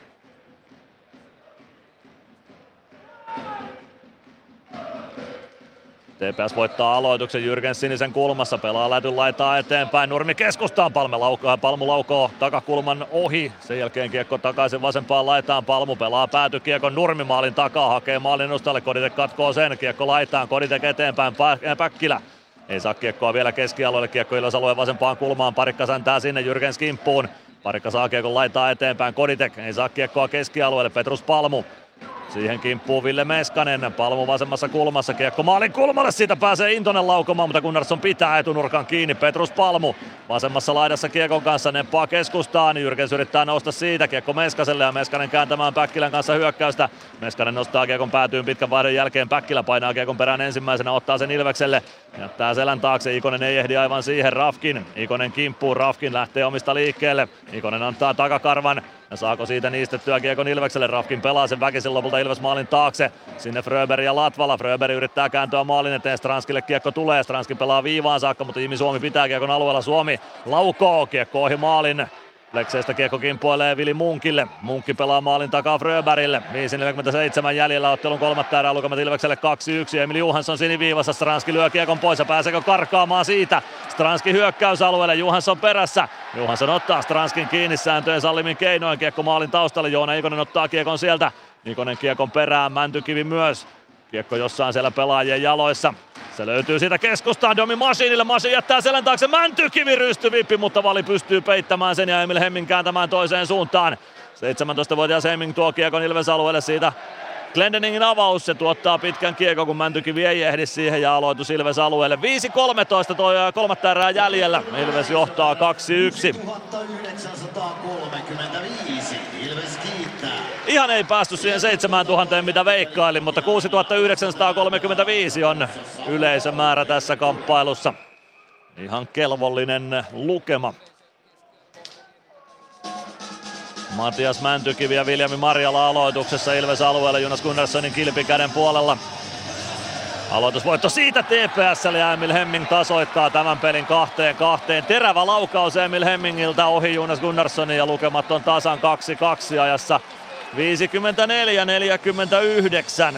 TPS voittaa aloituksen, Jürgens sinisen kulmassa, pelaa lätyn laitaa eteenpäin, Nurmi keskustaan, Palmu laukoo takakulman ohi, sen jälkeen kiekko takaisin vasempaan laitaan, Palmu pelaa päätykiekon Nurmi maalin takaa, hakee maalin edustalle, Koditek katkoo sen, kiekko laitaan, Koditek eteenpäin, Päkkilä. Ei saa kiekkoa vielä keskialueelle, kiekko Ilves alueen vasempaan kulmaan, Parikka säntää sinne Jürgens kimppuun, Parikka saa kiekon laitaa eteenpäin, Koditek ei saa kiekkoa keskialueelle, Petrus Palmu. Siihen kimppuu Ville Meskanen, Palmu vasemmassa kulmassa, kiekko maalin kulmalle, siitä pääsee Intonen laukomaan, mutta Gunnarsson pitää etunurkan kiinni, Petrus Palmu vasemmassa laidassa kiekon kanssa, neppaa keskustaan, Jyrkens yrittää nousta siitä, kiekko Meskaselle ja Meskanen kääntämään Päkkilän kanssa hyökkäystä, Meskanen nostaa kiekon päätyyn pitkän vaihdon jälkeen, Päkkilä painaa kiekon perään ensimmäisenä, ottaa sen Ilvekselle, jättää selän taakse, Ikonen ei ehdi aivan siihen, Rafkin, Ikonen kimppuu, Rafkin lähtee omista liikkeelle, Ikonen antaa takakarvan, ja saako siitä niistettyä kiekon Ilvekselle, Rafkin pelaa sen väkisin lopulta Ilves maalin taakse, sinne Fröberg ja Latvala, Fröberg yrittää kääntyä maalin eteen, Stranskille kiekko tulee, Stranski pelaa viivaan saakka, mutta Jimi Suomi pitää kiekon alueella, Suomi laukoo, kiekko ohi maalin, Lekseistä kiekko kimpoilee Vili Munkille, Munkki pelaa maalin takaa Fröbergille, 5.47 jäljellä ottelun kolmatta erää, lukemat Ilvekselle 2-1, Emil Johansson siniviivassa, Stranski lyö kiekon pois ja pääseekö karkaamaan siitä, Stranski hyökkäysalueelle, Johansson perässä, Johansson ottaa Stranskin kiinni sääntöjen sallimin keinoin, kiekko maalin taustalle, Joona Ikonen ottaa kiekon sieltä, Ikonen kiekon perään, Mäntykivi myös, kiekko jossain siellä pelaajien jaloissa. Se löytyy siitä keskustaan Domi Masinille, Masin jättää selän taakse, Mäntykivi rystyvippi, mutta Vali pystyy peittämään sen ja Emil Hemming kääntämään toiseen suuntaan. 17-vuotias Hemming tuo kiekon Ilves alueelle siitä. Glendeningin avaus, se tuottaa pitkän kiekon, kun Mäntykivi ei ehdi siihen ja aloitus Ilves alueelle. 5.13 toi kolmatta erää jäljellä, Ilves johtaa 2-1. 1935, Ilves kiittää. Ihan ei päästy siihen 7000 mitä veikkailin, mutta 6935 on yleisömäärä tässä kamppailussa. Ihan kelvollinen lukema. Matias Mäntykivi ja Viljami Marjala aloituksessa Ilves alueella Jonas Gunnarssonin kilpikäden puolella. Aloitusvoitto siitä TPS:lle ja Emil Hemming tasoittaa tämän pelin 2-2. Terävä laukaus Emil Hemmingiltä ohi Jonas Gunnarssonin ja lukemat on tasan 2-2 ajassa 54-49.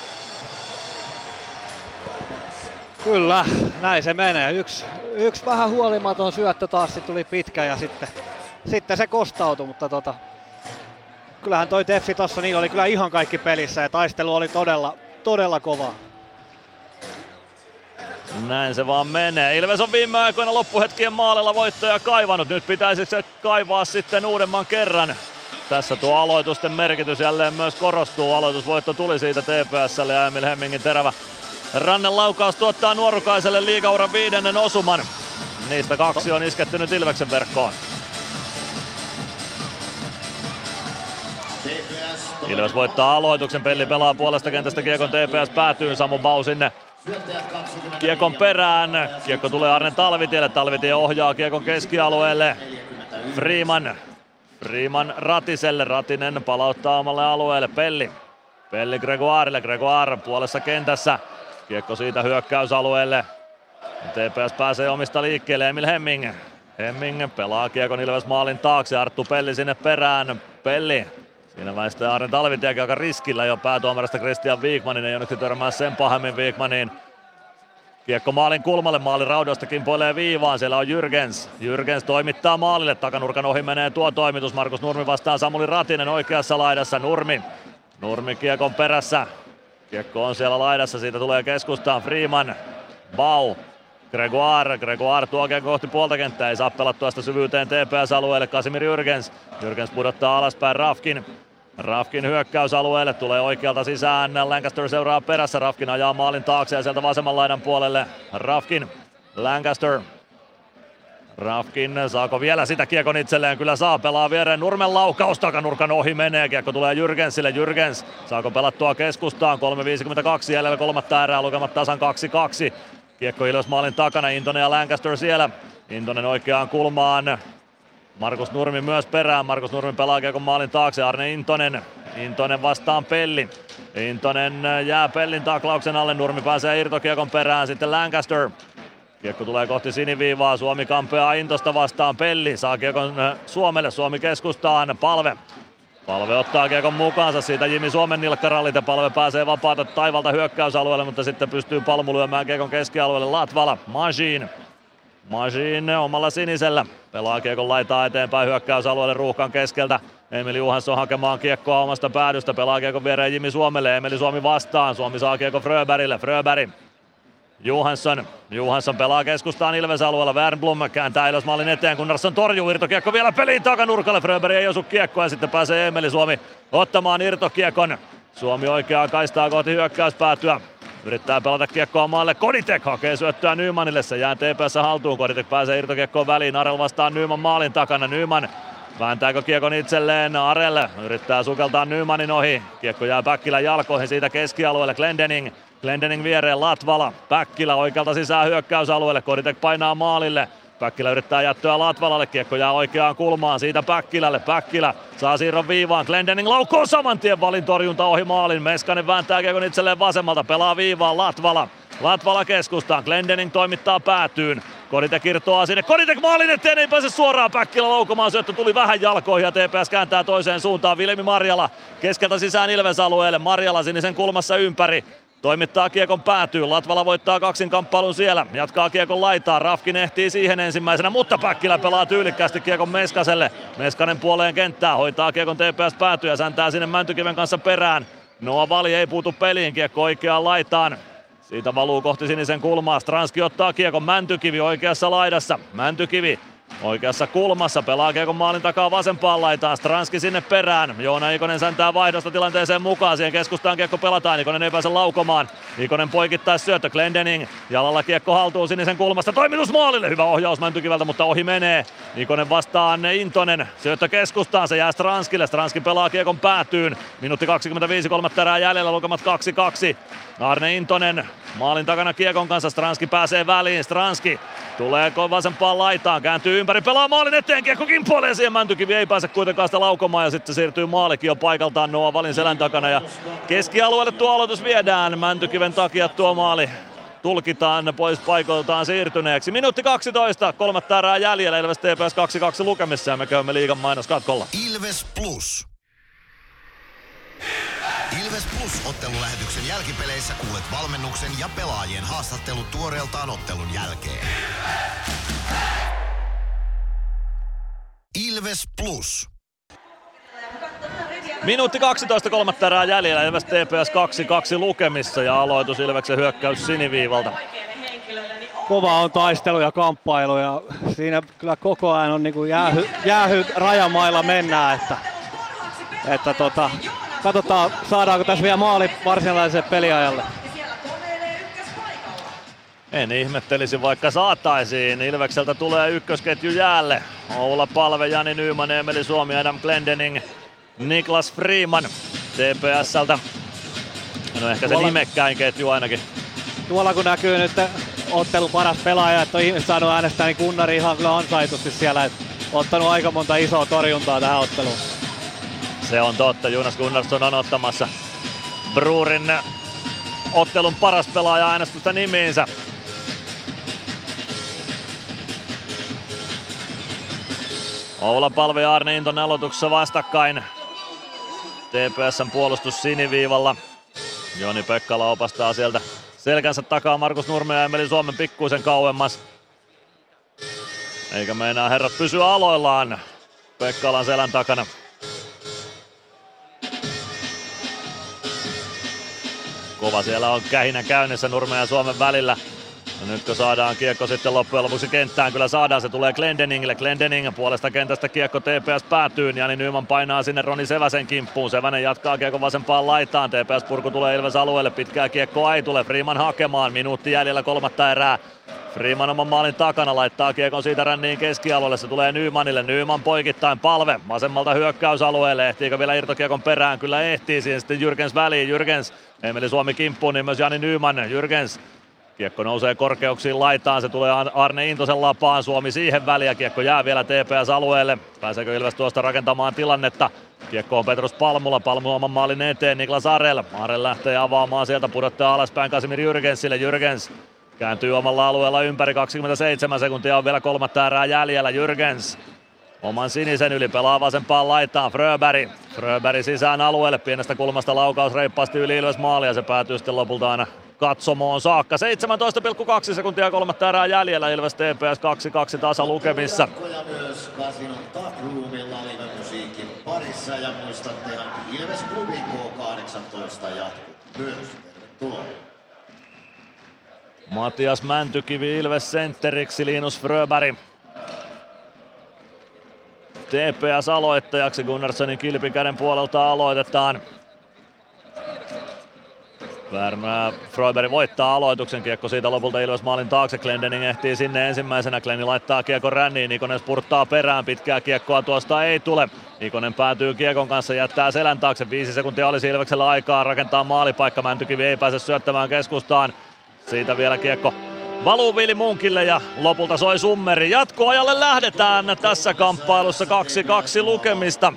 Kyllä, näin se menee. Yksi vähän huolimaton syöttö taas, sit tuli pitkä ja sitten se kostautui, mutta kyllähän toi Tepsi tossa, niillä oli kyllä ihan kaikki pelissä ja taistelu oli todella kovaa. Näin se vaan menee. Ilves on viime aikoina loppuhetkien maalilla voittoja kaivannut. Nyt pitäisi se kaivaa sitten uudemman kerran. Tässä tuo aloitusten merkitys jälleen myös korostuu. Aloitusvoitto tuli siitä TPS:lle ja Emil Hemmingin terävä rannelaukaus tuottaa Nuorukaiselle liigauran 5. osuman. Niistä 2 on isketty nyt Ilveksen verkkoon. Ilves voittaa aloituksen. Pelli pelaa puolesta kentästä kiekon, TPS päätyy. Samu Bau sinne kiekon perään. Kiekko tulee Arne Talvitielle. Talvitie ohjaa kiekon keskialueelle. Freeman Ratiselle. Ratinen palauttaa omalle alueelle. Pelli Gregoirelle. Gregoire puolessa kentässä. Kiekko siitä hyökkäysalueelle. TPS pääsee omista liikkeelle. Emil Hemming pelaa kiekon Ilves maalin taakse. Arttu Pelli sinne perään. Pelli. Siinä väistää Arne Talvitiekin aika riskillä jo päätuomarista Christian Wikmanin. Ei onneksi törmää sen pahemmin Wikmaniin. Kiekko maalin kulmalle, maalin raudoista kimpoilee viivaan, siellä on Jürgens. Jürgens toimittaa maalille, takanurkan ohi menee tuo toimitus. Markus Nurmi vastaan Samuli Ratinen oikeassa laidassa, Nurmi kiekon perässä. Kiekko on siellä laidassa, siitä tulee keskustaan Freeman, Bau, Gregoire tuo kiekko kohti puolta kenttää, ei saa pelattua sitä syvyyteen TPS-alueelle, Kasimir Jürgens pudottaa alaspäin Rafkin hyökkäysalueelle, tulee oikealta sisään, Lancaster seuraa perässä, Rafkin ajaa maalin taakse ja sieltä vasemman laidan puolelle Lancaster, saako vielä sitä kiekon itselleen? Kyllä saa, pelaa viereen Nurmen laukaus, takanurkan ohi menee, kiekko tulee Jürgensille, Jürgens saako pelattua keskustaan, 3.52 jäljellä kolmatta erää, lukemat tasan 2-2. Kiekko Ilves maalin takana, Intonen ja Lancaster siellä, Intonen oikeaan kulmaan. Markus Nurmi myös perään. Markus Nurmi pelaa kiekon maalin taakse. Arne Intonen vastaan Pelli. Intonen jää Pellin taklauksen alle. Nurmi pääsee irtokiekon perään. Sitten Lancaster. Kiekko tulee kohti siniviivaa. Suomi kampeaa Intosta vastaan. Pelli saa kiekon Suomelle. Suomi keskustaan. Palve ottaa kiekon mukaansa. Siitä Jimi Suomen nilkkarallit ja Palve pääsee vapaata taivalta hyökkäysalueelle, mutta sitten pystyy Palmu lyömään kiekon keskialueelle. Latvala. Majin omalla sinisellä. Pelaa kiekon laitaa eteenpäin hyökkäysalueelle ruuhkan keskeltä. Emeli Johansson hakemaan kiekkoa omasta päädystä. Pelaa kiekon viereen Jimi Suomelle. Emeli Suomi vastaan. Suomi saa kiekon Fröbergille. Johansson pelaa keskustaan Ilves-alueella. Wernbloom kääntää Ilves maalin eteen. Gunnarsson torjuu irtokiekko vielä peliin takanurkalle. Fröberg ei osu kiekkoa ja sitten pääsee Emeli Suomi ottamaan irtokiekon. Suomi oikeaa kaistaa kohti hyökkäyspäätyä. Yrittää pelata kiekkoa maalle. Koditek hakee syöttöä Nymanille. Se jää TPS haltuun. Koditek pääsee irtokiekkoon väliin. Arel vastaan Nyman maalin takana. Nyman vääntääkö kiekon itselleen? Arel yrittää sukeltaa Nymanin ohi. Kiekko jää Päkkilän jalkoihin siitä keskialueelle. Glendening viereen Latvala. Päkkilä oikealta sisään hyökkäysalueelle. Koditek painaa maalille. Päkkilä yrittää jättöä Latvalalle, kiekko jää oikeaan kulmaan, siitä Päkkilälle, Päkkilä saa siirron viivaan, Glendening laukkoo saman tien valintorjunta ohi maalin, Meskanen vääntää kiekon itselleen vasemmalta, pelaa viivaan Latvala keskustaan, Glendening toimittaa päätyyn, Koditek irtoaa sinne, Koditek maalin eteen, ei pääse suoraan Päkkilä laukomaan, syöttö tuli vähän jalkoihin ja TPS kääntää toiseen suuntaan, Vilmi Marjala keskeltä sisään Ilves-alueelle, Marjala sinisen kulmassa ympäri. Toimittaa kiekon päätyyn, Latvala voittaa kaksinkamppailun siellä, jatkaa kiekon laitaan, Rafkin ehtii siihen ensimmäisenä, mutta Päkkilä pelaa tyylikkäästi kiekon Meskaselle. Meskanen puoleen kenttää, hoitaa kiekon TPS päätyyn ja säntää sinne Mäntykiven kanssa perään. Noa Vali ei puutu peliin, kiekko oikeaan laitaan. Siitä valuu kohti sinisen kulmaa, Stranski ottaa kiekon, Mäntykivi oikeassa laidassa, Mäntykivi oikeassa kulmassa, pelaa kiekon maalin takaa vasempaan laitaan, Stranski sinne perään. Joona Ikonen säntää vaihdosta tilanteeseen mukaan, siihen keskustaan kiekko pelataan, Ikonen ei pääse laukomaan. Ikonen poikittais syöttö, Glendening, jalalla kiekko haltuun sinisen kulmasta, toimitus maalille, hyvä ohjaus Mäntykiveltä, mutta ohi menee. Ikonen vastaan Intonen, syöttö keskustaan, se jää Stranskille, Stranski pelaa kiekon päätyyn. Minuutti 25, kolmatta erää jäljellä, lukemat 2-2. Arne Intonen maalin takana kiekon kanssa, Stranski pääsee väliin, Stranski tulee vasempaan laitaan, kääntyy ympäri, pelaa maalin eteen, kiekko kimpoilee siihen, Mäntykivi ei pääse kuitenkaan sitä laukomaan ja sitten se siirtyy maalikin jo paikaltaan Noa Valin selän takana ja keskialueelle tuo aloitus viedään, Mäntykiven takia tuo maali tulkitaan pois paikoiltaan siirtyneeksi. Minuutti 12, kolmatta erää jäljellä, Ilves TPS 2-2 lukemissa ja me käymme liigan mainoskatkolla. Ilves Plus. Ilves Plus-ottelulähetyksen jälkipeleissä kuulet valmennuksen ja pelaajien haastattelut tuoreeltaan ottelun jälkeen. Ilves Plus. Minuutti 12, kolmatta erää jäljellä, Ilves TPS 2-2 lukemissa ja aloitus Ilveksen hyökkäys siniviivalta. kova on taistelu ja kamppailu ja siinä kyllä koko ajan on niinku jäähy rajamailla mennään, että katsotaan saadaanko tässä vielä maali varsinaiselle peliajalle. En ihmettelisi, vaikka saataisiin. Ilvekseltä tulee ykkösketju jäälle. Oula Palve, Jani Nyman, Emeli Suomi, Adam Glendening, Niklas Freeman TPS:ltä. No ehkä se nimekkäin ketju ainakin. Tuolla kun näkyy nyt ottelun paras pelaaja, että on ihmiset saanut äänestää, niin Gunnari ihan kyllä ansaitusti siellä. Että ottanut aika monta isoa torjuntaa tähän otteluun. Se on totta. Jonas Gunnarsson on ottamassa Bruurin ottelun paras pelaaja äänestystä nimiinsä. Oula Palve ja Arne Inton aloituksessa vastakkain. TPS:n puolustus siniviivalla. Joni Pekkala opastaa sieltä selkänsä takaa Markus Nurmen ja Emeli Suomen pikkuisen kauemmas. Eikä meinaa herrat pysyä aloillaan Pekkalan selän takana. Kova siellä on kähinä käynnissä Nurmen ja Suomen välillä. Ja nyt kun saadaan kiekko sitten loppujen lopuksi kenttään, kyllä saadaan, se tulee Glendeningille. Glendening puolesta kentästä kiekko TPS päätyy, Jani Nyman painaa sinne Roni Seväsen kimppuun. Sevänen jatkaa kiekko vasempaan laitaan, TPS purku tulee Ilves alueelle, pitkää kiekkoa ei tule, Freeman hakemaan, minuutti jäljellä kolmatta erää. Freeman oman maalin takana laittaa kiekon siitä ränniin keskialueelle, se tulee Nymanille, Nyman poikittain Palve vasemmalta hyökkäysalueelle, ehtiikö vielä irtokiekon perään, kyllä ehtii, siihen sitten Jürgens väliin, Jürgens, Emeli Suomi kimppuun, niin myös Jani Nyman, Jürgens. Kiekko nousee korkeuksiin laitaan, se tulee Arne Intosen lapaan, Suomi siihen väliin ja kiekko jää vielä TPS-alueelle. Pääseekö Ilves tuosta rakentamaan tilannetta? Kiekko on Petrus Palmulla, Palmu oman maalin eteen, Niklas Arel. Arel lähtee avaamaan sieltä, pudottaa alaspäin Kasimir Jürgensille, Jürgens kääntyy omalla alueella ympäri, 27 sekuntia on vielä kolmatta erää jäljellä, Jürgens. Oman sinisen yli pelaa vasempaan laitaan Fröberg. Fröberg sisään alueelle, pienestä kulmasta laukaus reippaasti yli Ilves maali ja se päätyy sitten lopulta aina katsomoon saakka. 17,2 sekuntia kolmatta erää jäljellä, Ilves TPS 2-2 tasalukemissa. Myös Kasinon Taproomilla live-musiikin parissa ja muistattehan Ilves Klubin K18 jatkuu myös. Tervetuloa. Matias Mäntykivi Ilves sentteriksi, Linus Fröberg TPS aloittajaksi, Gunnarssonin kilpikäden puolelta aloitetaan. Fröberg voittaa aloituksen, kiekko siitä lopulta Ilves maalin taakse, Glendening ehtii sinne ensimmäisenä, Glenni laittaa kiekon ränniin, Ikonen spurttaa perään, pitkää kiekkoa tuosta ei tule. Ikonen päätyy kiekon kanssa, jättää selän taakse, 5 sekuntia olisi Ilveksellä aikaa rakentaa maalipaikka, Mäntykivi ei pääse syöttämään keskustaan. Siitä vielä kiekko valuu Vili Munkille ja lopulta soi summeri. Jatkoajalle lähdetään tässä kamppailussa 2-2 lukemista.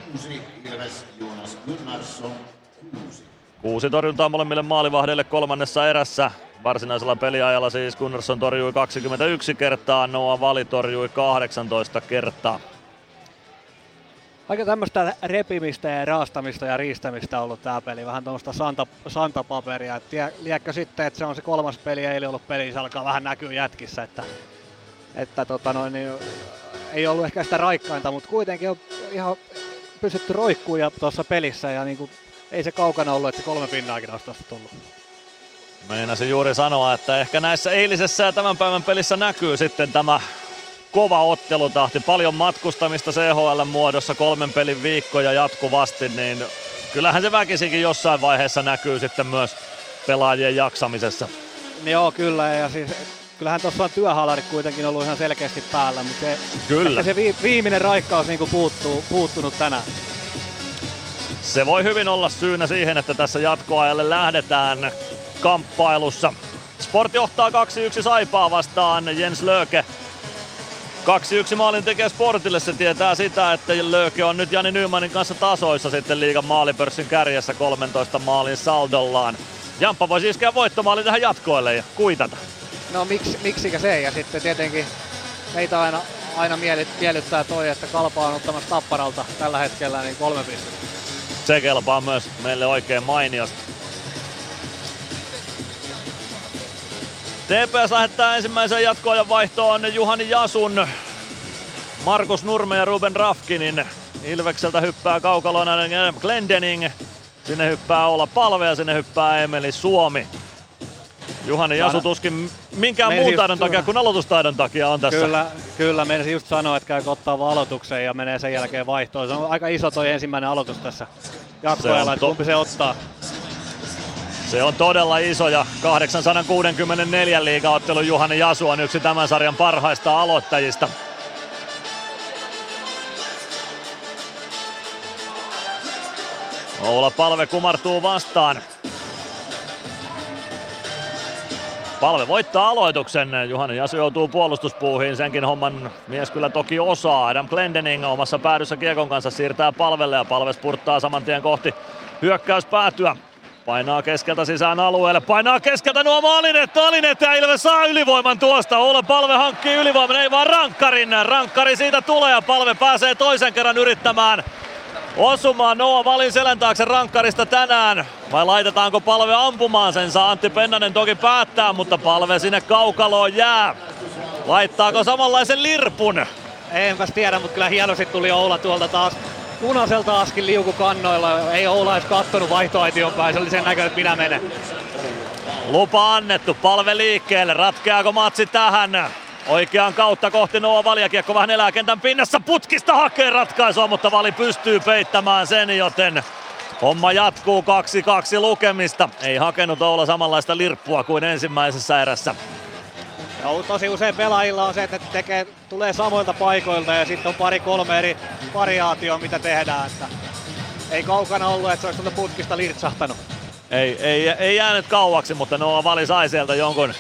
6 torjuntaa molemmille maalivahdeille kolmannessa erässä. Varsinaisella peliajalla siis Gunnarsson torjui 21 kertaa, Noah Vali torjui 18 kertaa. Aika tämmöistä repimistä ja raastamista ja riistämistä on ollut tää peli. Vähän tuommoista santapaperia. Liekö sitten, että se on se kolmas peli, eilen ollut peli, se alkaa vähän näkyä jätkissä. Niin ei ollut ehkä sitä raikkainta, mutta kuitenkin on ihan pystytty roikkuun tuossa pelissä. Ja niinku, ei se kaukana ollut, että se 3 pinnaakin olisi tuosta tullut. Meinasin juuri sanoa, että ehkä näissä eilisessä ja tämän päivän pelissä näkyy sitten tämä kova ottelutahti, paljon matkustamista CHL-muodossa, 3 pelin viikkoja jatkuvasti, niin kyllähän se väkisinkin jossain vaiheessa näkyy sitten myös pelaajien jaksamisessa. Joo, kyllä, ja siis kyllähän tuossa on työhalarit kuitenkin ollut ihan selkeästi päällä, mutta se viimeinen raikkaus niin puuttunut tänään. Se voi hyvin olla syynä siihen, että tässä jatkoajalle lähdetään kamppailussa. Sport johtaa 2-1 Saipaa vastaan, Jens Lööke 2-1 maalin tekee Sportille, se tietää sitä, että Lööke on nyt Jani Nymanin kanssa tasoissa sitten liigan maalipörssin kärjessä 13 maalin saldollaan. Jamppa voisi iskeä voittomaali tähän jatkoille ja kuitata. No miksikä se, ja sitten tietenkin meitä aina miellyttää toi, että Kalpa on ottamassa Tapparalta tällä hetkellä niin 3 pistettä. Se kelpaa myös meille oikein mainiosti. TPS lähettää ensimmäisen jatkoajan vaihtoon Juhani Jasun, Markus Nurme ja Ruben Rafkinin. Ilvekseltä hyppää kaukaloinen Glendening. Sinne hyppää Oula Palve ja sinne hyppää Emeli Suomi. Juhani Jasu tuskin minkään muun taidon takia kuin aloitustaidon takia on tässä. Kyllä, menisin just sanoa, että käy ottaa vaan aloituksen ja menee sen jälkeen vaihtoon. Se on aika iso toi ensimmäinen aloitus tässä jatkoajalla, että kumpi se ottaa. Se on todella iso ja 864 liigaottelun Juhani Jasu on yksi tämän sarjan parhaista aloittajista. Oula Palve kumartuu vastaan. Palve voittaa aloituksen. Juhani Jasu joutuu puolustuspuuhiin. Senkin homman mies kyllä toki osaa. Adam Glendening omassa päädyssä kiekon kanssa siirtää Palvelle ja Palve spurttaa saman tien kohti hyökkäyspäätyä. Painaa keskeltä sisään alueelle. Painaa keskeltä nuo Alinet ja Ilves saa ylivoiman tuosta. Oula Palve hankkii ylivoiman, ei vaan rankkarin. Rankkari siitä tulee ja Palve pääsee toisen kerran yrittämään osumaan Noa Valin selän taakse rankkarista tänään. Vai laitetaanko Palve ampumaan sen? Saa Antti Pennanen toki päättää, mutta Palve sinne kaukaloon jää. Laittaako samanlaisen lirpun? Enpäs tiedä, mutta kyllä hienosti tuli Oula tuolta taas punaiselta askin liukukannoilla. Ei Oula edes kattonut vaihtoaition päin, se oli sen näköinen, että minä menen. Lupa annettu, Palve liikkeelle. Ratkeaako matsi tähän? Oikeaan kautta kohti Noa Valia, kiekko vähän elää kentän pinnassa, putkista hakee ratkaisua, mutta Vali pystyy peittämään sen, joten homma jatkuu 2-2 lukemista. Ei hakenut Oula samanlaista lirppua kuin ensimmäisessä erässä. Ja tosi usein pelaajilla on se, että tulee samoilta paikoilta ja sitten on 2-3 eri variaatioa, mitä tehdään. Että ei kaukana ollut, että se olisi tuolta putkista lirtsahtanut. Ei jäänyt kauaksi, mutta Noa Vali sai sieltä jonkun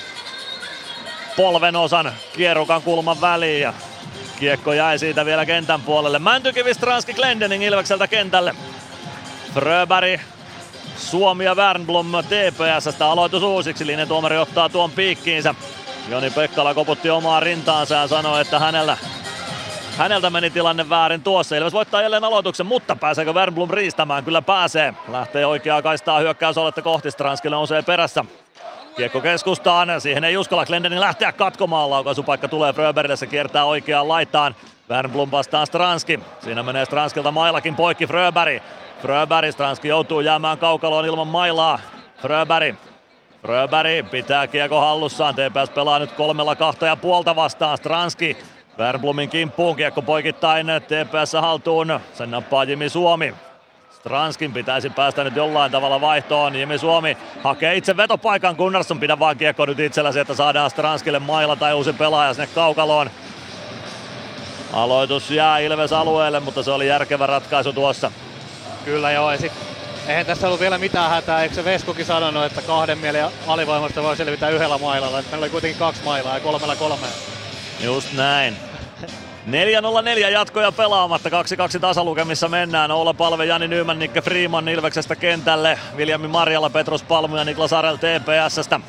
polven osan kierukan kulman väliin ja kiekko jäi siitä vielä kentän puolelle. Mäntykivi, Stranski, Glendening Ilvekseltä kentälle. Fröberg, Suomi ja Wernbloom TPS:stä aloitus uusiksi. Linjatuomari ottaa tuon piikkiinsä. Joni Pekkala koputti omaa rintaansa ja sanoi, että häneltä meni tilanne väärin tuossa. Ilves voittaa jälleen aloituksen, mutta pääseekö Wernbloom riistämään? Kyllä pääsee. Lähtee oikeaa kaistaa hyökkäysoletta kohti. Stranski nousee perässä. Kiekko keskustaan, siihen ei uskalla Glendening lähteä katkomaan. Laukaisupaikka tulee Fröbergille, se kiertää oikeaan laitaan. Wernbloom vastaan Stranski. Siinä menee Stranskilta mailakin poikki Fröberg. Stranski joutuu jäämään kaukaloon ilman mailaa. Fröberg pitää kiekko hallussaan. TPS pelaa nyt 3-2,5 vastaan. Stranski Wernbloomin kimppuun, kiekko poikittain TPS haltuun. Sen nappaa Jimi Suomi. Stranskin pitäisi päästä nyt jollain tavalla vaihtoon. Jimi Suomi hakee itse vetopaikan. Gunnarsson, pidä vaan kiekko nyt itselläsi, että saadaan Stranskille maila tai uusi pelaaja sinne kaukaloon. Aloitus jää Ilves alueelle, mutta se oli järkevä ratkaisu tuossa. Kyllä joo, eihän tässä ollut vielä mitään hätää. Eikö se Veskokin sanonut, että 2 mielen alivoimasta voi selvitä 1 mailalla. Meillä oli kuitenkin 2 mailaa ja 3-3. Just näin. 4-0-4 jatkoja pelaamatta, 2-2 tasalukemissa mennään. Oula Palve, Jani Nyman, Nikke Freeman Ilveksestä kentälle. Viljami Marjala, Petrus Palmu ja Niklas Arel TPS:stä.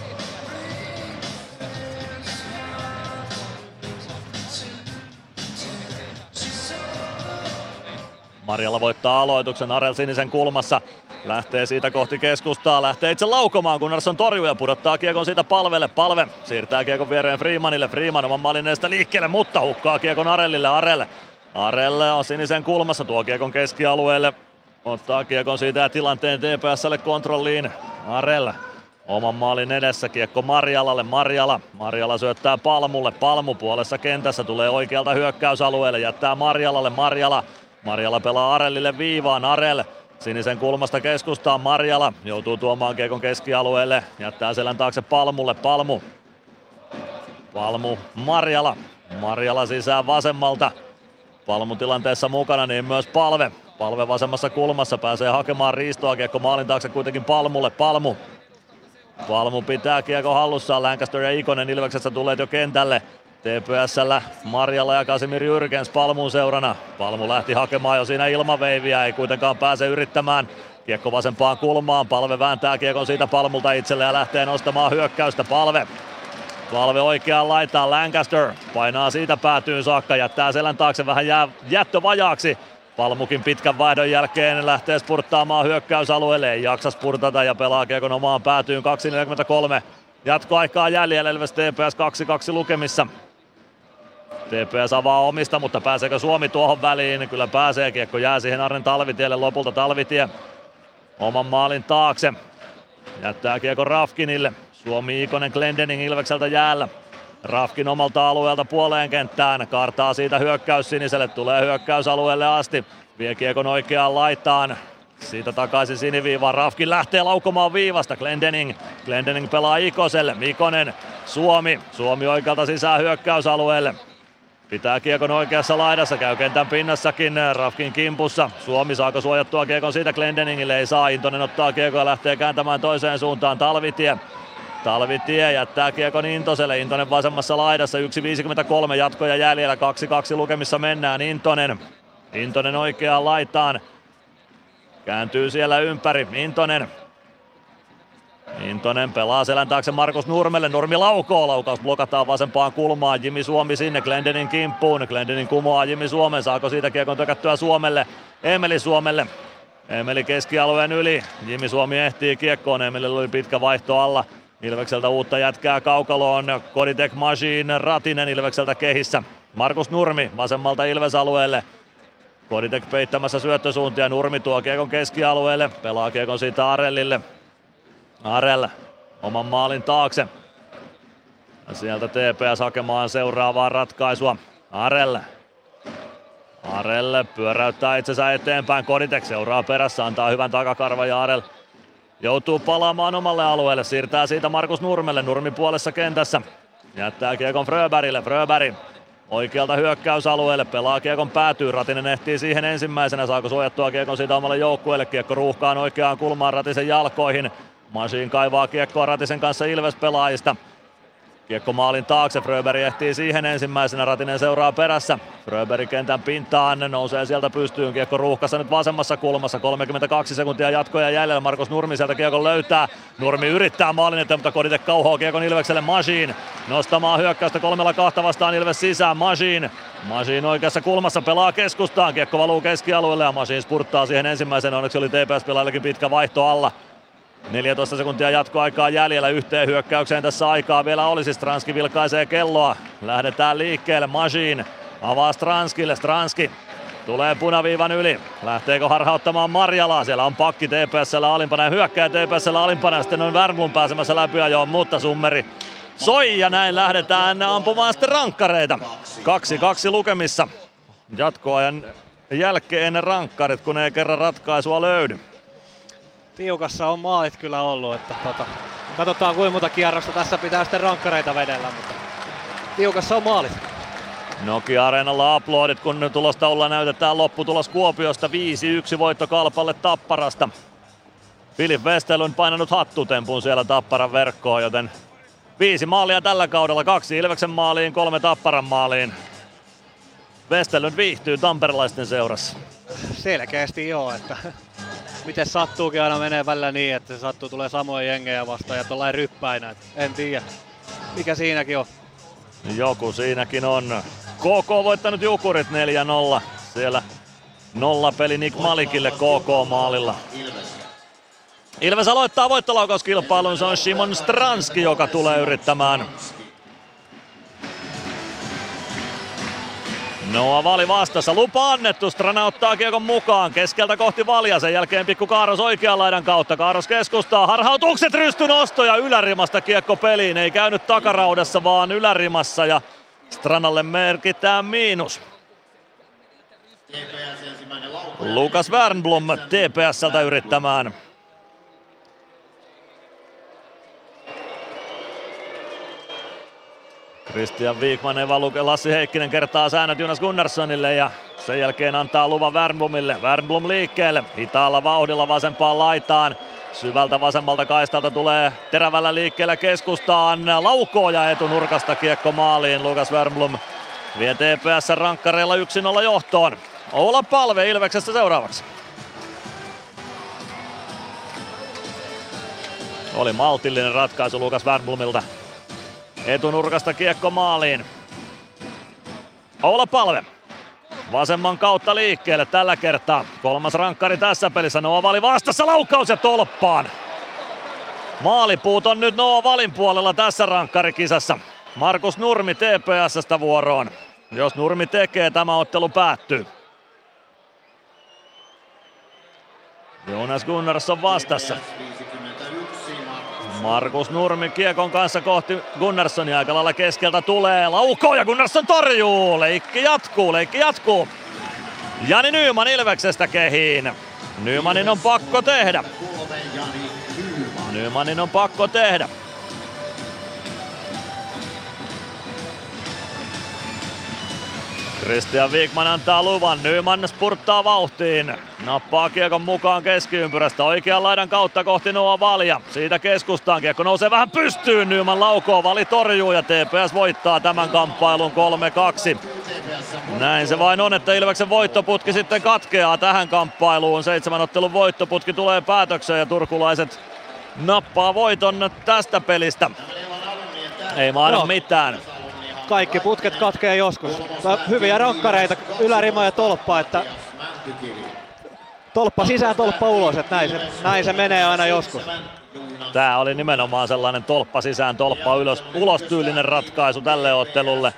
Marjala voittaa aloituksen, Arel sinisen kulmassa. Lähtee siitä kohti keskustaa, lähtee itse laukomaan, Gunnarsson torjuu ja pudottaa kiekon siitä Palvelle. Palve siirtää kiekon viereen Freemanille. Freeman oman maalin edestä liikkeelle, mutta hukkaa kiekon Arellille. Arel on sinisen kulmassa, tuo kiekon keskialueelle. Ottaa kiekon siitä ja tilanteen TPS:lle kontrolliin. Arel oman maalin edessä, kiekko Marjalalle. Marjala syöttää Palmulle. Palmu puolessa kentässä, tulee oikealta hyökkäysalueelle, jättää Marjalalle. Marjala pelaa Arellille viivaan. Arel sinisen kulmasta keskustaan. Marjala joutuu tuomaan kiekon keskialueelle. Jättää selän taakse Palmulle. Palmu Marjala sisään vasemmalta. Palmu tilanteessa mukana, niin myös Palve. Palve vasemmassa kulmassa pääsee hakemaan riistoa. Kiekko maalin taakse kuitenkin Palmulle. Palmu pitää kiekko hallussaan. Lancaster ja Ikonen Ilveksessä tulleet jo kentälle. TPS:llä Marjala ja Kasimir Jyrkens Palmun seurana. Palmu lähti hakemaan jo siinä ilmaveiviä, ei kuitenkaan pääse yrittämään. Kiekko vasempaan kulmaan, Palve vääntää kiekon siitä Palmulta itselle ja lähtee nostamaan hyökkäystä. Palve oikeaan laitaan, Lancaster painaa siitä päätyyn saakka, jättää selän taakse, vähän jää jättö vajaaksi. Palmukin pitkän vaihdon jälkeen lähtee spurttaamaan hyökkäysalueelle, ei jaksa spurtata ja pelaa kiekon omaan päätyyn. 2.43 jatkoaikaa jäljellä, Ilves TPS 2-2 lukemissa. TPS avaa omista, mutta pääseekö Suomi tuohon väliin? Kyllä pääsee, kiekko jää siihen Arnen Talvitielle, lopulta Talvitie oman maalin taakse. Jättää kiekko Rafkinille. Suomi Ikonen Glendening Ilvekseltä jäällä. Rafkin omalta alueelta puoleen kenttään. Kaartaa siitä hyökkäys siniselle. Tulee hyökkäysalueelle asti. Vie kiekon oikeaan laitaan. Siitä takaisin siniviivaan. Rafkin lähtee laukomaan viivasta. Glendening pelaa Ikoselle. Ikonen. Suomi oikealta sisään hyökkäysalueelle. Pitää kiekon oikeassa laidassa. Käy kentän pinnassakin Rafkin kimpussa. Suomi saako suojattua kiekon siitä Glendeningille? Ei saa. Intonen ottaa kiekon ja lähtee kääntämään toiseen suuntaan. Talvitie jättää kiekon Intoselle. Intonen vasemmassa laidassa. 1.53 jatkoja jäljellä. 2-2 lukemissa mennään. Intonen oikeaan laitaan. Kääntyy siellä ympäri. Intonen pelaa selän taakse Markus Nurmelle. Nurmi laukoo. Laukaus blokataan vasempaan kulmaan. Jimmy Suomi sinne Glendening kimppuun. Glendening kumoaa Jimmy Suomen. Saako siitä kiekon tökättyä Suomelle? Emeli Suomelle. Emeli keskialueen yli. Jimmy Suomi ehtii kiekkoon. Emelillä oli pitkä vaihto alla. Ilvekseltä uutta jätkää kaukaloon. Koditek, Machine, Ratinen Ilvekseltä kehissä. Markus Nurmi vasemmalta Ilves-alueelle. Koditek peittämässä syöttösuuntia. Nurmi tuo kiekon keskialueelle. Pelaa kiekon siitä Arellille. Arell oman maalin taakse. Ja sieltä TPS hakemaan seuraavaa ratkaisua. Arell pyöräyttää itsensä eteenpäin. Koditek seuraa perässä, antaa hyvän takakarvan ja Arell joutuu palaamaan omalle alueelle. Siirtää siitä Markus Nurmelle. Nurmi puolessa kentässä. Jättää kiekon Fröbergille. Fröberg oikealta hyökkäysalueelle. Pelaa kiekon päätyy. Ratinen ehtii siihen ensimmäisenä. Saako suojattua kiekon siitä omalle joukkueelle. Kiekko ruuhkaan oikeaan kulmaan Ratisen jalkoihin. Machine kaivaa kiekkoa Ratisen kanssa Ilves-pelaajista. Kiekko maalin taakse, Fröberg ehtii siihen ensimmäisenä, Ratinen seuraa perässä. Fröberg kentän pintaan, nousee sieltä pystyyn, kiekko ruuhkassa nyt vasemmassa kulmassa, 32 sekuntia jatkoja jäljellä, Markus Nurmi sieltä kiekon löytää. Nurmi yrittää maalin eteen, mutta Koditek kauhoo kiekon Ilvekselle. Machine nostamaan hyökkäystä 3-2 vastaan Ilves sisään. Machine oikeassa kulmassa pelaa keskustaan, kiekko valuu keskialueelle ja Machine spurttaa siihen ensimmäisen, onneksi oli TPS-pelaajillakin pitkä vaihto alla. 14 sekuntia jatkoaikaa jäljellä, yhteen hyökkäykseen tässä aikaa vielä olisi. Stranski vilkaisee kelloa. Lähdetään liikkeelle. Machine avaa Stranskille. Stranski tulee punaviivan yli. Lähteekö harhauttamaan Marjalaa? Siellä on pakki TPS:llä alimpana ja hyökkää TPS:llä alimpana. Sitten on Wernbloom pääsemässä läpiajoon, mutta summeri soi ja näin lähdetään ampumaan sitten rankkareita. 2-2 lukemissa. Jatkoajan jälkeen rankkarit, kun ei kerran ratkaisua löydy. Tiukassa on maalit kyllä ollut, että katsotaan kuinka monta kierrosta tässä pitää sitten rankkareita vedellä, mutta tiukassa on maalit. Nokia-areenalla aplodit, kun tulostaululla näytetään lopputulos Kuopiosta 5-1 voitto Kalpalle Tapparasta. Filip Westerlund painanut hattutempun siellä Tapparan verkkoon, joten 5 maalia tällä kaudella, 2 Ilveksen maaliin, 3 Tapparan maaliin. Westerlund viihtyy tamperelaisten seurassa. Selkeästi joo, että miten sattuukin aina menee välillä niin, että se sattuu tulee samoja jengejä vastaan ja tuollain ryppäinä. En tiedä, mikä siinäkin on. Joku siinäkin on. KK voittanut Jukurit 4-0. Siellä 0 peli Nick Malikille KK-maalilla. Ilves aloittaa voittolaukauskilpailun. Se on Shimon Stranski, joka tulee yrittämään. Noa Vali vastassa, lupa annettu, Strana ottaa kiekon mukaan, keskeltä kohti Valia, sen jälkeen pikku Kaaros oikean laidan kautta, Kaaros keskustaa, harhautukset rystynosto ja ylärimasta kiekko peliin, ei käynyt takaraudassa vaan ylärimassa ja Stranalle merkitään miinus. Lukas Wernbloom TPS:ltä yrittämään. Christian Wikman, Lassi Heikkinen kertaa säännöt Jonas Gunnarssonille ja sen jälkeen antaa luvan Wernbloomille. Wernbloom liikkeelle, hitaalla vauhdilla vasempaan laitaan. Syvältä vasemmalta kaistalta tulee terävällä liikkeellä keskustaan. Laukoo ja etunurkasta kiekko maaliin. Lukas Wernbloom vie TPS rankkareilla 1-0 johtoon. Oula Palve Ilveksestä seuraavaksi. Oli maltillinen ratkaisu Lukas Wernbloomilta. Etunurkasta kiekko maaliin. Oula Palve vasemman kautta liikkeelle tällä kertaa. 3. rankkari tässä pelissä. Noa Vali vastassa, laukaus ja tolppaan. Maalipuut on nyt Noa Valin puolella tässä rankkarikisassa. Markus Nurmi TPS:stä vuoroon. Jos Nurmi tekee, tämä ottelu päättyy. Jonas Gunnarsson vastassa. Markus Nurmi kiekon kanssa kohti Gunnarssonia, aika lailla keskeltä tulee lauko ja Gunnarsson torjuu. Leikki jatkuu. Jani Nyman Ilveksestä kehiin. Nymanin on pakko tehdä. Christian Wikman antaa luvan, Nyman spurttaa vauhtiin. Nappaa kiekon mukaan keskiympyrästä oikean laidan kautta kohti Noah Valja. Siitä keskustaan, kiekko nousee vähän pystyyn, Nyman laukoo, Vali torjuu ja TPS voittaa tämän kamppailun 3-2. Näin se vain on, että Ilveksen voittoputki sitten katkeaa tähän kamppailuun. 7 ottelun voittoputki tulee päätökseen ja turkulaiset nappaa voiton tästä pelistä. Ei maana mitään. Kaikki putket katkee joskus. Hyviä rankkareita, ylärima ja tolppa, että tolppa sisään, tolppa ulos, että näin se menee aina joskus. Tää oli nimenomaan sellainen tolppa sisään, tolppa ulos tyylinen ratkaisu tälle ottelulle.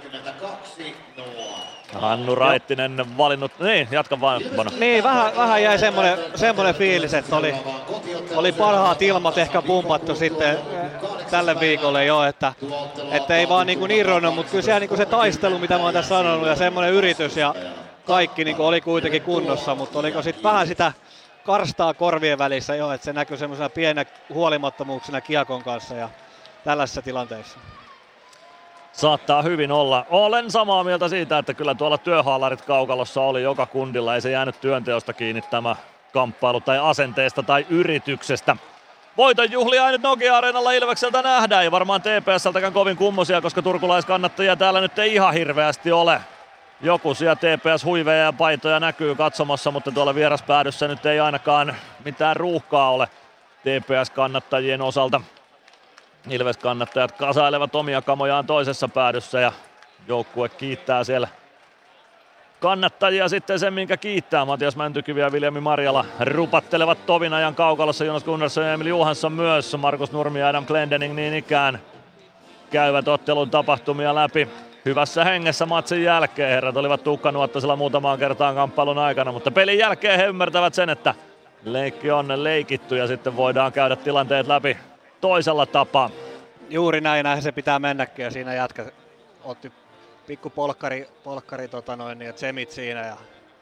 Hannu Raittinen valinnut, niin jatka vaan. Niin, vähän jäi semmonen fiilis, että oli parhaat ilmat ehkä pumpattu sitten tälle viikolle jo, että ei vaan niin irronnut, mutta kyllä siellä niin se taistelu, mitä mä oon tässä sanonut, ja semmoinen yritys ja kaikki niin oli kuitenkin kunnossa, mutta oliko sitten vähän sitä karstaa korvien välissä jo, että se näkyy semmoisena pienä huolimattomuuksena kiekon kanssa ja tällaisessa tilanteessa. Saattaa hyvin olla. Olen samaa mieltä siitä, että kyllä tuolla työhaalarit kaukalossa oli joka kundilla. Ei se jäänyt työnteosta kiinni tämä kamppailu tai asenteesta tai yrityksestä. Voiton juhlia ei nyt Nokia-areenalla Ilvekseltä nähdään. Ei varmaan TPS:ltäkään kovin kummosia, koska turkulaiskannattajia täällä nyt ei ihan hirveästi ole. Joku siellä TPS-huiveja ja paitoja näkyy katsomassa, mutta tuolla vieraspäädyssä nyt ei ainakaan mitään ruuhkaa ole TPS-kannattajien osalta. Ilves-kannattajat kasailevat omia kamojaan toisessa päädyssä ja joukkue kiittää siellä kannattajia sitten sen, minkä kiittää. Matias Mäntykivi ja Viljami Marjala rupattelevat Tovinajan kaukalossa. Jonas Gunnarsson ja Emil Johansson myös. Markus Nurmi ja Adam Glendening niin ikään käyvät ottelun tapahtumia läpi. Hyvässä hengessä matsin jälkeen. Herrat olivat tukkanuottasella muutamaan kertaan kamppailun aikana, mutta pelin jälkeen he ymmärtävät sen, että leikki on leikitty ja sitten voidaan käydä tilanteet läpi toisella tapaa. Juuri näin se pitää mennäkin ja siinä jätkä otti pikku polkkari ja tsemit siinä ja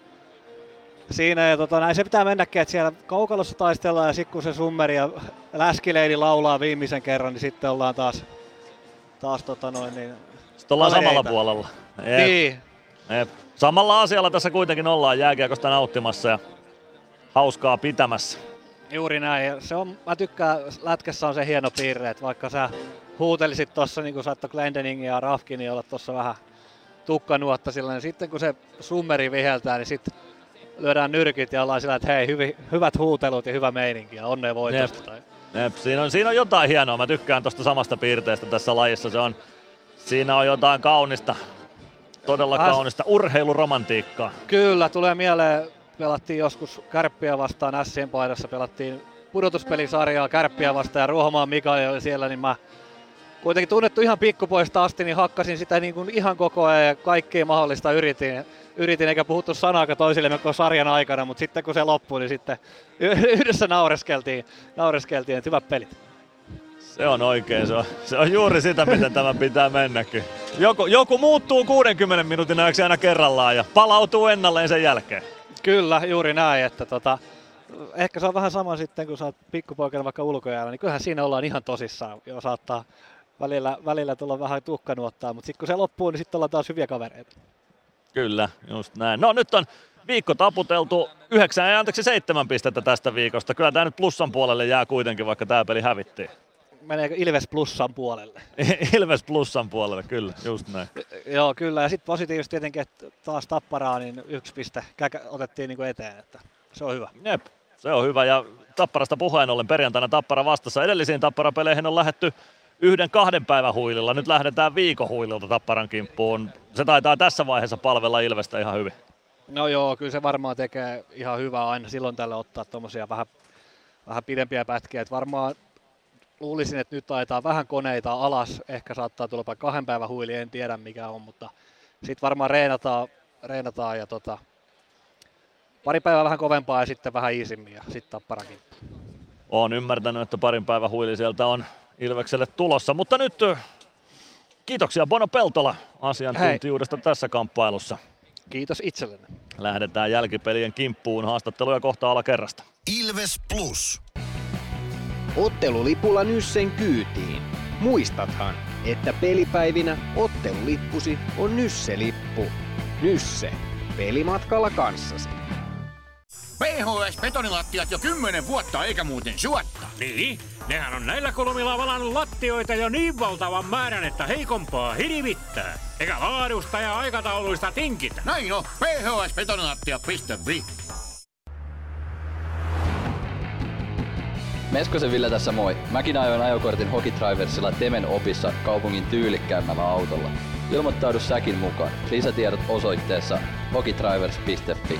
näin se pitää mennäkin, että siellä kaukalossa taistellaan ja sitten kun se Summeri ja Läskileidi laulaa viimeisen kerran, niin sitten ollaan taas sitten ollaan samalla puolella. Niin. Samalla asialla tässä kuitenkin ollaan jääkiekosta nauttimassa ja hauskaa pitämässä. Juuri näin. Mä tykkään, lätkässä on se hieno piirre, että vaikka sä huutelisit tossa niin kuin saattoi Glendeningin ja Rafkinin olla tossa vähän tukkanuottasilla, niin sitten kun se Summeri viheltää, niin sitten lyödään nyrkit ja ollaan sillä, että hei, hyvät huutelut ja hyvä meininki ja onnea voitosta. Siinä on jotain hienoa. Mä tykkään tosta samasta piirteestä tässä lajissa. Siinä on jotain kaunista, todella kaunista urheiluromantiikkaa. Kyllä, tulee mieleen. Pelattiin joskus Kärppiä vastaan Sien paidassa, pelattiin pudotuspelisarjaa Kärppiä vastaan ja Ruohomaan Mikael oli siellä, niin mä kuitenkin tunnettu ihan pikkupoista asti, niin hakkasin sitä niin kuin ihan koko ajan ja kaikkea mahdollista yritin eikä puhuttu sanaakaan toisillemme koko sarjan aikana, mutta sitten kun se loppui, niin sitten yhdessä naureskeltiin, että hyvät pelit. Se on oikein, se on juuri sitä, miten tämä pitää mennäkin. Joku muuttuu 60 minuutin ajaksi aina kerrallaan ja palautuu ennalleen sen jälkeen. Kyllä, juuri näin, että ehkä se on vähän sama sitten, kun sä oot pikkupoikana vaikka ulkojäällä, niin kyllähän siinä ollaan ihan tosissaan. Jo saattaa välillä tulla vähän tukkanuottaa, mutta sitten kun se loppuu, niin sitten ollaan taas hyviä kavereita. Kyllä, just näin. No nyt on viikko taputeltu 7 pistettä tästä viikosta. Kyllä tämä nyt plussan puolelle jää kuitenkin, vaikka tämä peli hävittiin. Meneekö Ilves plussan puolelle? Ilves plussan puolelle, kyllä, just näin. Joo, kyllä. Ja sitten positiivisesti tietenkin, että taas Tapparaa, niin 1 piste otettiin niin kuin eteen, että se on hyvä. Jep, se on hyvä. Ja Tapparasta puheen ollen perjantaina Tappara vastassa. Edellisiin Tappara-peleihin on lähdetty 1-2 päivän huililla. Nyt lähdetään viikon huililta Tapparan kimppuun. Se taitaa tässä vaiheessa palvella Ilvestä ihan hyvin. No joo, kyllä se varmaan tekee ihan hyvää aina silloin tällä ottaa tuommoisia vähän pidempiä pätkiä. Että varmaan luulisin, että nyt ajetaan vähän koneita alas. Ehkä saattaa tulla 2 päivän huili, en tiedä mikä on, mutta sitten varmaan reenataan ja pari päivää vähän kovempaa ja sitten vähän iisimmin ja sitten Tappara kimppuun. Olen ymmärtänyt, että parin päivän huili sieltä on Ilvekselle tulossa, mutta nyt kiitoksia Bono Peltola asiantuntijuudesta tässä kamppailussa. Kiitos itsellenne. Lähdetään jälkipelien kimppuun, haastatteluja kohta alakerrasta. Ilves Plus. Ottelulipulla Nyssen kyytiin. Muistathan, että pelipäivinä ottelulippusi on Nysse-lippu. Nysse. Pelimatkalla kanssasi. PHS-betonilattiat jo 10 vuotta eikä muuten suotta. Niin, nehän on näillä kulmilla valannut lattioita jo niin valtavan määrän, että heikompaa hirvittää. Eikä laadusta ja aikatauluista tinkitä. Näin on, phsbetonilattia.fi. Meskosen Ville tässä moi. Mäkin ajoin ajokortin Hokitriversilla Temen opissa kaupungin tyylikkäämmällä autolla. Ilmoittaudu säkin mukaan. Lisätiedot osoitteessa hokitrivers.fi.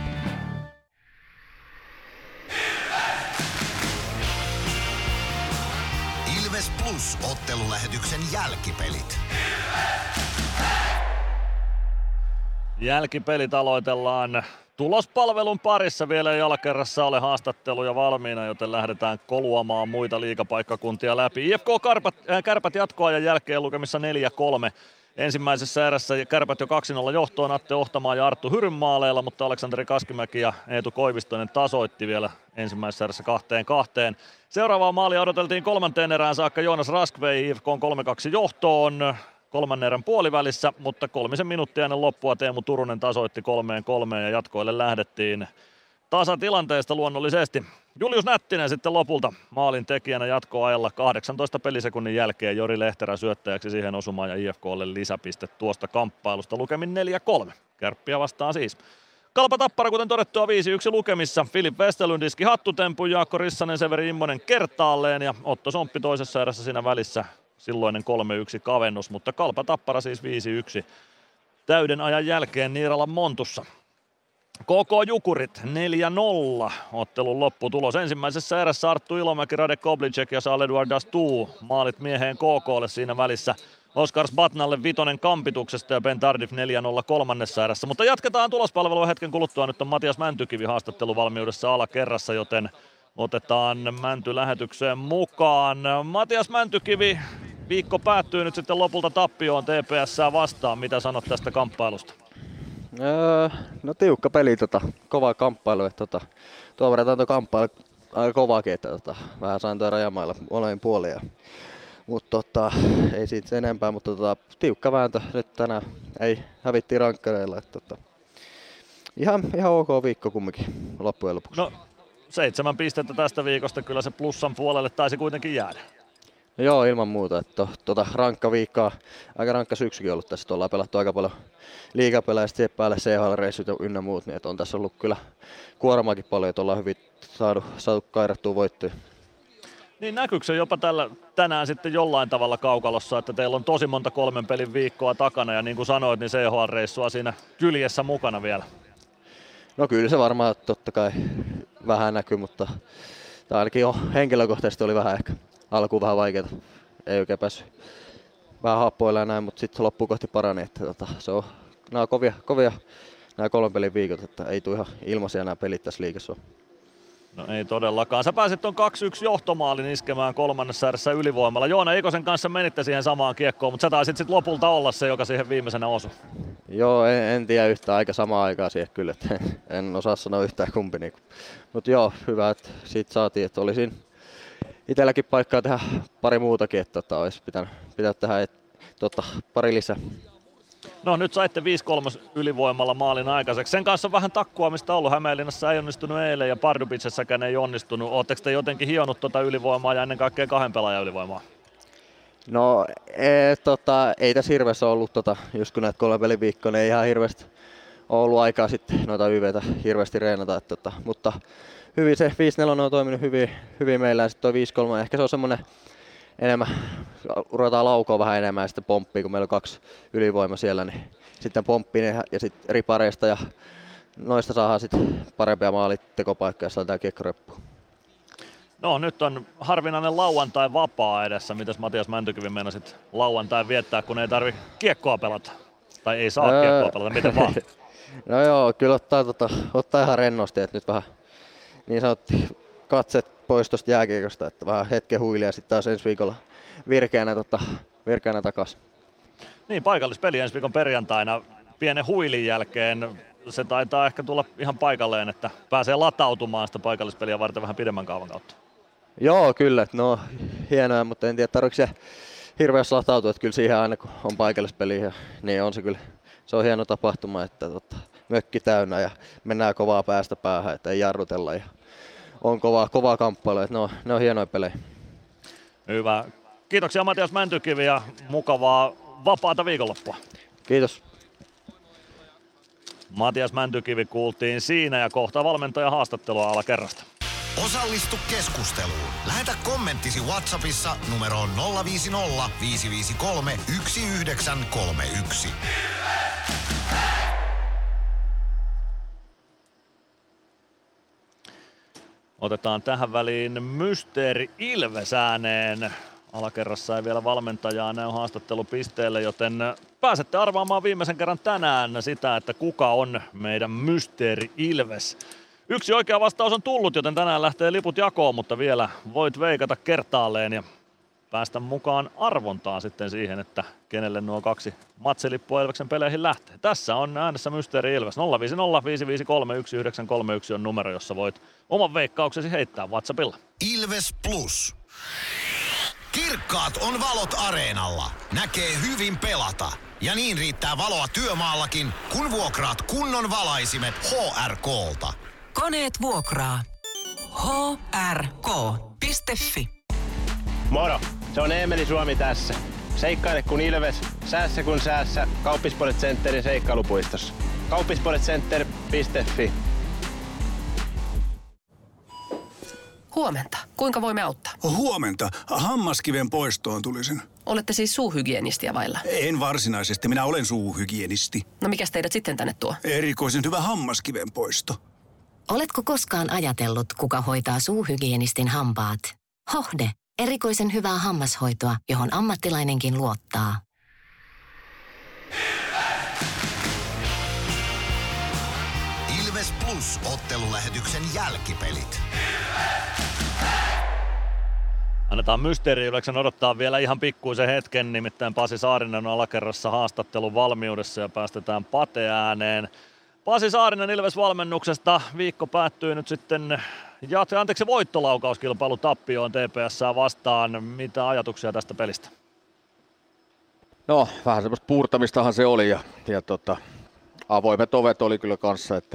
Ilves Plus -ottelulähetyksen jälkipelit. Jälkipelit aloitellaan tulospalvelun parissa. Vielä ei alakerrassa ole haastatteluja valmiina, joten lähdetään koluamaan muita liigapaikkakuntia läpi. IFK Kärpät jatkoajan jälkeen lukemissa 4-3. Ensimmäisessä erässä Kärpät jo 2-0 johtoon Atte Ohtamaa ja Arttu Hyryn maaleilla, mutta Aleksanteri Kaskimäki ja Eetu Koivistoinen tasoitti vielä ensimmäisessä erässä 2-2. Seuraavaa maalia odoteltiin kolmanteen erään saakka. Joonas Rask vei IFK 3-2 johtoon kolmannen erän puolivälissä, mutta 3 minuuttia ennen loppua Teemu Turunen tasoitti 3-3 ja jatkoille lähdettiin tasatilanteesta luonnollisesti. Julius Nättinen sitten lopulta maalin tekijänä jatkoajalla 18 pelisekunnin jälkeen Jori Lehterä syöttäjäksi siihen osumaan ja IFKlle lisäpiste tuosta kamppailusta lukemin 4-3. Kärppiä vastaan siis. Kalpa Tappara, kuten todettua, 5-1 lukemissa. Filip Westerlund iski hattutempun, Jaakko Rissanen, Severi Immonen kertaalleen ja Otto Somppi toisessa erässä siinä välissä. Silloinen 3-1 kavennus, mutta Kalpa Tappara siis 5-1 täyden ajan jälkeen Niiralan Montussa. KK Jukurit 4-0 ottelun lopputulos. Ensimmäisessä erässä Arttu Ilomäki, Radek Koblicek ja Charles-Edouard Dastou maalit mieheen KKlle siinä välissä. Oskar Sbatnalle vitonen kampituksesta ja Ben Tardif 4-0 kolmannessa erässä. Mutta jatketaan tulospalvelua hetken kuluttua. Nyt on Matias Mäntykivi haastatteluvalmiudessa alakerrassa, joten otetaan Mänty lähetykseen mukaan. Matias Mäntykivi, viikko päättyy nyt sitten lopulta tappioon TPS:ää vastaan. Mitä sanot tästä kamppailusta? No tiukka peli, kova kamppailu. Tuomaretaan tuo kamppailu aika kovaakin, että vähän sain tuo rajamailla molemmin puolin. Mutta ei siitä sen enempää, mutta tiukka vääntö nyt tänään. Ei hävittiin rankkareilla. Ihan ok viikko kumminkin loppujen lopuksi. No 7 pistettä tästä viikosta, kyllä se plussan puolelle taisi kuitenkin jäädä. No joo, ilman muuta. Että rankka viikkoa, aika rankka syksykin ollut tässä. Ollaan pelattu aika paljon liigapelejä ja päälle CHL-reissut ynnä muut. Niin on tässä ollut kyllä kuormaakin paljon, että ollaan hyvin saatu kairattua voittoja. Niin näkyykö se jopa tänään sitten jollain tavalla kaukalossa, että teillä on tosi monta 3 pelin viikkoa takana ja niin kuin sanoit, niin CHL-reissua siinä kyljessä mukana vielä? No kyllä se varmaan totta kai vähän näkyy, mutta ainakin jo henkilökohtaisesti oli vähän ehkä alkuun vähän vaikeaa. Ei oikein päässyt vähän happoilla ja näin, mutta sitten loppukohti parani. Että nämä on kovia nämä 3 pelin viikot, että ei tule ihan ilmaisia nämä pelit tässä liigassa. No ei todellakaan. Sä pääsit ton 2-1 johtomaalin iskemään kolmannessa erässä ylivoimalla. Joona Eikosen kanssa menitte siihen samaan kiekkoon, mutta sä taisit sit lopulta olla se, joka siihen viimeisenä osui. Joo, en tiedä yhtään aika samaa aikaa siihen kyllä, että en osaa sanoa yhtään kumpi. Mutta joo, hyvä, että siitä saatiin, että oli siinä itselläkin paikkaa tehdä pari muutakin, että olisi pitänyt tehdä pari lisää. No nyt saitte 5-3 ylivoimalla maalin aikaiseksi. Sen kanssa on vähän takkuamista ollut. Hämeenlinnassa ei onnistunut eilen ja Pardubicessäkään ei onnistunut. Oletteko te jotenkin hionut ylivoimaa ja ennen kaikkea 2 pelaajan ylivoimaa? No ei tässä hirveästi ollut, just kun näitä 3 pelin viikkoa, niin ei ihan hirveästi ollut aikaa sitten noita YVtä hirveästi reenata. Mutta hyvin se 5-4 on toiminut hyvin meillä ja sitten tuo 5-3 ehkä se on semmoinen enemmän, ruvetaan laukoa vähän enemmän ja sitten pomppii, kun meillä on 2 ylivoima siellä, niin sitten pomppii ja sitten ripareista ja noista saadaan sitten parempia maalitekopaikkoja ja saadaan kiekkoreppuun. No nyt on harvinainen lauantai vapaa edessä. Mitäs Matias Mäntykivi meinasit lauantai viettää, kun ei tarvi kiekkoa pelata? Tai ei saa kiekkoa pelata, miten vaan? No joo, kyllä ottaa ihan rennosti, että nyt vähän niin sanottu katset pois tuosta jääkiekosta, että vähän hetken huilia ja sitten taas ensi viikolla virkeänä takaisin. Niin, paikallispeli ensi viikon perjantaina pienen huilin jälkeen. Se taitaa ehkä tulla ihan paikalleen, että pääsee latautumaan sitä paikallispeliä varten vähän pidemmän kaavan kautta. Joo, kyllä. No hienoa, mutta en tiedä tarvitse se hirveästi latautua, että kyllä siihen aina kun on paikallispeli, niin on se kyllä. Se on hieno tapahtuma, että mökki täynnä ja mennään kovaa päästä päähän, että ei jarrutella ja on kovaa kamppailua, että ne on hienoja pelejä. Hyvä. Kiitoksia Matias Mäntykivi ja mukavaa vapaata viikonloppua. Kiitos. Matias Mäntykivi kuultiin siinä ja kohta valmentaja haastattelua alakerrasta. Osallistu keskusteluun. Lähetä kommenttisi WhatsAppissa numeroon 050 553 1931. Otetaan tähän väliin Mysteeri Ilves ääneen. Alakerrassa ei vielä valmentajaa näy haastattelupisteelle, joten pääsette arvaamaan viimeisen kerran tänään sitä, että kuka on meidän Mysteeri Ilves. Yksi oikea vastaus on tullut, joten tänään lähtee liput jakoon, mutta vielä voit veikata kertaalleen ja päästä mukaan arvontaan sitten siihen, että kenelle nuo 2 matsilippua Ilveksen peleihin lähtee. Tässä on äänessä Mysteeri Ilves. 050 553 1931 on numero, jossa voit oman veikkauksesi heittää WhatsAppilla. Ilves Plus. Kirkkaat on valot areenalla. Näkee hyvin pelata. Ja niin riittää valoa työmaallakin, kun vuokraat kunnon valaisimet HRK:lta. Koneet vuokraa. hrk.fi. Moro, se on Eemeli Suomi tässä. Seikkaile kun Ilves, säässä kun säässä. Kauppispoilet Centerin seikkailupuistossa. Kauppispoiletcenter.fi. Huomenta. Kuinka voimme auttaa? Huomenta. Hammaskiven poistoon tulisin. Olette siis suuhygienistia vailla? En varsinaisesti. Minä olen suuhygienisti. No mikäs teidät sitten tänne tuo? Erikoisen hyvä hammaskiven poisto. Oletko koskaan ajatellut, kuka hoitaa suuhygienistin hampaat? Hohde. Erikoisen hyvää hammashoitoa, johon ammattilainenkin luottaa. Ilves Plus -ottelulähetyksen jälkipelit. Annetaan Mysteeri Ilveksen odottaa vielä ihan pikkuisen hetken, nimittäin Pasi Saarinen on alakerrassa haastattelun valmiudessa ja päästetään Pate ääneen. Pasi Saarinen Ilves-valmennuksesta. Viikko päättyy nyt sitten voittolaukauskilpailu tappioon TPS:ää vastaan. Mitä ajatuksia tästä pelistä? No, vähän semmoista puurtamistahan se oli ja avoimet ovet oli kyllä kanssa, että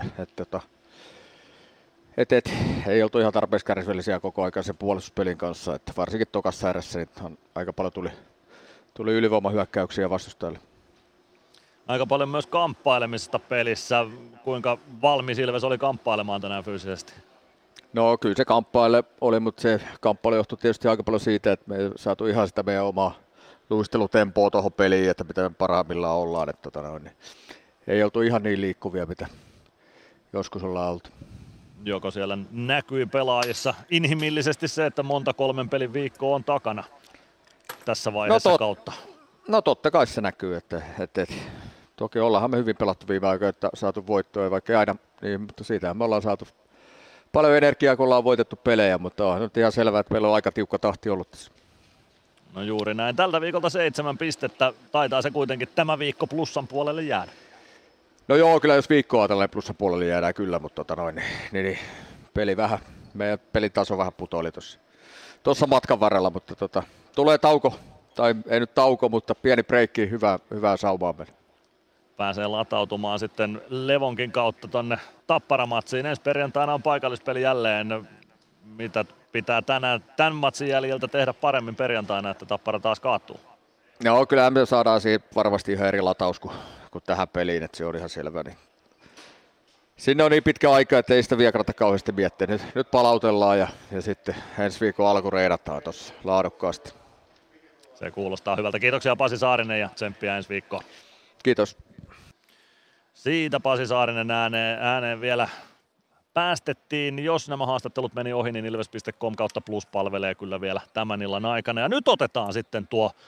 ei oltu ihan tarpeeksi kärsivällisiä koko ajan sen puolustuspelin kanssa, että varsinkin tokassa erässä niin aika paljon tuli ylivoimahyökkäyksiä vastustajalle. Aika paljon myös kamppailemisesta pelissä. Kuinka valmis Ilves oli kamppailemaan tänään fyysisesti? No kyllä se kamppaile oli, mutta se kamppailu johtui tietysti aika paljon siitä, että me ei saatu ihan sitä meidän omaa luistelutempoa tuohon peliin, että mitä me parhaimmillaan ollaan. Että niin ei oltu ihan niin liikkuvia, mitä joskus ollaan oltu. Joko siellä näkyi pelaajissa inhimillisesti se, että monta 3 pelin viikkoa on takana tässä vaiheessa kautta? No totta kai se näkyy, että toki ollaanhan me hyvin pelattu viime aikoina, että saatu voittoja, vaikka aina, niin, mutta siitähän me ollaan saatu paljon energiaa, kun ollaan voitettu pelejä, mutta on nyt ihan selvää, että meillä on aika tiukka tahti ollut tässä. No juuri näin. Tältä viikolta 7 pistettä. Taitaa se kuitenkin tämä viikko plussan puolelle jäädä. No joo, kyllä jos viikkoa tällainen plussan puolelle jäädään kyllä, mutta niin, meidän pelitaso vähän putoili tuossa matkan varrella, mutta tulee tauko, tai ei nyt tauko, mutta pieni breikki, hyvää saumaa meille. Pääsee latautumaan sitten Levonkin kautta tonne Tapparamatsiin. Ensi perjantaina on paikallispeli jälleen. Mitä pitää tämän matsin jäljiltä tehdä paremmin perjantaina, että Tappara taas kaatuu? No kyllä me saadaan siihen varmasti ihan eri lataus kuin tähän peliin, että se on ihan selvä. Niin. Sinne on niin pitkä aika, että ei sitä vielä kannata kauheasti miettiä. Nyt palautellaan ja sitten ensi viikon alku reidataan tuossa laadukkaasti. Se kuulostaa hyvältä. Kiitoksia Pasi Saarinen ja tsemppiä ensi viikkoon. Kiitos. Siitä Pasi Saarinen ääneen vielä päästettiin. Jos nämä haastattelut meni ohi, niin ilves.com/plus palvelee kyllä vielä tämän illan aikana. Ja nyt otetaan sitten tuo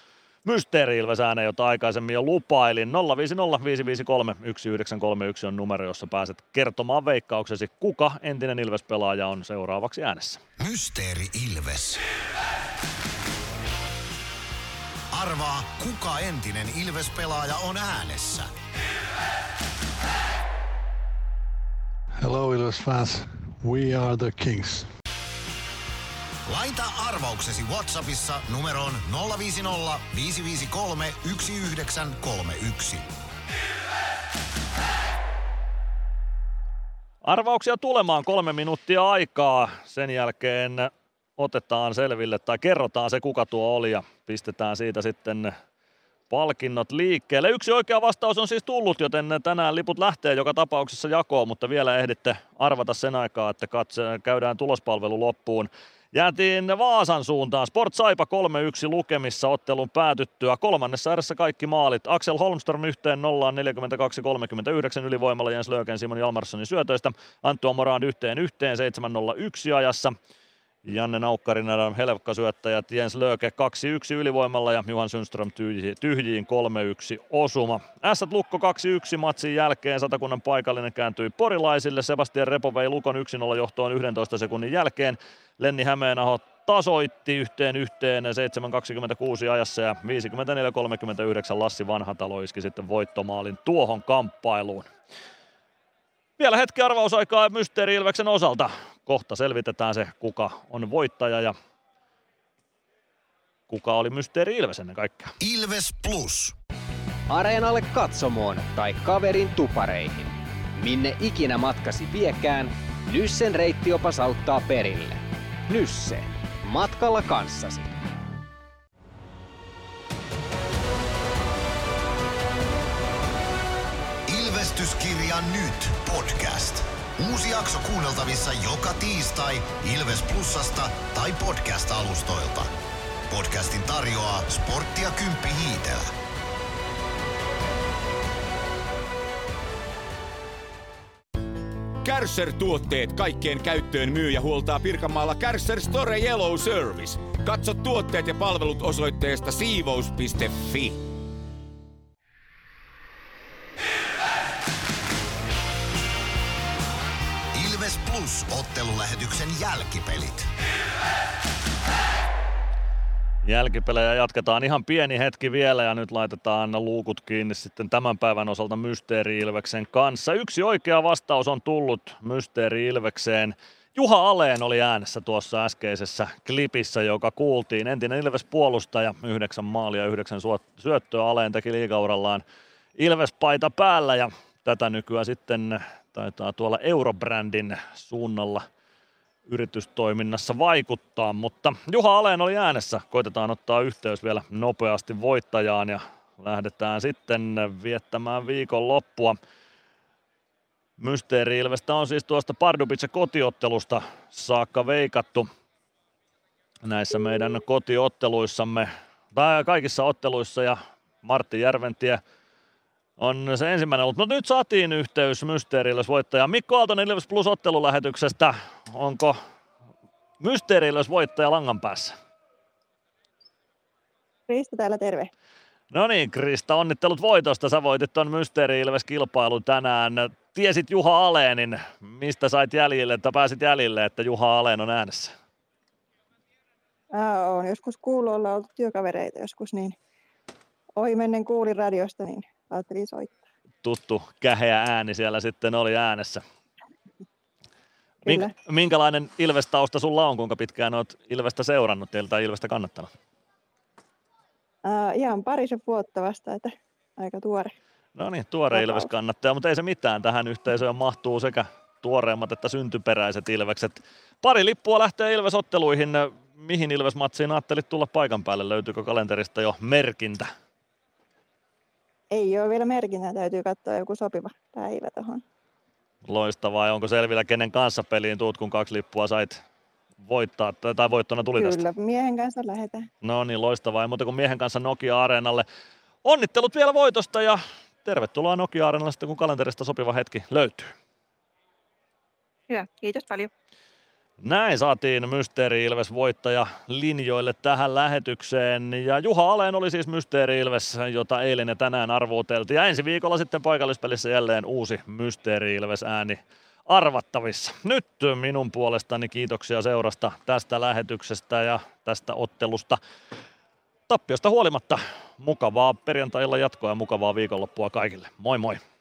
Mysteeri Ilves ääneen, jota aikaisemmin jo lupailin. 050 553 1931 on numero, jossa pääset kertomaan veikkauksesi, kuka entinen Ilves-pelaaja on seuraavaksi äänessä. Mysteeri Ilves. Arvaa, kuka entinen Ilves-pelaaja on äänessä. Hello Ilves fans, we are the Kings. Laita arvauksesi WhatsAppissa numeroon 050 553 1931. Arvauksia tulemaan 3 minuuttia aikaa. Sen jälkeen otetaan selville tai kerrotaan se, kuka tuo oli ja pistetään siitä sitten palkinnot liikkeelle. Yksi oikea vastaus on siis tullut, joten tänään liput lähtee joka tapauksessa jakoon, mutta vielä ehditte arvata sen aikaa, että käydään tulospalvelu loppuun. Jäätiin Vaasan suuntaan. Sport Saipa 3-1 lukemissa ottelun päätyttyä. Kolmannessa erässä kaikki maalit. Axel Holmström 1-0 42-39 ylivoimalla Jens Löken Simon Jalmarssonin syötöistä. Anttu Morand 1-1 7-0-1 ajassa. Janne Naukkarinen helpkasyöttäjät Jens Löke 2-1 ylivoimalla ja Johan Sundström tyhjiin 3-1 osuma. Ässät Lukko 2-1 matsin jälkeen. Satakunnan paikallinen kääntyi porilaisille. Sebastian Repo vei Lukon 1-0 johtoon 11 sekunnin jälkeen. Lenni Hämeenaho tasoitti 1-1 7.26 ajassa ja 54-39 Lassi Vanhatalo iski sitten voittomaalin tuohon kamppailuun. Vielä hetki arvausaikaa Mysteeri Ilveksen osalta. Kohta selvitetään se, kuka on voittaja ja kuka oli Mysteeri Ilves ennen kaikkea. Ilves Plus. Areenalle katsomoon tai kaverin tupareihin. Minne ikinä matkasi viekään, Nyssen reittiopas auttaa perille. Nysse. Matkalla kanssasi. Ilvestyskirja nyt podcast. Uusi jakso kuunneltavissa joka tiistai Ilves Plusasta tai podcast-alustoilta. Podcastin tarjoaa Sporttia Kymppi Hiitelä. Kärcher-tuotteet kaikkeen käyttöön myy ja huoltaa Pirkanmaalla Kärcher Store Yellow Service. Katso tuotteet ja palvelut osoitteesta siivous.fi. Ilves Plus -ottelulähetyksen jälkipelit. Jälkipelejä jatketaan ihan pieni hetki vielä ja nyt laitetaan luukut kiinni sitten tämän päivän osalta Mysteeri Ilveksen kanssa. Yksi oikea vastaus on tullut Mysteeri Ilvekseen. Juha Aleen oli äänessä tuossa äskeisessä klipissä, joka kuultiin. Entinen Ilves-puolustaja, 9 maalia, 9 syöttöä. Aleen teki liigaurallaan Ilves-paita päällä ja tätä nykyään sitten taitaa tuolla Eurobrändin suunnalla yritystoiminnassa vaikuttaa, mutta Juha Aleen oli äänessä. Koitetaan ottaa yhteys vielä nopeasti voittajaan ja lähdetään sitten viettämään viikon loppua. Mysteeri Ilvestä on siis tuosta Pardubice kotiottelusta saakka veikattu näissä meidän kotiotteluissamme, tai kaikissa otteluissa, ja Martti Järventie on se ensimmäinen ollut. Mutta nyt saatiin yhteys Mysteeri Ilves -voittajaan. Mikko Aaltonen Ilves Plus -ottelulähetyksestä. Onko Mysteeri Ilves -voittaja langan päässä? Krista täällä, terve. No niin, Krista, onnittelut voitosta. Sä voitit ton Mysteeri Ilves -kilpailun tänään. Tiesit Juha Aleenin, mistä sait jäljille, että pääsit jäljille, että Juha Aleen on äänessä? Olen joskus kuullut, ollaan oltu työkavereita joskus, niin ohimennen kuulin radiosta, niin ajattelin soittaa. Tuttu käheä ääni siellä sitten oli äänessä. Minkälainen Ilves-tausta sulla on? Kuinka pitkään olet Ilvestä seurannut tai Ilvestä kannattanut? Ihan parisen vuotta vasta, että aika tuore. No niin, tuore Ilves-kannattaja, mutta ei se mitään. Tähän yhteisöön mahtuu sekä tuoreimmat että syntyperäiset Ilvekset. Pari lippua lähtee Ilves-otteluihin. Mihin Ilves-matsiin ajattelit tulla paikan päälle? Löytyykö kalenterista jo merkintä? Ei ole vielä merkintää, täytyy katsoa joku sopiva päivä tuohon. Loistavaa, ja onko selvillä kenen kanssa peliin tuut, kun 2 lippua sait voittaa, tai voittona tuli Kyllä, tästä? Kyllä, miehen kanssa lähdetään. No niin, loistavaa, ja muuta kuin miehen kanssa Nokia-areenalle. Onnittelut vielä voitosta, ja tervetuloa Nokia-areenalle sitten, kun kalenterista sopiva hetki löytyy. Hyvä, kiitos paljon. Näin saatiin Mysteeri Ilves voittaja linjoille tähän lähetykseen. Ja Juha Aleen oli siis Mysteeri Ilves, jota eilen ja tänään arvoteltiin. Ja ensi viikolla sitten paikallispelissä jälleen uusi Mysteeri Ilves ääni arvattavissa. Nyt minun puolestani kiitoksia seurasta tästä lähetyksestä ja tästä ottelusta. Tappiosta huolimatta mukavaa perjantai-illan jatkoa ja mukavaa viikonloppua kaikille. Moi moi!